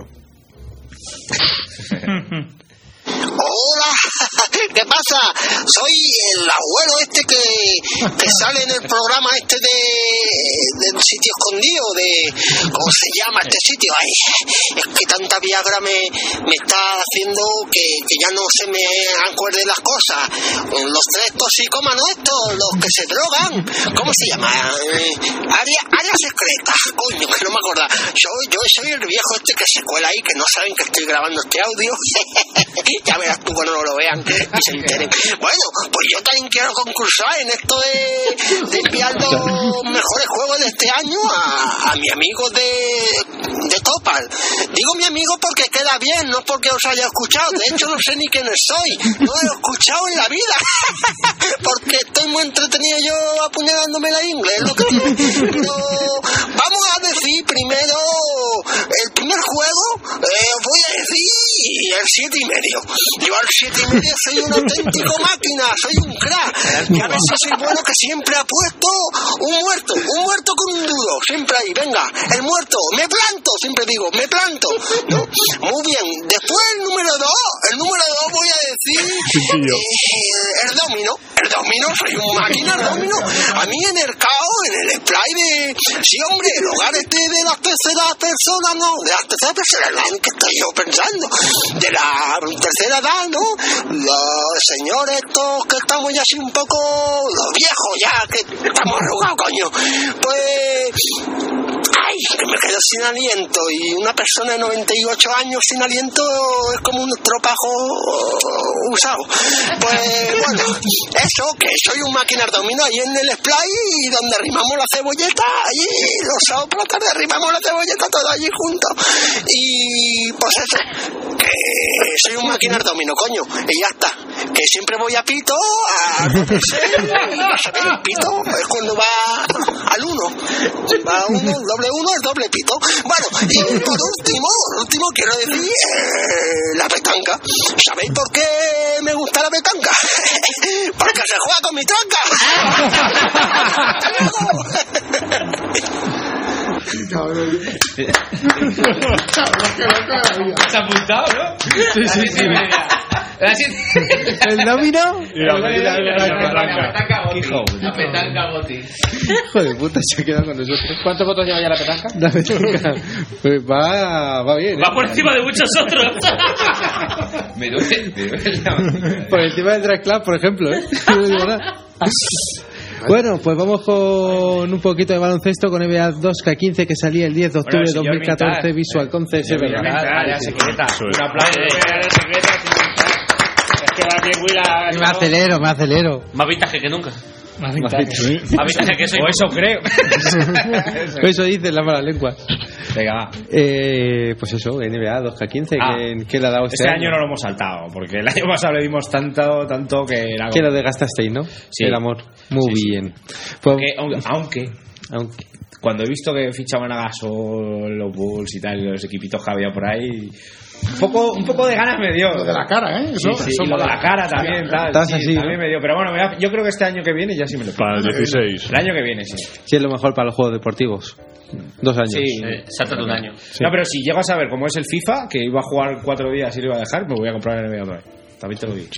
Hola, ¿qué pasa? Soy el abuelo este que, que sale en el programa este de del sitio escondido, de ¿cómo se llama este sitio? Ay, es que tanta Viagra me, me está haciendo que, que ya no se me acuerde las cosas. Los tres toxicómanos estos, los que se drogan, ¿cómo se llama? Eh, área, área secreta, coño, que no me acuerdo. Yo, yo soy el viejo este que se cuela ahí, que no saben que estoy grabando este audio. Ya verás tú cuando no lo vean y se enteren. Bueno, pues yo también quiero concursar en esto de, de enviar los mejores juegos de este año a, a mi amigo de, de Topal. Digo mi amigo porque queda bien, no porque os haya escuchado. De hecho, no sé ni quiénes soy. No he escuchado en la vida. Porque estoy muy entretenido yo apuñalándome la ingle. Es lo que tiene. Pero vamos a decir primero el primer juego. Eh, os voy a decir el siete y medio. Yo al siete y medio soy un auténtico máquina, soy un crack. Y a veces soy bueno que siempre apuesto un muerto, un muerto con un duro, siempre ahí, venga, el muerto, me planto, siempre digo, me planto, ¿no? Muy bien, después el número dos, el número dos voy a decir eh, el domino, el domino, soy un máquina, el domino. A mí en el caos, en el splay de, sí hombre, el hogar este de las terceras personas, no, de las terceras personas, ¿en qué estoy yo pensando? De la tercera edad, ¿no? Los señores estos que estamos ya así un poco, los viejos ya, que estamos arrugados, coño. Pues, ay, que me quedo sin aliento. Y una persona de noventa y ocho años sin aliento es como un estropajo usado. Pues, bueno, eso, que soy un máquina domino ahí en el splay y donde arrimamos la cebolleta, ahí los sábados por la tarde arrimamos la cebolleta todo allí juntos. Y, pues eso, que soy un máquina domino, coño, y ya está. Que siempre voy a pito, a y ya sabéis, el pito es cuando va al uno. Va uno, el doble uno, el doble pito. Bueno, y por último, por último quiero decir eh, la petanca. ¿Sabéis por qué me gusta la petanca? Porque se juega con mi tranca. ¿Se ha apuntado, no? Sí, sí, sí. ¿El domino? Y la petanca. La petanca Goti. Hijo de puta, se ha quedado con nosotros. ¿Cuántos votos lleva ya la petanca? La petanca. Pues va, va bien. Va ¿eh? por encima de muchos otros. Me duele, me duele la- Por encima del Drag Club, por ejemplo, ¿eh? No digo nada. Bueno, pues vamos con un poquito de baloncesto con N B A dos K quince que salía el diez de octubre Bueno, de el dos señor mil catorce, Mintal. Visual Concepts, es Señor verdad. Mintal, área secreta. Eso es. Un aplauso. Área secreta, es que va bien, Willa. Me acelero, me acelero. Más vintage que nunca. Más Sí. Más vintage que soy. O eso creo. Eso dicen las malas lenguas. Venga, va. Eh, pues eso, N B A dos K quince, Ah. ¿qué, qué le ha dado este, Este año no lo hemos saltado, porque el año pasado le dimos tanto, tanto que era... Que lo desgastasteis, ¿no? Sí. El amor. Muy Sí, sí. bien. Pues, Aunque, aunque, aunque, cuando he visto que fichaban a Gasol, los Bulls y tal, los equipitos que había por ahí, un poco, un poco de ganas me dio. Lo de la cara, ¿eh? Eso, Sí, sí, eso y lo de mola. la cara también, tal. Estás sí, así, también ¿no? me dio. Pero bueno, me da- yo creo que este año que viene ya sí me lo Para el dieciséis. El año que viene, sí. sí, es lo mejor para los juegos deportivos. Dos años. Sí. Eh, sáltate un año. No, pero si llego a saber cómo es el FIFA, que iba a jugar cuatro días y lo iba a dejar, me voy a comprar el N B A otra vez. También te lo digo. Sí.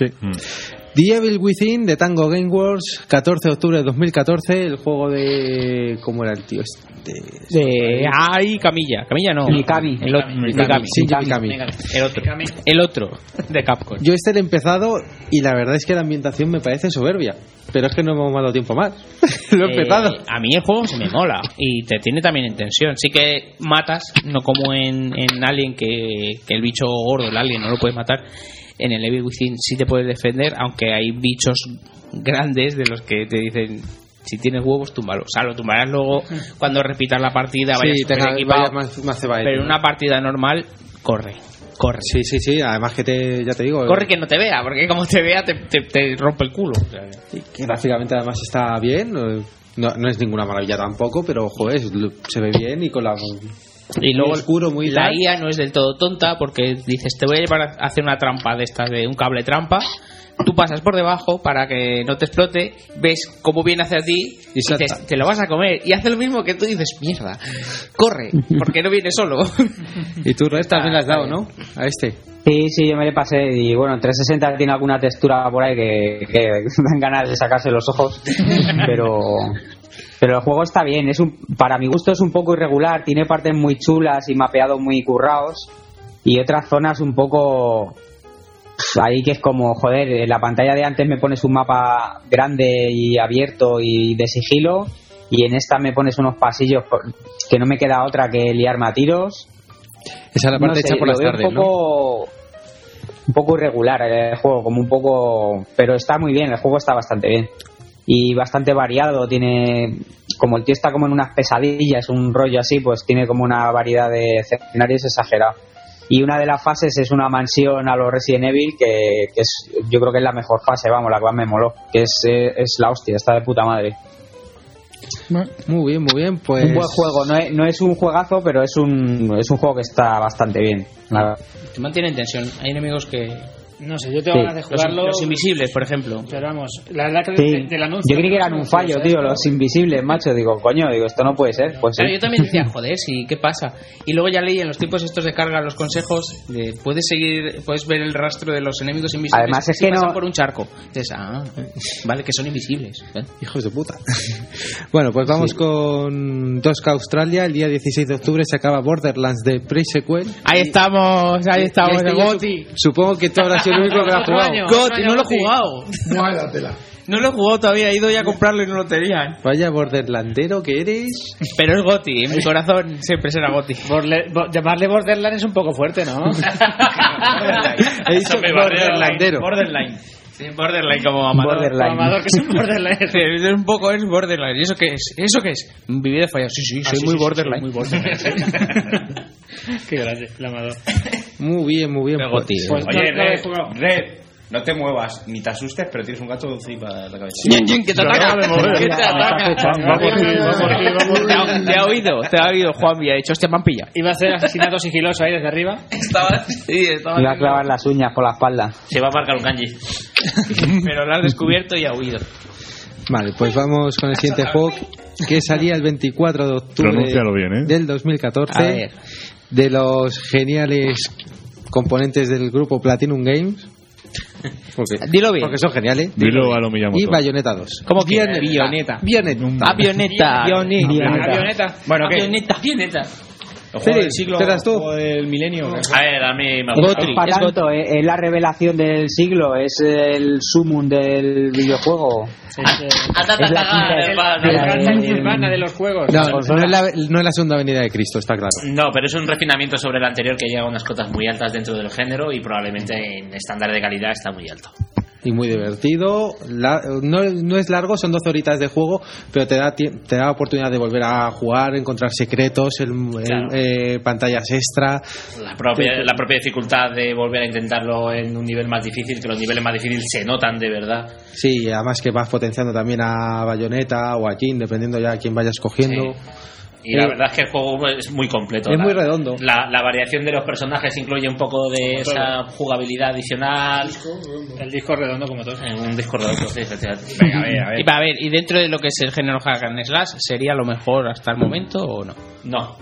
The Evil Within de Tango Gameworks, catorce de octubre de dos mil catorce, el juego de... ¿Cómo era el tío este? De ay Camilla, Camilla no. Mikami. El otro, Mikami. Mikami. Shinji Mikami. El otro. El otro de Capcom. Yo este lo he empezado y la verdad es que la ambientación me parece soberbia, pero es que no hemos dado tiempo más. Lo he Eh, empezado. a mí el juego se me mola y te tiene también en tensión. Sí que matas, no como en, en Alien, que, que el bicho gordo, el Alien, no lo puedes matar. En el Evil Within sí te puedes defender, aunque hay bichos grandes de los que te dicen: si tienes huevos, túmbalo. O sea, lo tumbarás luego cuando repitas la partida, vayas Sí, súper tenga, equipado. vaya más, más cebaete, Pero en ¿no? una partida normal, corre. Corre. Sí, sí, sí, además que te, ya te digo... Corre que no te vea, porque como te vea te, te, te rompe el culo. O sea, Que gráficamente además está bien, no, no, no es ninguna maravilla tampoco, pero joder, se ve bien y con la... y luego muy oscuro, muy la tal. I A no es del todo tonta, porque dices: te voy a llevar a hacer una trampa de estas, de un cable trampa. Tú pasas por debajo para que no te explote, ves cómo viene hacia ti y salta. dices: te lo vas a comer. Y hace lo mismo que tú, dices: mierda, corre, porque no viene solo. Y tú, Red, también le has dado, ¿no? A este. Sí, sí, yo me le pasé y bueno, en trescientos sesenta tiene alguna textura por ahí que, que dan ganas de sacarse los ojos, pero pero el juego está bien, es un, para mi gusto es un poco irregular, tiene partes muy chulas y mapeados muy currados y otras zonas un poco ahí que es como, joder, en la pantalla de antes me pones un mapa grande y abierto y de sigilo y en esta me pones unos pasillos que no me queda otra que liarme a tiros. Esa es la parte No sé, hecha por lo las veo tardes, un poco, un poco irregular el juego, como un poco, pero está muy bien, el juego está bastante bien y bastante variado, tiene, como el tío está como en unas pesadillas, un rollo así, pues tiene como una variedad de escenarios exagerada. Y una de las fases es una mansión a los Resident Evil que, que es, yo creo que es la mejor fase, vamos, la que más me moló, que es, eh, es la hostia, está de puta madre. Muy bien, muy bien, pues... Un buen juego, no es, no es un juegazo, pero es un, es un juego que está bastante bien, la verdad. Te mantiene en tensión. Hay enemigos que... No sé, yo tengo Sí. ganas de Los, jugarlo. los invisibles, por ejemplo. Pero vamos, la verdad que Sí. de- del anuncio. Yo creí que eran un fallo, tío, los invisibles, macho. Digo, coño, digo, esto no puede ser. Pues sí. Claro, yo también decía: joder, sí, ¿qué pasa? Y luego ya leí en los tipos estos de carga los consejos de puedes seguir, puedes ver el rastro de los enemigos invisibles. Además, es si que pasan no- por un charco. Dices: ah, vale, que son invisibles. ¿eh? Hijos de puta. Bueno, pues vamos con dos K Australia. El día dieciséis de octubre se acaba Borderlands de pre-sequel. Ahí estamos, ahí estamos, Y este el yo Goti. sup- Supongo que tú habrás sido el único que lo ha Otro jugado. año, Goti, otro año, no lo he Goti. jugado. Guárdatela. No lo he jugado todavía, he ido ya a comprarlo y no lo tenían. Vaya borderlandero que eres. Pero es Goti, en mi corazón siempre será Goti. Borle- bo- llamarle Borderland es un poco fuerte, ¿no? He dicho Eso me borderlandero. Borderline. Sí, Borderline como amador. Borderline. Como amador que es un Borderline. Sí, es un poco es Borderline. ¿Y eso qué es? ¿Eso qué es? Vivir de fallar. Sí, sí, Ah, soy sí, muy sí, sí, Borderline. soy muy Borderline. Qué grande, el amador. Muy bien, muy bien. Goti. Pues no- Oye, no lo he Red, jugado. Red, no te muevas ni te asustes, pero tienes un gato dulce para la cabeza. Yin, yin, que te ataca. Que te ataca. Vamos, vamos, Te ha- Te ha oído, te ha oído Juan y ha dicho: hostia, me han pillado. Iba a hacer asesinato sigiloso ahí desde arriba. Estaba, sí, estaba. Iba a clavar las uñas por la espalda. Se va a marcar un kanji. Pero lo has descubierto y ha huido. Vale, pues vamos con el siguiente juego que salía el veinticuatro de octubre Pronúncialo bien, ¿eh? del dos mil A catorce ver. de los geniales componentes del grupo Platinum Games. Porque, Dilo bien. porque son geniales. Dilo a lo Miyamoto. Y Bayonetta dos. ¿Cómo que? Bayonetta. Bayonetta. Bayonetta. Avioneta. Bayonetta. Avioneta. Bueno, ¿qué? Avioneta. Avioneta. El juego del Félix, siglo, ¿te das tú? el juego del milenio. A ver, a mí me Es, gusta. Gotri, es para es tanto, eh, es la revelación del siglo, es el sumum del videojuego. Es, eh, Es la quinta el- espada el de- gran Nirvana de los juegos. No, no es, la, no es la segunda venida de Cristo, está claro. No, pero es un refinamiento sobre el anterior que llega a unas cotas muy altas dentro del género y probablemente en estándar de calidad está muy alto. y muy divertido. La, no, no es largo, son doce horitas de juego, pero te da te da la oportunidad de volver a jugar, encontrar secretos, el, Claro. el, eh, pantallas extra. La propia, la propia dificultad de volver a intentarlo en un nivel más difícil, que los niveles más difíciles se notan de verdad. Sí, y además que vas potenciando también a Bayonetta o a Jin, dependiendo ya a quién vayas cogiendo. Sí. Y la Eh, verdad es que el juego es muy completo. es La- muy redondo. La, la variación de los personajes incluye un poco de esa jugabilidad adicional. El disco redondo como todo. Un disco redondo, sí, efectivamente. Venga, a ver, a ver. Y va a ver, ¿y dentro de lo que es el género hack and slash sería lo mejor hasta el momento o no? No.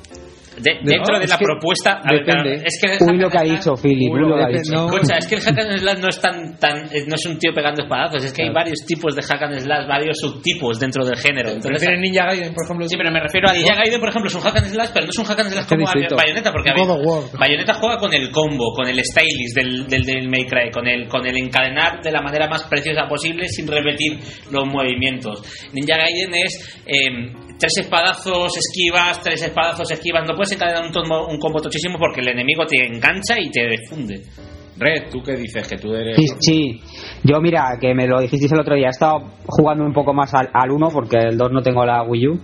De- dentro No, de es la que propuesta, a ver, claro, depende. es que el Uy, lo hack que ha and dicho Philip, uy, lo que ha dicho. Escucha, es que el hack and slash no es tan, tan eh, no es un tío pegando espadazos, es que hay varios tipos de hack and slash, varios subtipos dentro del género. Entonces, ¿Prefieres Ninja Gaiden, por ejemplo? sí, pero me refiero a Ninja Gaiden, por ejemplo, es un hack and slash, pero no es un hack and slash Qué como a distinto. Bayonetta, porque a God of ver, War. Bayonetta juega con el combo, con el stylist del, del, del May Cry, con el, con el encadenar de la manera más preciosa posible sin repetir los movimientos. Ninja Gaiden es eh, tres espadazos, esquivas, tres espadazos, esquivas. No puedes encadenar un, tomo- un combo tochísimo porque el enemigo te engancha y te defunde. Red, ¿tú qué dices? Que tú eres... Sí, sí, yo mira, que me lo dijisteis el otro día, he estado jugando un poco más al, al uno porque el dos no tengo la Wii U.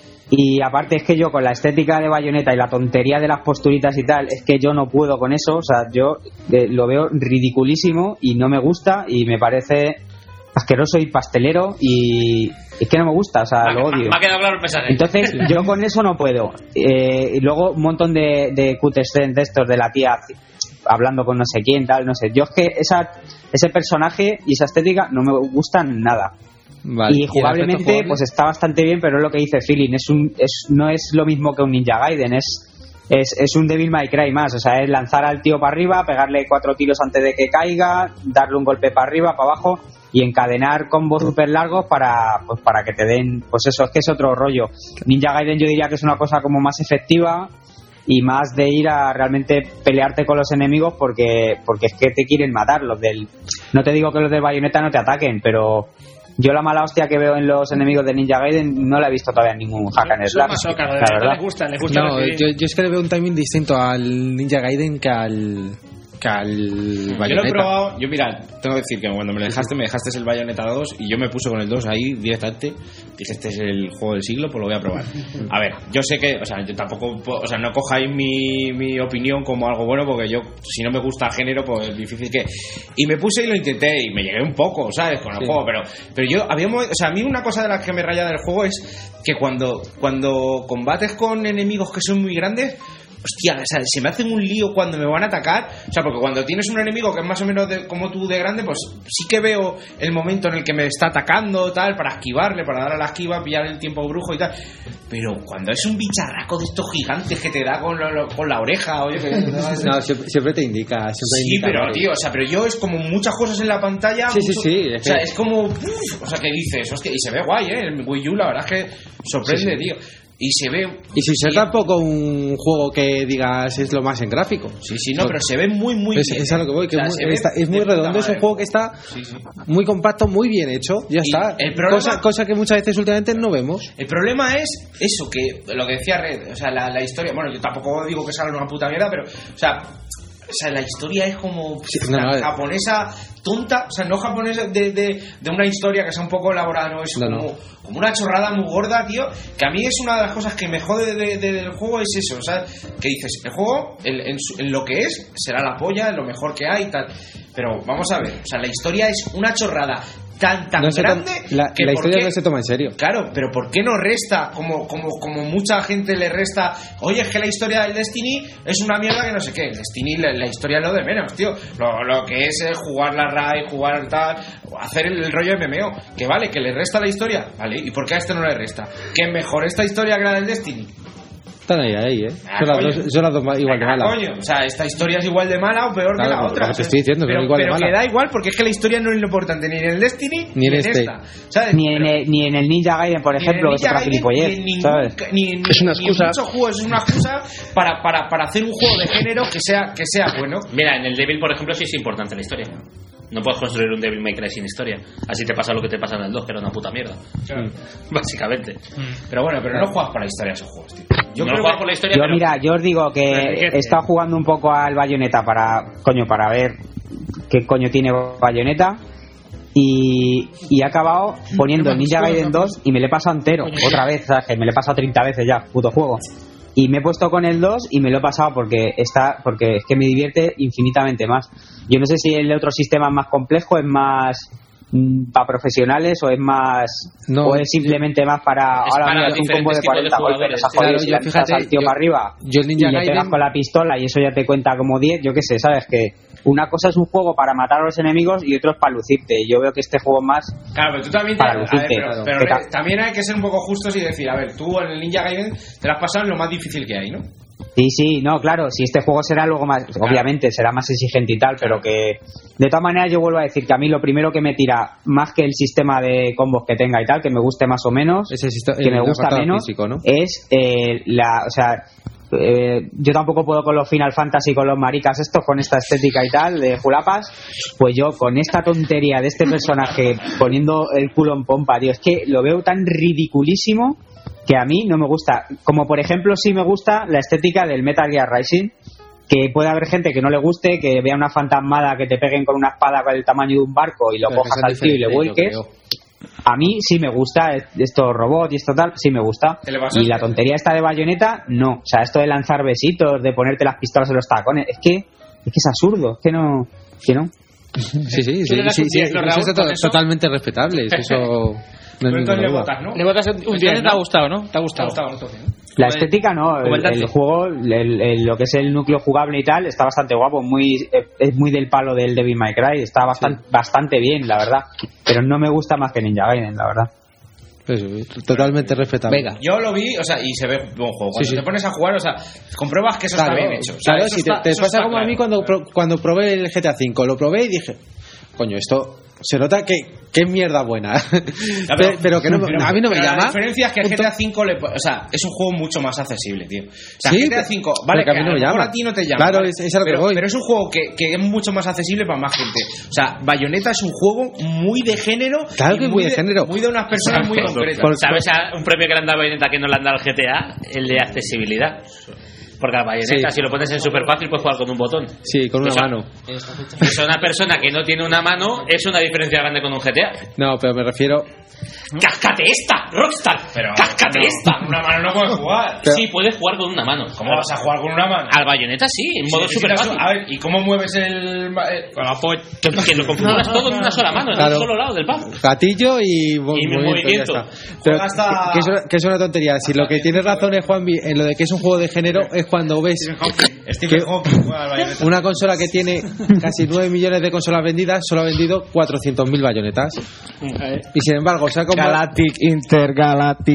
Y aparte es que yo con la estética de Bayonetta y la tontería de las posturitas y tal, es que yo no puedo con eso, o sea, yo eh, lo veo ridiculísimo y no me gusta y me parece asqueroso y pastelero y es que no me gusta, o sea, Me, lo me- odio. me ha quedado claro el mensaje. Entonces yo con eso no puedo. Eh, y luego un montón de, de cutscenes de estos de la tía hablando con no sé quién, tal, no sé. Yo es que esa, ese personaje y esa estética no me gustan nada. Vale. Y el jugablemente aspecto jugable? pues está bastante bien, pero es lo que dice Feeling, es un, es, no es lo mismo que un Ninja Gaiden, es, es, es un Devil May Cry más, o sea, es lanzar al tío para arriba, pegarle cuatro tiros antes de que caiga, darle un golpe para arriba, para abajo y encadenar combos súper largos para, pues, para que te den, pues eso, es que es otro rollo. Ninja Gaiden yo diría que es una cosa como más efectiva y más de ir a realmente pelearte con los enemigos porque, porque es que te quieren matar. Los del, no te digo que los de Bayonetta no te ataquen, pero yo la mala hostia que veo en los enemigos de Ninja Gaiden no la he visto todavía en ningún hack and Son slash, masocas, la de verdad. verdad les gusta, les gusta No, recibir. yo, yo es que le veo un timing distinto al Ninja Gaiden que al que al Yo lo he Bayonetta. probado, yo mira, tengo que decir que cuando me lo dejaste, me dejaste el Bayonetta dos y yo me puse con el dos ahí directamente, dije este es el juego del siglo, pues lo voy a probar. A ver, yo sé que, o sea, yo tampoco, puedo- o sea, no cojáis mi, mi opinión como algo bueno porque yo, si no me gusta el género, pues es difícil que... Y me puse y lo intenté y me llegué un poco, ¿sabes? Con el Sí. juego, pero pero yo, había un momento- o sea, a mí una cosa de las que me raya del juego es que cuando, cuando combates con enemigos que son muy grandes, hostia, o sea, se me hacen un lío cuando me van a atacar. O sea, porque cuando tienes un enemigo que es más o menos de- como tú de grande, pues sí que veo el momento en el que me está atacando, tal, para esquivarle, para dar a la esquiva, pillar el tiempo brujo y tal. Pero cuando es un bicharraco de estos gigantes que te da con, lo- lo- con la oreja, oye, que No, siempre, siempre te indica. Siempre Sí, indica pero algo. tío, o sea, pero yo es como muchas cosas en la pantalla. Sí, sí, mucho- sí, es O sea, que- es como. Uf, o sea, que dices, hostia, y se ve guay, ¿eh? El Wii U, la verdad es que sorprende, Sí, sí. tío. Y se ve. Y sin ser tampoco un juego que digas es lo más en gráfico. Sí, sí, no, pero se ve muy, muy es, bien. es a lo que voy, que O sea, es se muy, ve está- es muy de puta redondo, es un madre. juego que está Sí, sí. muy compacto, muy bien hecho, ya Y está. el problema- cosa, cosa que muchas veces últimamente no vemos. El problema es eso, que lo que decía Red, o sea, la, la historia, bueno, yo tampoco digo que salga una puta mierda, pero, o sea, o sea, la historia es como Sí, no, la no, eh. japonesa tonta, o sea, no japonesa de, de, de una historia que sea un poco elaborada, no, es No, como, no. como una chorrada muy gorda, tío, que a mí es una de las cosas que me jode de, de- del juego, es eso, o sea, que dices, el juego, el- en, su- en lo que es, será la polla, lo mejor que hay y tal, pero vamos a ver, o sea, la historia es una chorrada tan, tan No se tom- grande la que la ¿por historia qué? no se toma en serio. Claro, pero ¿por qué no resta? Como, como, como mucha gente le resta. Oye, es que la historia del Destiny es una mierda que no sé qué. El Destiny, la, la historia es lo de menos, tío. Lo, lo que es eh, jugar la raid, jugar tal, hacer el, el rollo M M O. Que vale, que le resta la historia. Vale, ¿y por qué a este no le resta? ¿Que es mejor esta historia que la del Destiny? Están ahí, ahí, ¿eh? Ah, son, las coño. dos, son las dos ma- igual de Venga, malas. coño, o sea, esta historia es igual de mala o peor Claro, que la lo otra. que te ¿sabes? estoy diciendo, pero son igual de pero que malas. da igual porque es que la historia no es lo importante ni en el Destiny Ni en en este. esta. ¿Sabes? Ni en, el, ni en el Ninja Gaiden, por Ni en el ejemplo, que es Ninja otra Gaiden, gilipollez, ni en ningún ¿sabes? ca- ni en- Es una ni en excusa. muchos juegos, es una excusa para, para, para hacer un juego de género que sea, que sea bueno. Mira, en el Devil, por ejemplo, sí es importante la historia. No puedes construir un Devil May Cry sin historia. Así te pasa lo que te pasa en el dos, que era una puta mierda. Básicamente. Pero bueno, pero no juegas por la historia de esos juegos, tío. Yo no creo juegas que- por la historia, Yo pero... mira, yo os digo que Pero, ¿qué? he estado jugando un poco al Bayonetta para, coño, para ver qué coño tiene Bayonetta. Y, y he acabado poniendo el Ninja Gaiden dos y me lo he pasado entero, otra vez, ¿sabes? Que me lo he pasado treinta veces ya, puto juego. Y me he puesto con el dos y me lo he pasado porque está porque es que me divierte infinitamente más. Yo no sé si el otro sistema es más complejo, es más mmm, para profesionales o es más no, o es simplemente más para es ahora para mira, un combo de cuarenta de golpes, has jodido, si le lanzas al tío yo, para arriba yo el Ninja y le Gaiden, pegas con la pistola y eso ya te cuenta como diez, yo qué sé, sabes que una cosa es un juego para matar a los enemigos y otro es para lucirte. Yo veo que este juego es más claro, pero tú también te, para lucirte. A ver, pero, pero re, también hay que ser un poco justos y decir, a ver, tú en el Ninja Gaiden te lo has pasado en lo más difícil que hay, ¿no? Sí, sí, no, claro, si este juego será luego más, claro. Obviamente será más exigente y tal, claro. Pero que de todas maneras yo vuelvo a decir que a mí lo primero que me tira más que el sistema de combos que tenga y tal, que me guste más o menos, Ese sistema, que me gusta menos, físico, ¿no? Es eh, la, o sea, eh, yo tampoco puedo con los Final Fantasy, con los maricas estos, con esta estética y tal de julapas, pues yo con esta tontería de este personaje poniendo el culo en pompa, tío, es que lo veo tan ridiculísimo que a mí no me gusta. Como por ejemplo sí me gusta la estética del Metal Gear Rising, que puede haber gente que no le guste, que vea una fantasmada que te peguen con una espada con el tamaño de un barco y lo pero cojas al tío y le vuelques. A mí sí me gusta estos robots y esto tal, sí me gusta. Y la tontería esta de Bayonetta, no. O sea, esto de lanzar besitos, de ponerte las pistolas en los tacones, es que es que es absurdo, es que no, que no. Sí, sí, sí, sí, sí, sí, eso es to- totalmente respetable, eso no es ninguna duda. Votas, ¿no? Le votas un diez, ¿no? Te ha gustado, ¿no? Te ha gustado. Te ha gustado, ¿no? La estética no, el, el juego, el, el, lo que es el núcleo jugable y tal, está bastante guapo, muy es muy del palo del Devil May Cry, está bastante, sí. bastante bien, la verdad, pero no me gusta más que Ninja Gaiden, la verdad. Eso, totalmente respetable. Venga. Yo lo vi, o sea, y se ve buen juego. Cuando sí, sí. te pones a jugar, o sea, compruebas que eso claro, está bien hecho. O sea, claro, si está, te, te pasa como claro. a mí cuando, cuando probé el G T A cinco, lo probé y dije, coño, esto se nota que, que es mierda buena. Ya, pero, pero que no, pero, a mí no me llama. La diferencia es que el G T A cinco le, o sea, es un juego mucho más accesible, tío. O sea, sí, G T A cinco, vale, que a, mí no me llama. A ti no te llama. Claro, ¿vale? es, es a lo pero, que voy. Pero es un juego que, que es mucho más accesible para más gente. O sea, Bayonetta es un juego muy de género. Claro que es muy de, de género. Muy de unas personas muy concretas. ¿Sabes a un premio que le han dado a Bayonetta que no le han dado al G T A? El de accesibilidad. Porque la Bayonetta, sí. Si lo pones en súper fácil, puedes jugar con un botón. Sí, con una eso, mano. Eso, una persona que no tiene una mano es una diferencia grande con un G T A. No, pero me refiero... ¡Cáscate esta, Rockstar! Pero, ¡Cáscate no, esta! Con una mano no puedes jugar. Pero, sí, puedes jugar con una mano. ¿Cómo vas a jugar con una mano? Al Bayonetta sí, en modo sí, súper fácil. A ver, ¿y cómo mueves el...? Con la po- que, que lo configuras todo en una sola mano, claro. En un solo lado del pad. Gatillo y... Y movimiento. movimiento. Pero hasta... que, que, es una, que es una tontería. Si lo que tienes razón es, Juanvi, en lo de que es un juego de género, es cuando ves que una consola que tiene casi nueve millones de consolas vendidas solo ha vendido cuatrocientos mil bayonetas. Y sin embargo, se ha comprado... Galactic Intergalactic.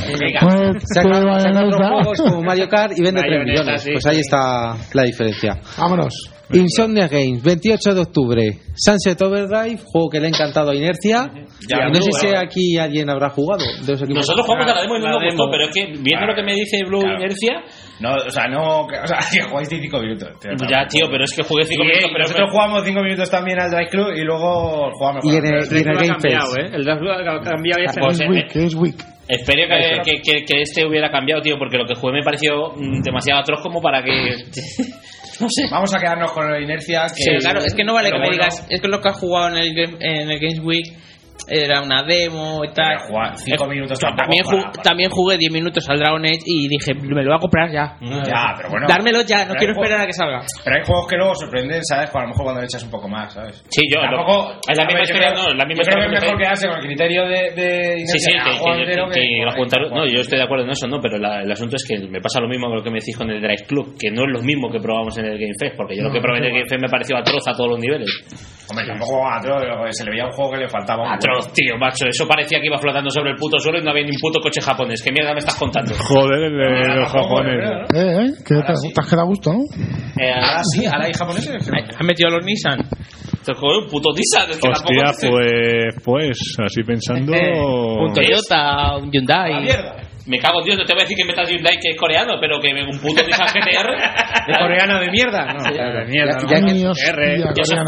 Se ha comprado otros juegos como Mario Kart y vende tres millones. Pues ahí está la diferencia. Vámonos. Insomnia Games, veintiocho de octubre. Sunset Overdrive, juego que le ha encantado a Inercia. Ya, no sé si aquí alguien habrá jugado. De los Nosotros jugamos a la demo y no nos gustó, pero es que viendo claro. Lo que me dice Blue claro. Inercia. No, o sea, no. O sea, que jugáis cinco minutos. Tío, ya, tío, pero es que jugué cinco minutos. Pero nosotros me... jugamos cinco minutos también al Drive Club y luego jugamos. Y en el, el, el Game Face. ¿eh? El Drive Club ha cambiado y pues, es weak, es weak. Espero que, que, que, que este hubiera cambiado, tío, porque lo que jugué me pareció demasiado atroz como para que. No sé. Vamos a quedarnos con la inercia. Que sí, claro, es que no vale que me bueno. digas, es que lo que has jugado en el, game, en el Games Week era una demo y tal. Jugar cinco minutos también, para, ju- para. también jugué diez minutos al Dragon Age y dije, me lo voy a comprar ya. Ya, pero bueno. Dármelo ya, no quiero esperar a que salga. Pero hay juegos que luego sorprenden, ¿sabes? Pues a lo mejor cuando le echas un poco más, ¿sabes? Sí, yo. Tampoco. Es la misma historia, no, la misma yo creo que es mejor quedarse con el criterio de. de sí, sí, que, que, que, que, que lo juntaron. No, yo estoy de acuerdo en eso, no, pero la, el asunto es que me pasa lo mismo con lo que me decís con el Drive Club, que no es lo mismo que probamos en el Game Fest, porque yo no, lo que probé en el Game Fest me pareció atroz a todos los niveles. Hombre, tampoco atroz, se le veía un juego que le faltaba un atroz, tío, macho. Eso parecía que iba flotando sobre el puto suelo y no había ni un puto coche japonés. ¿Qué mierda me estás contando? Joder, el de no, los japoneses. Eh, eh, que te, sí. te has quedado a gusto, ¿no? Eh, ahora sí, ahora hay japoneses. Han metido a los Nissan. Joder, un puto Nissan. Es que hostia, pues, pues, así pensando. Un Toyota, un Hyundai. A la mierda. Me cago en Dios, no te voy a decir que metas Hyundai que es coreano, pero que un puto Nissan G T R. ¿De coreano de mierda? No, sí. de mierda. Ya, no. ya, Dios, R. Yo soy fibra de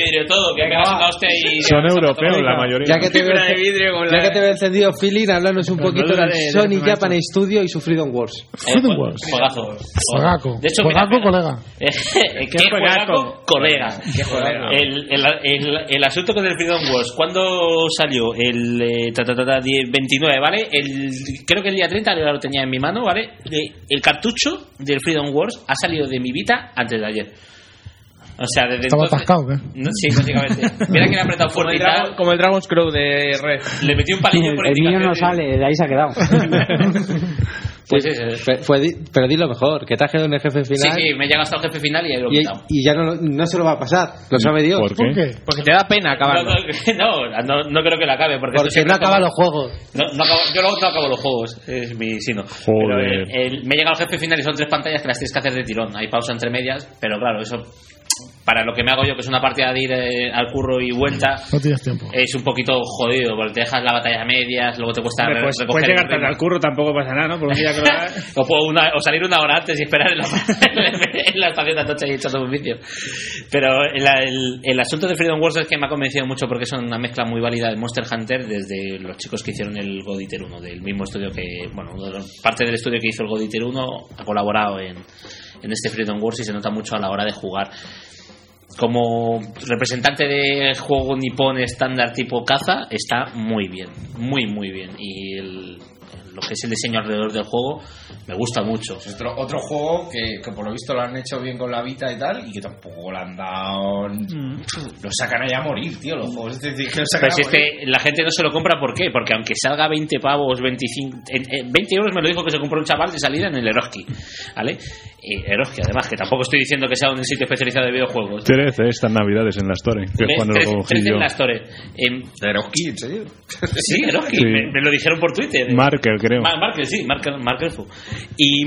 vidrio todo, que hagas una hostia y... Son europeos la mayoría. Ya que te veo, Fibra de vidrio con ya la- que te veo encendido, Feeling, háblanos un Pero poquito no duda del de- de Sony maestro. Japan Studio y su Freedom Wars. Freedom Wars. Juegazo. Juegaco. De hecho, mira, Juegaco, colega. ¿Qué juegaco, colega? Qué juegaco. El, el, el, el asunto con el Freedom Wars, ¿cuándo salió? El eh, ta, ta, ta, ta, diez, veintinueve, ¿vale? El, creo que el día treinta yo lo tenía en mi mano, ¿vale? De- el cartucho del Freedom Wars ha salido de mi Vita antes de ayer. O sea, desde Estaba entonces... atascado, ¿qué? No, sí, básicamente. Mira que le ha apretado Como fuerte el, y tal. Dragon- como el Dragon's Crow de Red. Le metí un palillo por El mío no indicación. sale, de ahí se ha quedado. Pues eso. Fue- fue di- pero di lo mejor, que te has quedado en el jefe Sí, final sí, me he llegado hasta el jefe final y ahí lo he y, quitado. y ya no, no se lo va a pasar, lo sabe Dios. ¿Por qué? ¿Por qué? Porque te da pena No, acabarlo. no, no, no creo que la acabe. Porque, Porque esto siempre no acaba como- los juegos. No, no acabo, yo luego no acabo los juegos, es mi sino. Pero Joder. el- el- me he llegado al jefe final y son tres pantallas que las tienes que hacer de tirón. Hay pausa entre medias, pero claro, eso para lo que me hago yo, que es una partida de ir eh, al curro y vuelta, No tienes tiempo. es un poquito jodido, porque te dejas la batalla a medias, luego te cuesta Hombre, re- pues, recoger puedes el llegar tarde ritmo. al curro, tampoco pasa nada, ¿no? Por un día que lo hagas. o, puedo una- o salir una hora antes y esperar en la, en la estación de Atocha y echando un vicio. Pero el, el- el asunto de Freedom Wars es que me ha convencido mucho porque son una mezcla muy válida de Monster Hunter desde los chicos que hicieron el God Eater uno, del mismo estudio que, bueno, uno de los- parte del estudio que hizo el God Eater uno ha colaborado en, en este Freedom Wars y se nota mucho a la hora de jugar. Como representante de juego nipón estándar tipo caza, está muy bien, muy muy bien. Y el, lo que es el diseño alrededor del juego me gusta mucho. Es otro, otro juego que, que por lo visto lo han hecho bien con la Vita y tal, y que tampoco le han dado. Lo sacan ahí a morir, tío, los juegos. Es decir, que lo sacan Pero si a es morir. que la gente no se lo compra, ¿por qué? Porque aunque salga veinte pavos, veinticinco, en, en veinte euros me lo dijo que se compró un chaval de salida en el Eroski, ¿vale? Y Eroski, además, que tampoco estoy diciendo que sea un sitio especializado de videojuegos. trece estas navidades en la Store, que es cuando lo cogí trece yo. en la Store. En, Eroski, ¿en serio? sí, Eroski, Sí. me, me lo dijeron por Twitter. Marker, creo. Ma- Markel, sí, Markel, Markel fu. Y,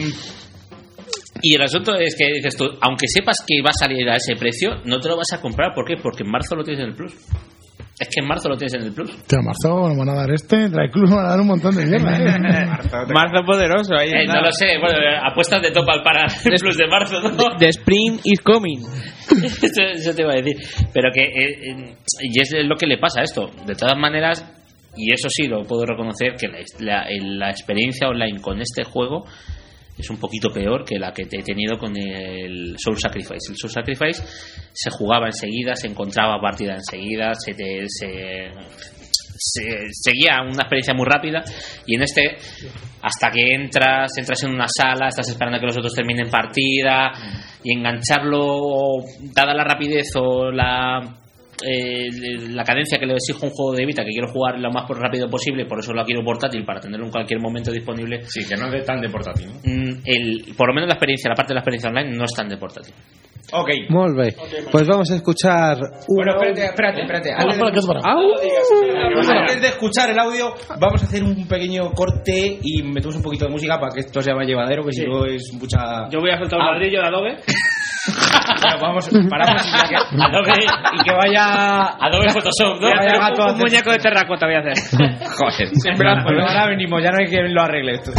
y el asunto es que dices tú, aunque sepas que va a salir a ese precio, no te lo vas a comprar. ¿Por qué? Porque en marzo lo tienes en el Plus. Es que en marzo lo tienes en el Plus. Tío, marzo nos van a dar este, Dry Club nos van a dar un montón de mierda. ¿eh? Marzo poderoso ahí. Eh, no lo sé, bueno, eh, apuestas de Topal para el Plus de marzo, ¿no? The Spring is coming. eso, eso te iba a decir. Pero que, eh, eh, y es lo que le pasa a esto. De todas maneras, y eso sí lo puedo reconocer, que la, la, la experiencia online con este juego es un poquito peor que la que he tenido con el Soul Sacrifice. El Soul Sacrifice se jugaba enseguida, se encontraba partida enseguida, se, te, se, se seguía una experiencia muy rápida, y en este hasta que entras entras en una sala, estás esperando a que los otros terminen partida, y engancharlo, dada la rapidez o la Eh, la cadencia que le exijo un juego de Vita, que quiero jugar lo más rápido posible, por eso lo quiero portátil, para tenerlo en cualquier momento disponible. Sí, que no es de tan de portátil, ¿no? El, por lo menos la experiencia, la parte de la experiencia online no es tan de portátil. Ok. Muy bien. Pues vamos a escuchar. Bueno, espérate, espérate, espérate. Espera, espera, que es para. Ah, no lo digas. Antes de escuchar el audio, vamos a hacer un pequeño corte y metemos un poquito de música para que esto sea más llevadero, que si no es mucha. Yo voy a soltar un Ah. ladrillo de Adobe. Bueno, vamos, paramos y que, Adobe, y que vaya. Adobe Photoshop, ¿no? Que vaya gato a Un hacer- muñeco de terracota voy a hacer. Joder, siempre pues ahora venimos, ya no hay quien lo arregle esto.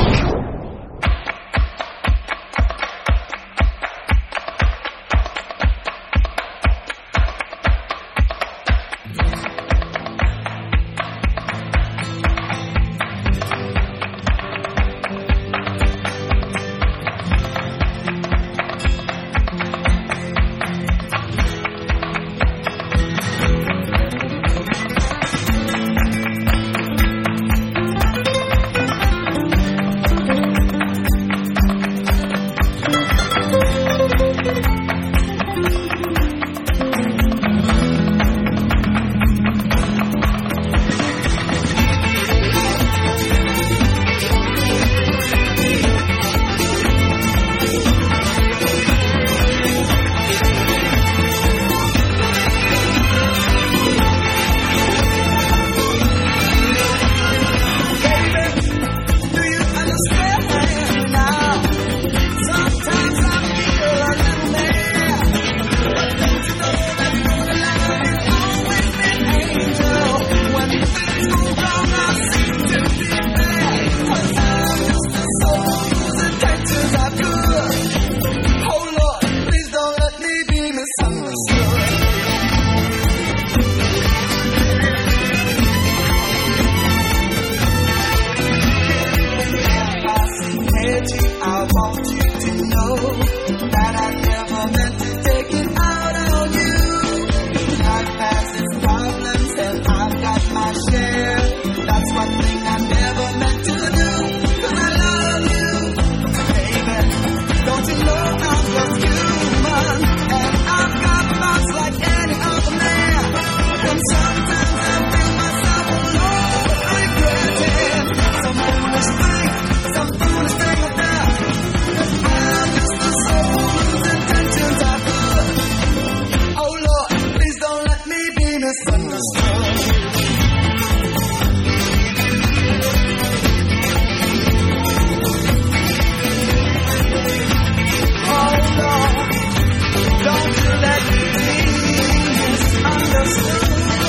Thank pity. I want you to know that I never meant to take it out on you. Life has its problems and I've got my share. That's one thing I never meant to do. 'Cause I love you, baby. Don't you know I'm just human and I've got thoughts like any other man. And sometimes I feel myself alone, regretting some foolish thing, some foolish thing like that. 'Cause I'm just a soul whose intentions are good. Oh Lord, please don't let me be misunderstood. Don't you let me be misunderstood.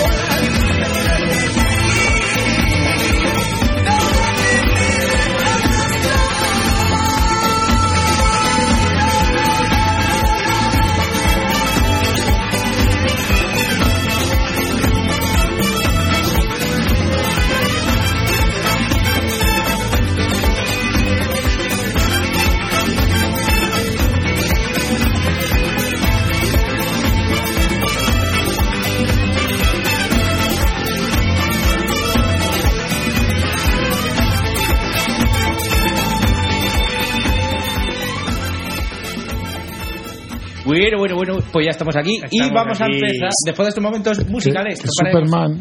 Bueno, bueno, bueno, pues ya estamos aquí estamos y vamos aquí. a empezar después de estos momentos musicales. Sí, Superman.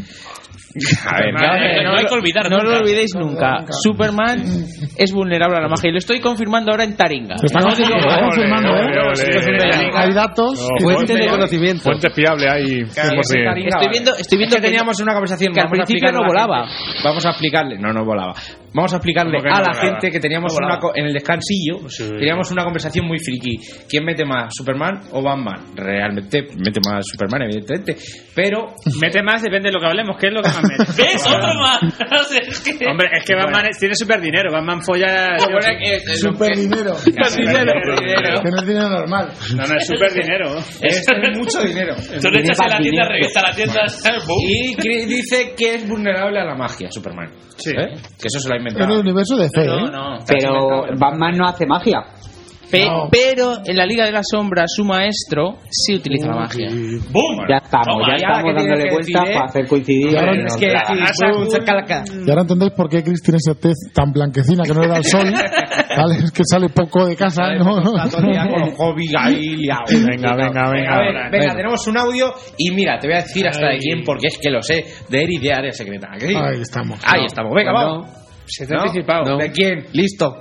A ver, No, no, no hay que olvidar no lo olvidéis nunca. Superman es vulnerable a la magia y lo estoy confirmando ahora en Taringa. Se está confirmando, ¿eh? Hay datos. Fuente de conocimiento. Fuente fiable hay. cien por cien. Estoy viendo, estoy viendo que teníamos una conversación que al vamos a principio no explicarle a la volaba. gente. Vamos a explicarle, no, no volaba. Vamos a explicarle ¿Cómo que a no la volaba? gente que teníamos No una volaba. co- en el descansillo, Sí. teníamos una conversación muy friki. ¿Quién mete más, Superman o Batman? Realmente mete más Superman, evidentemente, pero Mete más, depende de lo que hablemos. ¿Qué es lo que más mete? ¿Ves? Otro más. No sé, es que... Hombre, es que Batman es- tiene super dinero. Batman folla. Lo bueno es que- Super dinero. dinero. Que no es dinero normal. No, no, es super dinero. es mucho dinero. Tú le echas en la tienda, regresa a la tienda. Y cri- dice que es vulnerable a la magia, Superman. Sí. ¿Eh? Que eso se lo ha En inventado. el universo de C, No, ¿eh? no. Pero Batman no hace magia. Pe- No. Pero en la Liga de las Sombras, su maestro sí utiliza la magia. ¡Bum! Ya estamos, Toma, ya ya, estamos ¿qué dándole tienes que vueltas decir, eh? para hacer coincidir. Y ahora en es los que dramas. decir, boom, saca la ca- Y ahora entendéis por qué Chris tiene esa tez tan blanquecina que no le da el sol. ¿Vale? Es que sale poco de casa, ¿no? Está todo el día con los hobbies ahí liados. Venga, venga, A venga. ver, venga, tenemos un audio y mira, te voy a decir hasta de quién, porque es que lo sé, de Eric de Área Secreta. ¿A que sí? Ahí estamos. Ahí estamos, venga, vamos. Se te ha ¿No? anticipado. ¿De quién? Listo.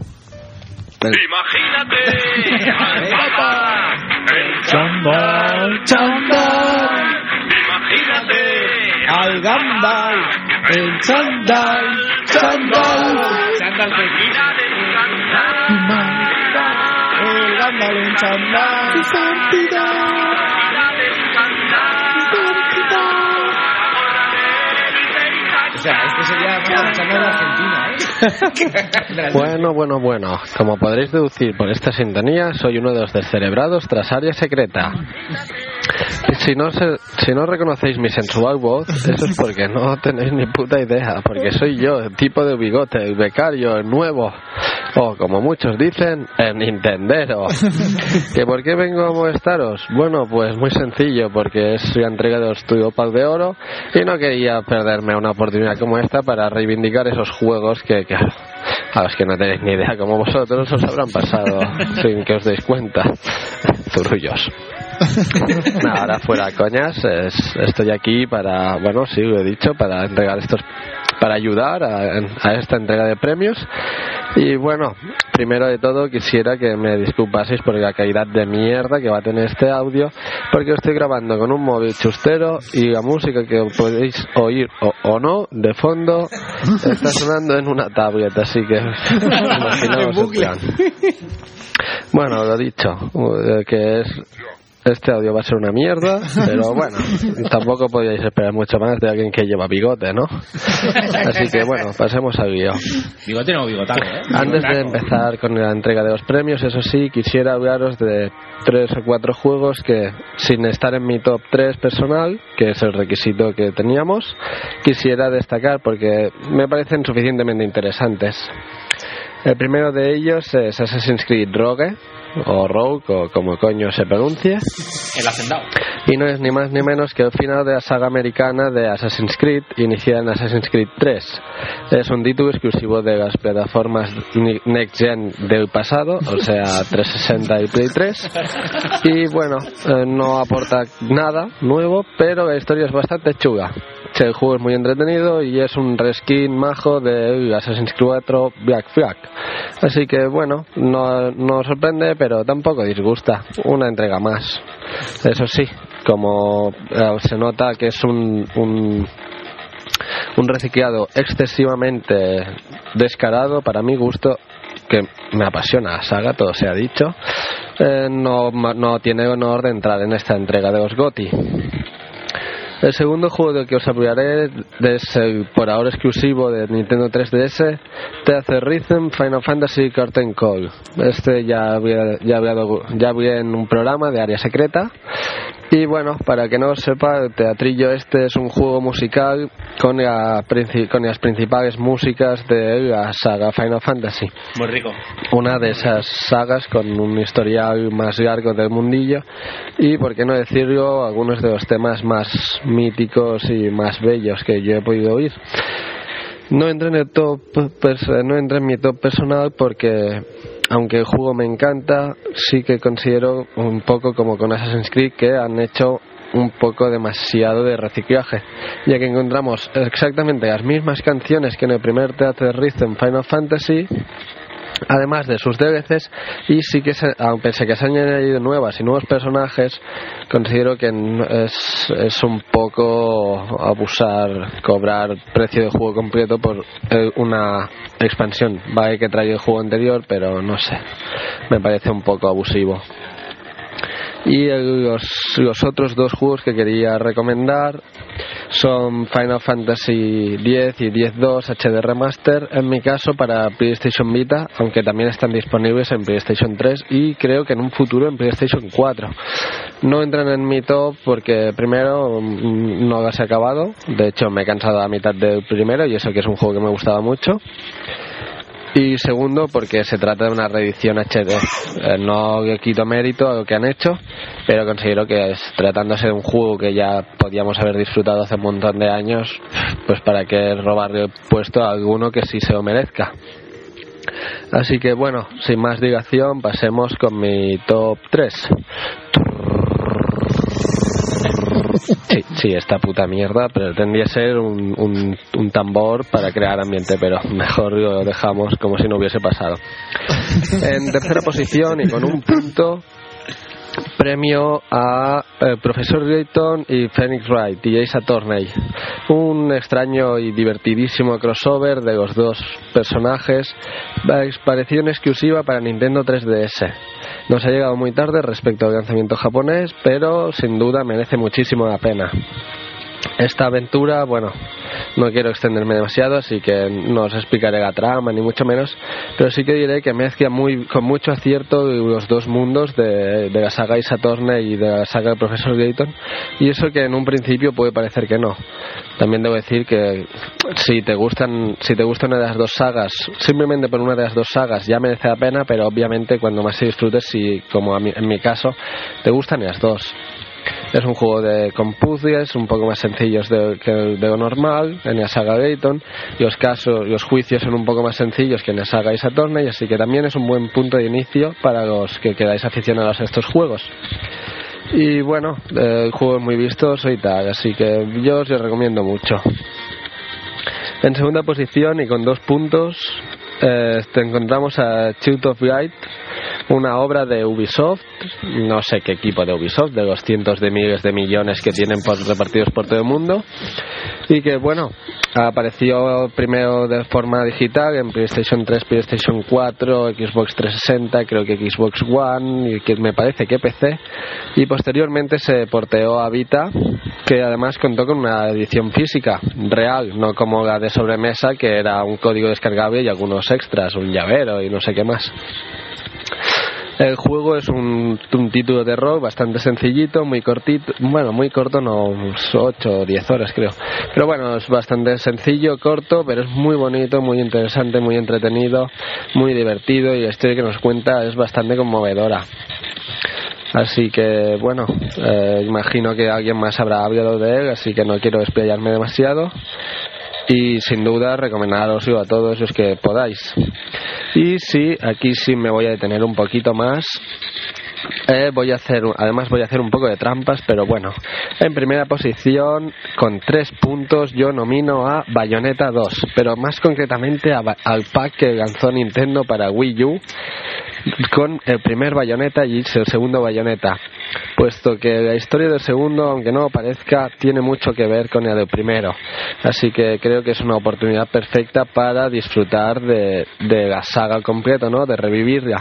Imagínate al papá en Chandal, Chandal. Imagínate Al Gandal, El chandal, chandal. Chándal de el Gandal en Chandal. Su santidad. O sea, este sería más Chandal de Argentina, ¿eh? Bueno, bueno, bueno. Como podréis deducir por esta sintonía, soy uno de los descerebrados tras Área Secreta. Y si no, se- si no reconocéis mi sensual voz, eso es porque no tenéis ni puta idea, porque soy yo, el tipo de bigote, el becario, el nuevo, o como muchos dicen, el nintendero. ¿Que por qué vengo a molestaros? Bueno, pues muy sencillo, porque es la entrega del Estudio Pack de Oro y no quería perderme una oportunidad como esta para reivindicar esos juegos que, claro, a los que no tenéis ni idea como vosotros os habrán pasado sin que os deis cuenta. Zurrullos. Nada, ahora fuera coñas, es- estoy aquí para, bueno, sí, lo he dicho, para entregar estos, para ayudar a, a esta entrega de premios. Y bueno, primero de todo quisiera que me disculpaseis por la calidad de mierda que va a tener este audio, porque estoy grabando con un móvil chustero y la música que podéis oír o, o no de fondo está sonando en una tablet, así que imaginaos el plan. Bueno, lo dicho, eh, que es este audio va a ser una mierda, pero bueno, tampoco podíais esperar mucho más de alguien que lleva bigote, ¿no? Así que bueno, pasemos al guión. Bigote no, bigotaco, ¿eh? Antes de empezar con la entrega de los premios, eso sí, quisiera hablaros de tres o cuatro juegos que, sin estar en mi top tres personal, que es el requisito que teníamos, quisiera destacar porque me parecen suficientemente interesantes. El primero de ellos es Assassin's Creed Rogue, o Rogue, o como coño se pronuncie. El hacendado. Y no es ni más ni menos que el final de la saga americana de Assassin's Creed, iniciada en Assassin's Creed tres. Es un título exclusivo de las plataformas Next Gen del pasado, o sea, trescientos sesenta y Play tres. Y bueno, eh, no aporta nada nuevo, pero la historia es bastante chula. El juego es muy entretenido y es un reskin majo de Assassin's Creed cuatro Black Flag. Así que bueno, no, no sorprende, pero tampoco disgusta. Una entrega más. Eso sí, como eh, se nota que es un, un, un reciclado excesivamente descarado para mi gusto, que me apasiona la saga, todo se ha dicho, eh, no, no tiene honor de entrar en esta entrega de los GOTY. El segundo juego del que os hablaré es el por ahora exclusivo de Nintendo tres D S, Teeth Rhythm Final Fantasy Curtain Call. Este ya había, ya, había, ya había en un programa de Área Secreta. Y bueno, para que no lo sepa, el teatrillo este es un juego musical con, la, con las principales músicas de la saga Final Fantasy. Muy rico. Una de esas sagas con un historial más largo del mundillo y, por qué no decirlo, algunos de los temas más míticos y más bellos que yo he podido oír. No entré en el top, no entré en mi top personal porque, aunque el juego me encanta, sí que considero un poco como con Assassin's Creed que han hecho un poco demasiado de reciclaje, ya que encontramos exactamente las mismas canciones que en el primer Teatro de Rhythm Final Fantasy, además de sus D L Cs, y sí que se, aunque pese que se han añadido nuevas y nuevos personajes, considero que es, es un poco abusar, cobrar precio de juego completo por eh, una expansión. Vale que trae el juego anterior, pero no sé, me parece un poco abusivo. Y los, los otros dos juegos que quería recomendar son Final Fantasy X y X dos H D Remaster, en mi caso para PlayStation Vita, aunque también están disponibles en PlayStation tres y creo que en un futuro en PlayStation cuatro. No entran en mi top porque, primero, no las he acabado, de hecho me he cansado a mitad del primero y eso que es un juego que me gustaba mucho. Y segundo, porque se trata de una reedición H D. Eh, no quito mérito a lo que han hecho, pero considero que es, tratándose de un juego que ya podíamos haber disfrutado hace un montón de años, pues para qué robarle el puesto a alguno que sí se lo merezca. Así que bueno, sin más dilación, pasemos con mi top tres. Sí, sí, esta puta mierda pretendía ser un, un, un tambor para crear ambiente, pero mejor lo dejamos como si no hubiese pasado. En tercera posición y con un punto, premio a eh, Profesor Layton y Phoenix Wright y Ace Attorney, un extraño y divertidísimo crossover de los dos personajes, aparición exclusiva para Nintendo tres D S. Nos ha llegado muy tarde respecto al lanzamiento japonés, pero sin duda merece muchísimo la pena. Esta aventura, bueno, no quiero extenderme demasiado, así que no os explicaré la trama ni mucho menos, pero sí que diré que mezcla muy, con mucho acierto los dos mundos de, de la saga Ace Attorney y de la saga del Profesor Layton, y eso que en un principio puede parecer que no. También debo decir que si te gustan, si te gusta una de las dos sagas, simplemente por una de las dos sagas ya merece la pena, pero obviamente cuando más se disfrute, si como a mí, en mi caso, te gustan las dos. Es un juego de con puzzles un poco más sencillos de, que el de lo normal en la saga Layton, y los casos, los juicios son un poco más sencillos que en la saga Ace Attorney, así que también es un buen punto de inicio para los que quedáis aficionados a estos juegos. Y bueno, el juego es muy vistoso y tal, así que yo os lo recomiendo mucho. En segunda posición y con dos puntos eh, te encontramos a Shoot of Light, una obra de Ubisoft, no sé qué equipo de Ubisoft, de los cientos de miles de millones que tienen por, repartidos por todo el mundo, y que bueno, apareció primero de forma digital en PlayStation tres, PlayStation cuatro, Xbox trescientos sesenta, creo que Xbox One y que me parece que P C, y posteriormente se porteó a Vita, que además contó con una edición física real, no como la de sobremesa que era un código descargable y algunos extras, un llavero y no sé qué más. El juego es un, un título de rol bastante sencillito, muy cortito, bueno, muy corto, no, ocho o diez horas creo, pero bueno, es bastante sencillo, corto, pero es muy bonito, muy interesante, muy entretenido, muy divertido, y la historia que nos cuenta es bastante conmovedora. Así que bueno, eh, imagino que alguien más habrá hablado de él, así que no quiero explayarme demasiado. Y sin duda recomendaros a todos los que podáis. Y sí, aquí sí me voy a detener un poquito más. Eh, voy a hacer, además voy a hacer un poco de trampas, pero bueno. En primera posición, con tres puntos, yo nomino a Bayonetta dos, pero más concretamente a, al pack que lanzó Nintendo para Wii U, con el primer Bayonetta y el segundo Bayonetta, puesto que la historia del segundo, aunque no parezca, tiene mucho que ver con la del primero, así que creo que es una oportunidad perfecta para disfrutar de, de la saga al completo, ¿no? De revivirla.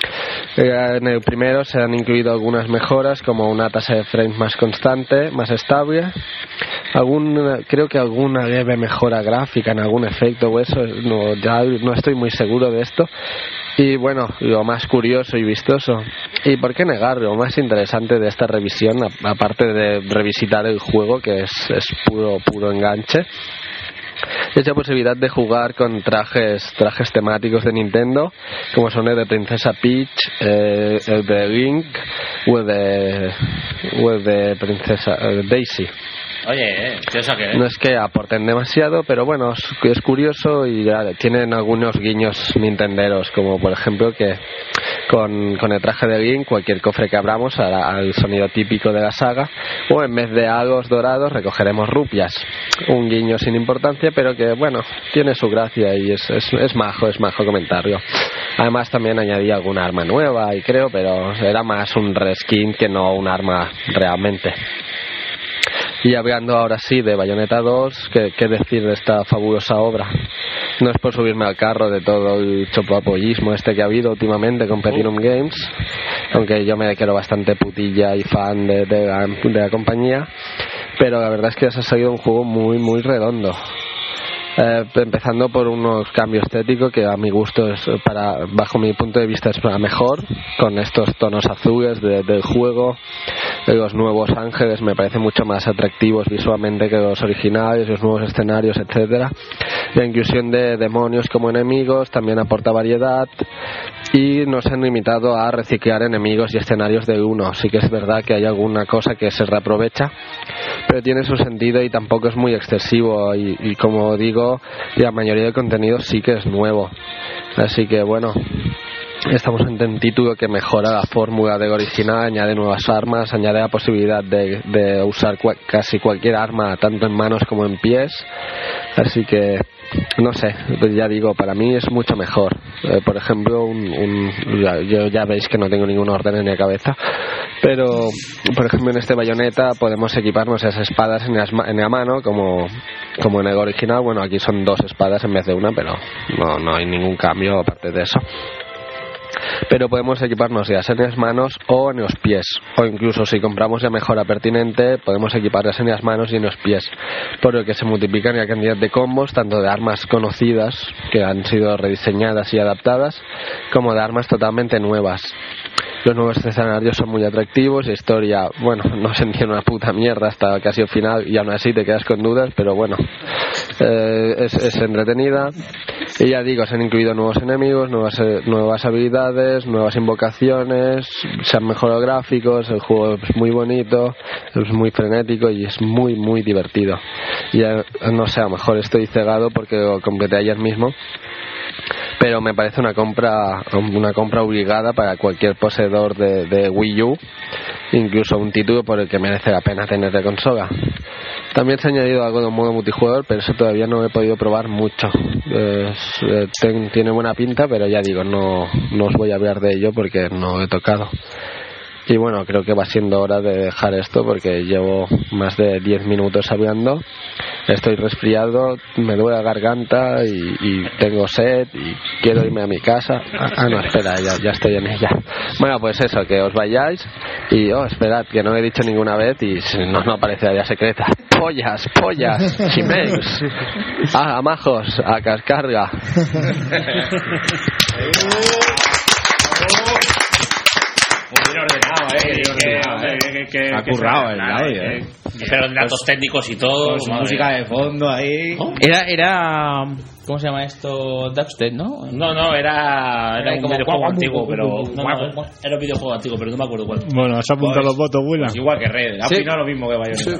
En el primero se han incluido algunas mejoras, como una tasa de frames más constante, más estable, algún, creo que alguna leve mejora gráfica en algún efecto o eso, no, ya no estoy muy seguro de esto. Y bueno, lo más curioso y vistoso, y por qué negar, lo más interesante de esta revisión, aparte de revisitar el juego, que es, es puro puro enganche, es la posibilidad de jugar con trajes trajes temáticos de Nintendo, como son el de Princesa Peach, eh, el de Link o el de, o el de Princesa eh, Daisy. Oye, eh, ¿eso qué es? No es que aporten demasiado, pero bueno, es, es curioso, y ya tienen algunos guiños nintenderos, como por ejemplo que con, con el traje de Link, cualquier cofre que abramos hará al sonido típico de la saga, o en vez de hagos dorados recogeremos rupias. Un guiño sin importancia, pero que bueno, tiene su gracia y es, es, es majo, es majo comentarlo. Además también añadí alguna arma nueva, y creo, pero era más un reskin que no un arma realmente. Y hablando ahora sí de Bayonetta dos, ¿qué, qué decir de esta fabulosa obra? No es por subirme al carro de todo el chopapollismo este que ha habido últimamente con Platinum Games, aunque yo me quiero bastante putilla y fan de, de, la, de la compañía, pero la verdad es que ha salido un juego muy muy redondo. Eh, empezando por unos cambios estéticos que a mi gusto es para, bajo mi punto de vista, es para mejor, con estos tonos azules de, del juego. Los nuevos ángeles me parecen mucho más atractivos visualmente que los originales, los nuevos escenarios, etcétera. La inclusión de demonios como enemigos también aporta variedad, y no se han limitado a reciclar enemigos y escenarios de uno. Sí que es verdad que hay alguna cosa que se reaprovecha, pero tiene su sentido y tampoco es muy excesivo, y, y como digo, la mayoría del contenido sí que es nuevo. Así que bueno, estamos ante un título que mejora la fórmula del original, añade nuevas armas, añade la posibilidad de, de usar cua- casi cualquier arma, tanto en manos como en pies. Así que no sé, pues ya digo, para mí es mucho mejor. Eh, por ejemplo, un, un, ya, yo ya veis que no tengo ningún orden en la cabeza, pero por ejemplo en este Bayonetta podemos equiparnos esas espadas en, las, en la mano, como, como en el original. Bueno, aquí son dos espadas en vez de una, pero no, no hay ningún cambio aparte de eso. Pero podemos equiparnos ya en las manos o en los pies, o incluso si compramos la mejora pertinente podemos equiparlas en las manos y en los pies, por lo que se multiplican la cantidad de combos, tanto de armas conocidas que han sido rediseñadas y adaptadas, como de armas totalmente nuevas. Los nuevos escenarios son muy atractivos, la historia, bueno, no se entiende una puta mierda hasta casi el final, y aún así te quedas con dudas, pero bueno, eh, es, es entretenida. Y ya digo, se han incluido nuevos enemigos, nuevas, eh, nuevas habilidades, nuevas invocaciones, se han mejorado gráficos, el juego es muy bonito, es muy frenético y es muy muy divertido. Y ya, no sé, a lo mejor estoy cegado porque lo completé ayer mismo, pero me parece una compra una compra obligada para cualquier poseedor de, de Wii U, incluso un título por el que merece la pena tener de consola. También se ha añadido algo de un modo multijugador, pero eso todavía no he podido probar mucho. Es, eh, ten, tiene buena pinta, pero ya digo, no, no os voy a hablar de ello porque no he tocado. Y bueno, creo que va siendo hora de dejar esto porque llevo más de diez minutos hablando. Estoy resfriado, me duele la garganta y, y tengo sed y quiero irme a mi casa. Ah, ah, no, espera, ya, ya estoy en ella. Bueno, pues eso, que os vayáis y, oh, esperad, que no he dicho ninguna vez y no, no aparece área secreta. Pollas, pollas, chimeos. Ah, amajos, a cascarga. que, ha que currado el claro, audio, que- ¿eh? pero datos técnicos y todo. Con su madre música mía. de fondo ahí. Era, era. ¿Cómo se llama esto? Dubstep, ¿no? No, no, era, era, Era un como videojuego guau, antiguo, guau, pero. guau, No, guau, no, guau. era un videojuego antiguo, pero no me acuerdo cuál. Bueno, ¿has apuntado Pues- los votos, Willa? Pues igual que Red. Ha Sí. opinado lo mismo que Bayonetta.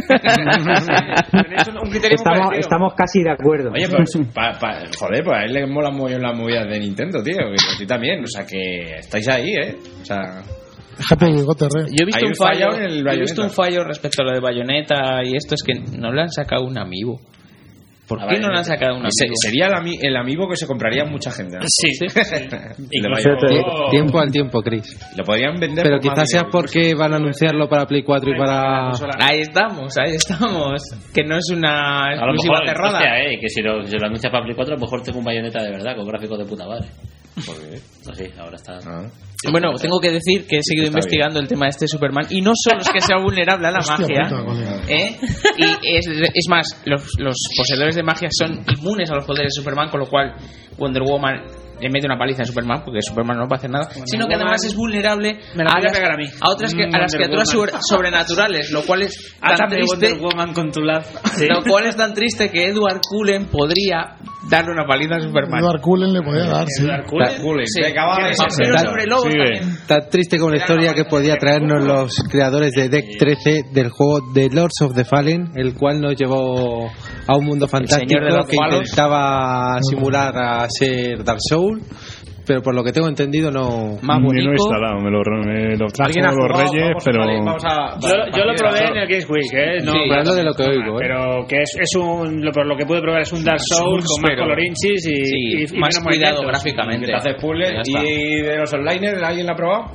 Tenéis un- un criterio muy Estamos, parecido. estamos casi de acuerdo. Oye, pues, pa, pa- joder, pues a él le molan muy bien las movidas de Nintendo, tío. Y a ti también. O sea, que estáis ahí, ¿eh? O sea... Déjate el bigote, Red. Yo he visto Hay un un fallo fallo, en el yo he visto Bayonetta. un fallo respecto a lo de Bayonetta y esto es que no le han sacado un amiibo. ¿Por Ah, qué vale, no le han sacado un Se- amiibo? sería el, ami- el amiibo que se compraría mucha gente, ¿no? Sí, sí. El de Incluso- Bayonetta. Tiempo al tiempo, Chris. Lo podrían vender Pero por más quizás sea dinero. porque van a anunciarlo para Play cuatro y para... Ahí estamos, ahí estamos. Que no es una A lo exclusiva mejor, cerrada. hostia, eh, que si lo, si lo anuncias para Play cuatro, a lo mejor tengo un Bayonetta de verdad, con gráficos de puta madre. ¿Por qué? Pues sí, ahora está. Bueno, tengo que decir que he seguido Está investigando el tema de este Superman y no solo es que sea vulnerable a la Hostia magia, puta, colega. ¿eh? Y es, es más, los, los poseedores de magia son inmunes a los poderes de Superman, con lo cual Wonder Woman le mete una paliza a Superman porque Superman no puede hacer nada, sino que Woman además es vulnerable me la a podría las, pegar a mí. a otras que, a las Wonder criaturas Woman. sobre- sobrenaturales, lo cual es tan Átame triste. Wonder Woman con tu lazo. Lo cual es tan triste que Edward Cullen podría darle una paliza a Superman. Edward Cullen le podía dar, sí. Cullen, Sí. venga, va, ese, Pero Tan- sobre lobos también. Tan triste como la historia que podía traernos los creadores de Deck trece del juego The Lords of the Fallen, el cual nos llevó a un mundo fantástico señor de los que palos. intentaba simular a ser Dark Souls, pero por lo que tengo entendido no... Más Ni bonito. lo he instalado, me lo, me lo trajo ¿Alguien ha los jugado? Reyes, Vamos, pero... vale, vamos a- Yo, yo lo probé en el Games Week, ¿eh? No, Sí, hablando de lo que oigo, ¿eh? Pero que es, es un. Lo, por lo que pude probar es un Dark Souls con más Pero- colorinchis y, Sí, y- y más menos cuidado movimientos. gráficamente. Que te haces puzzle. Ya está. ¿Y de los onliners alguien la ha probado?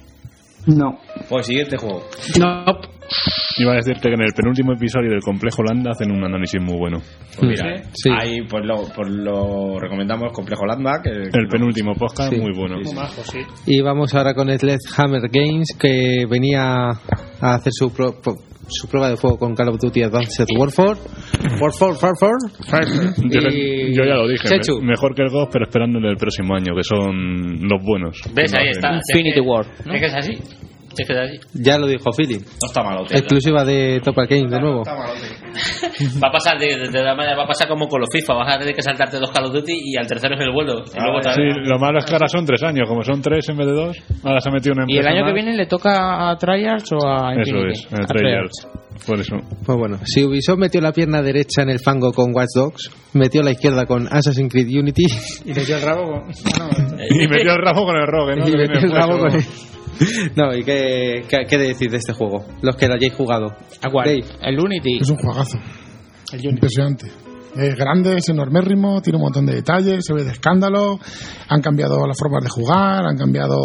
No. Pues siguiente juego. No. Iba a decirte que en el penúltimo episodio del Complejo Landa hacen un análisis muy bueno. Pues mira, Sí. ahí pues lo, pues lo recomendamos Complejo Landmark. Que, El penúltimo podcast, Sí. muy bueno. Muy majo, sí. Y vamos ahora con Sledgehammer Games, que venía a hacer su, pro- po- su prueba de fuego con Call of Duty Advanced Warfare. Warfare, Warfare. Yo, Y- yo ya lo dije, Chechu. me- mejor que el dos, pero esperándole el próximo año, que son los buenos. ¿Ves? Que no Ahí hacen- está. Infinity War, ¿no? Es que es así. Es que es así. Ya lo dijo Philip. no está malo, tío. Exclusiva de Topal Games de nuevo. Está malo, tío. Va a pasar de, de, de la manera, va a pasar como con los FIFA, vas a tener que saltarte dos Call of Duty y al tercero es el vuelo. Y luego Sí, también- lo malo es que ahora son tres años, como son tres en vez de dos, ahora se ha metido una ¿Y el empresa año que más. viene le toca a Treyarch o a Eso Infinity? es, en el A Treyarch. Por eso. Pues bueno, si Ubisoft metió la pierna derecha en el fango con Watch Dogs, metió la izquierda con Assassin's Creed Unity Y le dio el rabo. con- Bueno, Y metió el rabo con el rogue, ¿no? y Que metió viene el rabo con puesto. el... No, ¿y qué, qué, qué decir de este juego? Los que lo hayáis jugado. ¿A cuál? Dave. El Unity. Es un juegazo. Impresionante. Es grande, es enormérrimo, tiene un montón de detalles, se ve de escándalo. Han cambiado las formas de jugar, han cambiado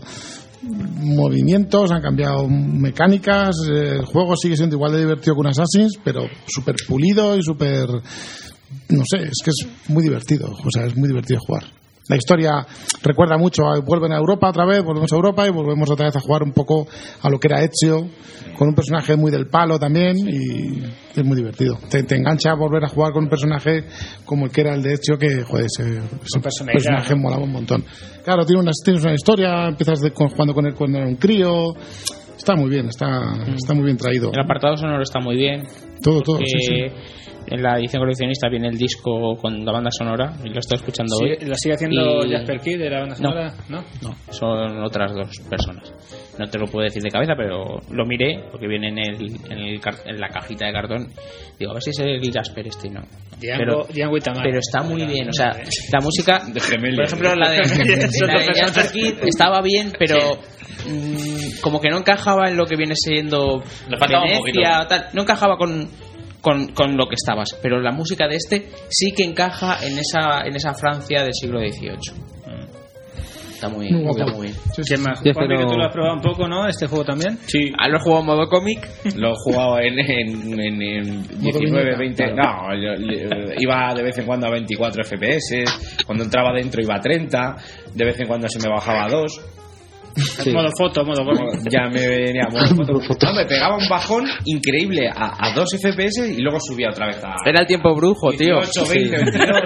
movimientos, han cambiado mecánicas. El juego sigue siendo igual de divertido que un Assassin's, pero súper pulido y súper... No sé, es que es muy divertido. O sea, es muy divertido jugar. La historia recuerda mucho, a, vuelven a Europa otra vez, volvemos a Europa y volvemos otra vez a jugar un poco a lo que era Ezio, con un personaje muy del palo también, y es muy divertido. Te, te engancha a volver a jugar con un personaje como el que era el de Ezio, que joder, ese, ese personalidad, personaje ¿no? molaba un montón. Claro, tiene una, tienes una historia, empiezas de, con- jugando con él cuando era un crío. Está muy bien, está, está muy bien traído. El apartado sonoro está muy bien. Todo, todo, porque sí, sí. En la edición coleccionista viene el disco con la banda sonora y lo estoy escuchando Sí, hoy. ¿lo sigue haciendo Y- Jasper Kidd de la banda No. sonora? No. No, son otras dos personas. No te lo puedo decir de cabeza, pero lo miré porque viene en, el, en, el car- en la cajita de cartón. Digo, a ver si es el Jasper este, no. Django- Pero, Django Itamar. pero está muy bien, o sea, la música, De gemelos. por ejemplo, la de, Son la dos de personas. Jasper Kidd estaba bien, pero mm, como que no encajaba en lo que viene siendo Le faltaba un Venecia, tal, no encajaba con Con, con lo que estabas, pero la música de este sí que encaja en esa en esa Francia del siglo dieciocho. Está muy, Muy está guapo. muy bien. ¿Qué más? Ya, Juanmi, pero- que tú lo has probado un poco, ¿no? Este juego también. Sí. ¿Ah, lo he jugado en modo cómic? Lo he jugado en, en, en, en diecinueve, veinte. No, yo- yo- iba de vez en cuando a veinticuatro F P S. Cuando entraba dentro iba a treinta. De vez en cuando se me bajaba a dos. Modo foto, modo cómic. Ya me venía modo foto. No, me pegaba un bajón increíble a, a dos F P S y luego subía otra vez a Era el tiempo brujo, tío. dieciocho, veinte, veintidós.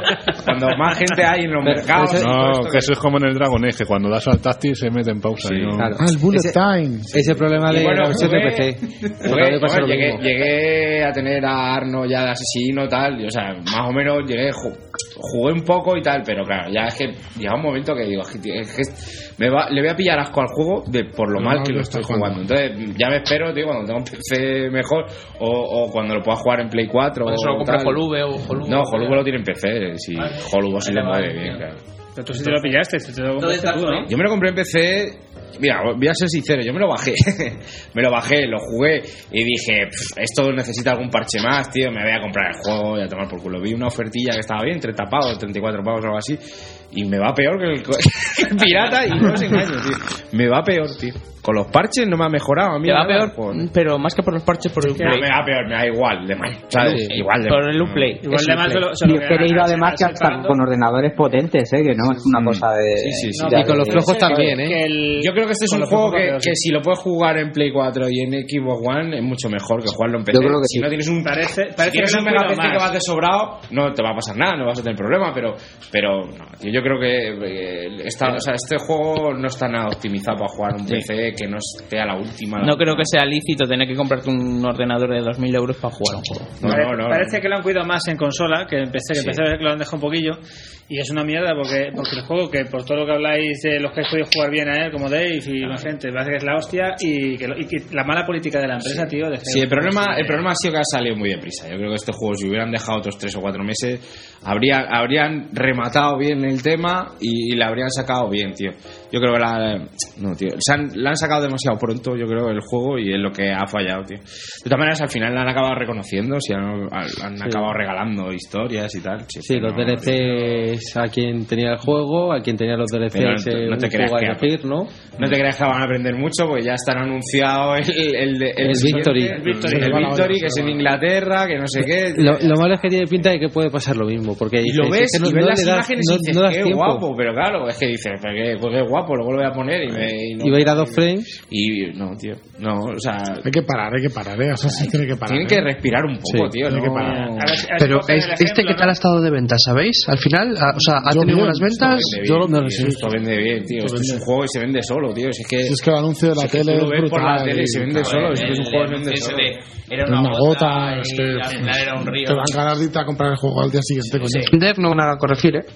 cuando más gente hay en los mercados. No, que eso es como en el Dragon Age, que cuando das al táctil se mete en pausa. Sí, y no... claro. Ah, el Bullet ese, Time. Ese problema de bueno, la versión de jugué, P C. Jugué, bueno, llegué, llegué a tener a Arno ya de asesino y tal, y, o sea, más o menos llegué, jugué un poco y tal, pero claro, ya es que llega un momento que digo, es que, es que me va, le voy a pillar asco al juego de, por lo no, mal no, que lo lo estoy está jugando. Entonces ya me espero, tío, cuando tenga un P C mejor o, o cuando lo pueda jugar en Play cuatro. Por eso lo compré Holube o Holube. No, Holube lo tiene en P C, si vale. Holube sí le mueve vale, bien, claro. Pero tú sí te lo pillaste, te lo compraste tú, ¿no? Yo me lo compré en P C. Mira, voy a ser sincero, yo me lo bajé. me lo bajé, lo jugué y dije, esto necesita algún parche más, tío. Me voy a comprar el juego y a tomar por culo. Vi una ofertilla que estaba bien, treinta pavos, treinta y cuatro pavos o algo así. Y me va peor que el, el pirata. Y no os engaño, tío. Me va peor, tío. Con los parches no me ha mejorado. A mí me va nada, peor, por... pero más que por los parches, por el Uplay. No, me va peor, me da igual de mal. ¿Sabes? Sí, igual de por mal. el Uplay. Igual de mal solo, solo Yo he leído además que hasta con ordenadores potentes, ¿eh? Que no es una cosa de... Sí, sí, sí. de- Y con los flojos también, ¿eh? Que el- Yo creo que este es con un los juego flojos que, peor, sí. que si lo puedes jugar en Play cuatro y en Xbox One es mucho mejor que jugarlo en P C. Yo creo que si sí. no tienes un Parece- si parece tienes que un lo han mega cuidado P C que más. vas de sobrado, no te va a pasar nada, no vas a tener problema, pero pero no, tío, yo creo que eh, esta, o sea, este juego no está nada optimizado para jugar un P C que no esté a la última. No creo que sea lícito tener que comprarte un ordenador de dos mil euros para jugar un juego. No, Pare- no, no, parece no. que lo han cuidado más en consola que en P C, que en Sí. P C lo han dejado un poquillo y es una mierda porque, porque el juego, que por todo lo que habláis de los que habéis podido jugar bien a él, como Dave y más gente, parece que es la hostia y que, lo- y que la mala política de la empresa, Sí. tío. De Sí, el problema, el problema ha sido que ha salido muy deprisa. Yo creo que este juego, si hubieran dejado otros tres o cuatro meses, habría, habrían rematado bien el tema y, y le habrían sacado bien, tío. Yo creo que la, no, tío, se han, la han sacado demasiado pronto, yo creo, el juego, y es lo que ha fallado, tío. De todas maneras, al final la han acabado reconociendo, si han, han acabado regalando historias y tal. Sí, Sí, los no, D L Cs a quien tenía el juego, a quien tenía los D L Pero Cs, no te- eh, no un te creas juego a que- elegir, ¿no? No te creas que van a aprender mucho, porque ya están anunciado el, el, el, El siguiente, Victory. el Victory, Se el va la Victory, olla, que es se en va. Inglaterra, que no sé qué. Lo, lo malo es que tiene pinta de que puede pasar lo mismo, porque Y lo dices, ves es que no- y ves no las le das- imágenes no- y dices, no das qué tiempo. guapo, pero claro, es que dices, pues qué, pues qué guapo, luego lo voy a poner y me... Y no, Iba a ir a dos frames. Y no, tío, no, o sea... Hay que parar, hay que parar, ¿eh? Assassin's tiene que parar. Tienen ¿eh? que respirar un poco, Sí, tío. tiene no- que parar. A ver, si- a ver si Pero cogen el es- este ejemplo, qué tal ¿no? ha estado de venta, ¿sabéis? Al final, ha- o sea, ha Yo tenido bien, buenas esto ventas. Vende Yo bien, lo- no lo tío, sé. esto vende bien, tío. Esto es un juego y se vende solo, tío. Si es que... Si es que el anuncio de la si es que tele tú es lo ves por la brutal. tele y se vende y- solo. Es que es un El- juego que el vende ese solo. de- Era Una una, gota, y es que- al final era un río. Te dan ganas de irte a comprar el juego al día siguiente, coño. Dev no van a corregir, ¿eh?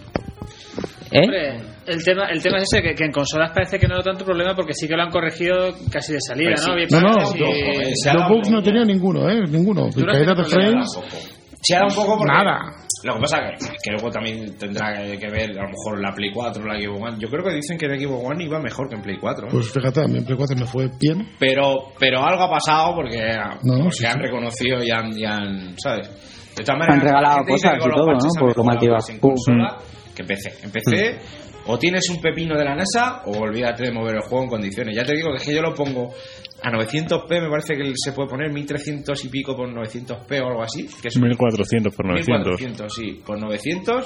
Hombre, el tema, el tema es ese, que, que en consolas parece que no hay tanto problema porque sí que lo han corregido casi de salida, Pues ¿no? sí. Bien, No, no, parece, yo- sí. se ha Yo dado bugs un no he poco. tenido ninguno, ¿eh? Ninguno. Tú no has Caídas de tenido frames, Se ha dado un poco porque... nada. Lo que pasa que, que luego también tendrá que, que ver a lo mejor la Play cuatro, la Xbox One. Yo creo que dicen que en Xbox One iba mejor que en Play cuatro. ¿eh? Pues fíjate, a mí en Play cuatro me fue bien. Pero, pero algo ha pasado porque, No, porque sí, han sí. reconocido y han, y han, ¿sabes? De todas Han regalado la gente dice cosas que con y los todo, parches ¿no? han Por lo mal que mejorado iba. más en consola que en P C. En P C o tienes un pepino de la NASA o olvídate de mover el juego en condiciones. Ya te digo que es que yo lo pongo a novecientos p, me parece que se puede poner mil trescientos y pico por novecientos p o algo así. Que es mil cuatrocientos por novecientos. mil cuatrocientos, sí, con novecientos.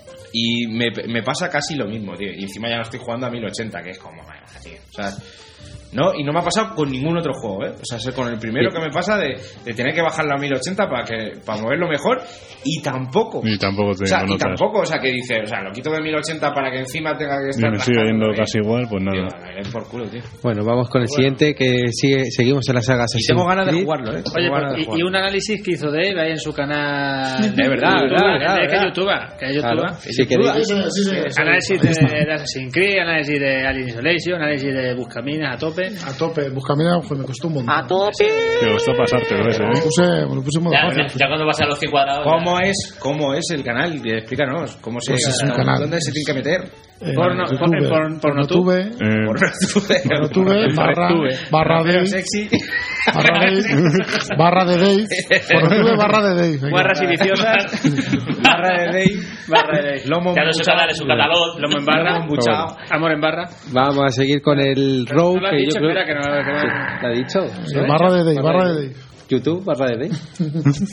Y me, me pasa casi lo mismo, tío. Y encima ya lo estoy jugando a mil ochenta, que es como, bueno, tío. O sea, no, y no me ha pasado con ningún otro juego, ¿eh? O sea, es con el primero que me pasa de, de tener que bajarlo a mil ochenta para que para moverlo mejor. Y tampoco. Y tampoco te O sea, y notas. tampoco, o sea, que dice, o sea, lo quito de mil ochenta para que encima tenga que Y estar. me sigue rascando, yendo ¿eh? casi igual, pues Tío, nada. la leer por culo, tío. Bueno, vamos con el siguiente, que sigue, seguimos en la saga Y Assassin's tengo ganas de Creed. jugarlo, ¿eh? Tengo Oye, ganas de pues, y, jugarlo. y un análisis que hizo Dave ahí en su canal. De verdad, YouTube, verdad, el verdad, de que verdad. youtuber, que es Claro, youtuber. si queréis. Sí, sí, sí, sí. Análisis de, de Assassin's Creed, análisis de Alien Isolation, análisis de Buscaminas a tope. A tope, Buscamina, pues me costó un montón. A tope. Te costó pasarte ese, Me lo ¿eh? puse, me lo puse en modo Ya, fácil. ya cuando vas a los cien cuadrados. ¿Cómo es, ¿Cómo es el canal? Explícanos. ¿Cómo se, Pues es un canal. ¿Dónde se tiene que meter? Eh, Porno- YouTube, por- por- Pornotube. Pornotube, Eh, Pornotube, barra, barra Pero de, sexy. barra de, barra de Dave, Pornotube, barra de Dave. venga. Guarras y viciosas. Barra de Dave. Barra de Dave. Lomo Ya no se embuchado. sale su catálogo. Lomo en barra. Lomo embuchado. Amor en barra. Vamos a seguir con el No Rogue, lo has que yo dicho, creo... espera, que no, que no- ¿Lo ha dicho? Sí, barra de Dave, barra de Dave. YouTube, barra de Dave.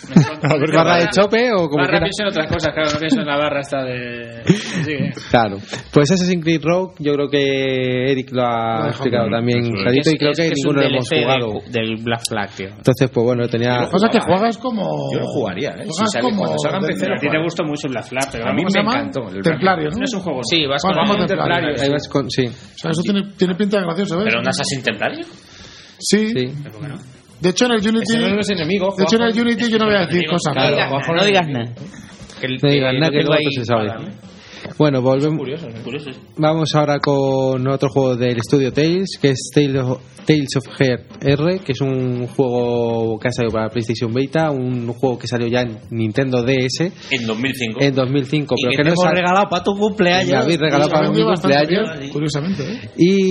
¿Barra de chope o como barra quiera? pienso en otras cosas, claro, no pienso en la barra esta de... Sí, ¿eh? Claro. Pues Assassin's Creed Rogue, yo creo que Eric lo ha explicado también clarito y creo que ninguno lo hemos jugado. Del Black Flag, tío. Entonces, pues bueno, tenía... Lo que pasa es que juegas como... Yo lo jugaría, ¿eh? Juegas Si sale, como... cuando salga en P C, A ti te gustó mucho el Black Flag, pero a mí ¿cómo me se llama? encantó. el Templario, ¿no? no es un juego. Sí, vas con Bueno, el vamos templario. templario. Ahí vas con... Sí. O sea, eso tiene, tiene pinta de gracioso, ¿ves? ¿Pero un Assassin templario? Sí. Sí. De hecho, en el Unity... Ese no es nuestro enemigo, De hecho, en el Juanjo. Unity yo no voy a decir cosas. No pero- digas nada, no digas nada. Que el- No digas que nada, lo que tengo luego ahí se sabe. para- Bueno, volvemos. Curioso, ¿eh? Curioso. Vamos ahora con otro juego del estudio Tales, que es Tales of, Tales of Heart R, que es un juego que ha salido para PlayStation Beta, un juego que salió ya en Nintendo D S En dos mil cinco. en dos mil cinco, Y pero que que te no hemos sal- regalado para tu cumpleaños. Me habéis regalado Se ha para mi vendido bastante cumpleaños. bien, curiosamente, ¿eh?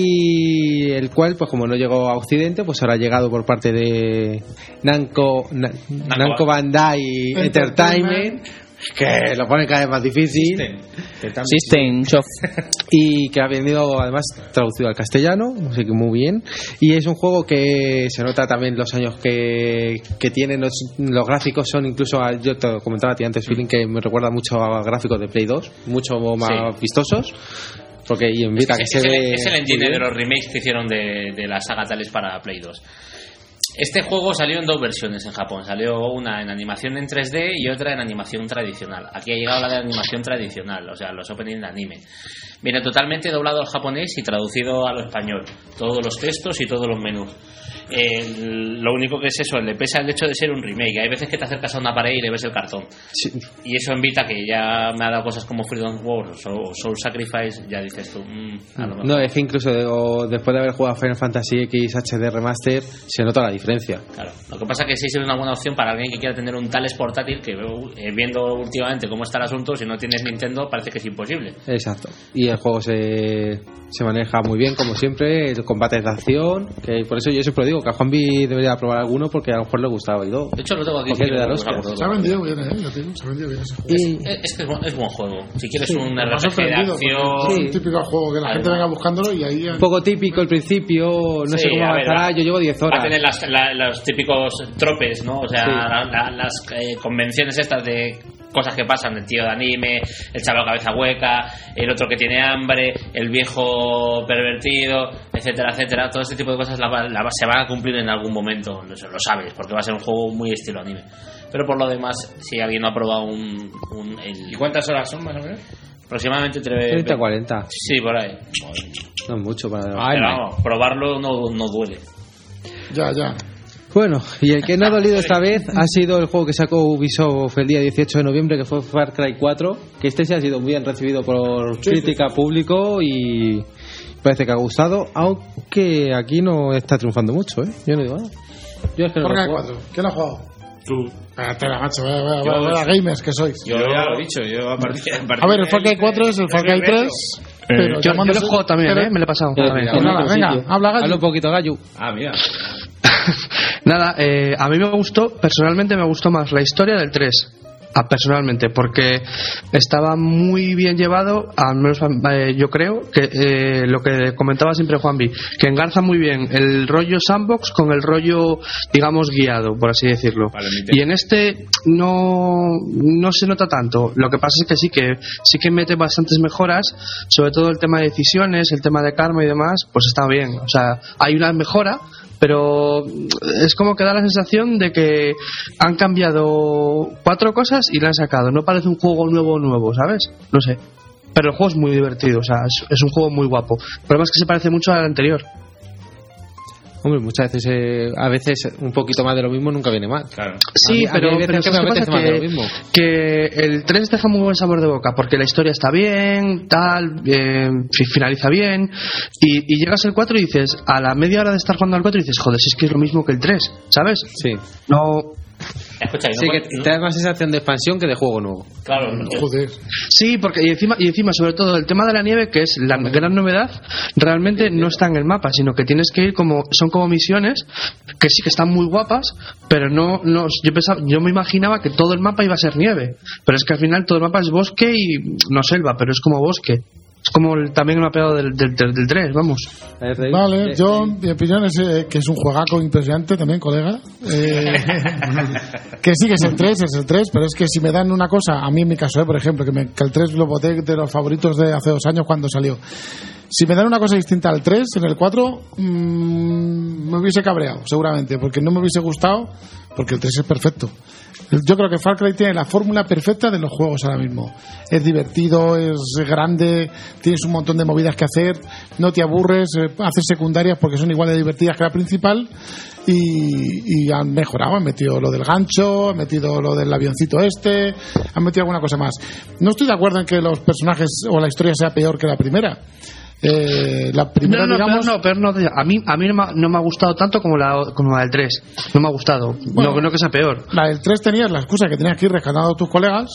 Y el cual, pues como no llegó a Occidente, pues ahora ha llegado por parte de Namco, Na- Namco Bandai Entertainment, que lo pone cada vez más difícil. System Shock. Y que ha venido además traducido al castellano, así que muy bien. Y es un juego que se nota también los años que, que tienen. Los, los gráficos son incluso, a- yo te comentaba a ti antes, Feeling, que me recuerda mucho a gráficos de Play dos, mucho más vistosos. Porque y en Vita que, es, se es ve el, es el muy engine bien. de los remakes que hicieron de, de la saga Tales para Play dos. Este juego salió en dos versiones en Japón. Salió una en animación en tres D y otra en animación tradicional. Aquí ha llegado la de animación tradicional, o sea, los openings de anime. Viene totalmente doblado al japonés y traducido a lo español. Todos los textos y todos los menús. El- lo único que es eso, le pesa el hecho de ser un remake. Hay veces que te acercas a una pared y le ves el cartón. Y eso en Vita, que ya me ha dado cosas como Freedom Wars o Soul Sacrifice, ya dices tú, mm, a lo mejor. No, es que incluso de- o después de haber jugado Final Fantasy X H D Remaster se nota la diferencia. Claro. Lo que pasa es que sí es una buena opción para alguien que quiera tener un Tales portátil, que eh, viendo últimamente cómo está el asunto, si no tienes Nintendo parece que es imposible. Exacto. Y el juego se, se maneja muy bien, como siempre. El combate es de acción, que por eso yo siempre digo que a Juanvi debería probar alguno porque a lo mejor le gustaba y todo. De hecho lo tengo aquí. Porque es de si dar quieres, hostias. lo Se ha vendido bien, ¿eh? Yo te digo, se ha vendido bien ese juego. Y- Es, es que es buen, es buen juego. Si quieres Sí, un me ha R P G de sorprendido, porque acción. Es un típico juego que la gente Además. venga buscándolo y ahí... Un poco típico al principio, no Sí, sé cómo a ver, avanzará, va- yo llevo diez Va a horas. tener las, la- los típicos tropes, ¿no? O sea, Sí. la- la- las eh, convenciones estas de cosas que pasan, el tío de anime, el chaval cabeza hueca, el otro que tiene hambre, el viejo pervertido, etcétera, etcétera. Todo este tipo de cosas la, va- la va- se van a cumplir en algún momento, lo, lo sabes, porque va a ser un juego muy estilo anime. Pero por lo demás, si alguien no ha probado un... un el, ¿Y cuántas horas son más o menos? aproximadamente entre... treinta a cuarenta. Sí, por ahí. No es mucho para... Pero vamos, probarlo no, no duele. Ya, ya. Bueno, y el que no ha dolido esta vez ha sido el juego que sacó Ubisoft el día dieciocho de noviembre, que fue Far Cry cuatro, que este sí ha sido muy bien recibido por crítica, público, y parece que ha gustado, aunque aquí no está triunfando mucho, ¿eh? Yo no digo nada. Yo es que no Far lo Cry juego. cuatro. ¿Quién lo ha jugado? Tú. Espérate, la macho, vaya, vaya, Yo- vaya, vaya gamers que sois. Yo ya lo he dicho, yo a partir, a partir A ver, el de Far Cry ahí- cuatro es el Far Cry tres. Pero yo, yo lo he llamándose- jugado también, pero- ¿eh? Me lo he pasado. Eh, también. en Nada, otro venga, sitio. habla, Gallo. Habla un poquito, Gallo. Ah, mira. Nada, eh, a mí me gustó, personalmente me gustó más la historia del tres. Ah, personalmente, porque estaba muy bien llevado, al menos eh, yo creo que eh, lo que comentaba siempre Juanvi, que engarza muy bien el rollo sandbox con el rollo, digamos, guiado, por así decirlo. Vale, mi tema. Y en este no, no se nota tanto. Lo que pasa es que sí que sí que mete bastantes mejoras, sobre todo el tema de decisiones, el tema de karma y demás, pues está bien. O sea, hay una mejora, pero es como que da la sensación de que han cambiado cuatro cosas y la han sacado. No parece un juego nuevo nuevo, ¿sabes? No sé. Pero el juego es muy divertido, o sea, es, es un juego muy guapo. El problema es que se parece mucho al anterior. Hombre, muchas veces, eh, a veces un poquito más de lo mismo nunca viene mal. Claro. Sí, A mí- a mí pero, hay veces pero que ¿sabes me qué apetece pasa? más de lo Que, mismo. que el tres deja muy buen sabor de boca, porque la historia está bien, tal, eh, fi- finaliza bien, y, y llegas al cuatro y dices, a la media hora de estar jugando al cuatro y dices, joder, si es que es lo mismo que el tres, ¿sabes? Sí. No... Escucha, y no Sí, que puede- te da más sensación de expansión que de juego nuevo. Claro, no- Joder. Sí, porque y encima, y encima, sobre todo, el tema de la nieve, que es la gran novedad, realmente no está en el mapa, sino que tienes que ir como, son como misiones, que sí que están muy guapas, pero no, no yo pensaba, yo me imaginaba que todo el mapa iba a ser nieve, pero es que al final todo el mapa es bosque y no selva, pero es como bosque. Es como el, también el mapeado del, del, del, del tres, vamos. Vale, yo, mi opinión es eh, que es un juegaco impresionante también, colega. Eh, que sí, que es el tres, es el tres, pero es que si me dan una cosa, a mí en mi caso, eh, por ejemplo, que, me, que el tres lo voté de los favoritos de hace dos años cuando salió. Si me dan una cosa distinta al tres, en el cuatro, mmm, me hubiese cabreado, seguramente, porque no me hubiese gustado, porque el tres es perfecto. Yo creo que Far Cry tiene la fórmula perfecta de los juegos ahora mismo. Es divertido, es grande, tienes un montón de movidas que hacer, no te aburres, eh, haces secundarias porque son igual de divertidas que la principal y, y han mejorado, han metido lo del gancho, han metido lo del avioncito este, han metido alguna cosa más. No estoy de acuerdo en que los personajes o la historia sea peor que la primera. Eh, la primera, no, no, digamos... pero no, pero no, a mí, a mí no, me, no me ha gustado tanto como la, como la del tres. No me ha gustado. Bueno, no, no que sea peor. La del tres tenías la excusa que tenías que ir rescatando a tus colegas.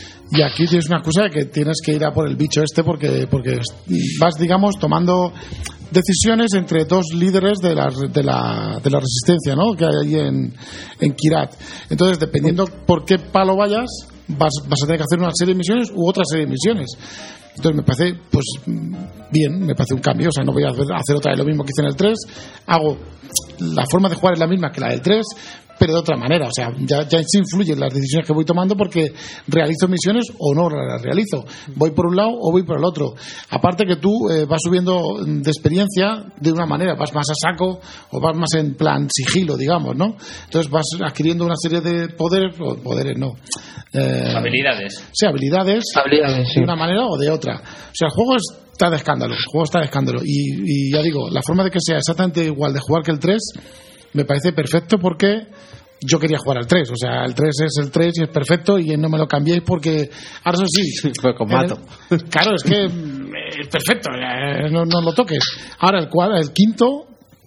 Y aquí tienes una excusa de que tienes que ir a por el bicho este porque, porque vas, digamos, tomando decisiones entre dos líderes de la, de la, de la resistencia, ¿no?, que hay ahí en, en Kyrat. Entonces, dependiendo por qué palo vayas, vas, vas a tener que hacer una serie de misiones u otra serie de misiones. Entonces me parece, pues, bien, me parece un cambio. O sea, no voy a hacer, hacer otra vez lo mismo que hice en el tres. Hago, la forma de jugar es la misma que la del tres, pero de otra manera. O sea, ya, ya se influyen las decisiones que voy tomando porque realizo misiones o no las realizo. Voy por un lado o voy por el otro. Aparte que tú eh, vas subiendo de experiencia de una manera, vas más a saco o vas más en plan sigilo, digamos, ¿no? Entonces vas adquiriendo una serie de poderes, o poderes no. Eh, habilidades. Sí, habilidades. Habilidades, sí. De una manera o de otra. O sea, el juego está de escándalo. El juego está de escándalo. Y, y ya digo, la forma de que sea exactamente igual de jugar que el tres me parece perfecto porque yo quería jugar al tres. O sea, el tres es el tres y es perfecto y no me lo cambiéis porque ahora eso sí. Pues con mato. El, claro, es que es perfecto. No, no lo toques. Ahora el, cuadro, el quinto.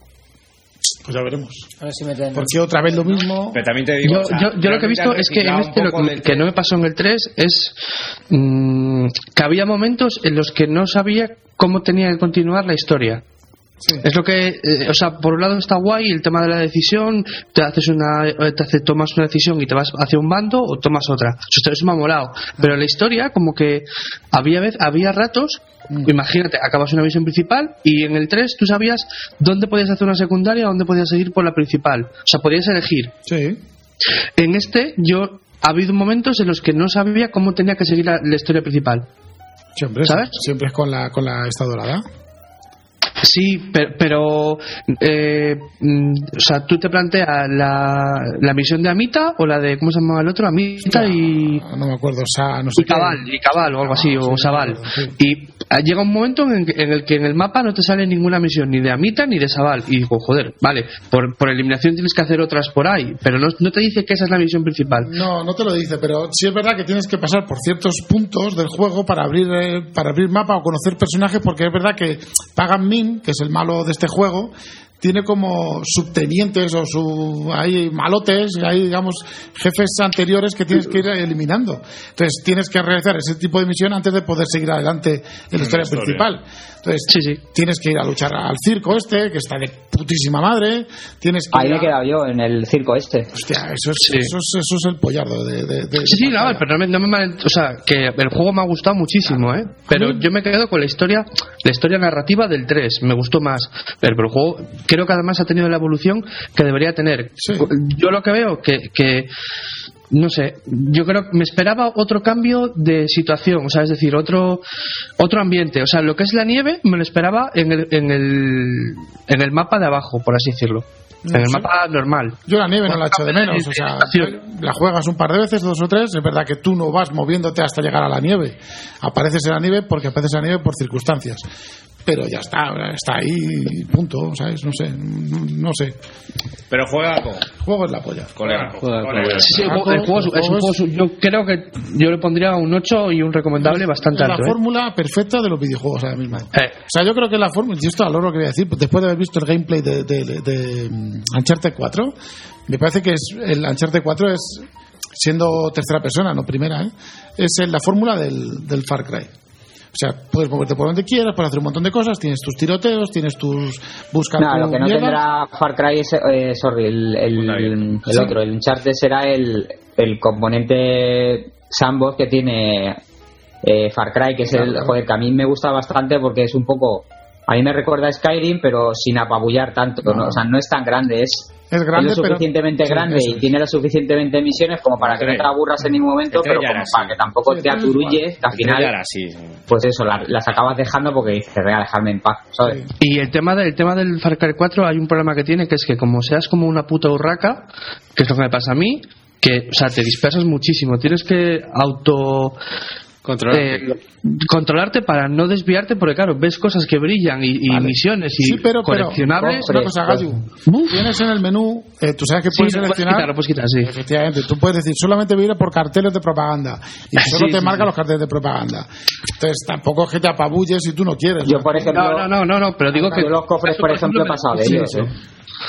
Pues ya veremos. A ver si me tengo. Porque otra vez lo mismo. Pero también te digo, yo, o sea, yo, yo lo que he visto es que en este lo que, que no me pasó en el tres es mmm, que había momentos en los que no sabía cómo tenía que continuar la historia. Sí. Es lo que, eh, o sea, por un lado está guay el tema de la decisión, te haces una, te hace, tomas una decisión y te vas hacia un bando o tomas otra. Eso, eso me ha molado. Pero la historia, como que había vez, había ratos. Mm. Imagínate, acabas una misión principal y en el tres tú sabías dónde podías hacer una secundaria, dónde podías seguir por la principal. O sea, podías elegir. Sí. En este, yo ha habido momentos en los que no sabía cómo tenía que seguir la, la historia principal. Siempre, ¿sabes? Siempre es con la con la esta dorada. Sí, pero, pero eh, o sea, tú te planteas la, la misión de Amita o la de, ¿cómo se llamaba el otro? Amita no, y... No me acuerdo, Sa, no sé y Cabal, qué. y Cabal o algo así, o Sabal. Sí. Y llega un momento en, en el que en el mapa no te sale ninguna misión, ni de Amita ni de Sabal. Y digo, joder, vale, por, por eliminación tienes que hacer otras por ahí, pero no, no te dice que esa es la misión principal. No, no te lo dice, pero sí es verdad que tienes que pasar por ciertos puntos del juego para abrir, eh, para abrir mapa o conocer personajes, porque es verdad que Pagan Min, que es el malo de este juego, tiene como subtenientes o su hay malotes, hay digamos jefes anteriores que tienes que ir eliminando. Entonces tienes que realizar ese tipo de misión antes de poder seguir adelante en la historia, historia principal. Entonces sí, sí. tienes que ir a luchar al circo este, que está de putísima madre. Tienes que Ahí me a... he quedado yo, en el circo este. Hostia, eso es, sí. eso es, eso es el pollardo de, de, de sí, sí, claro, pero no me, no me mal, o sea, que el juego me ha gustado muchísimo, ¿eh? Pero yo me he quedado con la historia, la historia narrativa del tres, me gustó más. Pero, pero el juego creo que además ha tenido la evolución que debería tener. Sí. Yo lo que veo que, que no sé, yo creo que me esperaba otro cambio de situación, o sea, es decir, otro otro ambiente, o sea, lo que es la nieve me lo esperaba en el en el, en el mapa de abajo, por así decirlo. En el mapa normal. Yo la nieve no la echo de menos, o sea, la juegas un par de veces, dos o tres, es verdad que tú no vas moviéndote hasta llegar a la nieve. Apareces en la nieve porque apareces en la nieve por circunstancias. Pero ya está, está ahí, punto, ¿sabes? No sé, no sé. Pero juega con... Juego es la polla. Colega. Juega, colega. Sí, sí, el juego, el juego es, es un juego, yo creo que yo le pondría un ocho y un recomendable bastante es alto. La ¿eh? fórmula perfecta de los videojuegos ahora mismo. Eh. O sea, yo creo que la fórmula, y esto a lo que quería decir, después de haber visto el gameplay de, de, de, de Uncharted cuatro, me parece que es el Uncharted cuatro es, siendo tercera persona, no primera, ¿eh? es la fórmula del, del Far Cry. O sea, puedes moverte por donde quieras, puedes hacer un montón de cosas, tienes tus tiroteos, tienes tus... buscar no, tu lo que no mierda. tendrá Far Cry es, eh, sorry, el, el, el, el otro, el Uncharted será el, el componente sandbox que tiene eh, Far Cry, que es el joder, que a mí me gusta bastante porque es un poco, a mí me recuerda a Skyrim, pero sin apabullar tanto, ¿no? O sea, no es tan grande, es Es grande, es lo suficientemente pero... grande sí, y tiene las suficientemente misiones como para que no te aburras en ningún momento, pero como para que tampoco te aturulles, que al final, pues eso, la- las acabas dejando porque dices, voy a dejarme en paz, ¿sabes? Y el tema, del, el tema del Far Cry cuatro, hay un problema que tiene, que es que como seas como una puta urraca, que es lo que me pasa a mí, que, o sea, te dispersas muchísimo. Tienes que auto... Controlarte. eh, controlarte para no desviarte, porque claro, ves cosas que brillan y, y Vale. misiones y Sí, pero, pero coleccionables. una cosa, Gallo, tienes en el menú, eh, tú sabes que Sí, puedes lo puedes seleccionar. quitar, lo puedes quitar, sí. Efectivamente, tú puedes decir solamente voy a ir por carteles de propaganda y solo Sí, te sí, marca sí. los carteles de propaganda. Entonces tampoco es que te apabulles si tú no quieres. Yo, por ejemplo, No, no, no, no, no, pero digo que yo los cofres, por ejemplo, he pasado de Sí, ellos, sí. ¿eh?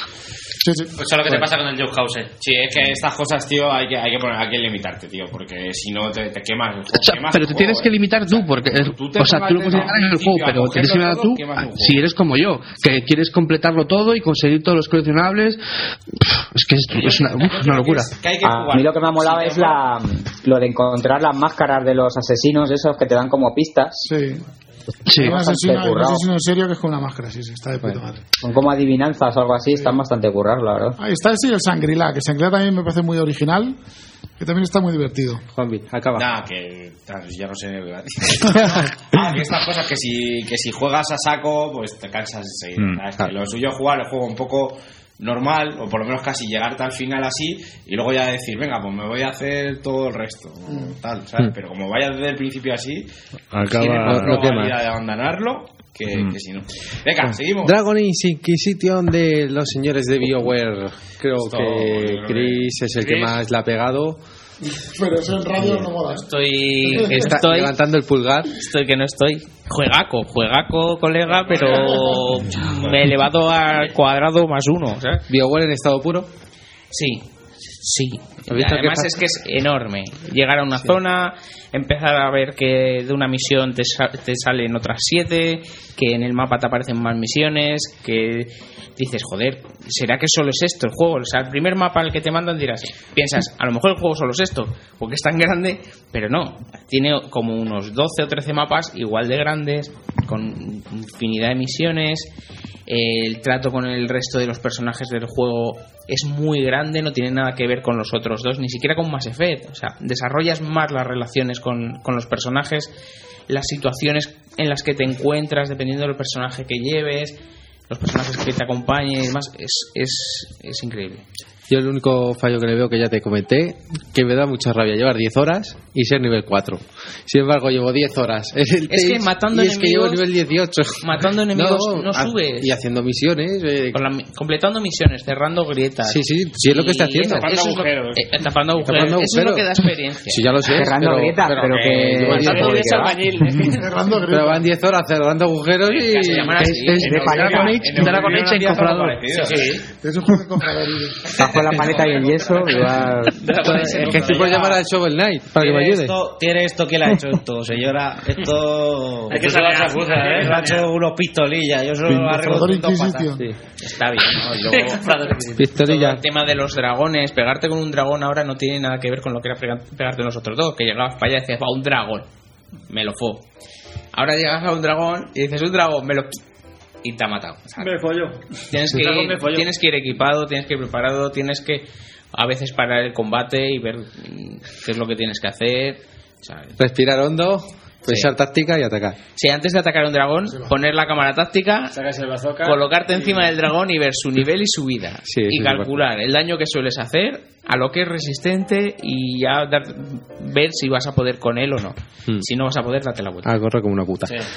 Pues eso es lo que te pasa con el Jobhouse. Sí, es que estas cosas, tío, hay que, hay que poner, hay que limitarte, tío, porque si no te, te quemas el juego. O sea, quemas pero el te juego, tienes eh. que limitar tú, porque tú te o sea, tú lo pongas puedes desde limitar en el el juego, principio a pero tienes que cogerlo limitar todo, tú quemas el juego. si eres como yo, que quieres completarlo todo y conseguir todos los coleccionables. Pff, es que es, es una, uf, una locura. A mí lo que me ha molado es la, lo de encontrar las máscaras de los asesinos, esos que te dan como pistas. Sí. Sí. Hay un asesino, hay un currado. asesino en serio que es con una máscara, sí, sí, está de puta madre. Son como adivinanzas o algo así, están bastante currados, la verdad. Ahí está ese y el Sangrila, que Sangrila también me parece muy original, que también está muy divertido. Juanvi, acaba. Nah, que tal, ya no sé qué iba a decir. Ah, que estas cosas que si, que si juegas a saco, pues te cansas enseguida. Mm, ¿sabes? claro. Que lo suyo es jugar el juego un poco normal, o por lo menos casi llegarte al final así, y luego ya decir, venga, pues me voy a hacer todo el resto, o tal, ¿sabes? Mm. Pero como vayas desde el principio así, Acaba- tienes más Lo- lo probabilidad quemas. de abandonarlo que, Mm. que si no. Venga, seguimos. Dragon Age Inquisition de los señores de BioWare. Creo Esto, que yo creo Chris es el que Chris. más la ha pegado. Pero eso en radio no mola. Estoy, Está estoy, levantando el pulgar. estoy que no estoy. Juegaco, juegaco, colega, pero me he elevado al cuadrado más uno, ¿sabes? BioWare en estado puro. Sí, sí. ¿Has visto Además qué es que es enorme. Llegar a una zona, empezar a ver que de una misión te, sa- te salen otras siete, que en el mapa te aparecen más misiones, que dices, joder, ¿será que solo es esto el juego? O sea, el primer mapa al que te mandan dirás, piensas, a lo mejor el juego solo es esto, porque es tan grande, pero no. Tiene como unos doce o trece mapas igual de grandes, con infinidad de misiones. El trato con el resto de los personajes del juego es muy grande, no tiene nada que ver con los otros dos, ni siquiera con Mass Effect. O sea, desarrollas más las relaciones con, con los personajes, las situaciones en las que te encuentras dependiendo del personaje que lleves, los personajes que te acompañen y demás. Es, es, es increíble. Yo el único fallo que le veo, que ya te comenté, que me da mucha rabia llevar diez horas y ser nivel cuatro. Sin embargo, llevo diez horas en el Es que Tales matando y es que llevo enemigos- nivel dieciocho. Matando enemigos no, ha- subes. Y haciendo misiones. eh, Con la mi- completando misiones, cerrando grietas. Sí, sí, sí es lo que estoy Y haciendo. eso- eso es lo que- eh, tapando agujeros. Tapando Eso es lo agujeros. que da experiencia. Sí, ya lo sé. Cerrando pero, grietas, pero que- llevo diez Matando horas. grietas Cerrando Pero grietas. van diez horas cerrando agujeros y. Se llaman así. Es de En Dragon Europa- Age, en Dragon Europa Age encofrador. Sí, sí. Es un juego de compradores. Bajo la paleta y el yeso, igual... Es que estoy por llamar al Shovel Knight para que me ¿Tiene ayude. esto, tiene esto que le ha hecho esto, señora. Esto. Hay que esto saber se acusa, acusa, ¿eh? ¿eh? Me ha hecho unos pistolillas. Yo solo lo arreglo Comprador con dos patas. Inquisition. Está bien, ¿no? Y luego, todo Pistolilla. el tema de los dragones, pegarte con un dragón ahora no tiene nada que ver con lo que era pega- pegarte con los otros dos, que llegabas para allá y decías, va, un dragón, me lo fo. Ahora llegas a un dragón y dices, un dragón, me lo... y te ha matado. O sea, Me folló. tienes, que Dragón ir, me folló. tienes que ir equipado, tienes que ir preparado, tienes que a veces parar el combate y ver mm, qué es lo que tienes que hacer. O sea, Respirar hondo, pensar Sí. táctica y atacar. sí, antes de atacar a un dragón, poner la cámara táctica, Sacas el bazooka. colocarte encima del dragón y ver su nivel y su vida. Sí, y sí, calcular el daño que sueles hacer, a lo que es resistente y ya dar- ver si vas a poder con él o no. Hmm. Si no vas a poder, date la vuelta. Ah, corre como una puta. Sí.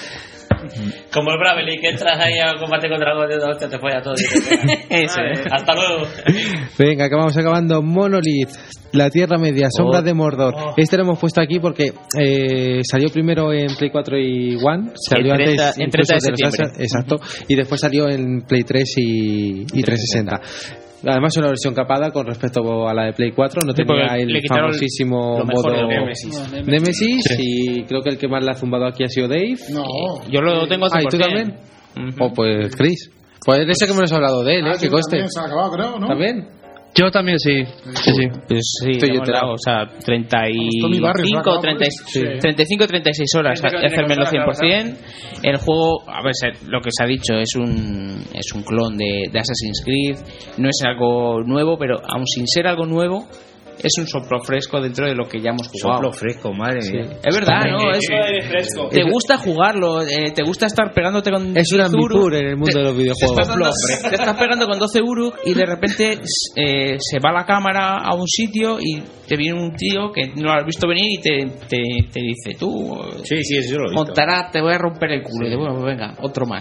Como el Bravely, que entras ahí a combate con dragón de dos, te, te folla todo. Y te pega. Eso, Vale, ¿eh? Hasta luego. Venga, que vamos acabando. Monolith, la Tierra Media, Sombras Oh. de Mordor. Este lo hemos puesto aquí porque eh, salió primero en Play cuatro y One. Salió El treinta- antes en incluso treinta de de los septiembre. Asa- exacto. Y después salió en Play tres y, y trescientos sesenta. Además, una versión capada con respecto a la de Play cuatro. No Sí, tenía porque el le quitaron famosísimo lo mejor modo de Nemesis. Nemesis, y creo que el que más le ha zumbado aquí ha sido Dave. No. Yo lo tengo Ah, ¿y tú cien por cien. también? Oh, pues Chris. Pues ese que me has hablado de él, ¿eh? Ah, que sí, coste. también se ha acabado, creo, ¿no? ¿También? Yo también sí. Sí, sí. Pues sí, Estoy hemos enterado. dado, o sea, treinta y Tommy Barry, cinco, ¿no? treinta, Sí. treinta y cinco, treinta y seis horas Gente que no tiene hacérmelo cien por consola, ciento. El juego, a ver, se- lo que se ha dicho es un es un clon de, de Assassin's Creed, no es algo nuevo, pero aun sin ser algo nuevo, es un soplo fresco dentro de lo que ya hemos jugado. Soplo fresco, madre Sí. mía. Es verdad, ¿no? Es, fresco. te gusta jugarlo, eh, te gusta estar pegándote con Es un diez uruk, ambipur en el mundo te- de los te videojuegos. estás, dando- te estás pegando con doce uruk y de repente eh, se va la cámara a un sitio y te viene un tío que no lo has visto venir y te, te, te dice tú, Sí, sí, eso lo he visto. montará, te voy a romper el culo. Y digo, bueno, pues venga, otro más.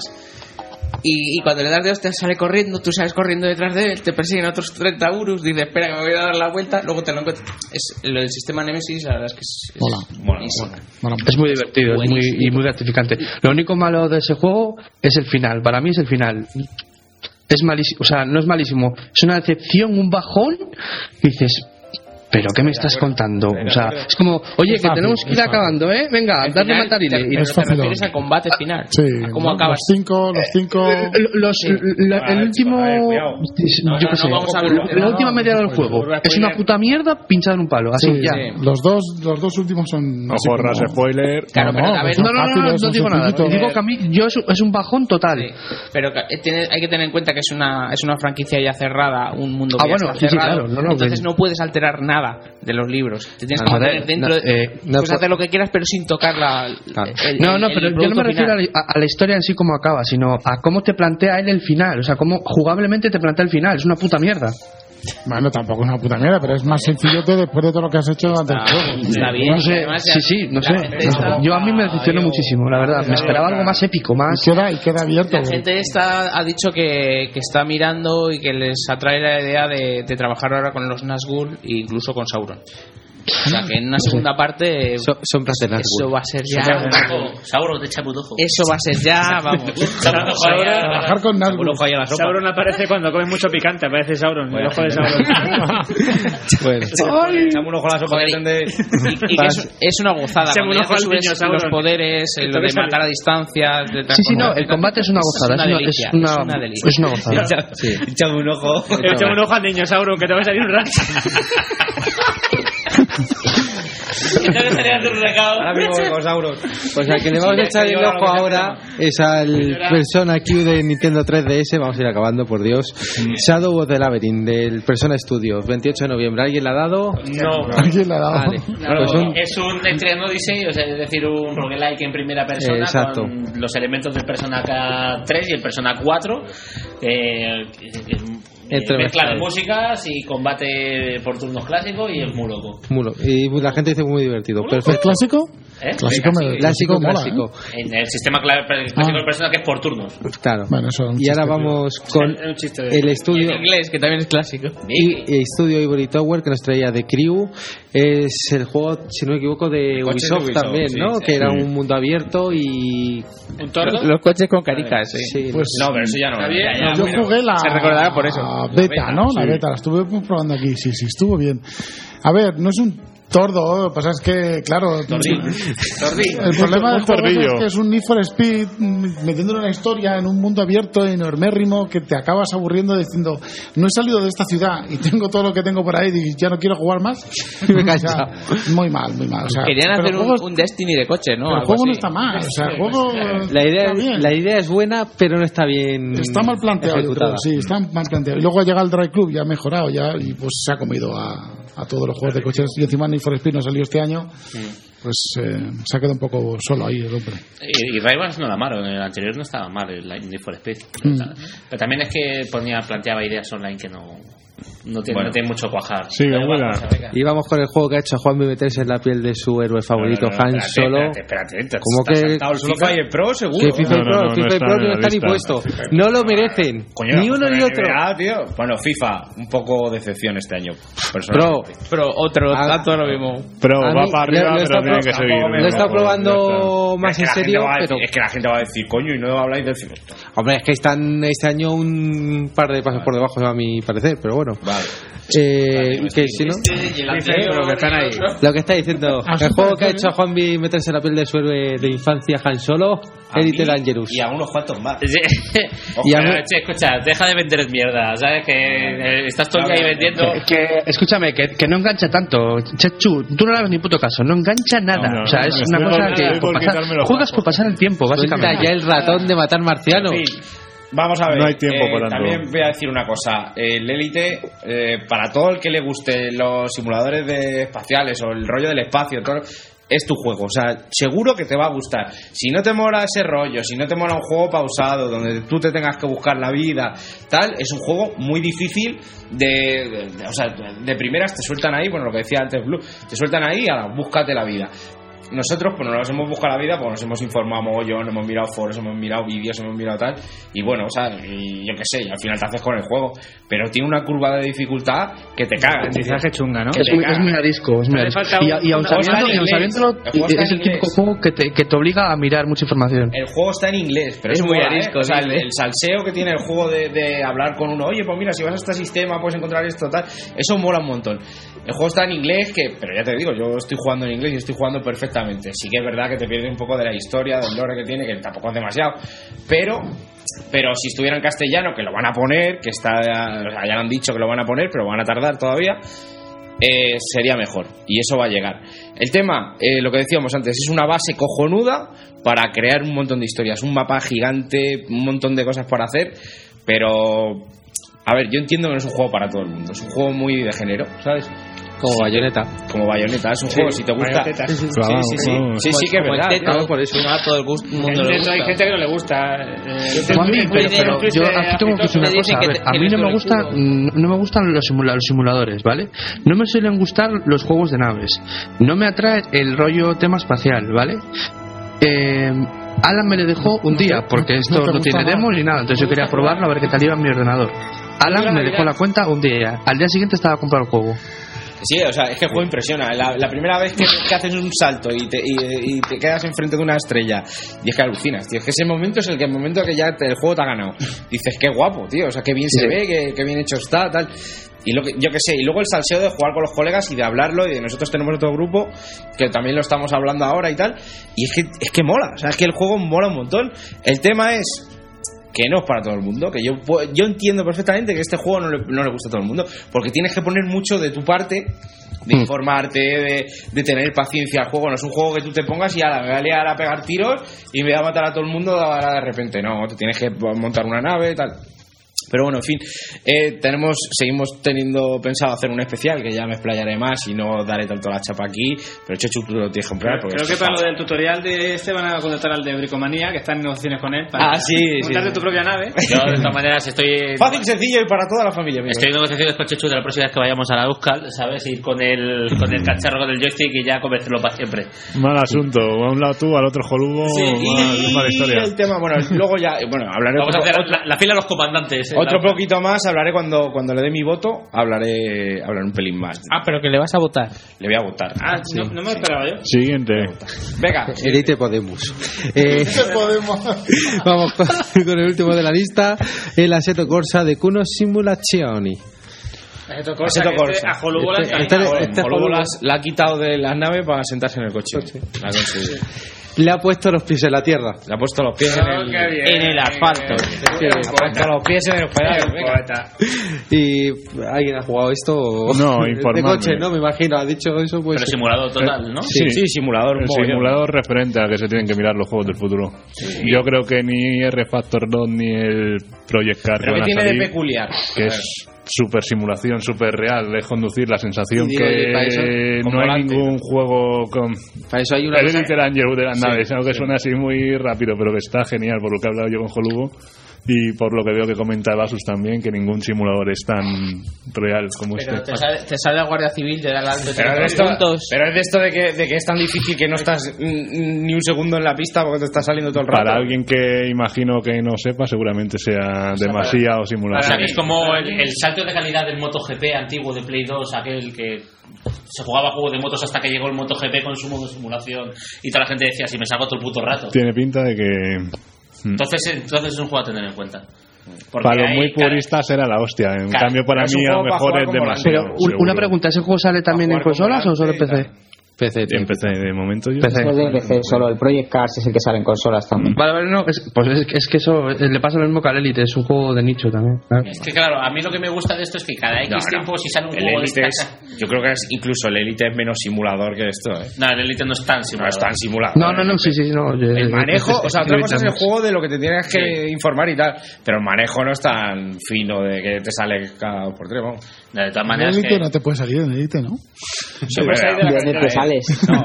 Y, y cuando le das de hostia sale corriendo, tú sales corriendo detrás de él, te persiguen otros treinta urus, dices, espera que me voy a dar la vuelta, luego te lo encuentras. Es, lo del sistema Nemesis, la verdad es que es, es Mola. buenísimo. Es muy divertido, es muy, y muy gratificante. Lo único malo de ese juego es el final. Para mí es el final. Es malísimo, o sea, no es malísimo. Es una decepción, un bajón. Y dices, ¿pero qué me estás contando? O sea, es como, oye, que tenemos que ir acabando, ¿eh? Venga, Al darle final, matarile. te- Y pero te refieres al combate final. Sí, a cómo ¿no? acabas. Los cinco, los cinco. Eh, Los, la- el último, No, yo no, qué sé, no, vamos a ver. la No, última no, media del no, juego no, no, es una puta mierda pinchada en un palo, así Sí, ya. sí. Los dos, los dos últimos son. No así como- corras spoiler. Claro, pero a ver, son No, no, no, no, fáciles, no son digo nada. sencillitos. Digo que a mí yo es, es un bajón total. Sí, pero que- eh, tiene- hay que tener en cuenta que es una es una franquicia ya cerrada, un mundo que Ah, ya bueno, está sí, sí, cerrado. claro, no, no, Entonces que- no puedes alterar nada de los libros. Te tienes que Joder, mantener dentro. no, de- eh, puedes no pu- hacer lo que quieras, pero sin tocar la. el- No, el- no, el pero yo no producto me refiero a final. la, a la historia en sí como acaba, sino a cómo te plantea él el final. O sea, cómo jugablemente te plantea el final. Es una puta mierda. Bueno, tampoco es una puta mierda, pero es más sencillote después de todo lo que has hecho durante el juego. Está bien. No sé, además ya- sí, sí, no sé. la gente no sé. está- Yo a mí me decepcionó muchísimo, la verdad. Me esperaba algo más épico, más. Y queda, y queda abierto. La gente está, ha dicho que, que está mirando y que les atrae la idea de, de trabajar ahora con los Nazgûl e incluso con Sauron. O sea, que en una segunda parte So- sombras de Nazgûl. eso va a ser ya. Sauron, te echa puto ojo. Eso va a ser ya, vamos. Trabajar con Nazgûl. Un ojo ahí a la sopa. Sauron aparece cuando come mucho picante, aparece Sauron, el ojo de Sauron. Bueno. Echamos un ojo a la sopa Joder, que tende- Y, y que es, es una gozada. Echame Cuando un ya ojo te al subes niño, Sauron. los poderes, eh, lo de Entonces, matar a distancia. de Sí, sí, no, transformar- el combate es una gozada. Es una, delicia, es una, es una delicia. es una gozada. Sí. Échame un ojo. Echame un ojo al niño Sauron, que te va a salir un rato. Ahora mismo voy con Sauron. Pues al que le vamos a echar el ojo ahora es al Persona Q de Nintendo tres D S. Vamos a ir acabando, por Dios. Shadow of the Labyrinth del Persona Studios, veintiocho de noviembre. ¿Alguien le ha dado? No. ¿Alguien le ha dado? Vale. Claro, Pues un- es un Etrian Odyssey, o sea, es decir, un roguelike en primera persona Exacto. con los elementos del Persona K tres y el Persona cuatro. Eh, Entre mezcla de mezclados. músicas y combate por turnos clásicos y es muy loco. Muy lo- Y la gente dice muy divertido. ¿El Perfecto. clásico? ¿Eh? Clásico, me- Clásico, mola, clásico. ¿eh? En el sistema cla- clásico Ah. de Persona que es por turnos. Claro. Bueno, eso es un Y ahora chiste, vamos con Es un chiste de- el Y estudio. en inglés, que también es clásico. Y, y Estudio Ivory Tower que nos traía The Crew. Es el juego, si no me equivoco, de Coches Ubisoft, de Ubisoft, también, sí, ¿no? sí. Que era Sí. un mundo abierto y. ¿Un tordo? Los coches con caricas, sí. Sí, Pues No, pero eso ya no. Está bien. Ya, ya, yo bueno. jugué la se recordará por eso. la beta, ¿no? La sí. beta, la estuve probando aquí, sí, sí, estuvo bien. A ver, no es un tordo, lo que pasa es que, claro, el problema del Un juego tordillo. es que es un Need for Speed mm, metiéndole una historia en un mundo abierto enormérrimo que te acabas aburriendo diciendo, no he salido de esta ciudad y tengo todo lo que tengo por ahí y ya no quiero jugar más. Me O cansa. sea, muy mal, muy mal. O sea, Querían pero hacer el un, juego, un Destiny de coche, ¿no? pero el Algo juego no así. está mal, o sea, el juego La idea, está bien. la idea es buena, pero no está bien. Está mal planteado, yo ejecutada. creo, sí, está mal planteado. Y luego llega el Drive Club, ya ha mejorado, ya, y pues se ha comido a, a todos los juegos de coches. Y encima Need for Speed no salió este año, pues eh, se ha quedado un poco solo ahí el hombre. Y, y Rivals no era malo, en el anterior no estaba mal, el Need for Speed. Mm. Pero también es que ponía, planteaba ideas online que no, no, tiene, Bueno. no tiene mucho cuajar. Sí, Pero igual, buena. pues, venga. Y vamos con el juego que ha hecho a Juan meterse en la piel de su héroe favorito, No, no, no, Han espérate, Solo. espérate, espérate, espérate, Como te has que. saltado el Solo FIFA. Fire Pro, seguro. Que FIFA No, no, Pro, no, no FIFA está Pro en no la está ni lista. puesto. No lo merecen. Coño, ni uno ni N B A, otro. tío. Bueno, FIFA, un poco decepción este año. Pro. personalmente. Pero otro, Ah. tanto lo mismo. Pero A va mí- para arriba, lo- lo pero está tiene pro- que seguir. Lo he estado probando más Es que en la gente serio, va a pero. decir- Es que la gente va a decir, coño, y no habláis del FIFA. Hombre, es que están este año un par de pasos por debajo, a mi parecer, pero bueno. Va, Vale. Eh, que si no, lo que están ahí. Lo que está diciendo, el juego que ha hecho a Juanvi meterse en la piel de su héroe de infancia, Han Solo, Elite Dangerous. Y a unos cuantos más. Sí. Y a Pero, mí- che, escucha, deja de vender mierda, ¿sabes? Que eh, estás todo el día ahí vendiendo. Que, que- escúchame, que, que no engancha tanto. Chechu, tú no le hagas ni puto caso, no engancha nada. No, no, o sea, es me una estoy cosa por- que estoy por por pasar- quitarme los juegas por pasar el tiempo, básicamente. Suelta ya el ratón de matar marcianos. En fin, vamos a ver. No hay tiempo eh, para También tanto. voy a decir una cosa. El Elite, eh, para todo el que le guste los simuladores de espaciales o el rollo del espacio, todo, es tu juego. O sea, seguro que te va a gustar. Si no te mola ese rollo, si no te mola un juego pausado, donde tú te tengas que buscar la vida, tal, es un juego muy difícil de, de- de- o sea, de primeras te sueltan ahí, bueno, lo que decía antes Blue, te sueltan ahí y ahora, búscate la vida. Nosotros pues nos hemos buscado la vida, pues nos hemos informado mogollón, hemos mirado foros, hemos mirado vídeos, hemos mirado tal, y bueno, o sea, y yo qué sé, y al final te haces con el juego, pero tiene una curva de dificultad que te caga. Aprendizaje chunga, ¿no? Que Es te muy, caga. es muy arisco, es muy Le arisco. falta Y, a- y aun una- sabiéndolo, está en y aun inglés. sabiéndolo, El juego está es en el típico inglés. juego que te, que te obliga a mirar mucha información. El juego está en inglés, pero Es eso muy mola, ¿eh? arisco, O sea, el, dile. el salseo que tiene el juego de, de hablar con uno, oye, pues mira, si vas a este sistema puedes encontrar esto, tal, eso mola un montón. El juego está en inglés, que, pero ya te digo, yo estoy jugando en inglés y estoy jugando perfectamente. Sí que es verdad que te pierde un poco de la historia, del lore que tiene, que tampoco es demasiado, pero pero si estuviera en castellano, que lo van a poner, que está, o sea, ya lo han dicho que lo van a poner, pero van a tardar todavía, eh, sería mejor, y eso va a llegar. El tema, eh, lo que decíamos antes, es una base cojonuda para crear un montón de historias, un mapa gigante, un montón de cosas para hacer, pero a ver, yo entiendo que no es un juego para todo el mundo, es un juego muy de género, ¿sabes? Como Bayonetta. Como Bayonetta, es un Sí, juego, si te gusta. Bayonetta. Sí, sí, sí. Claro, Sí, sí, claro. sí, sí que es Como el verdad. Tetris, claro. por eso. No a todo el gusto- mundo le Dentro hay gusta. gente que no le gusta. eh, Juanmi, es muy- pero, muy- pero muy yo triste, aquí tengo que decir una Te dicen cosa. A, que ver, te- a que mí les no me duele el gusta, culo. mm, no me gustan los, simula- los simuladores, ¿vale? No me suelen gustar los juegos de naves. No me atrae el rollo tema espacial, ¿vale? Eh, Alan me le dejó un día porque esto no te no gusta tiene nada. demo ni nada, entonces yo quería probarlo a ver qué tal iba en mi ordenador. Alan me dejó la cuenta un día. Al día siguiente estaba a comprar el juego. Sí, o sea, es que el juego impresiona. La, la primera vez que, que haces un salto y te, y, y te quedas enfrente de una estrella y es que alucinas, tío. Es que ese momento es el, que, el momento que ya te- el juego te ha ganado. Dices, qué guapo, tío. O sea, qué bien Sí. se ve, qué, qué bien hecho está, tal. Y lo que, yo qué sé, y luego el salseo de jugar con los colegas y de hablarlo. Y de nosotros tenemos otro grupo que también lo estamos hablando ahora y tal. Y es que, es que mola. O sea, es que el juego mola un montón. El tema es que no es para todo el mundo, que yo pu- yo entiendo perfectamente que este juego no le, no le gusta a todo el mundo, porque tienes que poner mucho de tu parte, de Mm. informarte, de, de tener paciencia al juego. No es un juego que tú te pongas y ahora me voy a liar a pegar tiros y me voy a matar a todo el mundo ahora de repente. No, te tienes que montar una nave y tal. Pero bueno, en fin, eh, tenemos, seguimos teniendo pensado hacer un especial que ya me explayaré más y no daré tanto la chapa aquí, pero Chechu tú lo tienes que comprar porque Creo es que para lo fatal. del tutorial de este van a contratar al de Bricomanía, que está en negociaciones con él. Para Ah, sí, sí, montarte sí. tu propia nave. Yo, de todas maneras, estoy. Fácil, sencillo y para toda la familia. amigos. Estoy en negociaciones con Chechu de la próxima vez que vayamos a la Euskal, ¿sabes? Ir con el, con el cacharro, con el joystick y ya convencerlo para siempre. Mal asunto. A un lado tú, al otro Jolubo. Sí, mal, y mala historia. el tema, bueno, luego ya, bueno, hablaré Vamos a otro, hacer la, la fila de los comandantes. ¿eh? otro La- poquito más, hablaré cuando, cuando le dé mi voto, hablaré, hablaré un pelín más. Ah, pero que le vas a votar. Le voy a votar. Ah, no, no me esperaba yo. Siguiente. Venga, Elite Podemos. Eh, vamos con, con el último de la lista, el Assetto Corsa de Kuno Simulazioni. Esto cosa Assetto que Corsa. este a Jolubo le ha Este- encantado. este- este Jolubo Jolubo- las- la ha quitado de la nave para sentarse en el coche. La ha conseguido. Le ha puesto los pies en la tierra. Le ha puesto los pies en el, qué bien. En el asfalto. le ha puesto los pies en el pedal. Venga. Y alguien ha jugado esto. No, de informadme. coche, ¿no? Me imagino. Ha dicho eso, pues. Pero simulador total, ¿no? Sí, sí, simulador. El mogollón. simulador referente al que se tienen que mirar los juegos del futuro. Yo creo que ni R Factor dos ni el Project Cars Pero van ¿qué a tiene de salir, peculiar? que es super simulación, super real, de conducir, la sensación Y digo, que y para eso, no con hay volante. ningún juego con Para eso hay una. el Elite Dangerous de las Sí, naves, aunque suena así muy rápido, pero que está genial por lo que he hablado yo con Jolubo y por lo que veo que comenta Basus también, que ningún simulador es tan real como Pero este. te sale, te sale la Guardia Civil, te da la alta, te Pero da es, de los esto, puntos. pero es de esto de que, de que es tan difícil que no estás mm, ni un segundo en la pista porque te está saliendo todo el rato. Para alguien que imagino que no sepa, seguramente sea demasiado O sea, simulación. que es como el, el salto de calidad del MotoGP antiguo de Play dos, aquel que se jugaba juegos de motos hasta que llegó el MotoGP con su modo de simulación y toda la gente decía, si me saco todo el puto rato. Tiene pinta de que... Entonces, entonces es un juego a tener en cuenta. Para los muy puristas era la hostia. En Claro, cambio, para mí, a lo mejor es demasiado. Pero un- una pregunta, ¿ese juego sale también en consolas o solo en P C? P C, en P C de momento yo. Es de P C, solo el Project Cars es el que sale en consolas también. Vale, vale, no, es, pues es, que- es que eso eh, le pasa lo mismo que al Elite, es un juego de nicho también. Claro. Es que claro, a mí lo que me gusta de esto es que cada X No, no. tiempo si sale un El juego Elite destaca- es, yo creo que es incluso el Elite es menos simulador que esto, ¿eh? No, el Elite no es tan No simulador. es tan simulador. No, no, no, sí, sí, no. yo- El manejo, es- o sea, es- otra cosa es el es- juego de lo que te tienes que informar y tal, pero el manejo no es tan fino de que te sale cada dos por tres, vamos. De todas En maneras Elite que... no te puede salir en Elite, ¿no? Sí, hombre, ¿De dónde te sales?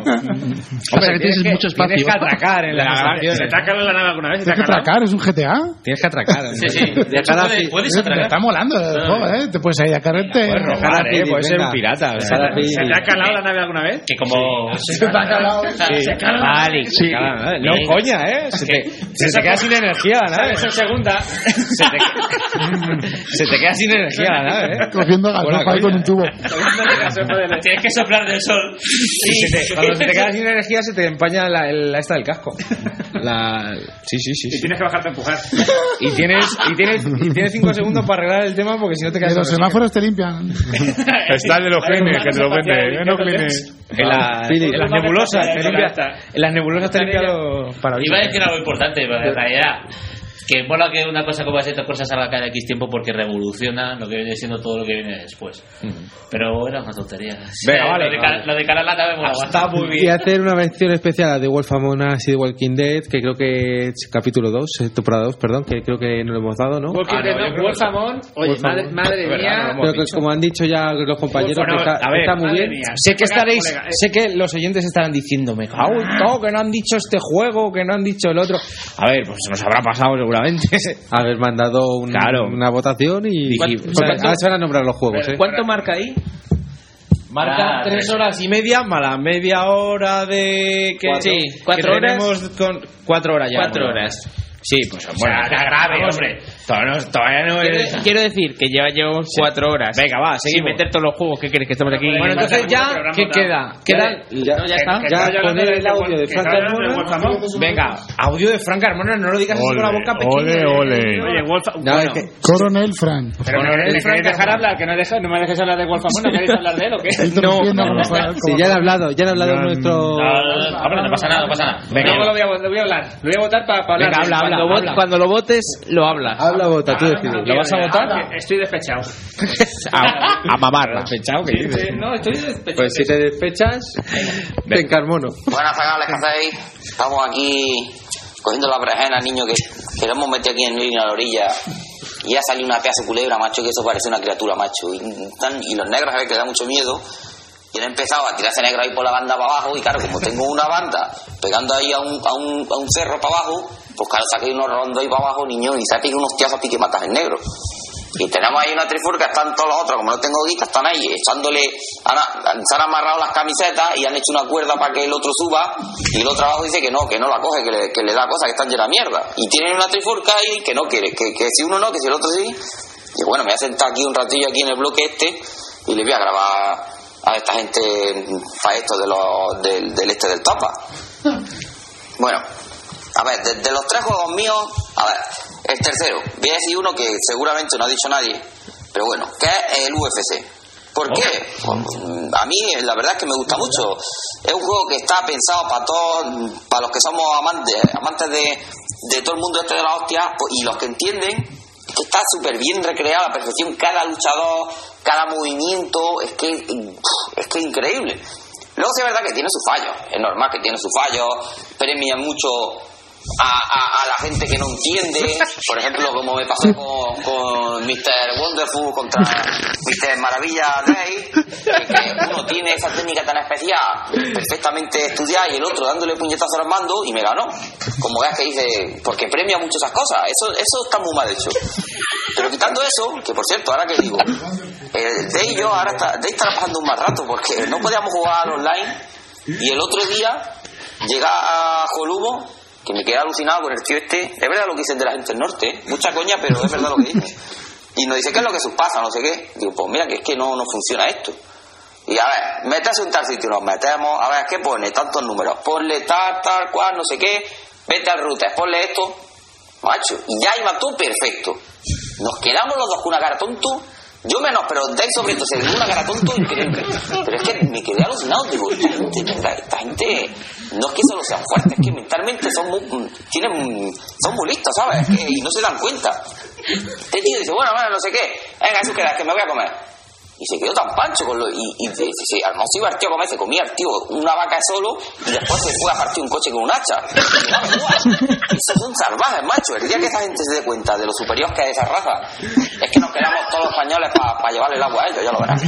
Hombre, tienes, que, tienes que atracar en las grabaciones. ¿Se te ha calado la nave alguna vez? ¿Se te ha Tienes que calado? atracar, es un G T A. Tienes que atracar. Sí, sí. De hecho, puedes, puedes Me atracar. está molando el juego, ¿eh? Te puedes ir a carrete. Puedes robar, ¿eh? Puedes ser un pirata. o sea. ¿Se te ha calado la nave alguna vez? Que como... Se te ha calado. Sí. Se cala. Vale, Sí. se cala, ¿eh? No, Sí. coña, ¿eh? Se te, se te queda sin energía la nave. Esa segunda. Se te, se te queda sin energía la nave, ¿eh? Cogiendo Buena gasofa ahí con coña. un tubo. Tienes que soplar del sol. Y se te- cuando se te queda sin energía se te empaña la, el- la esta del casco. La, sí, sí, sí. Y sí. tienes que bajarte a empujar. Y tienes y tienes y tienes cinco segundos para arreglar el tema porque si no te Y quedas los sin semáforos te limpian. Está el de los clines, que te lo vende. ¿Eh? No clines. en, la- en las nebulosas te limpia, en las nebulosas te limpia los parabrisas. Iba a decir algo importante, pero en realidad que mola que una cosa como esta cosa salga cada X tiempo porque revoluciona lo que viene siendo todo lo que viene después. Pero era una tontería. Venga, vale, lo, de vale. cara, lo de cara a la nave mola Está muy Y bien. hacer una mención especial a The Wolf Among Us y The Walking Dead, que creo que es capítulo dos, eh, temporada dos, perdón, que creo que no lo hemos dado, ¿no? Walking Ah, no, Dead, yo no, creo que Wolfamon. Oye, Wolfamon. madre, madre Verdad, mía. no lo hemos Pero que, dicho. como han dicho ya los compañeros, Bueno, que está, a ver, está muy madre bien. mía. Sé que estaréis, Colega, eh. sé que los oyentes estarán diciendo, me cago en todo, que no han dicho este juego, que no han dicho el otro. A ver, pues se nos habrá pasado seguramente. Haber mandado un- Claro. una votación y. ¿Cuánto- y- porque ahora se van a nombrar los juegos, ¿eh? ¿Cuánto marca ahí? Marca Ah, tres tres. horas y media más la media hora de que, Cuatro. que Sí, cuatro horas. tenemos con cuatro horas ya. Cuatro bueno. horas. Sí, pues bueno, O sea, ya grave, vamos, hombre. Todavía no, todavía no Quiero, es. quiero decir que ya llevamos cuatro horas. Venga, va, sin seguimos. meter todos los juegos. ¿Qué quieres? Que estamos aquí. Bueno, entonces ya, ¿qué queda? Queda. Ya, No, ya está. Que ya estaba hablando poner el de- audio de que Frank estaba hablando de Carmona. Wolfamon. Venga, audio de Frank Carmona, no lo digas así con la boca Ole, pequeña. ole, ole. Oye, Wolf. No, bueno, es que- Coronel Frank. pero Bueno, me, el me Frank queréis dejar Carmona. hablar, que no, deja, no me dejes hablar de Wolfamon, no queréis hablar de él o qué. Interrumpiendo como para- Sí, como ya han para- hablado, ya han hablado nuestro. No, no, no, hombre, no pasa nada, no pasa nada. Venga. Luego lo voy a, lo voy a hablar. Lo voy a votar para hablar. Venga, habla, habla, Cuando, vot- habla. cuando lo votes, lo habla. Habla, vota, tú decides. ¿Lo vas a votar? Estoy despechado. A, a mamarla. Pechado, que dices. No, estoy despechado. Pues si te despechas, te encarmono. Buenas zagales, ¿qué hacéis? Estamos aquí cogiendo la berenjena, niño, que, que lo hemos metido aquí en, en la orilla. Y ya salió una pedazo de culebra, macho, que eso parece una criatura, macho. Y, tan- y los negros, a ver, que da mucho miedo. Y han empezado a tirarse negros ahí por la banda para abajo. Y claro, como tengo una banda pegando ahí a un, a un, a un cerro para abajo, pues claro, saqué unos rondos ahí para abajo, niño, y se ha pegado unos tiazos a pique matas en negro. Y tenemos ahí una trifurca, están todos los otros, como no tengo guita, están ahí echándole, han, se han amarrado las camisetas y han hecho una cuerda para que el otro suba, y el otro abajo dice que no, que no la coge, que le, que le da cosas, que están llenas de mierda. Y tienen una trifurca ahí que no quiere, que, que si uno no, que si el otro sí. Y bueno, me voy a sentar aquí un ratillo aquí en el bloque este y le voy a grabar a esta gente para esto de los, del, del este del Tapa. Bueno, a ver, de, de los tres juegos míos, a ver, el tercero, voy a decir uno que seguramente no ha dicho nadie, pero bueno, que es el U F C. ¿Por qué? Pues, a mí la verdad es que me gusta mucho. Es un juego que está pensado para todos, para los que somos amantes, amantes de, de todo el mundo este de la hostia, pues, y los que entienden, es que está súper bien recreado a la perfección, cada luchador, cada movimiento, es que es que es increíble. Luego sí es verdad que tiene sus fallos, es normal que tiene sus fallos, premia mucho a, a, a la gente que no entiende, por ejemplo, como me pasó con, con mister Wonderful contra mister Maravilla Day, que, que uno tiene esa técnica tan especial, perfectamente estudiada, y el otro dándole puñetazos al mando y me ganó. Como veas que dice, porque premia mucho esas cosas, eso, eso está muy mal hecho. Pero quitando eso, que por cierto, ahora que digo, eh, Day y yo ahora está, Day está pasando un mal rato porque no podíamos jugar online, y el otro día llega a Jolubo, que me quedé alucinado con el tío este. Es verdad lo que dicen de la gente del norte, mucha coña, pero es verdad lo que dicen. Y nos dice, ¿qué es lo que sus pasa? No sé qué. Digo, pues mira, que es que no, no funciona esto. Y a ver, métase en tal sitio, nos metemos, a ver, ¿qué pone? Tantos números, ponle tal, tal, cual, no sé qué, vete al router, ponle esto, macho, y ya iba todo perfecto. Nos quedamos los dos con una cara tonto. Yo menos, pero Dave sobre todo se dio una cara tonto increíble. Pero es que me quedé alucinado. Digo, esta gente, esta gente no es que solo sean fuertes, es que mentalmente son muy, tienen, son muy listos, ¿sabes? Es que, y no se dan cuenta. Este tío dice, bueno, bueno, no sé qué. Venga, eso queda, que me voy a comer. Y se quedó tan pancho con lo, y, y se, se, no se iba el tío a comer, se comía el tío una vaca solo y después se fue a partir un coche con un hacha. Y esos son salvajes, macho. El día que esa gente se dé cuenta de lo superior que es esa raza, es que nos quedamos todos los españoles para pa llevarle el agua a ellos, ya lo verás.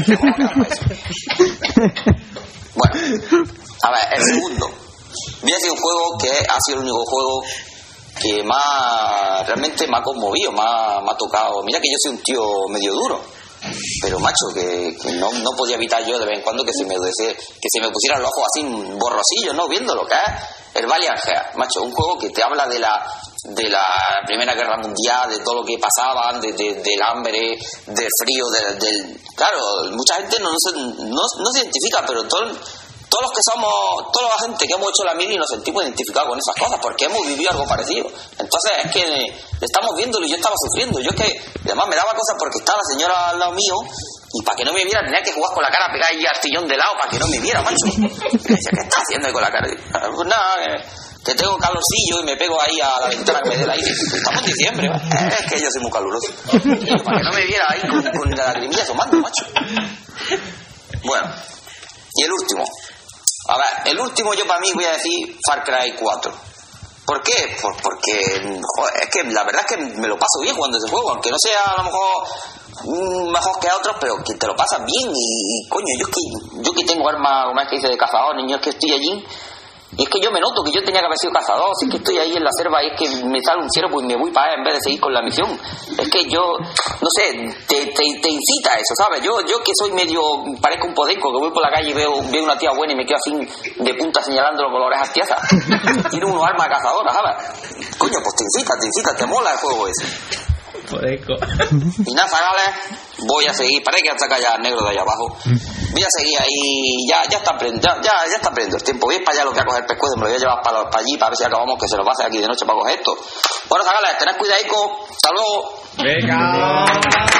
Bueno, a ver, el segundo. Había sido un juego que ha sido el único juego que más realmente me ha conmovido, me ha, me ha tocado. Mira que yo soy un tío medio duro, pero macho, que, que no, no podía evitar yo de vez en cuando que se me que se me pusieran los ojos así borrosillos, ¿no? Viendo lo que es el Valiant Hearts, macho, un juego que te habla de la de la Primera Guerra Mundial, de todo lo que pasaba, de, de, del hambre, del frío, del, del claro, mucha gente no, no, se, no, no se identifica, pero todo todos los que somos, toda la gente que hemos hecho la mili nos sentimos identificados con esas cosas porque hemos vivido algo parecido. Entonces es que estamos viéndolo y yo estaba sufriendo. Yo es que además me daba cosas porque estaba la señora al lado mío y para que no me viera tenía que jugar con la cara pegada ahí al sillón de lado para que no me viera, macho. Y decía, ¿qué estás haciendo ahí con la cara? Y, pues nada, eh, que tengo calorcillo y me pego ahí a la ventana que me dé el aire. Estamos en diciembre, ¿eh? Es que yo soy muy caluroso. Y para que no me viera ahí con, con la lagrimilla asomando, macho. Bueno, y el último. A ver, el último yo para mí voy a decir Far Cry cuatro. ¿Por qué? Pues porque joder, es que la verdad es que me lo paso bien jugando ese juego, aunque no sea a lo mejor mejor que a otros, pero que te lo pasas bien y, y coño, yo es que yo que tengo armas, como es que dice, de cazador, niño, es que estoy allí. Y es que yo me noto que yo tenía que haber sido cazador, si es que estoy ahí en la selva y es que me sale un ciervo pues me voy para allá en vez de seguir con la misión. Es que yo, no sé, te, te, te incita a eso, ¿sabes? Yo yo que soy medio, parezco un podenco, que voy por la calle y veo, veo una tía buena y me quedo así de punta señalándolo con las orejas tiesas. Tiene unos armas cazadoras, ¿sabes? Coño, pues te incita, te incita, te mola el juego ese. Podenco. Y nada, zagales, voy a seguir, parece que hasta acá ya el negro de ahí abajo. Voy a seguir ahí, ya, ya está aprendiendo, ya, ya, ya está aprendiendo el tiempo. Voy para allá lo que voy a coger pescuezo, me lo voy a llevar para, para allí para ver si acabamos que se nos va a hacer aquí de noche para coger esto. Bueno, zagales, tened cuidadico, hasta luego. Venga.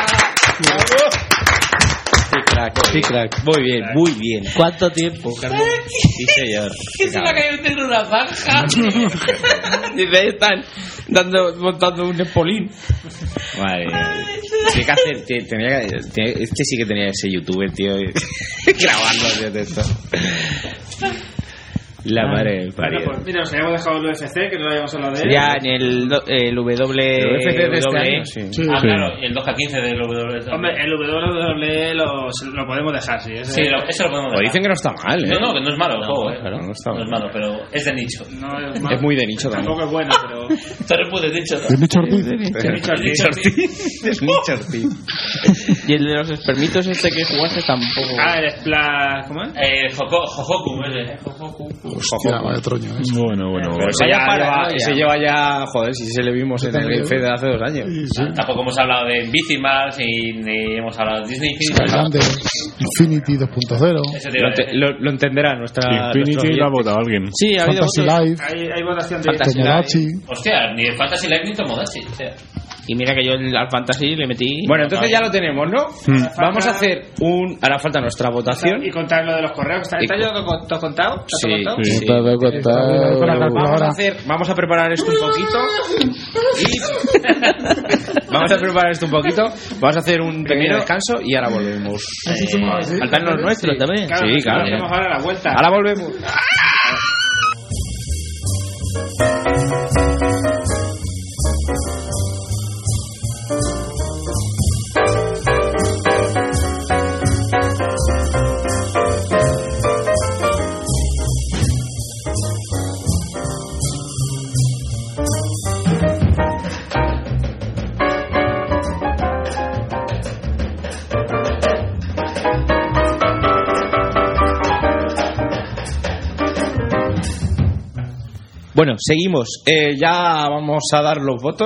Sí, crack, sí, crack. Muy bien, muy bien. ¿Cuánto tiempo, Carmen? Sí, señor. Que se me ha caído en una zanja. Dice, están dando, montando un espolín. Vale. Tiene que hacer, tiene, tenía que, tiene, este sí que tenía ese youtuber, tío, grabando de esto. La madre del parido. Bueno, pues mira, nos habíamos dejado el U F C, que no lo habíamos hablado de él. Ya en el, el W. El U F C de este año, sí. Sí. Ah, Sí. claro, y el dos K quince del W W E. Hombre, el W W E lo, lo podemos dejar, sí. Ese, Sí, lo, eso lo podemos O dejar. dicen que no está mal, ¿eh? No, no, que no es malo el No, juego, ¿eh? claro, no está No mal. es malo, pero es de nicho. No es, Es malo. muy de nicho también. Tampoco es bueno, pero. Tú eres muy de nicho, ¿no? Es Nicho Ortiz. De Nicho Ortiz. Es Nicho Ortiz. Y el de los expermitos este que jugaste tampoco. Ah, el Splash. ¿Cómo es? Eh, Joko- Jojoku, ese. Hostia, vaya troño. ¿eh? Bueno, bueno, Pero bueno. ese ya, para, lleva, ¿no? Ya. ese lleva ya, joder, si se le vimos en el Game Fest de hace dos años. Sí, sí. Tampoco hemos hablado de Invicimals y ni hemos hablado de Disney Infinity. Skylanders, Infinity dos punto cero, Ese te iba Lo, a te- decir. lo, lo entenderá nuestra. Infinity nuestro lo ha oyente. votado alguien. Sí, ha habido Fantasy votos. Life, Hay, hay votación de. Fantasy Tomodachi. Hostia, ni el Fantasy Life ni Tomodachi. O sea, Y mira que yo al Fantasy le metí. Bueno, entonces ya lo tenemos, ¿no? Hmm. Vamos a hacer un. Ahora falta nuestra votación. Y contar lo de los correos. ¿Está, está Y- ya todo, todo contado? ¿Está Sí, todo contado? sí. Está todo contado. Con la Vamos a calculadora. hacer, vamos a preparar esto un poquito y vamos a preparar esto un poquito. Vamos a hacer un pequeño descanso y ahora volvemos. ¿Sí? Faltan los nuestros también. Claro, Sí, claro. Hacemos ahora la vuelta. Ahora volvemos. Bueno, seguimos. Eh, ya vamos a dar los votos.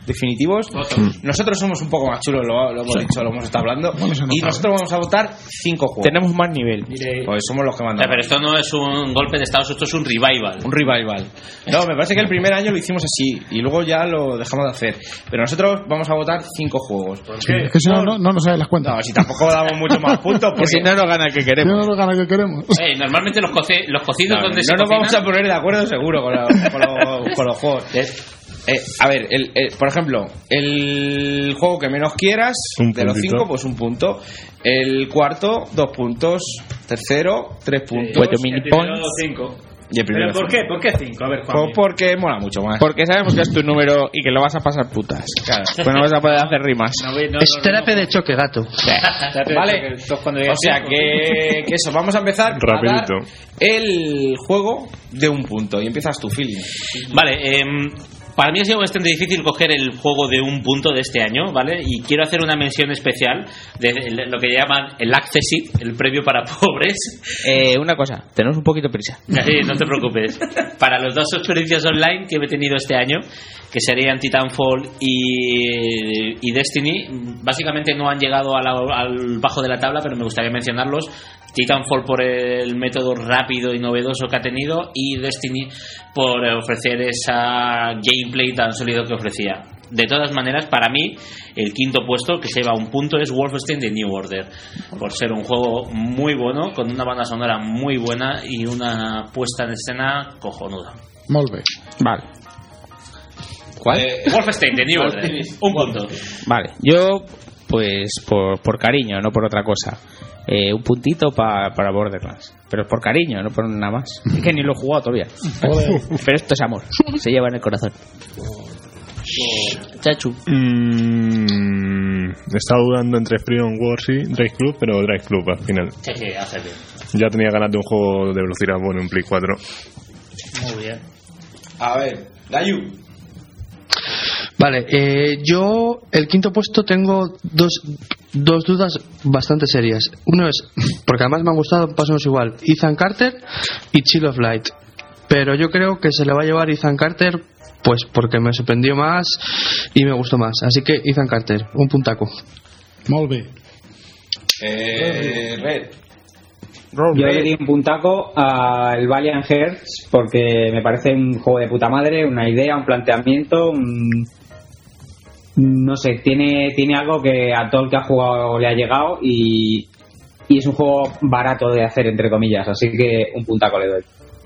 definitivos. Nosotros somos un poco más chulos, lo, lo hemos Sí. dicho, lo hemos estado hablando. Bueno, se nota, Y nosotros vamos a votar cinco juegos. Tenemos más nivel. Pues somos los que O sea, mandamos. pero esto no es un golpe de estado, esto es un revival. Un revival. No, me parece que el primer año lo hicimos así y luego ya lo dejamos de hacer. Pero nosotros vamos a votar cinco juegos. ¿Por Sí, es que si no, no, no nos sale las cuentas. No, si tampoco damos mucho más puntos. Que si no nos gana el que queremos. Si no nos gana el que queremos. Eh, normalmente los, coce, los cocidos No, donde no se nos cocina... vamos a poner de acuerdo seguro con, la- con los, con los juegos. Eh, a ver, el, el- por ejemplo, el juego que menos quieras, Un de los puntito. cinco, pues un punto. El cuarto, dos puntos. Tercero, tres puntos. Pues el primero, cinco. Y el primero, ¿Pero por qué? ¿Por qué cinco? A ver, Juan. Pues porque mola mucho más. Porque sabemos que es tu número y que lo vas a pasar putas. Claro. Pues no vas a poder hacer rimas. No, voy- no, Es no, terapia de choque, gato. Vale, o sea que, que eso, vamos a empezar a dar Rapidito. el juego de un punto y empiezas tu feeling. Vale, eh, para mí ha sido bastante difícil coger el juego de un punto de este año, ¿vale? Y quiero hacer una mención especial de lo que llaman el Accessit, el premio para pobres. Eh, una cosa, tenemos un poquito prisa. Sí, no te preocupes. Para las dos experiencias online que he tenido este año, que serían Titanfall y, y Destiny, básicamente no han llegado a la- al bajo de la tabla, pero me gustaría mencionarlos. Titanfall por el método rápido y novedoso que ha tenido, y Destiny por ofrecer esa gameplay tan sólido que ofrecía. De todas maneras, para mí, el quinto puesto que se lleva un punto es Wolfenstein The New Order, por ser un juego muy bueno, con una banda sonora muy buena y una puesta en escena cojonuda. Molt bé. Vale. ¿Cuál? Eh, Wolfenstein The New Order, un punto. Vale, yo, pues por, por cariño, no por otra cosa. Eh, un puntito pa- para Borderlands. Pero por cariño, no por nada más. Es que ni lo he jugado todavía. Pero esto es amor. Se lleva en el corazón. Chachu. Mm, he estado dudando entre Freedom Wars y Drive Club, pero Drive Club al final. Sí, sí, hace bien. Ya tenía ganas de un juego de velocidad bueno en Play cuatro. Muy bien. A ver, Dayu. Vale, eh, yo el quinto puesto tengo dos, dos dudas bastante serias. Uno es, porque además me han gustado, más o menos igual, Ethan Carter y Chill of Light. Pero yo creo que se le va a llevar Ethan Carter, pues porque me sorprendió más y me gustó más. Así que Ethan Carter, un puntaco. Molt bé. Eh, Red. Yo le di un puntaco al Valiant Hearts porque me parece un juego de puta madre, una idea, un planteamiento, un- no sé, tiene, tiene algo que a todo el que ha jugado le ha llegado y, y es un juego barato de hacer, entre comillas, así que un puntaco le doy.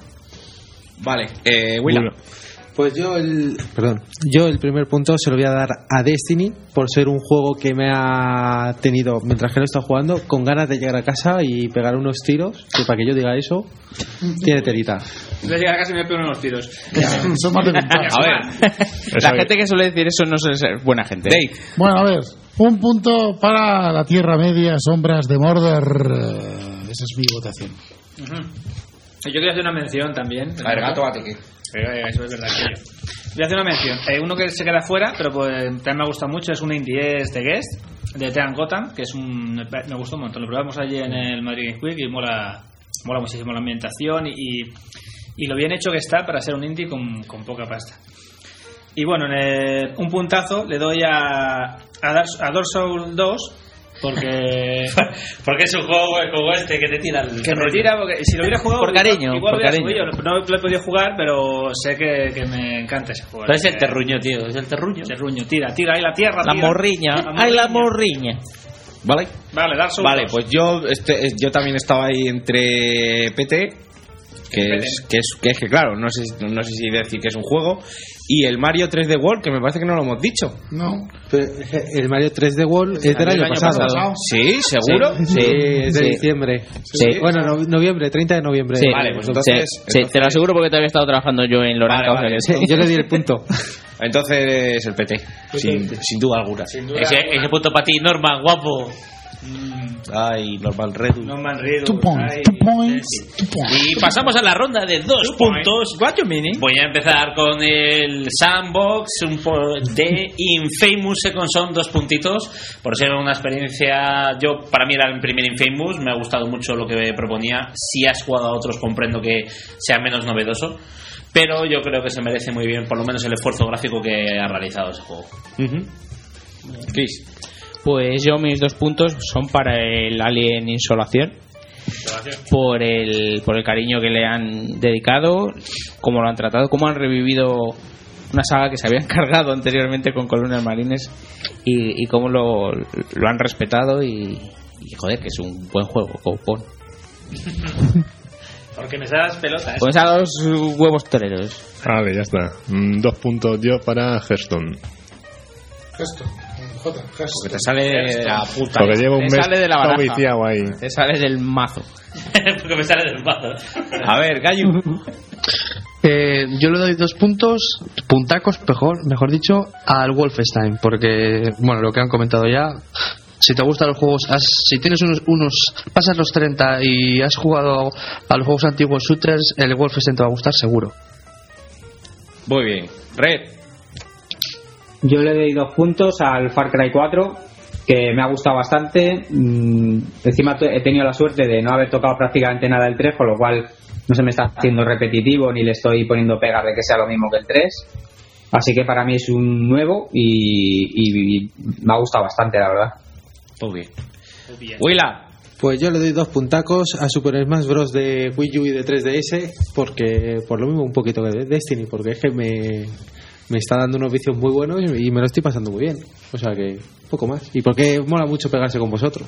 Vale, eh, Willa. Pues yo el, perdón, yo el primer punto se lo voy a dar a Destiny por ser un juego que me ha tenido mientras que lo he estado jugando con ganas de llegar a casa y pegar unos tiros, que para que yo diga eso tiene telita. Voy a llegar a casa y me pego unos tiros. Son más de ventaja. A ver, la gente que suele decir eso no suele ser buena gente. Bueno, a ver, un punto para la Tierra Media, Sombras de Mordor. Eh, Esa es mi votación. Ujú. Yo quería hacer una mención también. A ver, gato, bate que. Eh, Eso es verdad que yo. Voy a hacer una mención. Eh, uno que se queda fuera, pero pues, también me ha gustado mucho, es un indie, es The Guest, de Tean Gotham, que es un. Me gustó un montón. Lo probamos allí en el Madrid Games Week y mola, mola muchísimo la ambientación y, y lo bien hecho que está para ser un indie con, con poca pasta. Y bueno, en el- un puntazo le doy a, a, Dark, a Dark Souls dos. Porque Porque es un juego como este que te tira el que me tira, porque si lo hubiera jugado Por cariño, igual por hubiera cariño. subido. No, no lo he podido jugar, pero sé que, que me encanta ese juego. Pero es el Eh, terruño, tío, es el terruño. Terruño, tira, tira ahí la tierra. La tira. morriña. Ay, la morriña. Vale. Vale, Dark Souls Vale, dos. pues yo este, yo también estaba ahí entre P T, que P T. es, que es que es que claro, no sé, no sé si decir que es un juego, y el Mario tres D World, que me parece que no lo hemos dicho. No. Pero el Mario tres D World es del año, pasado. Sí, seguro. Sí, es de Sí. diciembre. Sí. Bueno, no- noviembre, treinta de noviembre. Sí. Vale, pues entonces, Sí, sí, te lo aseguro porque todavía he estado trabajando yo en Loranca. Vale, vale, o sea que- Sí, yo le di el punto. entonces el P T, sin, sin duda alguna. Ese, ese punto para ti, Norman, guapo. Ay, normal Redu. No me han reído. Two points, Ay, two points, two points. Y pasamos a la ronda de dos puntos. What you mean? Voy a empezar con el Sandbox un po- de Infamous Second Son, dos puntitos, por ser una experiencia. Yo, para mí era el primer Infamous, me ha gustado mucho lo que proponía. Si has jugado a otros, comprendo que sea menos novedoso, pero yo creo que se merece muy bien por lo menos el esfuerzo gráfico que ha realizado ese juego. Chris. Pues yo mis dos puntos son para el Alien Insolación, por el por el cariño que le han dedicado, cómo lo han tratado, cómo han revivido una saga que se había encargado anteriormente con Colonial Marines y, y cómo lo, lo han respetado y, y joder, que es un buen juego, copón. Porque me das pelotas. Pues a los huevos toreros. Vale, ya está. Mm, dos puntos yo para Hearthstone. Hearthstone. J, Porque te sale de la puta. Porque llevo un te mes sale de la todo baraja. viciado ahí. Te sale del mazo. Porque me sale del mazo. A ver, Gallo. Eh, yo le doy dos puntos, puntacos, mejor, mejor dicho, al Wolfenstein, porque, bueno, lo que han comentado ya, si te gustan los juegos, has, si tienes unos, unos, pasas los treinta y has jugado a los juegos antiguos shooters, el Wolfenstein te va a gustar seguro. Muy bien. Red. Yo le doy dos puntos al Far Cry cuatro, que me ha gustado bastante. Mm, encima he tenido la suerte de no haber tocado prácticamente nada del tres, con lo cual no se me está haciendo repetitivo ni le estoy poniendo pegas de que sea lo mismo que el tres. Así que para mí es un nuevo y, y, y me ha gustado bastante, la verdad. Muy bien. Willa. Pues yo le doy dos puntacos a Super Smash Bros. De Wii U y de tres D S, porque por lo mismo un poquito que de Destiny, porque es que me, me está dando unos vicios muy buenos y me lo estoy pasando muy bien. O sea que poco más. Y porque mola mucho pegarse con vosotros.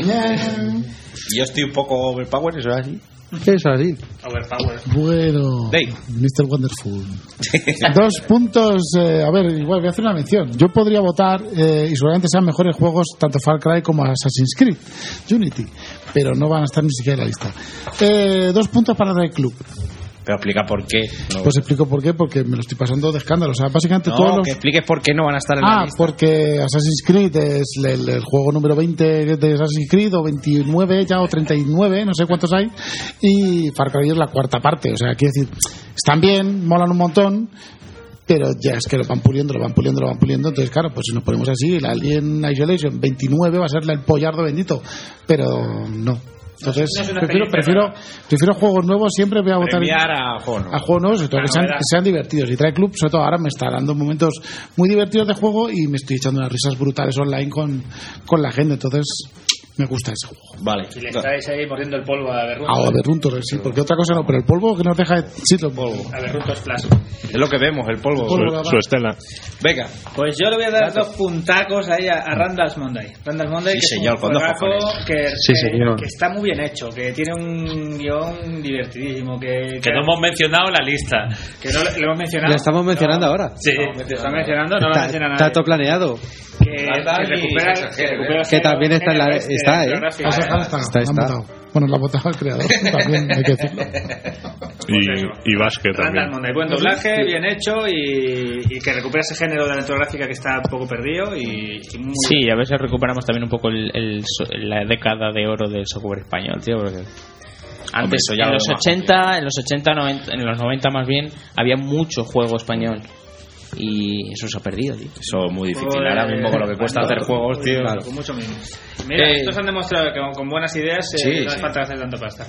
Yo estoy un poco overpower, eso es así. Eso es así. Overpower. Bueno, Dave. mister Wonderful. Dos puntos, eh, a ver, igual voy a hacer una mención. Yo podría votar, eh, y seguramente sean mejores juegos tanto Far Cry como Assassin's Creed Unity, pero no van a estar ni siquiera en la lista. Eh, dos puntos para Drive Club. Pero explica por qué. No. Pues explico por qué, porque me lo estoy pasando de escándalo. O sea, básicamente no, todos los... que expliques por qué no van a estar en ah, la lista. porque Assassin's Creed es el, el juego número veinte de Assassin's Creed, o veintinueve ya, o treinta y nueve, no sé cuántos hay, y Far Cry es la cuarta parte. O sea, quiero decir, están bien, molan un montón, pero ya es que lo van puliendo, lo van puliendo, lo van puliendo. Entonces, claro, pues si nos ponemos así, el Alien Isolation veintinueve va a ser el pollardo bendito, pero no. Entonces, no es una prefiero, experiencia, prefiero, prefiero juegos nuevos. Siempre voy a votar Premiar a juegos nuevos. a juegos nuevos, sobre todo que sean, que sean divertidos. Y Trae Club, sobre todo ahora, me está dando momentos muy divertidos de juego y me estoy echando unas risas brutales online con, con la gente. Entonces, me gusta ese juego. Vale. Y le estáis ahí mordiendo el polvo a Berruntos. Ah, a Berruntos, sí, porque otra cosa no, pero el polvo que nos deja sí, el polvo. A Berruntos Flash. Es lo que vemos, el polvo. El polvo Su, su estela. Venga. Pues yo le voy a dar dos puntacos ahí a, a Randall's Monday. Randall's Monday, Sí, que señor, es con un dos juegazo cojones. que, Sí, que- señor. que está muy bien hecho, que tiene un guión divertidísimo, que, Que no hemos mencionado la lista. que no lo, lo hemos mencionado. Lo estamos mencionando No, ahora. Sí. No, lo está mencionando, no lo Está, menciona está nadie. todo planeado. Que, que recupera, que recupera Que también está en la- este está, ¿eh? geográfico. Esa está, está, Está, la han está. votado. Bueno, la ha votado el creador, también hay que decirlo. Y, y Basket Randall también. Monday, buen doblaje, bien hecho y, y que recupera ese género de aventura gráfica que está un poco perdido y, y muy Sí, a veces recuperamos también un poco el, el so- la década de oro del software español, tío, porque antes, eso ya en lo los vemos. ochenta, en los ochenta, noventa, en los noventa más bien, había mucho juego español y eso se ha perdido, tío. Eso es muy difícil. Pues, Ahora mismo con lo que cuesta hacer juegos, tío. Claro, con mucho mínimo. Mira, Eh, estos han demostrado que con, con buenas ideas eh, Sí, no hace sí. falta hacer tanto pasta.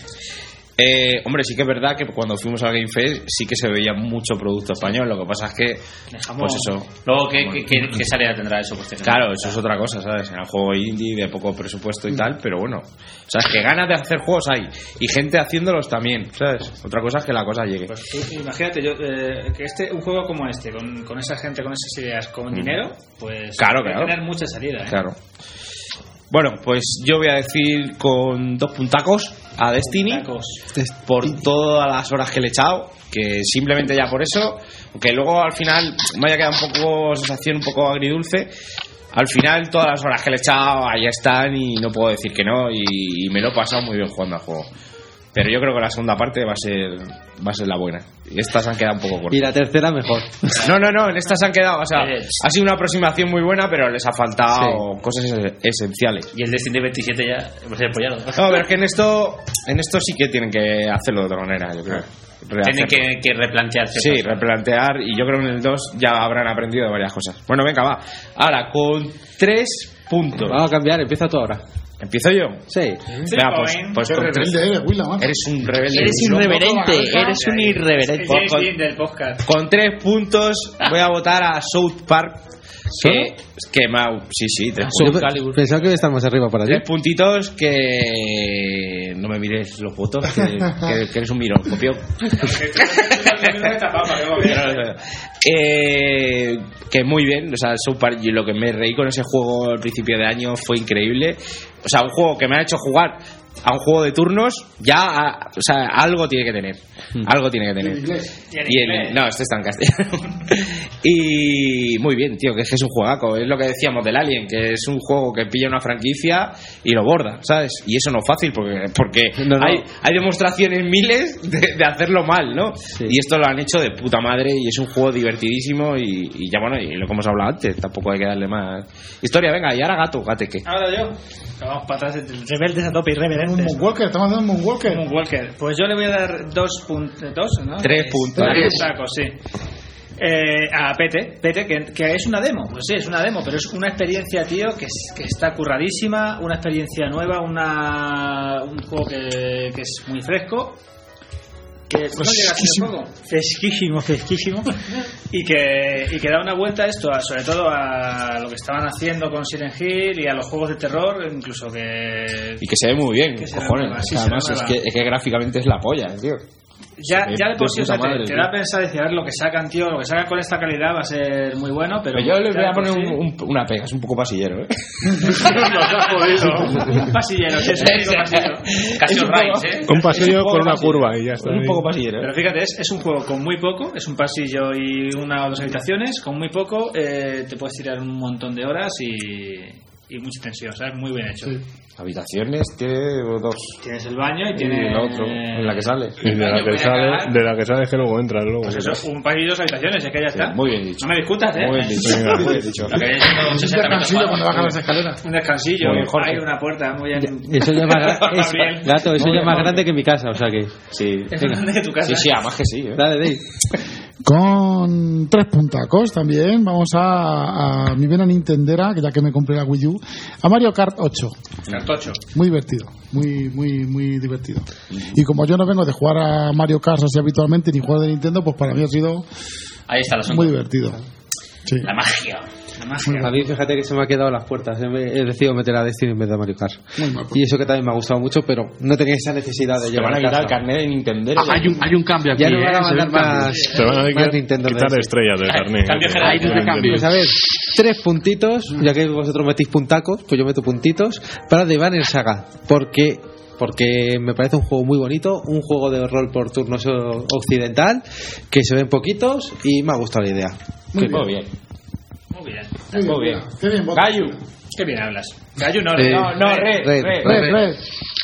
Eh, hombre, sí que es verdad que cuando fuimos al Game Fest sí que se veía mucho producto español. Lo que pasa es que, pues eso. Luego, ¿qué, qué, qué, qué salida tendrá eso? Pues, Claro, eso es otra cosa, ¿sabes? Era un juego indie de poco presupuesto y tal, pero bueno. O sea, es que ganas de hacer juegos hay. Y gente haciéndolos también, ¿sabes? Otra cosa es que la cosa llegue. Pues tú, imagínate yo, eh, que este un juego como este, con, con esa gente, con esas ideas, con dinero, pues Claro, hay que claro. tener mucha salida. ¿eh? Claro. Bueno, pues yo voy a decir con dos puntacos a Destiny por todas las horas que le he echado, que simplemente ya por eso, aunque luego al final me haya quedado un poco sensación un poco agridulce, al final todas las horas que le he echado ahí están y no puedo decir que no, y, y me lo he pasado muy bien jugando al juego. Pero yo creo que la segunda parte va a ser va a ser la buena. Y estas han quedado un poco cortas. Y la tercera mejor. No, no, no, en estas han quedado, o sea, ha sido una aproximación muy buena, pero les ha faltado cosas es- esenciales. Y el Destiny veintisiete ya hemos apoyado. No, pero es que en esto en esto sí que tienen que hacerlo de otra manera, yo creo. Tienen Rehacerlo. que, que replantearse. Sí, replantear, y yo creo que en el dos ya habrán aprendido varias cosas. Bueno, venga, va. Ahora, con tres puntos. Vamos a cambiar, empieza tú ahora. ¿Empiezo yo? Sí. Venga, pues, pues Qué con rebelde tres- eres, Willa, macho. Eres un rebelde. Eres irreverente, eres un irreverente. Con- con- del podcast. Con tres puntos voy a votar a South Park. Que, que me ha- sí, sí, tres Yo puntos. pe- pensaba que estamos arriba para allí. Tres puntitos que no me mires los votos, que, que, que eres un mirón, copión. eh, que muy bien, o sea, South Park, y lo que me reí con ese juego al principio de año fue increíble. O sea, un juego que me ha hecho jugar a un juego de turnos, ya, a- o sea, algo tiene que tener. Algo tiene que tener. Y el- no, este está en castellano. Y muy bien, tío, que es que es un juegaco. Es lo que decíamos del Alien, que es un juego que pilla una franquicia y lo borda, ¿sabes? Y eso no es fácil porque, porque No, no. Hay, hay demostraciones miles de, de hacerlo mal, ¿no? Y esto lo han hecho de puta madre y es un juego divertidísimo y, y ya bueno, y lo que hemos hablado antes, tampoco hay que darle más historia. Venga, y ahora gato, gateque. Ahora yo. Vamos para atrás, rebeldes a tope, irreverentes. Un Moonwalker, estamos dando un Moonwalker. Moonwalker. Pues yo le voy a dar dos puntos, dos, ¿no? Tres puntos. Tres sacos, sí. Eh, a Pete, Pete que, que es una demo, pues sí, es una demo, pero es una experiencia, tío, que, es- que está curradísima, una experiencia nueva, una un juego que, que es muy fresco, que no llega a ser juego, fresquísimo, fresquísimo, y que, y que da una vuelta a esto, a- sobre todo a lo que estaban haciendo con Silent Hill y a los juegos de terror, incluso que Y que se ve muy bien, Que se cojones. renueva, sí, O sea, se además, es renueva. que, es que gráficamente es la polla, tío. Ya, Se ve ya de por sí, de o sea, puta te, madre, te tío. da a pensar, decir, a ver lo que sacan, tío, lo que sacan con esta calidad va a ser muy bueno, pero... Pero yo les ya voy a de por poner sí- un- un- una pega, es un poco pasillero, ¿eh? Nos ha jodido. Un pasillero, sí, es un único pasillero. Casi Es un Rhymes, poco- ¿eh? Un pasillo es un poco con una pasillero. curva y ya está. Un poco pasillero, ¿eh? Pero fíjate, es, es un juego con muy poco, es un pasillo y una o dos habitaciones, con muy poco eh, te puedes tirar un montón de horas y, y mucha tensión, ¿sabes? Muy bien hecho. Habitaciones tiene dos. Tienes el baño y Y tienes... la otro, en la que sale. Y de la que sale, de la que sale es que luego entra luego. Pues eso, un pasillo y dos habitaciones, es que ya está. Muy bien dicho. No me discutas, ¿eh? Muy bien dicho. Venga. Muy bien dicho. Lo que viene siendo Un sesenta metros descansillo cuando cuadrados. bajan las escaleras. Un descansillo, Muy bien, Jorge. hay una puerta, muy bien. Eso ya es más, gra- es- Gabriel. gato, eso Muy ya es más bien, grande que mi casa, o sea que. Sí. Es más grande que tu casa. Sí, sí, además que sí, ¿eh? Dale, Dave. Con tres puntacos también vamos a, a mi vena nintendera, que ya que me compré la Wii U, a Mario Kart ocho. Cartocho. Muy divertido, muy muy muy divertido. Y como yo no vengo de jugar a Mario Kart así habitualmente ni jugar de Nintendo, pues para mí ha sido Ahí está la muy divertido. Sí. La magia. A mí, fíjate que se me ha quedado las puertas. He he decidido meter a Destiny en vez de a Mario Kart. Y eso que también me ha gustado mucho, pero no tenía esa necesidad de Te llevar van a a quitar el casa. carnet de Nintendo. Ah, hay, un, hay un cambio aquí. Ya no ¿eh? van a Se ve mandar un cambio. más, Te van a más quitar, Nintendo quitar D S. estrellas del carnet. Cambio general. Hay un cambio. Pues a ver, tres puntitos, ya que vosotros metís puntacos, pues yo meto puntitos, para The Banner Saga. Porque porque me parece un juego muy bonito, un juego de rol por turnos o- occidental, que se ven poquitos y me ha gustado la idea. Muy Muy bien. bien. Muy bien. Muy bien. Qué bien, Bob. Gallo. Qué bien hablas. Gallo no, Eh, no, No, re, Red, re. Red, red.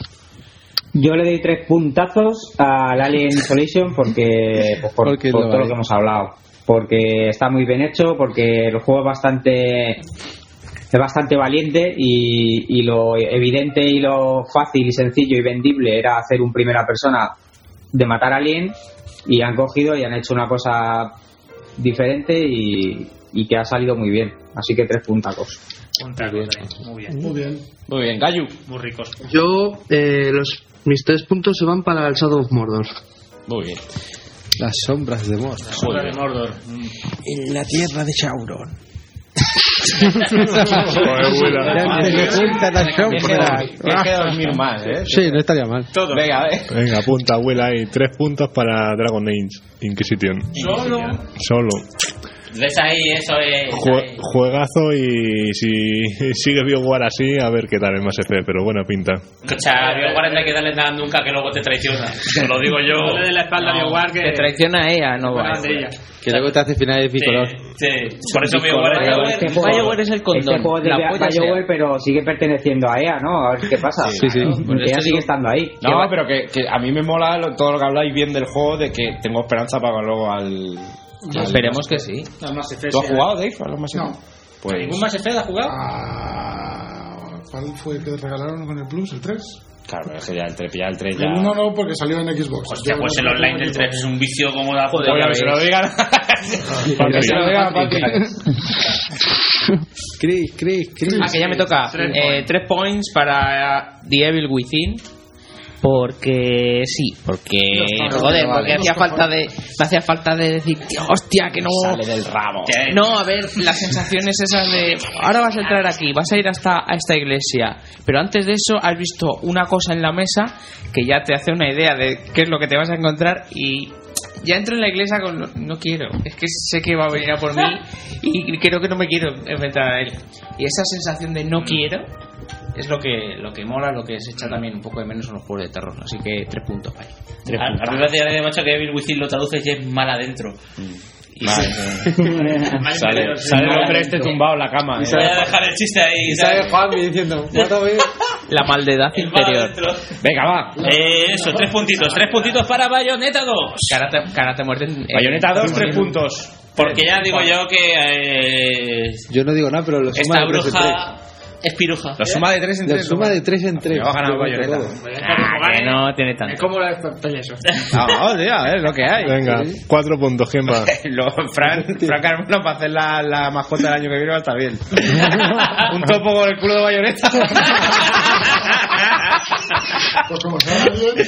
Yo le doy tres puntazos al Alien Isolation porque, pues, por, Porque por lo todo lo vale. que hemos hablado. Porque está muy bien hecho, porque el juego es bastante es bastante valiente y, y lo evidente y lo fácil y sencillo y vendible era hacer un primera persona de matar a alguien, y han cogido y han hecho una cosa diferente y, y que ha salido muy bien. Así que tres puntacos. Un taco, muy bien. Muy bien. Muy bien, Gallo. Muy ricos. Yo, eh, los, mis tres puntos se van para el Shadow of Mordor. Muy bien. Las sombras de Mordor. Sombra de Mordor. En la tierra de Sauron. Joder, Willa. Ya se le juntan las sombras. Hay que dormir más, ¿eh? Sí, no estaría mal. Todo. Venga, a ver. Venga, apunta, Willa, ahí. Tres puntos para Dragon Age Inquisition. Solo. Solo. ¿Ves ahí? Eso es. Jue- juegazo, y si sigue BioWare así, a ver qué tal el Mass Effect, pero buena pinta. Escucha, a BioWare no hay que darle nada nunca, que luego te traiciona. Te lo digo yo. No le dé la espalda a BioWare que... Te traiciona a ella, no Buena va. banderilla. Que luego te hace finales Sí, bicolor. sí. Por eso BioWare Este es juego- BioWare es el condón. Este juego es de La Bia- polla BioWare, pero sigue perteneciendo a E A, ¿no? A ver qué pasa. Sí, sí. Que ella sigue estando ahí. No, pero que, que a mí me mola lo- todo lo que habláis bien del juego, de que tengo esperanza para luego al... al- Esperemos que sí. No, Mass Effect, ¿Tú has sí. jugado, Dave, a los Mass No. Effect? Pues... ¿Ningún Mass Effect ha jugado? Ah, ¿cuál fue el que regalaron con el Plus? ¿El tres? Claro, es que ya el tres, ya el tres ya... El uno no, porque salió en Xbox. Hostia, Yo pues el no- online del tres es un vicio como da Joder, Oye, que se lo digan... que se lo digan a Patrick. Chris, Chris, Chris. Ah, que ya me toca. Tres Eh, points. tres points para The Evil Within. Porque sí, porque joder, porque hacía falta de me hacía falta de decir, tío, hostia, que no Sale del rabo. que no, a ver, las sensaciones esas de ahora vas a entrar aquí, vas a ir hasta a esta iglesia, pero antes de eso has visto una cosa en la mesa que ya te hace una idea de qué es lo que te vas a encontrar y ya entro en la iglesia con no quiero, es que sé que va a venir a por mí y creo que no me quiero enfrentar a él. Y esa sensación de no quiero es lo que lo que mola, lo que se echa también un poco de menos en los juegos de terror. Así que tres puntos ahí. Tres A, a puntos. mí me parece, macho, que Evil Within lo traduces y es mal adentro. Y Vale. Sale, sale el hombre este tumbado en la cama. Y eh. voy a dejar el chiste ahí. Y sale Juanmi diciendo, ¿cuánto ves? La maldad El mal interior. adentro. Venga, va. Eh, eso, tres puntitos. Tres puntitos para Bayonetta dos. Karate, karate muerte. en- Bayonetta dos, en- tres puntos. Porque ya digo yo que eh, Yo no digo nada, pero lo suma esta de tres en tres. bruja es piruja. Lo suma de tres en Lo tres. suma de tres en tres. Va a ganar Yo Bayonetta. todo. Ah, que no tiene Es tanto. como la de Pelleso. Ah, tío, es lo que hay. Venga, cuatro puntos, ¿quién va? Lo, Fran, Fran Carmona para hacer la, la mascota del año que viene va a estar bien. Un topo con el culo de Bayonetta. Pues como se habla bien,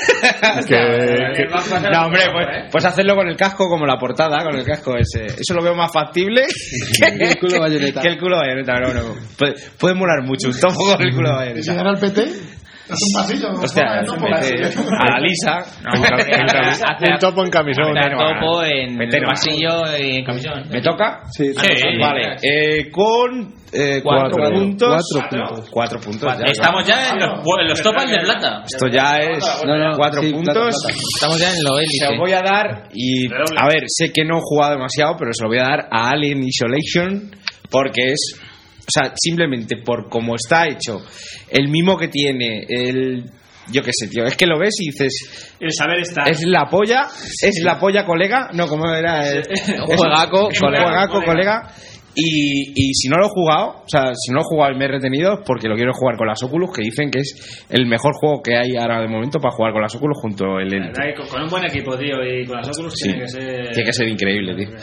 Que- que- No, hombre, pues, pues hacerlo con el casco como la portada, con el casco ese. Eso lo veo más factible que el culo de Bayonetta. Que el culo de Bayonetta, pero bueno. Puede, puede molar mucho un topo con el culo de y Bayonetta. si gana el P T, es un pasillo. Hostia, no, por mete a la lisa. No, hace un topo en camisón. hace topo en Mete no. pasillo y en camisón. ¿Me toca? Sí, Sí. Vale, eh, con eh, cuatro, Cuatro. puntos. Cuatro puntos. Cuatro puntos. ya. Estamos ya en los, en los topas de plata. Esto ya es No, no, cuatro sí, puntos. plata, plata. Estamos ya en lo Se élite. lo voy a dar y a ver, sé que no he jugado demasiado, pero se lo voy a dar a Alien Isolation porque es, o sea, simplemente por cómo está hecho, el mimo que tiene, el yo qué sé, tío, es que lo ves y dices, El saber estar. es la polla, es la polla, colega, no, como era el Juegaco, es un colega. juegaco, colega. Y, y si no lo he jugado, o sea, si no lo he jugado y me he retenido, es porque lo quiero jugar con las Oculus, que dicen que es el mejor juego que hay ahora de momento para jugar con las Oculus junto al La Elite. verdad que con- con un buen equipo, tío, y con las Oculus Sí. tiene que ser. Tiene que ser increíble, tío.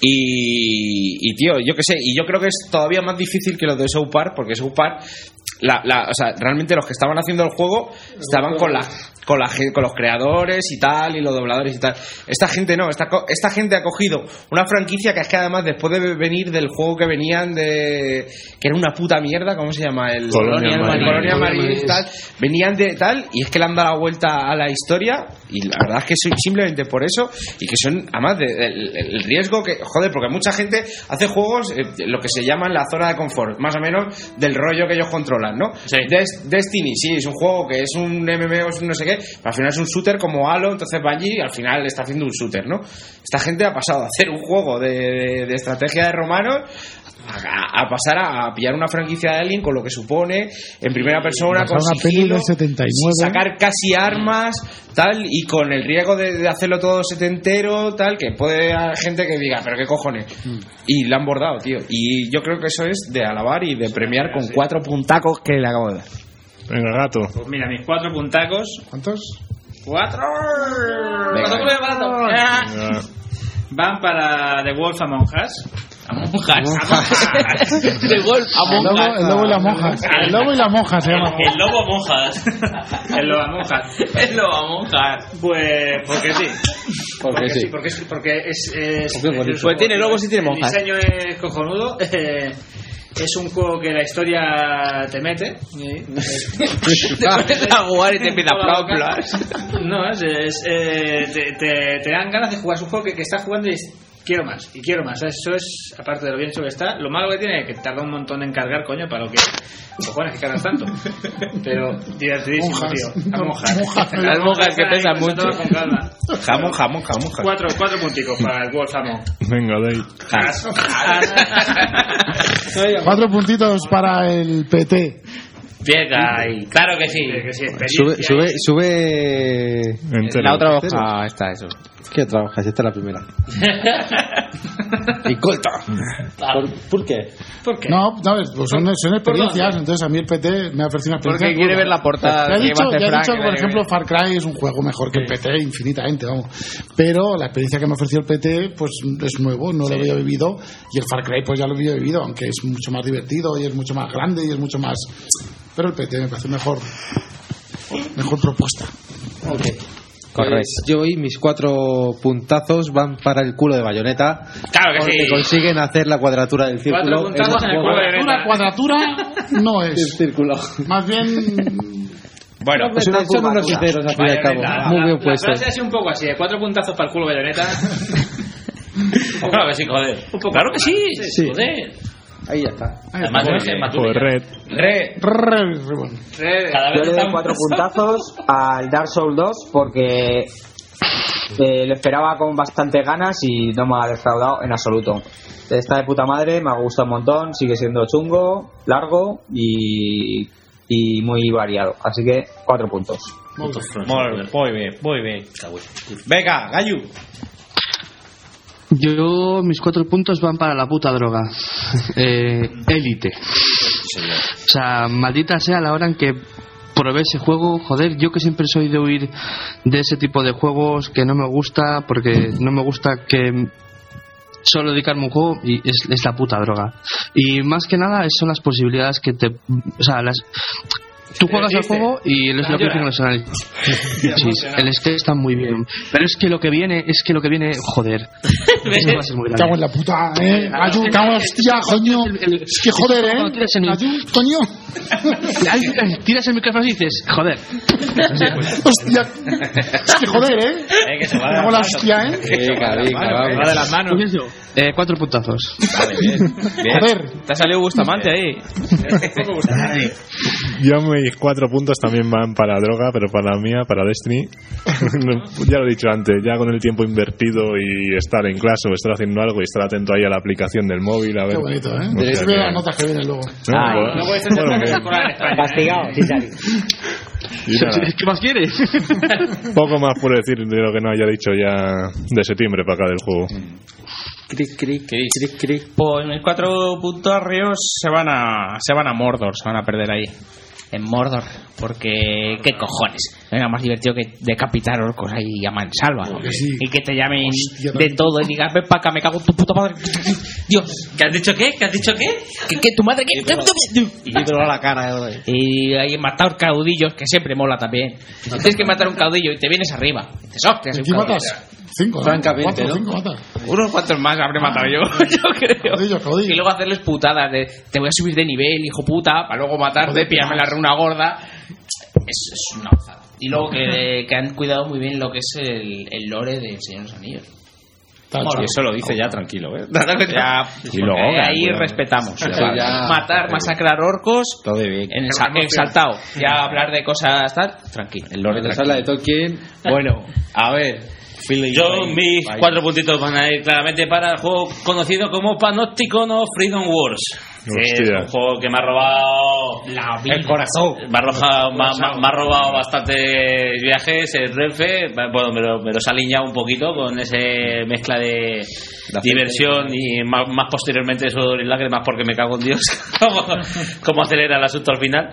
Y, y tío, yo qué sé, y yo creo que es todavía más difícil que los de South Park, porque South Park, la, la, o sea, realmente los que estaban haciendo el juego estaban con la, con la gen- con los creadores y tal, y los dobladores y tal. Esta gente no, esta, co- esta gente ha cogido una franquicia que es que además después de venir del juego que venían de, que era una puta mierda, ¿cómo se llama? El Colonial Marine. Colonial Marine y tal, venían de tal, y es que le han dado la vuelta a la historia, y la verdad es que soy simplemente por eso, y que son, además, de, el, el riesgo que, joder, porque mucha gente hace juegos, eh, lo que se llama la zona de confort, más o menos del rollo que ellos controlan, ¿no? Des- Destiny, sí, es un juego que es un M M O, es un no sé qué, pero al final es un shooter como Halo, entonces Bungie al final está haciendo un shooter, ¿no? Esta gente ha pasado de hacer un juego de, de, de estrategia de romanos a, a pasar a, a pillar una franquicia de Alien con lo que supone en primera persona, con una peli sigilo, del setenta y nueve. sacar casi armas, tal, y con el riesgo de, de hacerlo todo setentero, tal, que puede haber gente que diga, pero qué cojones. Y le han bordado, tío. Y yo creo que eso es de alabar y de premiar con cuatro puntacos que le acabo de dar. Venga, gato. Pues mira, mis cuatro puntacos. ¿Cuántos? ¡Cuatro! Venga, ¡Cuatro venga. barato! Venga. Van para The Wolf Among Us. Among Us. The Wolf El Among lobo, Us. el lobo y la monja. El lobo y la monja se llama. El lobo monjas. El Lobo Among Us. Es lo Among Us. Pues porque sí. Porque sí. Porque, es- porque es. es, Porque es bonito. es- Pues tiene lobos y tiene el monjas. diseño es cojonudo. eh, es un juego que la historia te mete. Te pones a jugar y te empieza a hablar. No, es, es, eh, te, te, te dan ganas de jugar. Es un juego que, que estás jugando y es, quiero más, y quiero más. Eso es, aparte de lo bien hecho que está, lo malo que tiene es que tarda un montón en cargar, coño, para lo que. Cojones, que cargas tanto. Pero divertidísimo, Monjas. tío. A monjas. Monjas. Las monjas que pesan Ahí, mucho. todo con calma. Jamón, jamón, jamón, jamón. Cuatro, cuatro punticos para el Wolf Among. Venga, Dave. Cuatro puntitos para el P T. Venga, y claro que sí. Que sí, Sube, experiencia. sube, sube Entero. La otra hoja está eso. ¿Qué trabajas? Esta es la primera. Y colta. ¿Por, ¿Por qué? ¿Por qué? No, no pues son, son experiencias. Entonces a mí el P T me ha ofrecido una experiencia. Porque quiere ver la portada. Ya he que dicho, va a hacer ya he Frank, dicho que, que por le- ejemplo, Far Cry es un juego mejor que el P T, infinitamente, vamos. Pero la experiencia que me ha ofrecido el P T, pues es nuevo, no lo había vivido. Y el Far Cry, pues ya lo había vivido, aunque es mucho más divertido y es mucho más grande y es mucho más. Pero el P T me parece mejor. Mejor propuesta. Pues yo y mis cuatro puntazos van para el culo de Bayonetta. Claro que porque sí. consiguen hacer la cuadratura del círculo. Cuatro puntazos en el culo de Cuadratura, cuadratura no es. El círculo. Más bien. Bueno, pues son unos sinceros al fin y al cabo. Bayonetta. Muy bien La puesto. frase así un poco así, de cuatro puntazos para el culo Bayonetta. Claro que sí, joder. Claro que sí, Sí. joder. Ahí ya está. Además, Joder, es que es más joder, tuya. Red. Re, Re, re bueno. re. Cada Yo vez le doy estamos- cuatro puntazos al Dark Souls dos porque eh, lo esperaba con bastantes ganas y no me ha defraudado en absoluto. Está de puta madre, me ha gustado un montón, sigue siendo chungo, largo y, y muy variado. Así que cuatro puntos. Muy muy bien, muy bien. Venga, Gallu. Yo, mis cuatro puntos van para la puta droga. Eh, Élite. O sea, maldita sea la hora en que probé ese juego. Joder, yo que siempre soy de huir de ese tipo de juegos que no me gusta, porque no me gusta que solo dedicarme a un juego y es, es la puta droga. Y más que nada son las posibilidades que te... O sea, las... Tú juegas al juego y es lo que dicen los análisis. Sí, el skate está muy bien. Pero es que lo que viene, es que lo que viene, joder. Es que va a ser muy grande. Cago en la puta, eh. Ayú, cago en la hostia, coño. Es que joder, eh. Cuando tiras el, Ayú, coño. Ay, tiras el micrófono y dices, joder. Hostia. Es que joder, eh. Eh, que se va de Cago en la las hostia, manos. eh. Venga, venga, Se vamos. va de las manos. Pues eso, eh, cuatro puntazos. Vale, bien. Bien. Joder. Te ha salido Bustamante ahí. Yo mis cuatro puntos también van para droga, pero para la mía, para Destiny. Ya lo he dicho antes, ya con el tiempo invertido y estar en clase o estar haciendo algo y estar atento ahí a la aplicación del móvil, a ver. Qué bonito, eh. O sea Deberéis que- ver las notas que vienen luego. No, Ah, pues- luego ese bueno, se que- puede colar en España. Castigado, sí, Sari. y nada, ¿Qué más quieres? poco más por decir de lo que no haya dicho ya de septiembre para acá del juego. Cric, cric, cric, cric. Pues mis cuatro puntos arrios se van a se van a Mordor, se van a perder ahí. En Mordor, porque qué cojones. No era más divertido que decapitar orcos ahí a mansalva. que sí. Y que te llamen Hostia, de también. todo y digas, ven para acá, me cago en tu puta madre. Dios, ¿qué has dicho qué? ¿Qué has dicho qué? ¿Que, que tu madre qué? Y te lo a la cara, joder. Y hay matar caudillos, que siempre mola también. Tienes que matar un caudillo y te vienes arriba. Y dices, hostia, soy Aquí un caudillo. matas cinco, ¿no? Francamente, Cuatro, ¿no? cinco matas. Unos cuantos más habré matado yo, yo creo. Caudillo, caudillo. Y luego hacerles putadas de te voy a subir de nivel, hijo puta, para luego matarte, Joder, pillarme la más. runa gorda. Es, es una gozada. Y luego que, que han cuidado muy bien lo que es el, el lore de Señor de los Anillos. Y eso lo dice ya tranquilo, ¿eh? Ya, Y luego, porque ahí claro, respetamos. ya O sea, ya- matar, masacrar orcos, Todo bien. en sa- exaltado. Ya hablar de cosas tal, tranquilo. El lore Cuando se habla de Tolkien, Bueno, a ver. Yo, mis cuatro puntitos van a ir claramente para el juego conocido como Panopticon of Freedom Wars. Que es Hostia. un juego que me ha robado El corazón. Me ha, arrojado- me ha- me ha robado bastantes viajes, el Renfe. Bueno, me, lo, me los ha alineado un poquito con ese mezcla de diversión y más, más posteriormente sudor y lágrimas porque me cago en Dios cómo, cómo acelera el asunto al final.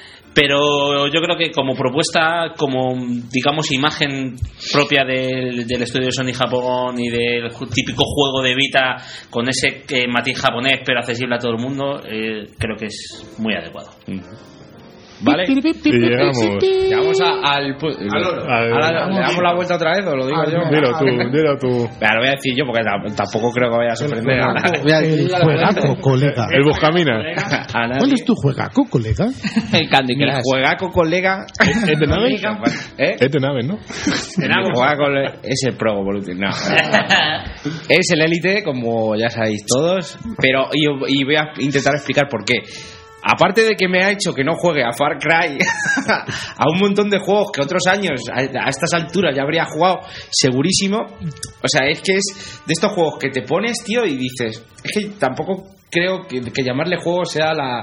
Pero yo creo que como propuesta, como digamos imagen propia del, del estudio de Sony Japón y del ju- típico juego de Vita con ese eh, matiz japonés pero accesible a todo el mundo, eh, creo que es muy adecuado. ¿Vale? Y llegamos. Llegamos a- al. pu- Al- Ahora, ¿le damos la vuelta otra vez o lo digo Al- yo? Dilo tú, dilo tú. Claro, lo voy a decir yo porque tam- tampoco creo que vaya a sorprender a nadie. El juegaco, colega. El Buscamina. A nadie. ¿Cuál es tu juegaco, colega? El Candy Mi Crush. juegaco colega. ¿Es de nave? ¿Eh? Es de nave, ¿no? Mi juegaco le- es el Pro Evolution. No. Es el Elite, como ya sabéis todos. Pero y, y voy a intentar explicar por qué. Aparte de que me ha hecho que no juegue a Far Cry, a un montón de juegos que otros años, a, a estas alturas, ya habría jugado segurísimo. O sea, es que es de estos juegos que te pones, tío, y dices, es que tampoco creo que, que llamarle juego sea la,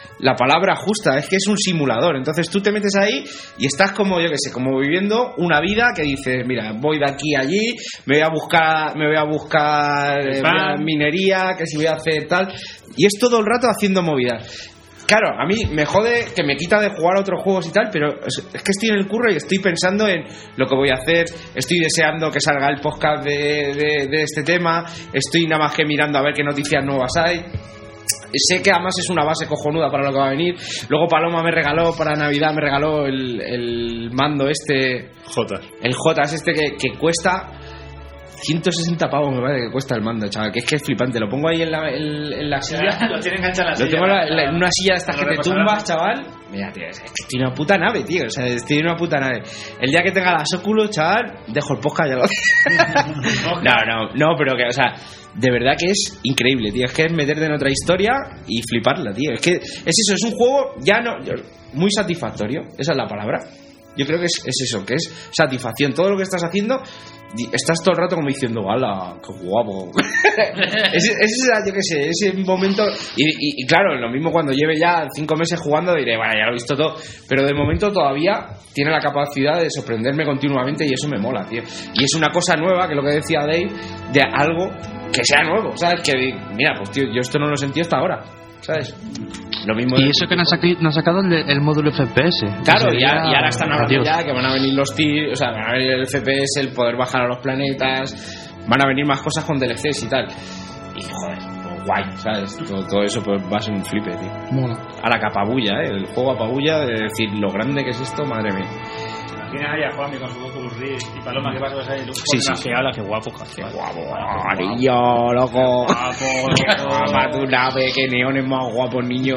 la palabra justa, es que es un simulador. Entonces tú te metes ahí y estás como, yo que sé, como viviendo una vida que dices, mira, voy de aquí a allí, me voy a buscar, me voy a buscar eh, voy a minería, que si voy a hacer tal, y es todo el rato haciendo movidas. Claro, a mí me jode que me quita de jugar a otros juegos y tal, pero es, es que estoy en el curro y estoy pensando en lo que voy a hacer, estoy deseando que salga el podcast de, de, de este tema, estoy nada más que mirando a ver qué noticias nuevas hay. Sé que además es una base cojonuda para lo que va a venir. Luego Paloma me regaló para Navidad, me regaló el, el mando este J. El J es este que, que cuesta ciento sesenta pavos, me parece que cuesta el mando, chaval, que es que es flipante. Lo pongo ahí en la, en, en la silla. Lo tiene enganchado en la Lo silla. tengo en, la, en, la, en una silla de estas Lo que te reposarán. tumbas, chaval. Mira, tío, es que estoy en una puta nave, tío. O sea, estoy en una puta nave. El día que tenga las Oculus, chaval, dejo el podcast ya lo... No, no, no, pero que, o sea, de verdad que es increíble, tío. Es que es meterte en otra historia y fliparla, tío. Es que es eso, es un juego ya no muy satisfactorio. Esa es la palabra. Yo creo que es, es eso, que es satisfacción. Todo lo que estás haciendo, estás todo el rato como diciendo, ¡hala, qué guapo! es, es, yo qué sé, ese momento. Y, y, y claro, lo mismo cuando lleve ya cinco meses jugando, diré, bueno, ya lo he visto todo. Pero de momento todavía tiene la capacidad de sorprenderme continuamente y eso me mola, tío. Y es una cosa nueva, que es lo que decía Dave, de algo que sea nuevo, ¿sabes? Que, mira, pues tío, yo esto no lo he sentido hasta ahora, ¿sabes? Lo mismo y de... eso que nos ha, sacado, nos ha sacado el, el módulo F P S. Claro, y, y, a, y ahora están hablando adiós. ya que van a venir los tiros, o sea, van a venir el F P S, el poder bajar a los planetas, van a venir más cosas con D L Cs y tal. Y joder, pues guay, ¿sabes? Todo, todo eso pues va a ser un flipe, tío. Mola. A la que apabulla, ¿eh? El juego apabulla de decir lo grande que es esto, madre mía. Tienes ahí a Juanmi con su Oculus Rift y Paloma que vas a ver ahí. Sí, sí, que habla, qué guapo, qué guapo. Niño, loco. Para tu nave, que neones más guapos, niño.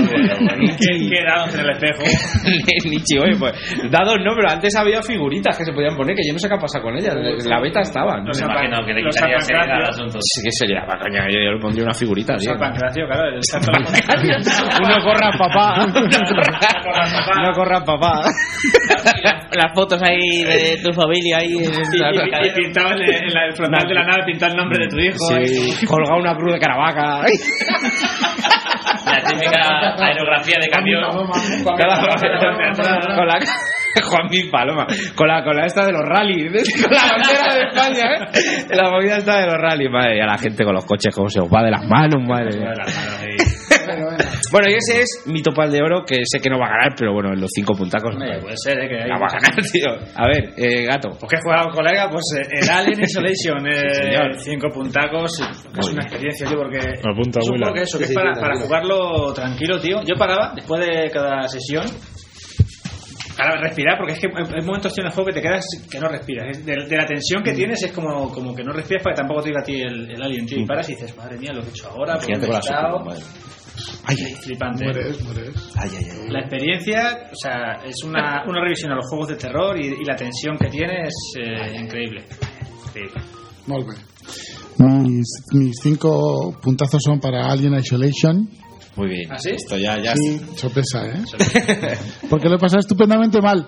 ¿Qué dados en el espejo? Nichi, oye, pues dados no, pero antes había figuritas que se podían poner, que yo no sé qué ha pasado con ellas. En la beta estaban. No me imagino que le quitaría seriedad al asunto. Sí, que sería, va, coño, yo, yo le pondría una figurita, tío. San Pancracio, claro, el santo de la Uno corra papá. No corra papá. Las fotos ahí de tu familia ahí en y, y, y pintado en, en la, el frontal de la nave, pintado el nombre de tu hijo. Sí, colgado una cruz de Caravaca. La típica aerografía de camión. Con la Juanmi Paloma, con la, con la esta de los rallies, con la bandera de España, ¿eh? La movida esta de los rallies, madre, y a la gente con los coches como se os va de las manos, madre mía. Bueno, y ese es mi topal de oro, que sé que no va a ganar, pero bueno, en los cinco puntacos. Oye, puede ser, ¿eh? Que hay la va a ganar, tío. A ver, eh, gato. Pues que he jugado, colega, pues eh, el Alien Isolation, eh, Sí, señor. cinco puntacos, es una experiencia, tío, porque Apunta, es un Willa. juego que eso, que Sí, es para, sí, para sí. jugarlo tranquilo, tío. Yo paraba, después de cada sesión, para respirar, porque es que hay momentos en el juego que te quedas que no respiras. Es De, de la tensión que tienes es como, como que no respiras, porque tampoco te diga a ti el, el Alien, tío. Y paras y dices, madre mía, lo que he hecho ahora, por Fíjate dónde con he la estado. super, madre. Ay, ay, flipante. Mueres, mueres. Ay, ay, ay. La experiencia, o sea, es una, una revisión a los juegos de terror y, y la tensión que tiene es eh, increíble. Increíble. Molt bé. Mis, mis cinco puntazos son para Alien Isolation. Muy bien. ¿Ah, sí? Esto ya, ya. Sí, sorpresa, ¿eh? Porque lo he pasado estupendamente mal.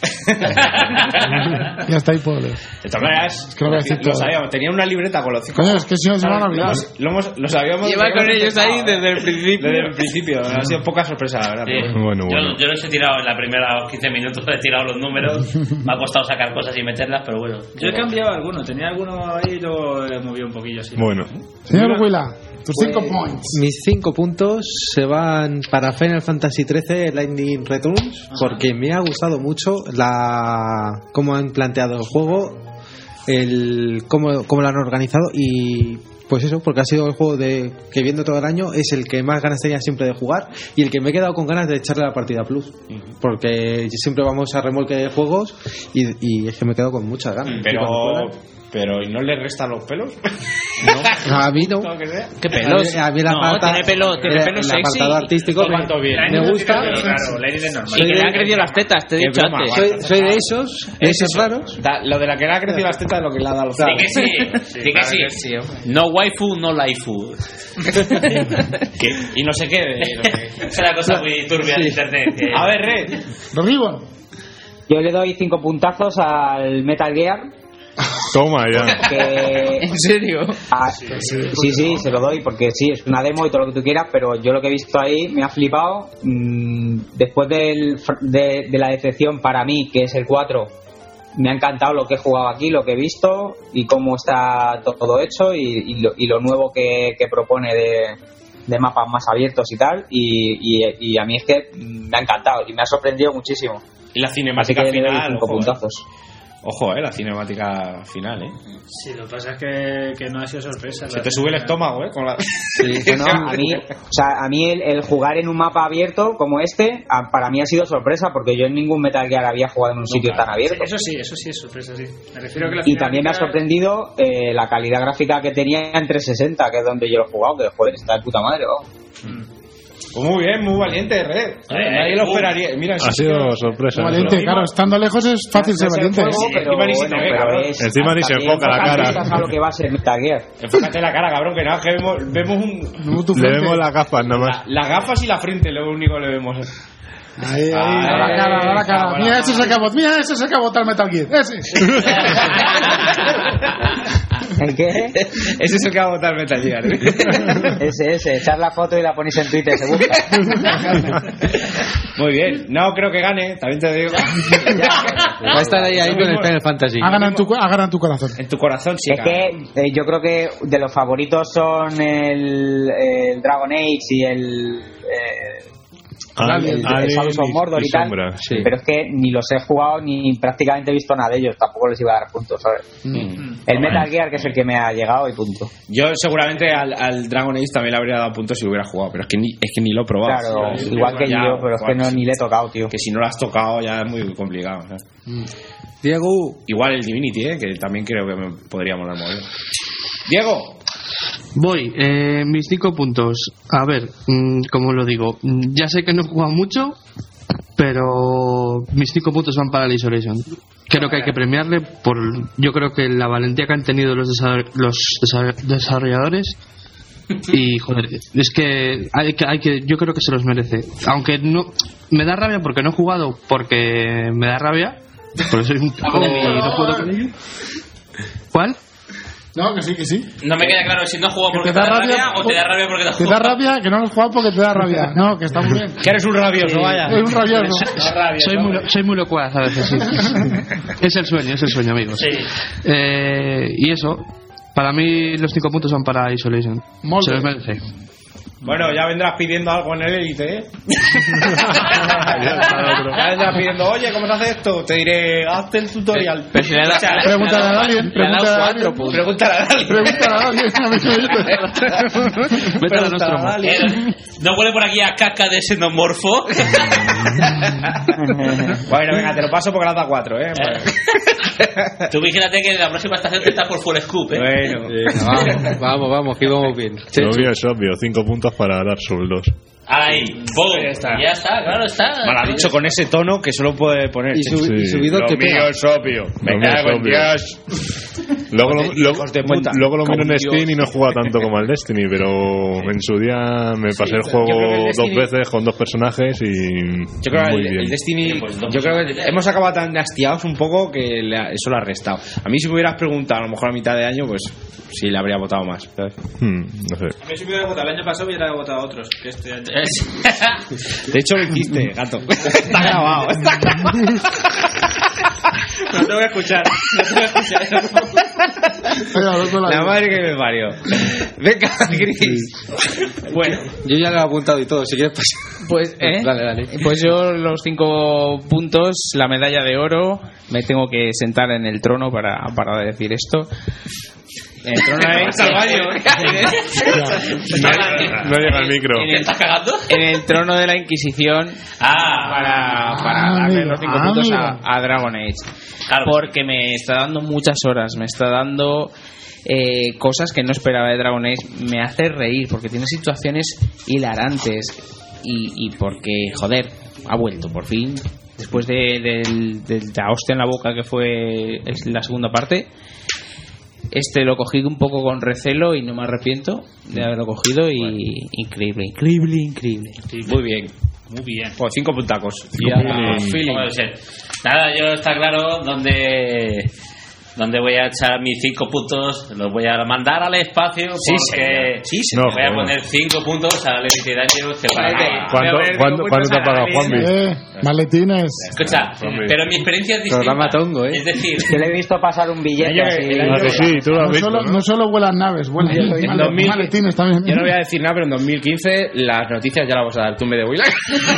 Ya está ahí, pobre. De todas maneras, Es que lo voy a decir lo todo. sabíamos, tenía una libreta con los cinco. Coño, es que si no se van a olvidar. Lo, hemos, lo sabíamos. Lleva lo con habíamos ellos ahí empezado, desde el principio. Desde el principio. Ha sido poca sorpresa, la verdad. Sí. pero Bueno, Yo, bueno. yo los he tirado en la primera quince minutos, he tirado los números. Me ha costado sacar cosas y meterlas, pero bueno. Yo he cambiado alguno, tenía alguno ahí y lo he movido un poquillo así. Bueno. Señor Willa, tus cinco points. Mis cinco puntos se van para Final Fantasy trece Lightning Returns, porque me ha gustado mucho la cómo han planteado el juego, el cómo, cómo lo han organizado y pues eso, porque ha sido el juego de que viendo todo el año es el que más ganas tenía siempre de jugar y el que me he quedado con ganas de echarle la partida plus, porque siempre vamos a remolque de juegos y, y es que me he quedado con muchas ganas. Y Pero, cuando pueda- pero, ¿y no le restan los pelos? a mí no. ¿Qué pelos? A mí la No, falta- tiene pelo, tiene el- pelo el sexy. apartado artístico me, ¿Cuánto bien? me gusta. Claro, Lightning es normal. Y que le han crecido las tetas, te he Qué dicho broma, antes. Soy, soy de esos, de esos raros. Da- lo de la que le ha crecido las tetas es lo que le ha dado los Sí que sí, sí que sí. No waifu, no laifu. Y no sé qué. de lo que- Es una cosa muy turbia de internet. que- A ver, Red. Ribbon. Yo le doy cinco puntazos al Metal Gear Toma ya. Que... ¿En serio? Ah, sí, sí, sí, se lo doy porque sí, es una demo y todo lo que tú quieras, pero yo lo que he visto ahí me ha flipado. Mmm, después del, de, de la decepción para mí, que es el cuatro, me ha encantado lo que he jugado aquí, lo que he visto y cómo está todo hecho y, y, lo, y lo nuevo que, que propone de, de mapas más abiertos y tal. Y, y, y a mí es que me ha encantado y me ha sorprendido muchísimo. Y la cinemática Así que final, le doy cinco ojo, puntazos. Ojo, eh, la cinemática final, eh. Sí, lo que pasa es que, que no ha sido sorpresa. Se te sube el estómago, eh, con la... Sí, no, a mí, o sea, a mí el, el jugar en un mapa abierto como este, a, para mí ha sido sorpresa porque yo en ningún Metal Gear había jugado en un sitio tan abierto. Eso sí, eso sí es sorpresa, sí. Me refiero a que la Y también me ha sorprendido eh, la calidad gráfica que tenía en trescientos sesenta, que es donde yo lo he jugado, que joder, está de puta madre, vamos. Pues muy bien, muy valiente, Red. Eh, nadie lo esperaría. Mira, ha sido sorpresa. Valiente, eso. claro, estando lejos es fácil ser valiente. Juego, pero, encima ni se bueno, te ve, pero cabrón. es- Encima ni se hasta que enfoca la enfocas cara. vistas a lo que va a ser Metal Gear. Enfócate la cara, cabrón, que nada, que vemos, vemos un... Le vemos las gafas nada más. La- las gafas y la frente, lo único que le vemos. Ahí, ahí, Ah, da la cara, da la cara. bueno, Mira bueno. ese se cabot, mira ese se cabot al Metal Gear. Ese. ¿En qué? Ese es el que va a votar Metal Gear. ¿eh? Ese, ese, echar la foto y la ponéis en Twitter, se busca. Muy bien. No creo que gane, también te digo. Va a estar ahí, ahí con el Final Fantasy. Ha ganado en tu, ha ganado en tu corazón. En tu corazón, sí. Es que eh, yo creo que de los favoritos son el, el Dragon Age y el... Eh, Alien, el, el Alien Shadows of y- Mordor y y, tal, Sombra, sí. pero es que ni los he jugado ni prácticamente he visto nada de ellos, tampoco les iba a dar puntos, ¿sabes? Mm. El Metal Gear, que es el que me ha llegado, y punto. Yo seguramente al, al Dragon Age también le habría dado puntos si lo hubiera jugado, pero es que ni, es que ni lo he probado. Claro, Sí, igual que ya, yo, pero es que no, ni le he tocado, tío. Que si no lo has tocado ya es muy complicado. ¿sabes? Diego. Igual el Divinity, ¿eh? Que también creo que me podría molar mover. Diego. Voy, eh, mis cinco puntos. A ver, mmm, como lo digo, mm, ya sé que no he jugado mucho, pero mis cinco puntos van para el Isolation. Creo que hay que premiarle por, yo creo que la valentía que han tenido los, desarroll- los desarroll- desarrolladores. Y joder, es que hay que, hay que, yo creo que se los merece. Aunque no, me da rabia porque no he jugado, porque me da rabia, porque soy un poco y no puedo con ello. ¿Cuál? No, que sí, que sí. No me queda claro si no juego Que porque te te da da rabia rabia o te da rabia porque te Te da rabia que no lo has jugado porque te da rabia. No, que está muy bien. Que eres un rabioso, Sí, vaya. eres un rabioso. Soy muy, lo- soy muy locuaz a veces, sí. Es el sueño, es el sueño, amigos. Eh, y eso, para mí los cinco puntos son para Isolation. Molt Se bé. los merece. Bueno, ya vendrás pidiendo algo en el Elite, ¿eh? Ya vendrás pidiendo, oye, ¿cómo se hace esto? Te diré, hazte el tutorial. Pero si le ha dado- Pregúntale a alguien. Le ha dado Pregúntale a cuatro alguien. puntos. Pregúntale a alguien. Pregúntale a alguien. a mí me Vete a la nuestra. Eh, ¿No huele por aquí a caca de xenomorfo? Bueno, venga, te lo paso porque le has dado cuatro, ¿eh? Tú vigílate que la próxima estación te está por Full Scoop, ¿eh? Bueno. Vamos, vamos, vamos, que vamos bien. Lo mío es obvio, cinco puntos para Dark Souls dos. Ahí, boom. Ya está, claro, está. Me lo ha dicho con ese tono que solo puede poner. Y subi- y subido Lo que mío pega. es obvio. Me Lo mío cago es en obvio. Dios. Luego lo, Hijos de- luego, hijos de puta. luego lo miro en Con Steam Dios. y no he jugado tanto como al Destiny, pero en su día me pasé el yo juego creo que el dos Destiny- veces con dos personajes y Yo creo que muy el, bien. el Destiny, yo creo que hemos acabado tan hastiados un poco que le ha- eso lo ha restado. A mí si me hubieras preguntado a lo mejor a mitad de año, pues sí le habría votado más, ¿sabes? Hmm, no sé. A mí si me hubiera votado el año pasado hubiera votado a otros que este año. De hecho lo hiciste, gato. Está grabado, está grabado. No te voy a escuchar. No te voy a escuchar. La madre que me parió. Venga, Gris. Bueno, Yo ya lo he apuntado y todo, si quieres pasar. pues, ¿eh? Dale, dale. Pues yo los cinco puntos, la medalla de oro, me tengo que sentar en el trono para, para decir esto. En el trono de Salvaño. No llega el micro. En el, ¿Estás cagando? en el trono de la Inquisición Ah, para, para Ah, darle amigo, los cinco ah, puntos amigo. a, a Dragon Age. Porque me está dando muchas horas, me está dando eh, cosas que no esperaba de Dragon Age. Me hace reír porque tiene situaciones hilarantes y, y porque, joder, ha vuelto por fin. Después de, del, del, de la hostia en la boca que fue es la segunda parte, este lo cogí un poco con recelo y no me arrepiento de haberlo cogido. Y increíble, increíble, increíble. Muy bien. muy bien. Pues cinco puntacos. Y a feeling. Nada, yo está claro donde donde voy a echar mis cinco puntos, los voy a mandar al espacio porque sí, sí, no, voy a joder. poner cinco puntos a la Lady Daño que para nada. ¿Cuánto, ¿cuánto, ¿cuánto te ha pagado Juanvi? Eh, maletines. Escucha, pero mi experiencia es distinta. Programa tongo, ¿eh? Es decir, que le he visto pasar un billete así. Ah, que sí, tú lo has No visto, solo, ¿no? no solo vuelan naves, vuelan En male- dos mil maletines también. Yo no voy a decir nada, pero en dos mil quince las noticias ya las vas a dar tú en vez de Willa.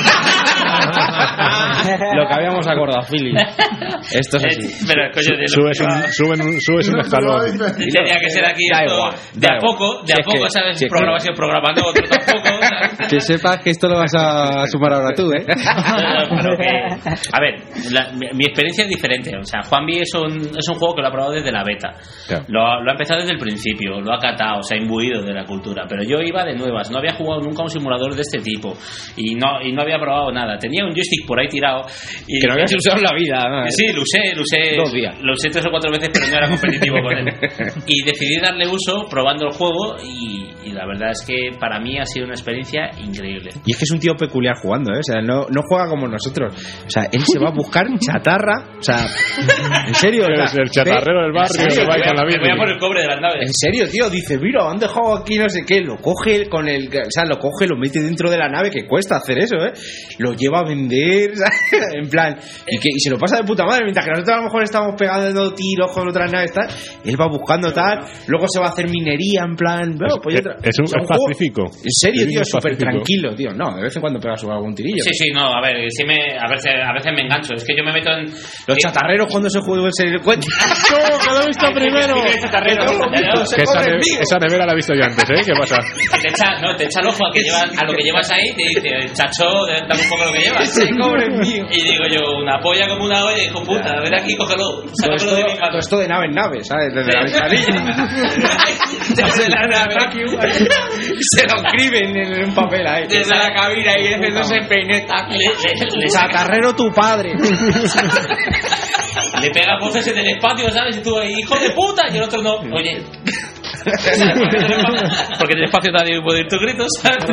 Lo que habíamos acordado, Philly. Esto es así. pero coño, de lo Subes que un, va- suben un, subes un escalón. tenía que ser aquí Da esto igual, de da a igual. poco, de Si a es poco, que- ¿sabes? si es que- Programa si programando, otro tampoco. ¿sabes? Que sepas que esto lo vas a sumar ahora tú, ¿eh? Pero que- a ver, la- mi, mi experiencia es diferente. O sea, Juanvi es un, es un juego que lo ha probado desde la beta. Claro. Lo, ha- lo ha empezado desde el principio, lo ha catado, se ha imbuido de la cultura. Pero yo iba de nuevas, no había jugado nunca un simulador de este tipo. Y no, y no había probado nada. Tenía un joystick por ahí tirado. Y Que no habías usado en la vida. ¿no? Sí, lo usé, lo usé, Dos días. lo usé tres o cuatro veces, pero no era competitivo con él. Y decidí darle uso probando el juego y, y la verdad es que para mí ha sido una experiencia increíble. Y es que es un tío peculiar jugando, ¿eh? O sea, no, no juega como nosotros. O sea, él se va a buscar chatarra. O sea, en serio. o sea, Eres el chatarrero del barrio que va con la Me voy a por bici. el cobre de las naves. En serio, tío, dice, mira, han dejado aquí no sé qué, lo coge con el, o sea, lo coge, lo mete dentro de la nave, que cuesta hacer eso, ¿eh? Lo lleva a vender, ¿sabes? En plan, y, que, y se lo pasa de puta madre, mientras que nosotros a lo mejor estamos pegando tiros con otras naves, tal, él va buscando tal, luego se va a hacer minería, en plan, bueno, pues yo tra- Es un, o sea, es juego- pacífico. En serio, Yo tío, digo súper pacífico. tranquilo, tío, no, de vez en cuando pega su algún tirillo. Sí, sí, no, a ver, sí me, a veces, a veces me engancho. Es que yo me meto en. Los chatarreros cuando se juega se den cuenta. ¡No, que lo he visto primero! Que esa, ne- esa nevera la he visto yo antes, ¿eh? ¿Qué pasa? Te echa, no, te echa el ojo a, que llevas, a lo que llevas ahí, te dice, chacho, dame un poco lo que llevas. Ese cobre es mío. Y digo yo, una polla como una olla, hijo puta, ven aquí, cógelo, Todo sácalo esto, de mi mano. todo esto de nave en nave, ¿sabes? Desde la ventanilla. Desde la nave, Se lo escriben en un papel ahí. desde la cabina y haciéndose peineta. Le, le, le, saca- Chatarrero tu padre. le pega voces en el espacio, ¿sabes? Y tú ahí, hijo de puta, y el otro no. Oye. Porque en el espacio nadie puede oír tus gritos, ¿sabes?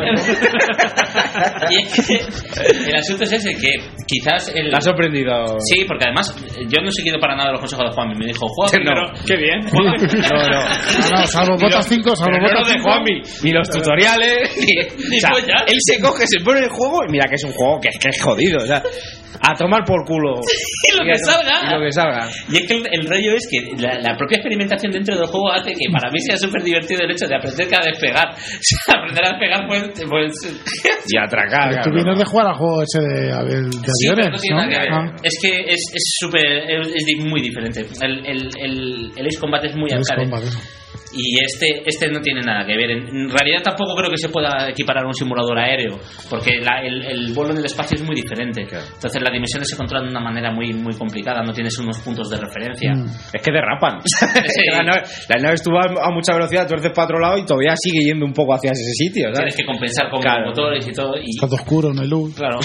Y es que el asunto es ese, que quizás el... ¿Te ha sorprendido? Sí, porque además yo no he seguido para nada los consejos de Juanmi. Me dijo, Juan, No. primero... Qué bien. No, no. No, no, salvo botas cinco, salvo Pero no botas los de cinco. Juanmi, ni los tutoriales, ni... O sea, Digo, ya. él se coge, se pone el juego y mira que es un juego que es, que es jodido, o sea, a tomar por culo. Y lo que salga. Y lo que salga. Y es que el, el rollo es que la, la propia experimentación dentro del juego hace que para mí sea súper divertido el hecho de aprender a despegar. O sea, aprender a despegar, pues... pues Y atracar. Tú claro. vienes de jugar al juego ese de, a ver, de Sí, pero aviones, no tiene nada que ver. Ah. Es que es es súper es, es di- muy diferente. El, el, el, el Ace Combat es muy Es arcade. combat, eso. Y este este no tiene nada que ver. En, en realidad tampoco creo que se pueda equiparar a un simulador aéreo, porque la- el, el vuelo en el espacio es muy diferente. Entonces las dimensiones se controlan de una manera muy muy complicada. No tienes unos puntos de referencia. Mm. Es que derrapan. la, nave, la nave estuvo a, a mucha velocidad, tuerces para otro lado y todavía sigue yendo un poco hacia ese sitio, ¿sabes? Tienes que compensar con Claro. motores y todo. Y, Está todo oscuro, no hay luz. claro.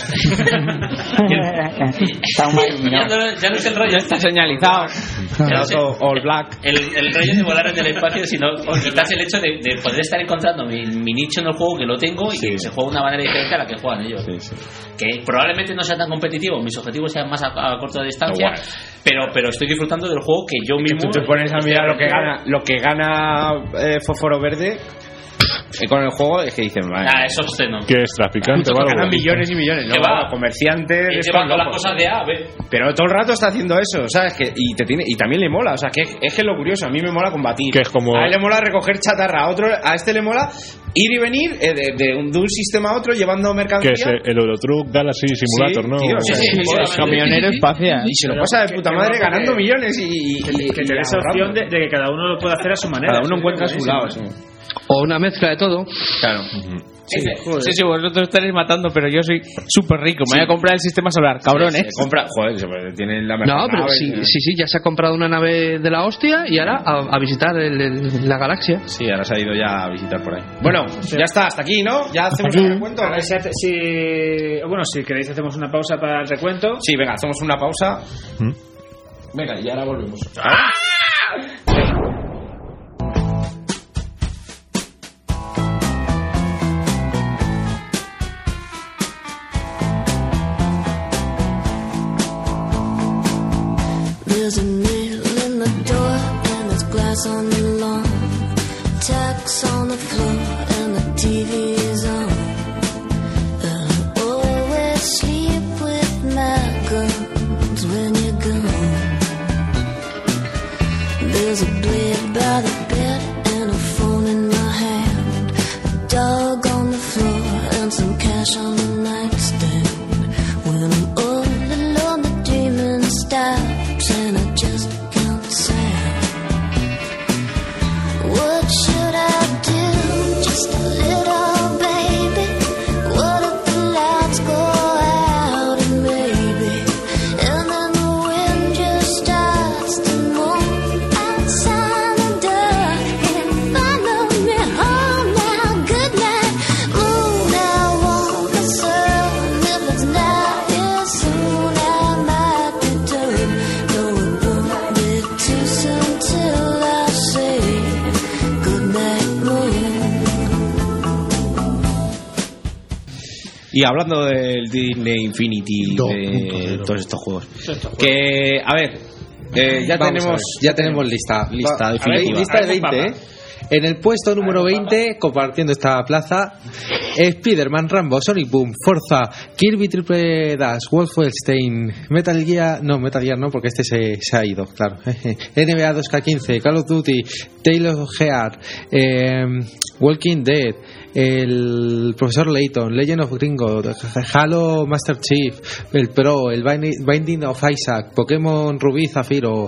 Está un mal ya, no, ya no es el rollo. Está señalizado. Ya no sé. Todo all black. El, el rollo de volar en el espacio, sino quizás el hecho de, de poder estar encontrando mi, mi nicho en el juego, que lo tengo y que se juega de una manera diferente a la que juegan ellos. Que probablemente no sea tan competitivo, mis objetivos sean más a, a corta distancia, Igual. pero pero estoy disfrutando del juego que yo mismo. Tú te pones a estoy mirar lo que aprendiendo. gana, lo que gana eh, Fósforo Verde eh, con el juego, es que dicen, vale. Ah, es obsceno. Que es traficante o algo. Ganan millones y millones, ¿no? Que va. Comerciantes. Y estos lleva todas las locos. cosas de A a B. Pero todo el rato está haciendo eso, ¿sabes? Que, y, te tiene, y también le mola, o sea, que es, es que es lo curioso, a mí me mola combatir. Que es como- A él le mola recoger chatarra, a otro, a este le mola ir y venir eh, de, de un, de un sistema a otro llevando mercancía. Que es el el Eurotruck Galaxy Simulator, Sí, ¿no? tío, sí, sí, sí, Mola. sí. Camionero espacial. Y se lo pasa de puta madre ganando millones y, y, y- Que y te dé esa ahorrando. opción de, de que cada uno lo pueda hacer a su manera. Cada uno Eso encuentra es su buenísimo. lado, sí. O una mezcla de todo. Claro. Sí, sí, sí, vosotros estaréis matando, pero yo soy súper rico. Me voy a comprar el sistema solar, cabrones. Se compra, joder, se puede- tienen la mejor No, pero nave, sí, ¿no? sí, sí, ya se ha comprado una nave de la hostia y ahora a, a visitar el- el- la galaxia. Sí, ahora se ha ido ya a visitar por ahí. Bueno, ya está, hasta aquí, ¿no? Ya hacemos aquí. un recuento. A ver si, hace- si- bueno, si queréis hacemos una pausa para el recuento. Sí, venga, hacemos una pausa. ¿Mm? Venga, y ahora volvemos. There's a nail in the door. grass on the lawn, tacks on the floor, and the T V is on. And I always sleep with my guns when you're gone. There's a blade by the bed and a phone in my hand, a dog on the floor and some cash on the nightstand. When I'm all alone, the dreaming stops and I just can't stand. What should I do? Just a little baby. What if the lights go out and maybe, and then the wind just starts to move outside the door and follow me home now. Good night, moon. I want the sun. If it's not here soon, I might return. No, it won't be too soon till I say good night, moon. Y hablando del Disney Infinity, de todos estos juegos, que a ver, eh, ya Vamos tenemos a ver, ya tenemos lista, lista Va- a definitiva. ver, lista de a ver, veinte, papá. ¿eh? En el puesto número veinte, compartiendo esta plaza, Spider-Man, Rambo, Sonic Boom, Forza, Kirby Triple Dash, Wolfenstein, Metal Gear, no, Metal Gear no, porque este se, se ha ido, claro. N B A dos K quince, Call of Duty, Taylor Gear, eh, Walking Dead, el Profesor Layton, Legend of Gringo, Halo Master Chief, el Pro, el Binding Binding of Isaac, Pokémon Rubí Zafiro,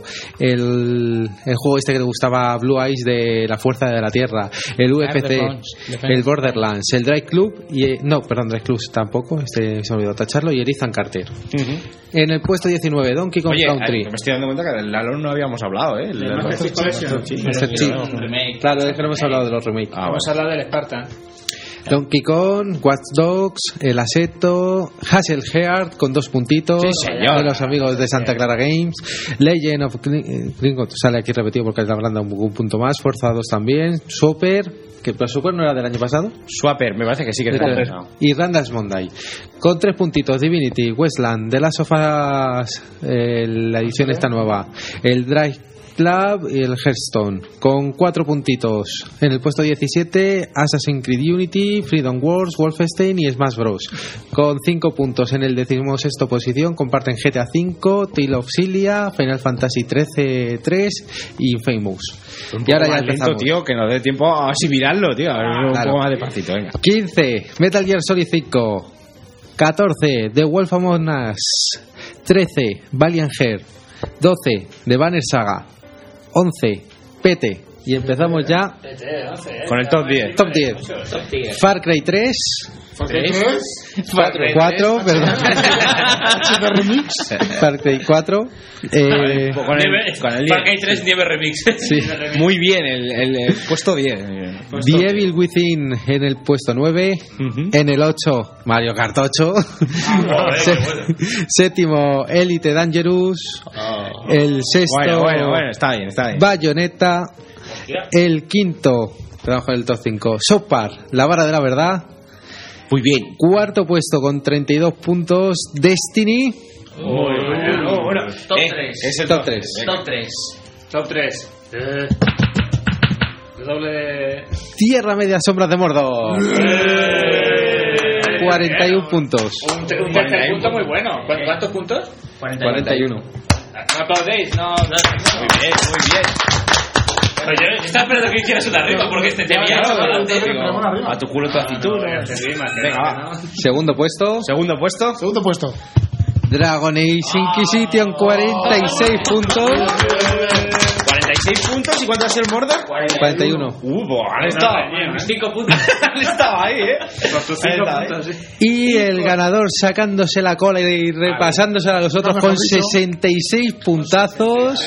el, el juego este que te gustaba, Blue Eyes, de la Fuerza de la Tierra, el U F C, el Borderlands, el Drive Club y eh, no, perdón, Drive Club tampoco, este se me olvidó tacharlo, y el Ethan Carter. En el puesto diecinueve, Donkey Kong Oye, Country. eh, me estoy dando cuenta que del Alone no habíamos hablado, ¿eh? El, El Master Chief Collection. Master Chief. Claro, es que no hemos hablado de los remakes. Vamos a hablar del Spartan. Donkey Kong, Watch Dogs, El Aseto, Hassel Heart con dos puntitos, Sí, señor. de los amigos de Santa Clara Games, Legend of Gringo, sale aquí repetido porque le habrán dado un, un punto más, Forza dos también, Super, que pero Super no era del año pasado, Swapper, me parece que sí que es del año pasado. y Randas Monday, con tres puntitos, Divinity, Westland, The Last of Us, eh, la edición esta nueva, el Drive Club y el Hearthstone con cuatro puntitos. En el puesto diecisiete, Assassin's Creed Unity, Freedom Wars, Wolfenstein y Smash Bros. Con cinco puntos. En el decimosexto posición comparten G T A cinco, Tale of Xillia, Final Fantasy trece tres y Infamous. Un Y ahora poco ya más lento, empezamos. tío, que nos dé tiempo a asimilarlo, tío. A ver, un Claro. poco más despacito, venga. quince, Metal Gear Solid cinco. catorce, The Wolf Among Us. trece, Valiant Heart. doce, The Banner Saga. once, Pete. Y empezamos ya con el top diez. Top diez. Far Cry tres. cuatro, perdón. Far Cry cuatro. Eh, con el, con el Far Cry tres Nieve Remix. Sí. Muy bien, el, el, el puesto diez. The Evil Within en el puesto nueve. En el ocho, Mario Kart ocho. Se- Séptimo, Elite Dangerous. El sexto, Bueno, bueno, bueno, está bien, está bien. Bayonetta. El quinto, trabajo del top cinco, Sopar, La Vara de la Verdad. Muy bien. Cuarto puesto con treinta y dos puntos, Destiny. bueno, bueno. Top Eh, tres. es el Top top tres. Venga. Top tres. Top tres. Eh. Doble de... Tierra Media, Sombras de Mordor. cuarenta y uno puntos. Un, un tercer punto muy bueno. ¿Cu- ¿Cuántos puntos? cuarenta y uno. No aplaudéis, no. Muy bien, muy bien. Oye, estaba esperando que hicieras una rima porque este te veía A tu culo tu actitud. Venga, va. Segundo puesto. Segundo puesto. Segundo puesto. Dragon Age Inquisition, cuarenta y seis puntos. cuarenta y seis puntos. ¿Y cuánto ha sido el Mordor? cuarenta y uno. Uh, pues han estado. cinco puntos. Han estado ahí, eh. Por tus cinco puntos, sí. Y el ganador sacándose la cola y repasándosela a los otros con sesenta y seis puntazos.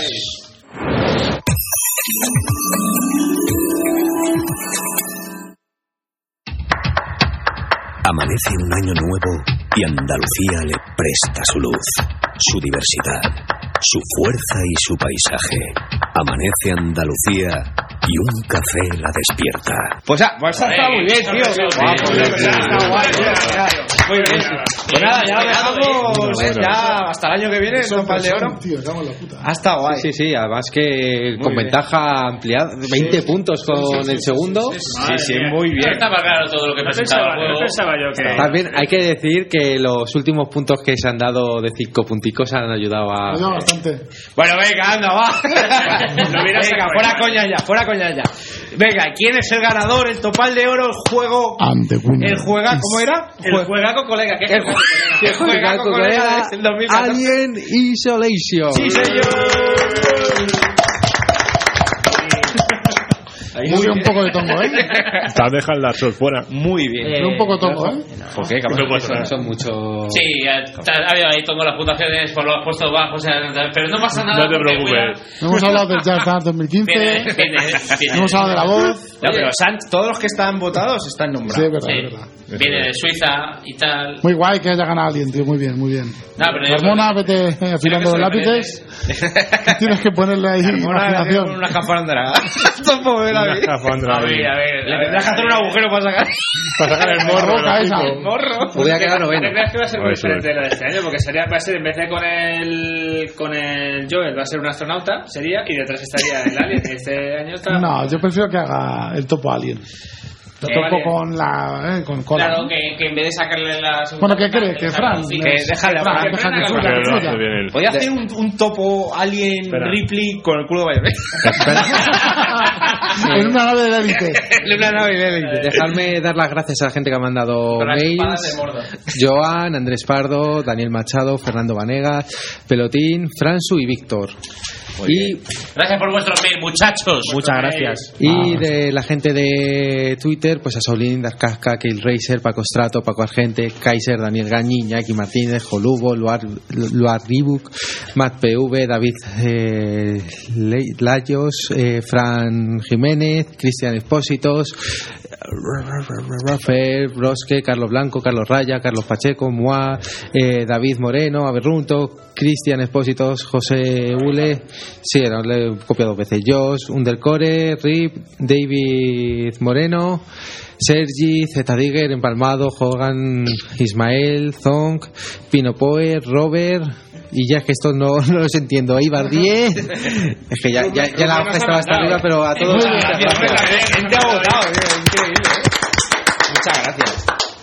Amanece un año nuevo y Andalucía le presta su luz, su diversidad, su fuerza y su paisaje. Amanece Andalucía y un café la despierta. Pues ah, pues ha estado muy bien, tío. Guau, pues de verdad, está guay, tío. Muy bien. Pues nada, ya dejamos. Ya hasta el año que viene, el Topal de Oro. Tío, cago en la puta. Ha estado guay. Sí, sí, además que Muy con bien. ventaja ampliada, veinte Sí. puntos con Sí, sí, el sí, segundo. sí, sí, sí, sí, muy bien. No estaba claro todo lo que No presentaba pensaba, el no juego. pensaba yo que... También hay que decir que los últimos puntos que se han dado de cinco punticos han ayudado a... Me ayuda bastante. Bueno, venga, anda, va. Lo hubiera Venga, sacado fuera ya. coña ya, fuera coña ya. Venga, ¿quién es el ganador? El Topal de Oro, el juego. Antepuño. El juega, ¿cómo era? El juegaco colega, ¿qué El, el juegaco colega del dos mil catorce. Alien Isolation. Sí, señor. Muy un poco de tongo, ¿eh? Te has dejado el Dark Souls fuera. Muy bien. Pero un poco tongo, ¿eh? ¿Por qué? No, Capaz. son, son muchos... Sí, eh, ha habido ahí tengo las puntuaciones por los puestos bajos, o sea, pero no pasa nada. No te porque preocupes. No hemos hablado del Just Dance dos mil quince. Viene, viene, viene, No hemos hablado de la voz. No, pero San- todos los que están votados están nombrados. Sí, es verdad, Sí. es verdad. viene de Suiza y tal. Muy guay que haya ganado alguien, tío. Muy bien, muy bien. No, pero yo- Carmona, vete eh, afilando los lápices. Tienes que ponerle ahí Ahora le hacemos imaginación. una escafandra. Esto pobre Una David. escafandra A ahí. ver, a ver. Le tendrás que hacer un agujero para sacar. Para sacar el morro. La boca del esa. hocico. Morro. Voy a quedar ¿No noveno. crees que va a ser muy Eso diferente es. de lo de este año? Porque sería, va a ser, en vez de con el, con el Joel, va a ser un astronauta, sería, y detrás estaría el alien. Este año está... No, yo prefiero que haga el topo alien. El ¿Qué topo alien? con la... Eh, con cola. Claro, que, que en vez de sacarle la segunda Bueno, ¿qué mitad, cree? le Que saca Fran... un Que cinco. déjale a Fran, Fran. deja que Pero fluya, lo que hace fluya. bien él. Podría hacer un, un topo alien Espera. Ripley con el culo de Bayonetta. En una nave de la élite. En una nave de élite. Dejarme dar las gracias a la gente que ha mandado Con las espadas mails. de Mordor. Joan, Andrés Pardo, Daniel Machado, Fernando Vanegas, Pelotín, Fransu y Víctor. Y, Gracias por vuestros mail, muchachos. Muchas gracias. y de la gente de Twitter, pues a Solín, Darkasca, Killracer, Paco Strato, Paco Argente, Kaiser, Daniel Gañi, Iñaki Martínez, Jolugo, Luar, Luar Ribuk, Matt P V, David eh, Le- Layos, eh, Fran Jiménez, Cristian Expósitos, Rafael Brosque, Carlos Blanco, Carlos Raya, Carlos Pacheco, Moa, eh, David Moreno, Aberrunto, Cristian Expósitos, José Ule, sí, no, le he copiado dos veces, Josh, Undercore, Rip, David Moreno, Sergi, Zeta Digger, Empalmado, Hogan, Ismael, Zonk, Pino Poe, Robert. Y ya es que estos no, no los entiendo. Ibar diez. Es que ya, ya, ya la hoja estaba hasta arriba, pero a todos. Muchas gracias. Gente ha votado, tío, increíble. Muchas gracias.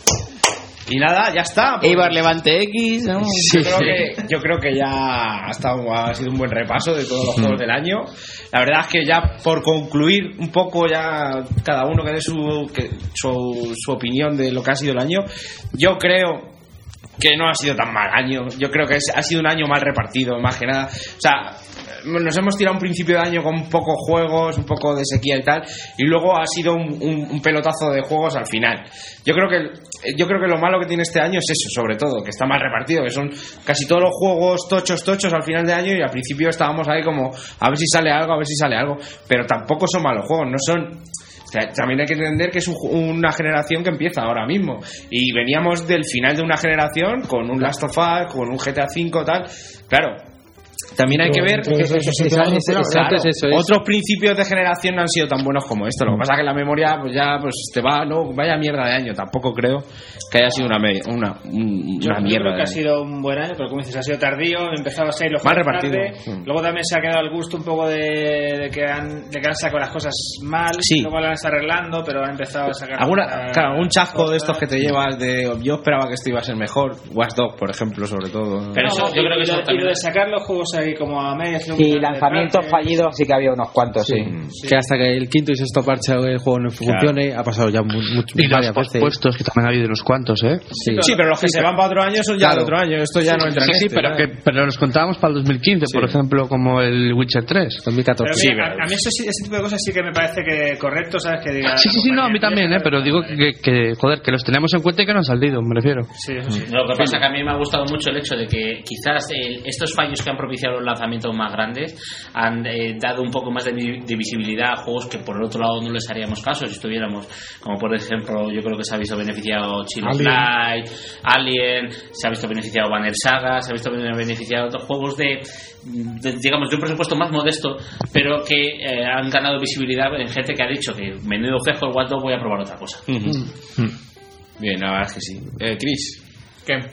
Y nada, ya está. Pues, Eibar Levante X. ¿no? yo, creo que, yo creo que ya ha, estado, ha sido un buen repaso de todos los juegos del año. La verdad es que ya por concluir un poco, ya cada uno que dé su, que, su, su opinión de lo que ha sido el año, yo creo que no ha sido tan mal año. Yo creo que es, ha sido un año mal repartido, más que nada. O sea, nos hemos tirado un principio de año con pocos juegos, un poco de sequía y tal, y luego ha sido un, un, un pelotazo de juegos al final. Yo creo que yo creo que lo malo que tiene este año es eso, sobre todo, que está mal repartido, que son casi todos los juegos tochos, tochos al final de año, y al principio estábamos ahí como a ver si sale algo, a ver si sale algo, pero tampoco son malos juegos, no son... O sea, también hay que entender que es un, una generación que empieza ahora mismo, y veníamos del final de una generación con un Last of Us, con un G T A cinco, tal, claro. También hay que ver que claro, otros principios de generación no han sido tan buenos como esto. Lo que pasa es que la memoria pues ya pues te va, no, vaya mierda de año. Tampoco creo que haya sido una me- una, un- Yo, una yo mierda creo que de ha año. sido un buen año, pero como dices, ha sido tardío, empezaba a ser los Mal juegos repartido. tarde. Mm. Luego también se ha quedado el gusto un poco de, de que han de que han sacado las cosas mal, Sí. luego las han arreglando, pero han empezado a sacar Alguna, cosas- claro, algún chasco de estos que te llevas de yo esperaba que esto iba a ser mejor. Watch Dogs, por ejemplo, sobre todo. Pero eso, No, yo y- creo que y eso lo- y también lo de es- sacar los juegos ahí como a medias Y lanzamientos fallidos sí que había unos cuantos, sí. Que hasta que el quinto y sexto parche del juego no funcione, ha pasado ya mu- mu- Y los varias veces. pospuestos, que también ha habido unos cuantos, ¿eh? Sí, Sí, pero los que se van para otro año son ya Claro. de otro año. Esto ya no entra Sí, en sí, este, pero, ¿no? que, pero los contábamos para el dos mil quince, por ejemplo, como el Witcher tres. dos mil catorce. Pero mira, a, a mí eso sí- ese tipo de cosas sí que me parece que correcto, ¿sabes? Que diga, Sí, sí, sí, no, a mí también, ¿eh? Pero digo que, que, joder, que los tenemos en cuenta y que no han salido, me refiero. Sí, eso sí. Lo que pasa es que a mí me ha gustado mucho el hecho de que quizás el- estos fallos que han propiciado los lanzamientos más grandes han eh, dado un poco más de, vi- de visibilidad a juegos que por el otro lado no les haríamos caso si estuviéramos, como por ejemplo, yo creo que se ha visto beneficiado Chill of Alien. Light, Alien, se ha visto beneficiado Banner Saga, se ha visto beneficiado otros juegos de, de, digamos, de un presupuesto más modesto, pero que eh, han ganado visibilidad en gente que ha dicho que menudo fiasco el Watch Dogs, voy a probar otra cosa. Bien, la verdad es que sí. Eh, Chris. ¿Qué?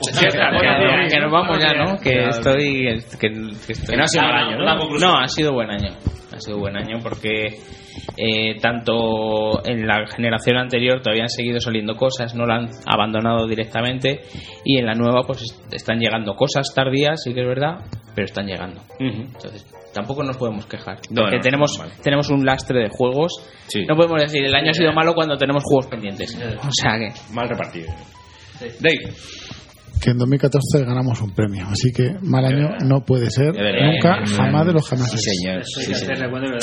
que, que, que nos vamos ya, ¿no? Que estoy... Que, que, estoy... que no ha sido mal año, ¿no? No, ha sido buen año. Ha sido buen año porque eh, tanto en la generación anterior todavía han seguido saliendo cosas, no la han abandonado directamente, y en la nueva pues están llegando cosas tardías, sí que es verdad, pero están llegando. Uh-huh. Entonces tampoco nos podemos quejar. No, porque no, tenemos no, no, tenemos un lastre de juegos. Sí. No podemos decir el año ha sido malo cuando tenemos juegos pendientes. O sea que mal repartido. Sí. Dave. Que en dos mil catorce ganamos un premio, así que mal año no puede ser nunca, jamás de los jamás. Sí, señor. Sí, sí.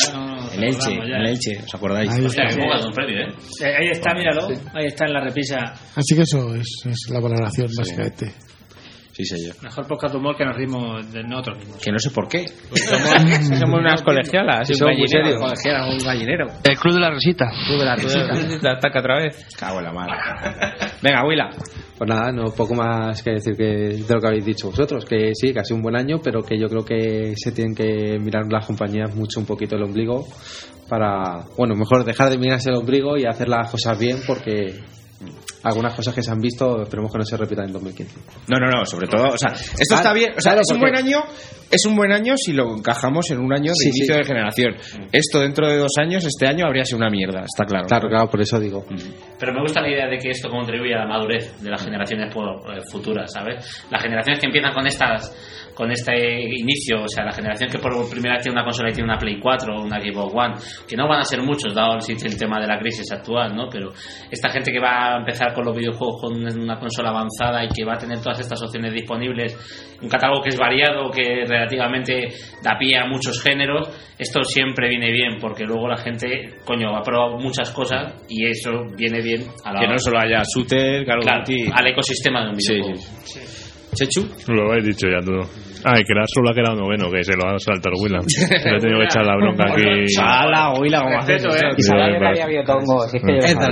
El Elche, el Elche, ¿os acordáis? Ahí está. Un premio, ¿eh? Ahí está, míralo. Ahí está en la repisa. Así que eso es, es la valoración, sí, básicamente. Sí, señor. Mejor podcast de humor que nos rimos de nosotros mismos. Que no sé por qué. Pues somos, somos unas colegialas, somos un gallinero. Colegialas, un gallinero. El Club de la Risita. Club de la Risita. Ataca otra vez. Cago en la madre. Venga, Willa. Pues nada, no poco más que decir que de lo que habéis dicho vosotros, que sí, que ha sido un buen año, pero que yo creo que se tienen que mirar las compañías mucho un poquito el ombligo para, bueno, mejor dejar de mirarse el ombligo y hacer las cosas bien, porque algunas cosas que se han visto esperemos que no se repitan en dos mil quince. No, no, no, sobre todo, o sea, esto está bien, o sea, claro, es un porque... buen año, es un buen año si lo encajamos en un año de sí, inicio sí. de generación. Esto dentro de dos años, este año habría sido una mierda, está claro. Claro, claro, por eso digo. Pero me gusta la idea de que esto contribuye a la madurez de las generaciones futuras, ¿sabes? Las generaciones que empiezan con estas con este inicio, o sea, la generación que por primera vez tiene una consola y tiene una Play cuatro o una Game Boy One, que no van a ser muchos dado el, el tema de la crisis actual, ¿no? Pero esta gente que va a empezar con los videojuegos con una consola avanzada y que va a tener todas estas opciones disponibles, un catálogo que es variado, que relativamente da pie a muchos géneros, esto siempre viene bien, porque luego la gente, coño, ha probado muchas cosas y eso viene bien a la que no solo haya shooter, claro, al ecosistema de un videojuego. Sí, sí. Chechu, lo habéis dicho ya todo. Ay, que la solo ha quedado noveno, que se lo ha saltado Willam. Le he tenido que echar la bronca aquí. ¡Hala, Willa, como haces! Y sabía que había biotongo, si es que yo ¿Dónde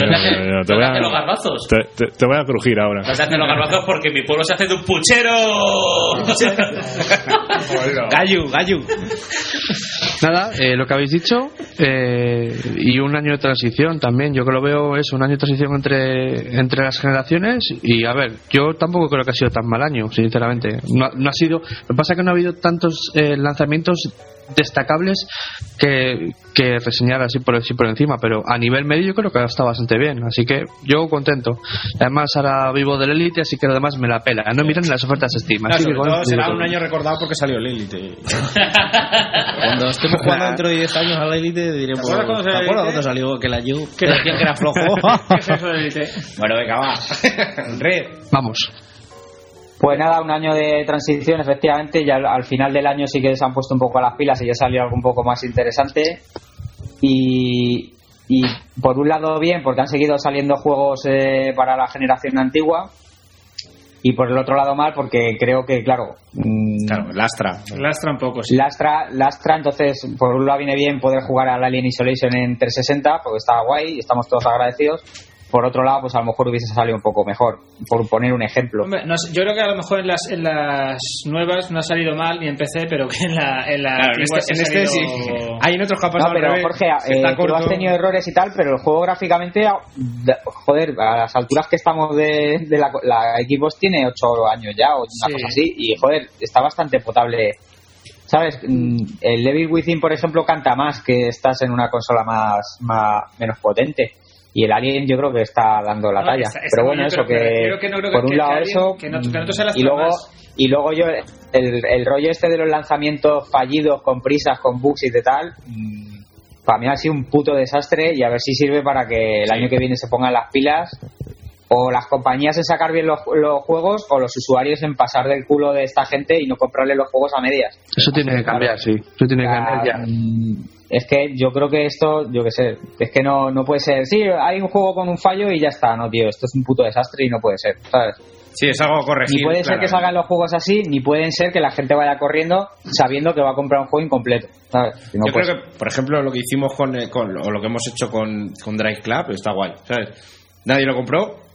hacen los garbazos? Te, te, te voy a crujir ahora. ¿Dónde hacen los garbazos? Porque mi pueblo se hace de un puchero. Gallu, gallu. Nada, eh, lo que habéis dicho, eh, y un año de transición también. Yo que lo veo es un año de transición entre, entre las generaciones. Y a ver, yo tampoco creo que ha sido tan mal año, sinceramente. No, no ha sido. Lo que pasa es que no ha habido tantos eh, lanzamientos destacables que, que reseñar así por, así por encima, pero a nivel medio yo creo que está bastante bien, así que yo contento. Además ahora vivo del Elite, así que lo demás me la pela. No miren las ofertas Steam. No, así sobre que, todo bueno, será digo, un año recordado porque salió el Elite. Cuando estemos jugando dentro de diez años al Elite diremos, ¿te acuerdas cuando salió aquel año? Que decían que era flojo. ¿Qué es eso del Elite? Bueno, venga, va. Red. Vamos. Pues nada, un año de transición, efectivamente. Ya al, al final del año sí que se han puesto un poco a las pilas y ya salió algo un poco más interesante. Y, y por un lado bien, porque han seguido saliendo juegos eh, para la generación antigua. Y por el otro lado mal, porque creo que, claro... Mmm, claro, lastra. Lastra un poco, sí. Lastra, lastra, entonces, por un lado viene bien poder jugar al Alien Isolation en trescientos sesenta, porque está guay y estamos todos agradecidos. Por otro lado, pues a lo mejor hubiese salido un poco mejor, por poner un ejemplo. Hombre, no sé, yo creo que a lo mejor en las, en las nuevas no ha salido mal ni en P C, pero que en la, en la claro, en este, en este sí. Hay en otros capas. No, pero revés, Jorge, eh, tú has tenido errores y tal, pero el juego gráficamente, joder, a las alturas que estamos de, de la, la Xbox tiene ocho años ya, o una sí. cosa así, y joder, está bastante potable. ¿Sabes? El Evil Within, por ejemplo, canta más que estás en una consola más, más menos potente. Y el Alien yo creo que está dando la no, talla. Está, está pero bueno, eso que, que no por un que lado Alien, eso que no, que no te se las y luego más. y luego yo el, el rollo este de los lanzamientos fallidos con prisas, con bugs y de tal, mmm, para mí ha sido un puto desastre y a ver si sirve para que el sí. año que viene se pongan las pilas o las compañías en sacar bien los, los juegos o los usuarios en pasar del culo de esta gente y no comprarle los juegos a medias. Eso tiene que cambiar, sí. Eso tiene que cambiar ya. Es que yo creo que esto, yo qué sé, es que no, no puede ser. Sí, hay un juego con un fallo y ya está, no, tío. Esto es un puto desastre y no puede ser, ¿sabes? Sí, es algo corregir. Ni puede ser que salgan los juegos así, ni pueden ser que la gente vaya corriendo sabiendo que va a comprar un juego incompleto, ¿sabes? No yo creo ser. que, por ejemplo, lo que hicimos con, con, o lo que hemos hecho con, con Drive Club está guay, ¿sabes? Nadie lo compró,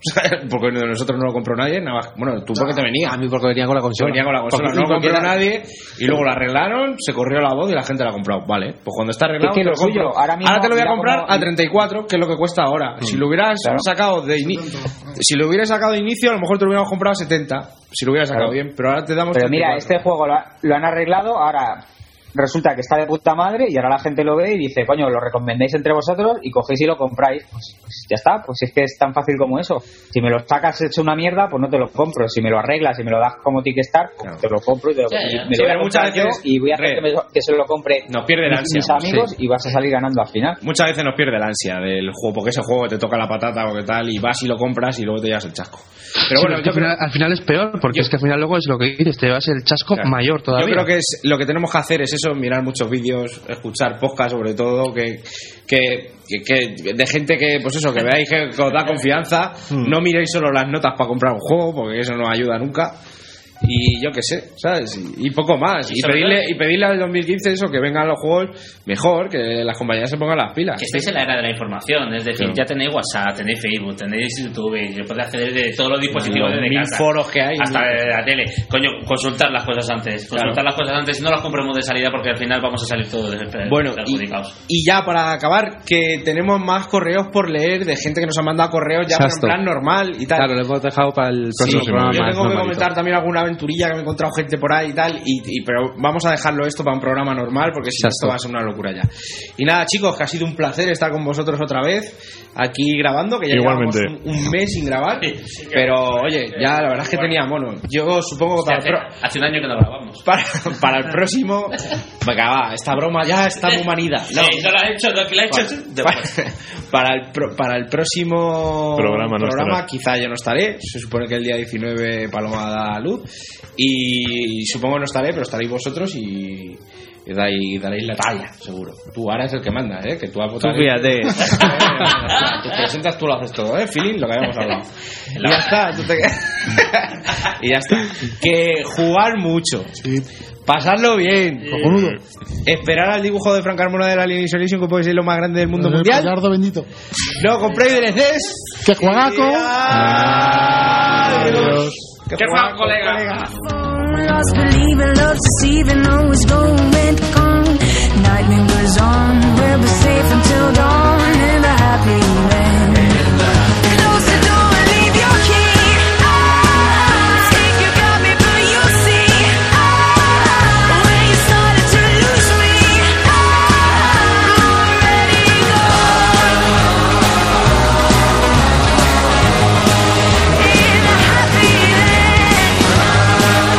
porque nosotros no lo compró nadie. Nada, bueno, tú porque te venía. A mí porque venía con la consola. Venía con la consola, Porque- no lo compró porque era- nadie. Y luego lo arreglaron, se corrió la voz y la gente la ha comprado. Vale, pues cuando está arreglado, Es que te lo lo compro. suyo, ahora mismo, te lo voy a mira comprar cómo- a treinta y cuatro, que es lo que cuesta ahora. Si lo hubieras Claro. sacado de ini- si lo hubieras sacado de inicio, a lo mejor te lo hubiéramos comprado a setenta. Si lo hubieras sacado Claro. bien, pero ahora te damos. Pero mira, treinta y cuatro. este juego lo, ha- lo han arreglado, ahora resulta que está de puta madre y ahora la gente lo ve y dice, coño, lo recomendáis entre vosotros y cogéis y lo compráis. Pues, pues ya está, pues es que es tan fácil como eso. Si me lo sacas hecho una mierda, pues no te lo compro. Si me lo arreglas y me lo das como Tickstar, pues te lo compro y te lo, Ya, ya. me Sí, lo voy pero a muchas comprar yo veces, y voy a hacer Re, que, me- que se lo compre nos pierde la mis, ansia, mis amigos sí. y vas a salir ganando al final. Muchas veces nos pierde la ansia del juego, porque ese juego te toca la patata o qué tal, y vas y lo compras y luego te llevas el chasco. Pero Sí, bueno, es que yo al, final, creo, al final es peor, porque yo- es que al final luego es lo que dices, te vas el chasco Claro. mayor todavía. Yo creo que es, lo que tenemos que hacer es eso, mirar muchos vídeos, escuchar podcasts sobre todo, que, que, que, que de gente que, pues eso, que veáis que, que os da confianza, no miréis solo las notas para comprar un juego, porque eso no ayuda nunca. Y yo qué sé, ¿sabes? Y, y poco más. Y Y sobre pedirle, todo- y pedirle al dos mil quince eso, que vengan los juegos mejor, que las compañías se pongan las pilas. Que estáis en la era de la información, es decir, Claro. ya tenéis WhatsApp, tenéis Facebook, tenéis YouTube, y podéis acceder de todos los dispositivos Los desde mil casa. foros que hay. Hasta de la tele. Coño, consultar las cosas antes. Consultar Claro. las cosas antes, no las compremos de salida porque al final vamos a salir todos desesper- Bueno, y, perjudicados. y ya para acabar, que tenemos más correos por leer de gente que nos ha mandado correos ya pero en Exacto. plan normal y tal. Claro, lo hemos dejado para el Sí, próximo programa. yo más tengo que normalito. comentar también alguna aventurilla que me he encontrado gente por ahí y tal, y, y- pero vamos a dejarlo esto para un programa normal porque si no esto Exacto. va a ser una locura ya. Y nada, chicos, que ha sido un placer estar con vosotros otra vez aquí grabando, que ya llevamos Igualmente. un, un mes sin grabar, pero oye, ya la verdad es que tenía mono. Yo supongo que para, hace, el pro- hace un año que no grabamos. para, para el próximo, venga, va, esta broma ya está muy manida. No, Sí, no lo ha hecho, no, que lo ha hecho. para, para el pro- para el próximo Programa no estará. quizá yo no estaré. Se supone que el día diecinueve Paloma da luz y supongo no estaré, pero estaréis vosotros y y daréis, daréis la talla, seguro. Tú ahora es el que manda, ¿eh? Que tú has votado. Tú fíjate. Tú presentas, tú lo haces todo, ¿eh? Feeling, lo que habíamos hablado. Y ya está. Tú te... y ya está. Que jugar mucho. Pasarlo bien. Cojonudo. Esperar al dibujo de Frank Carmona de la Alien Isolation, que puede ser lo más grande del mundo El mundial. Gallardo bendito. No compréis D L Cs. ¡Qué juegaco! Adiós. ¿Qué juega, colega? Lost believing, love deceiving, always going gone. Night lingers on, we'll be safe until dawn in the happy land. Close the door and leave your key. Ah, think you got me, but you see. Ah, when you started to lose me. Ah, I'm already gone. In the happy land.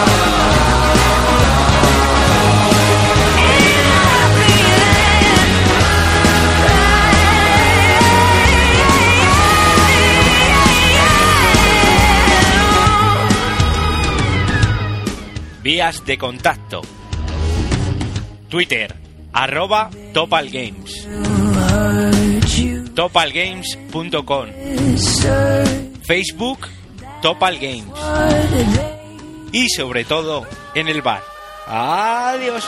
Vías de contacto: Twitter, arroba topalgames, topalgames punto com, Facebook, topalgames, y sobre todo en el bar. Adiós.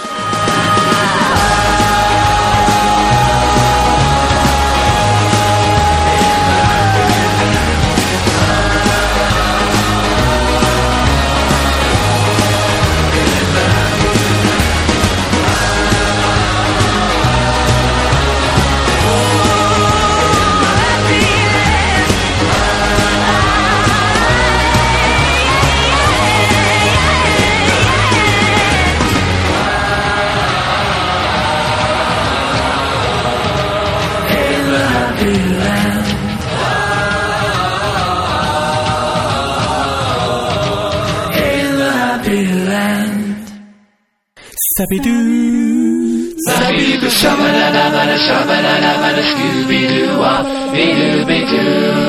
Scooby-Doo, Scooby-Doo, Scooby-Doo,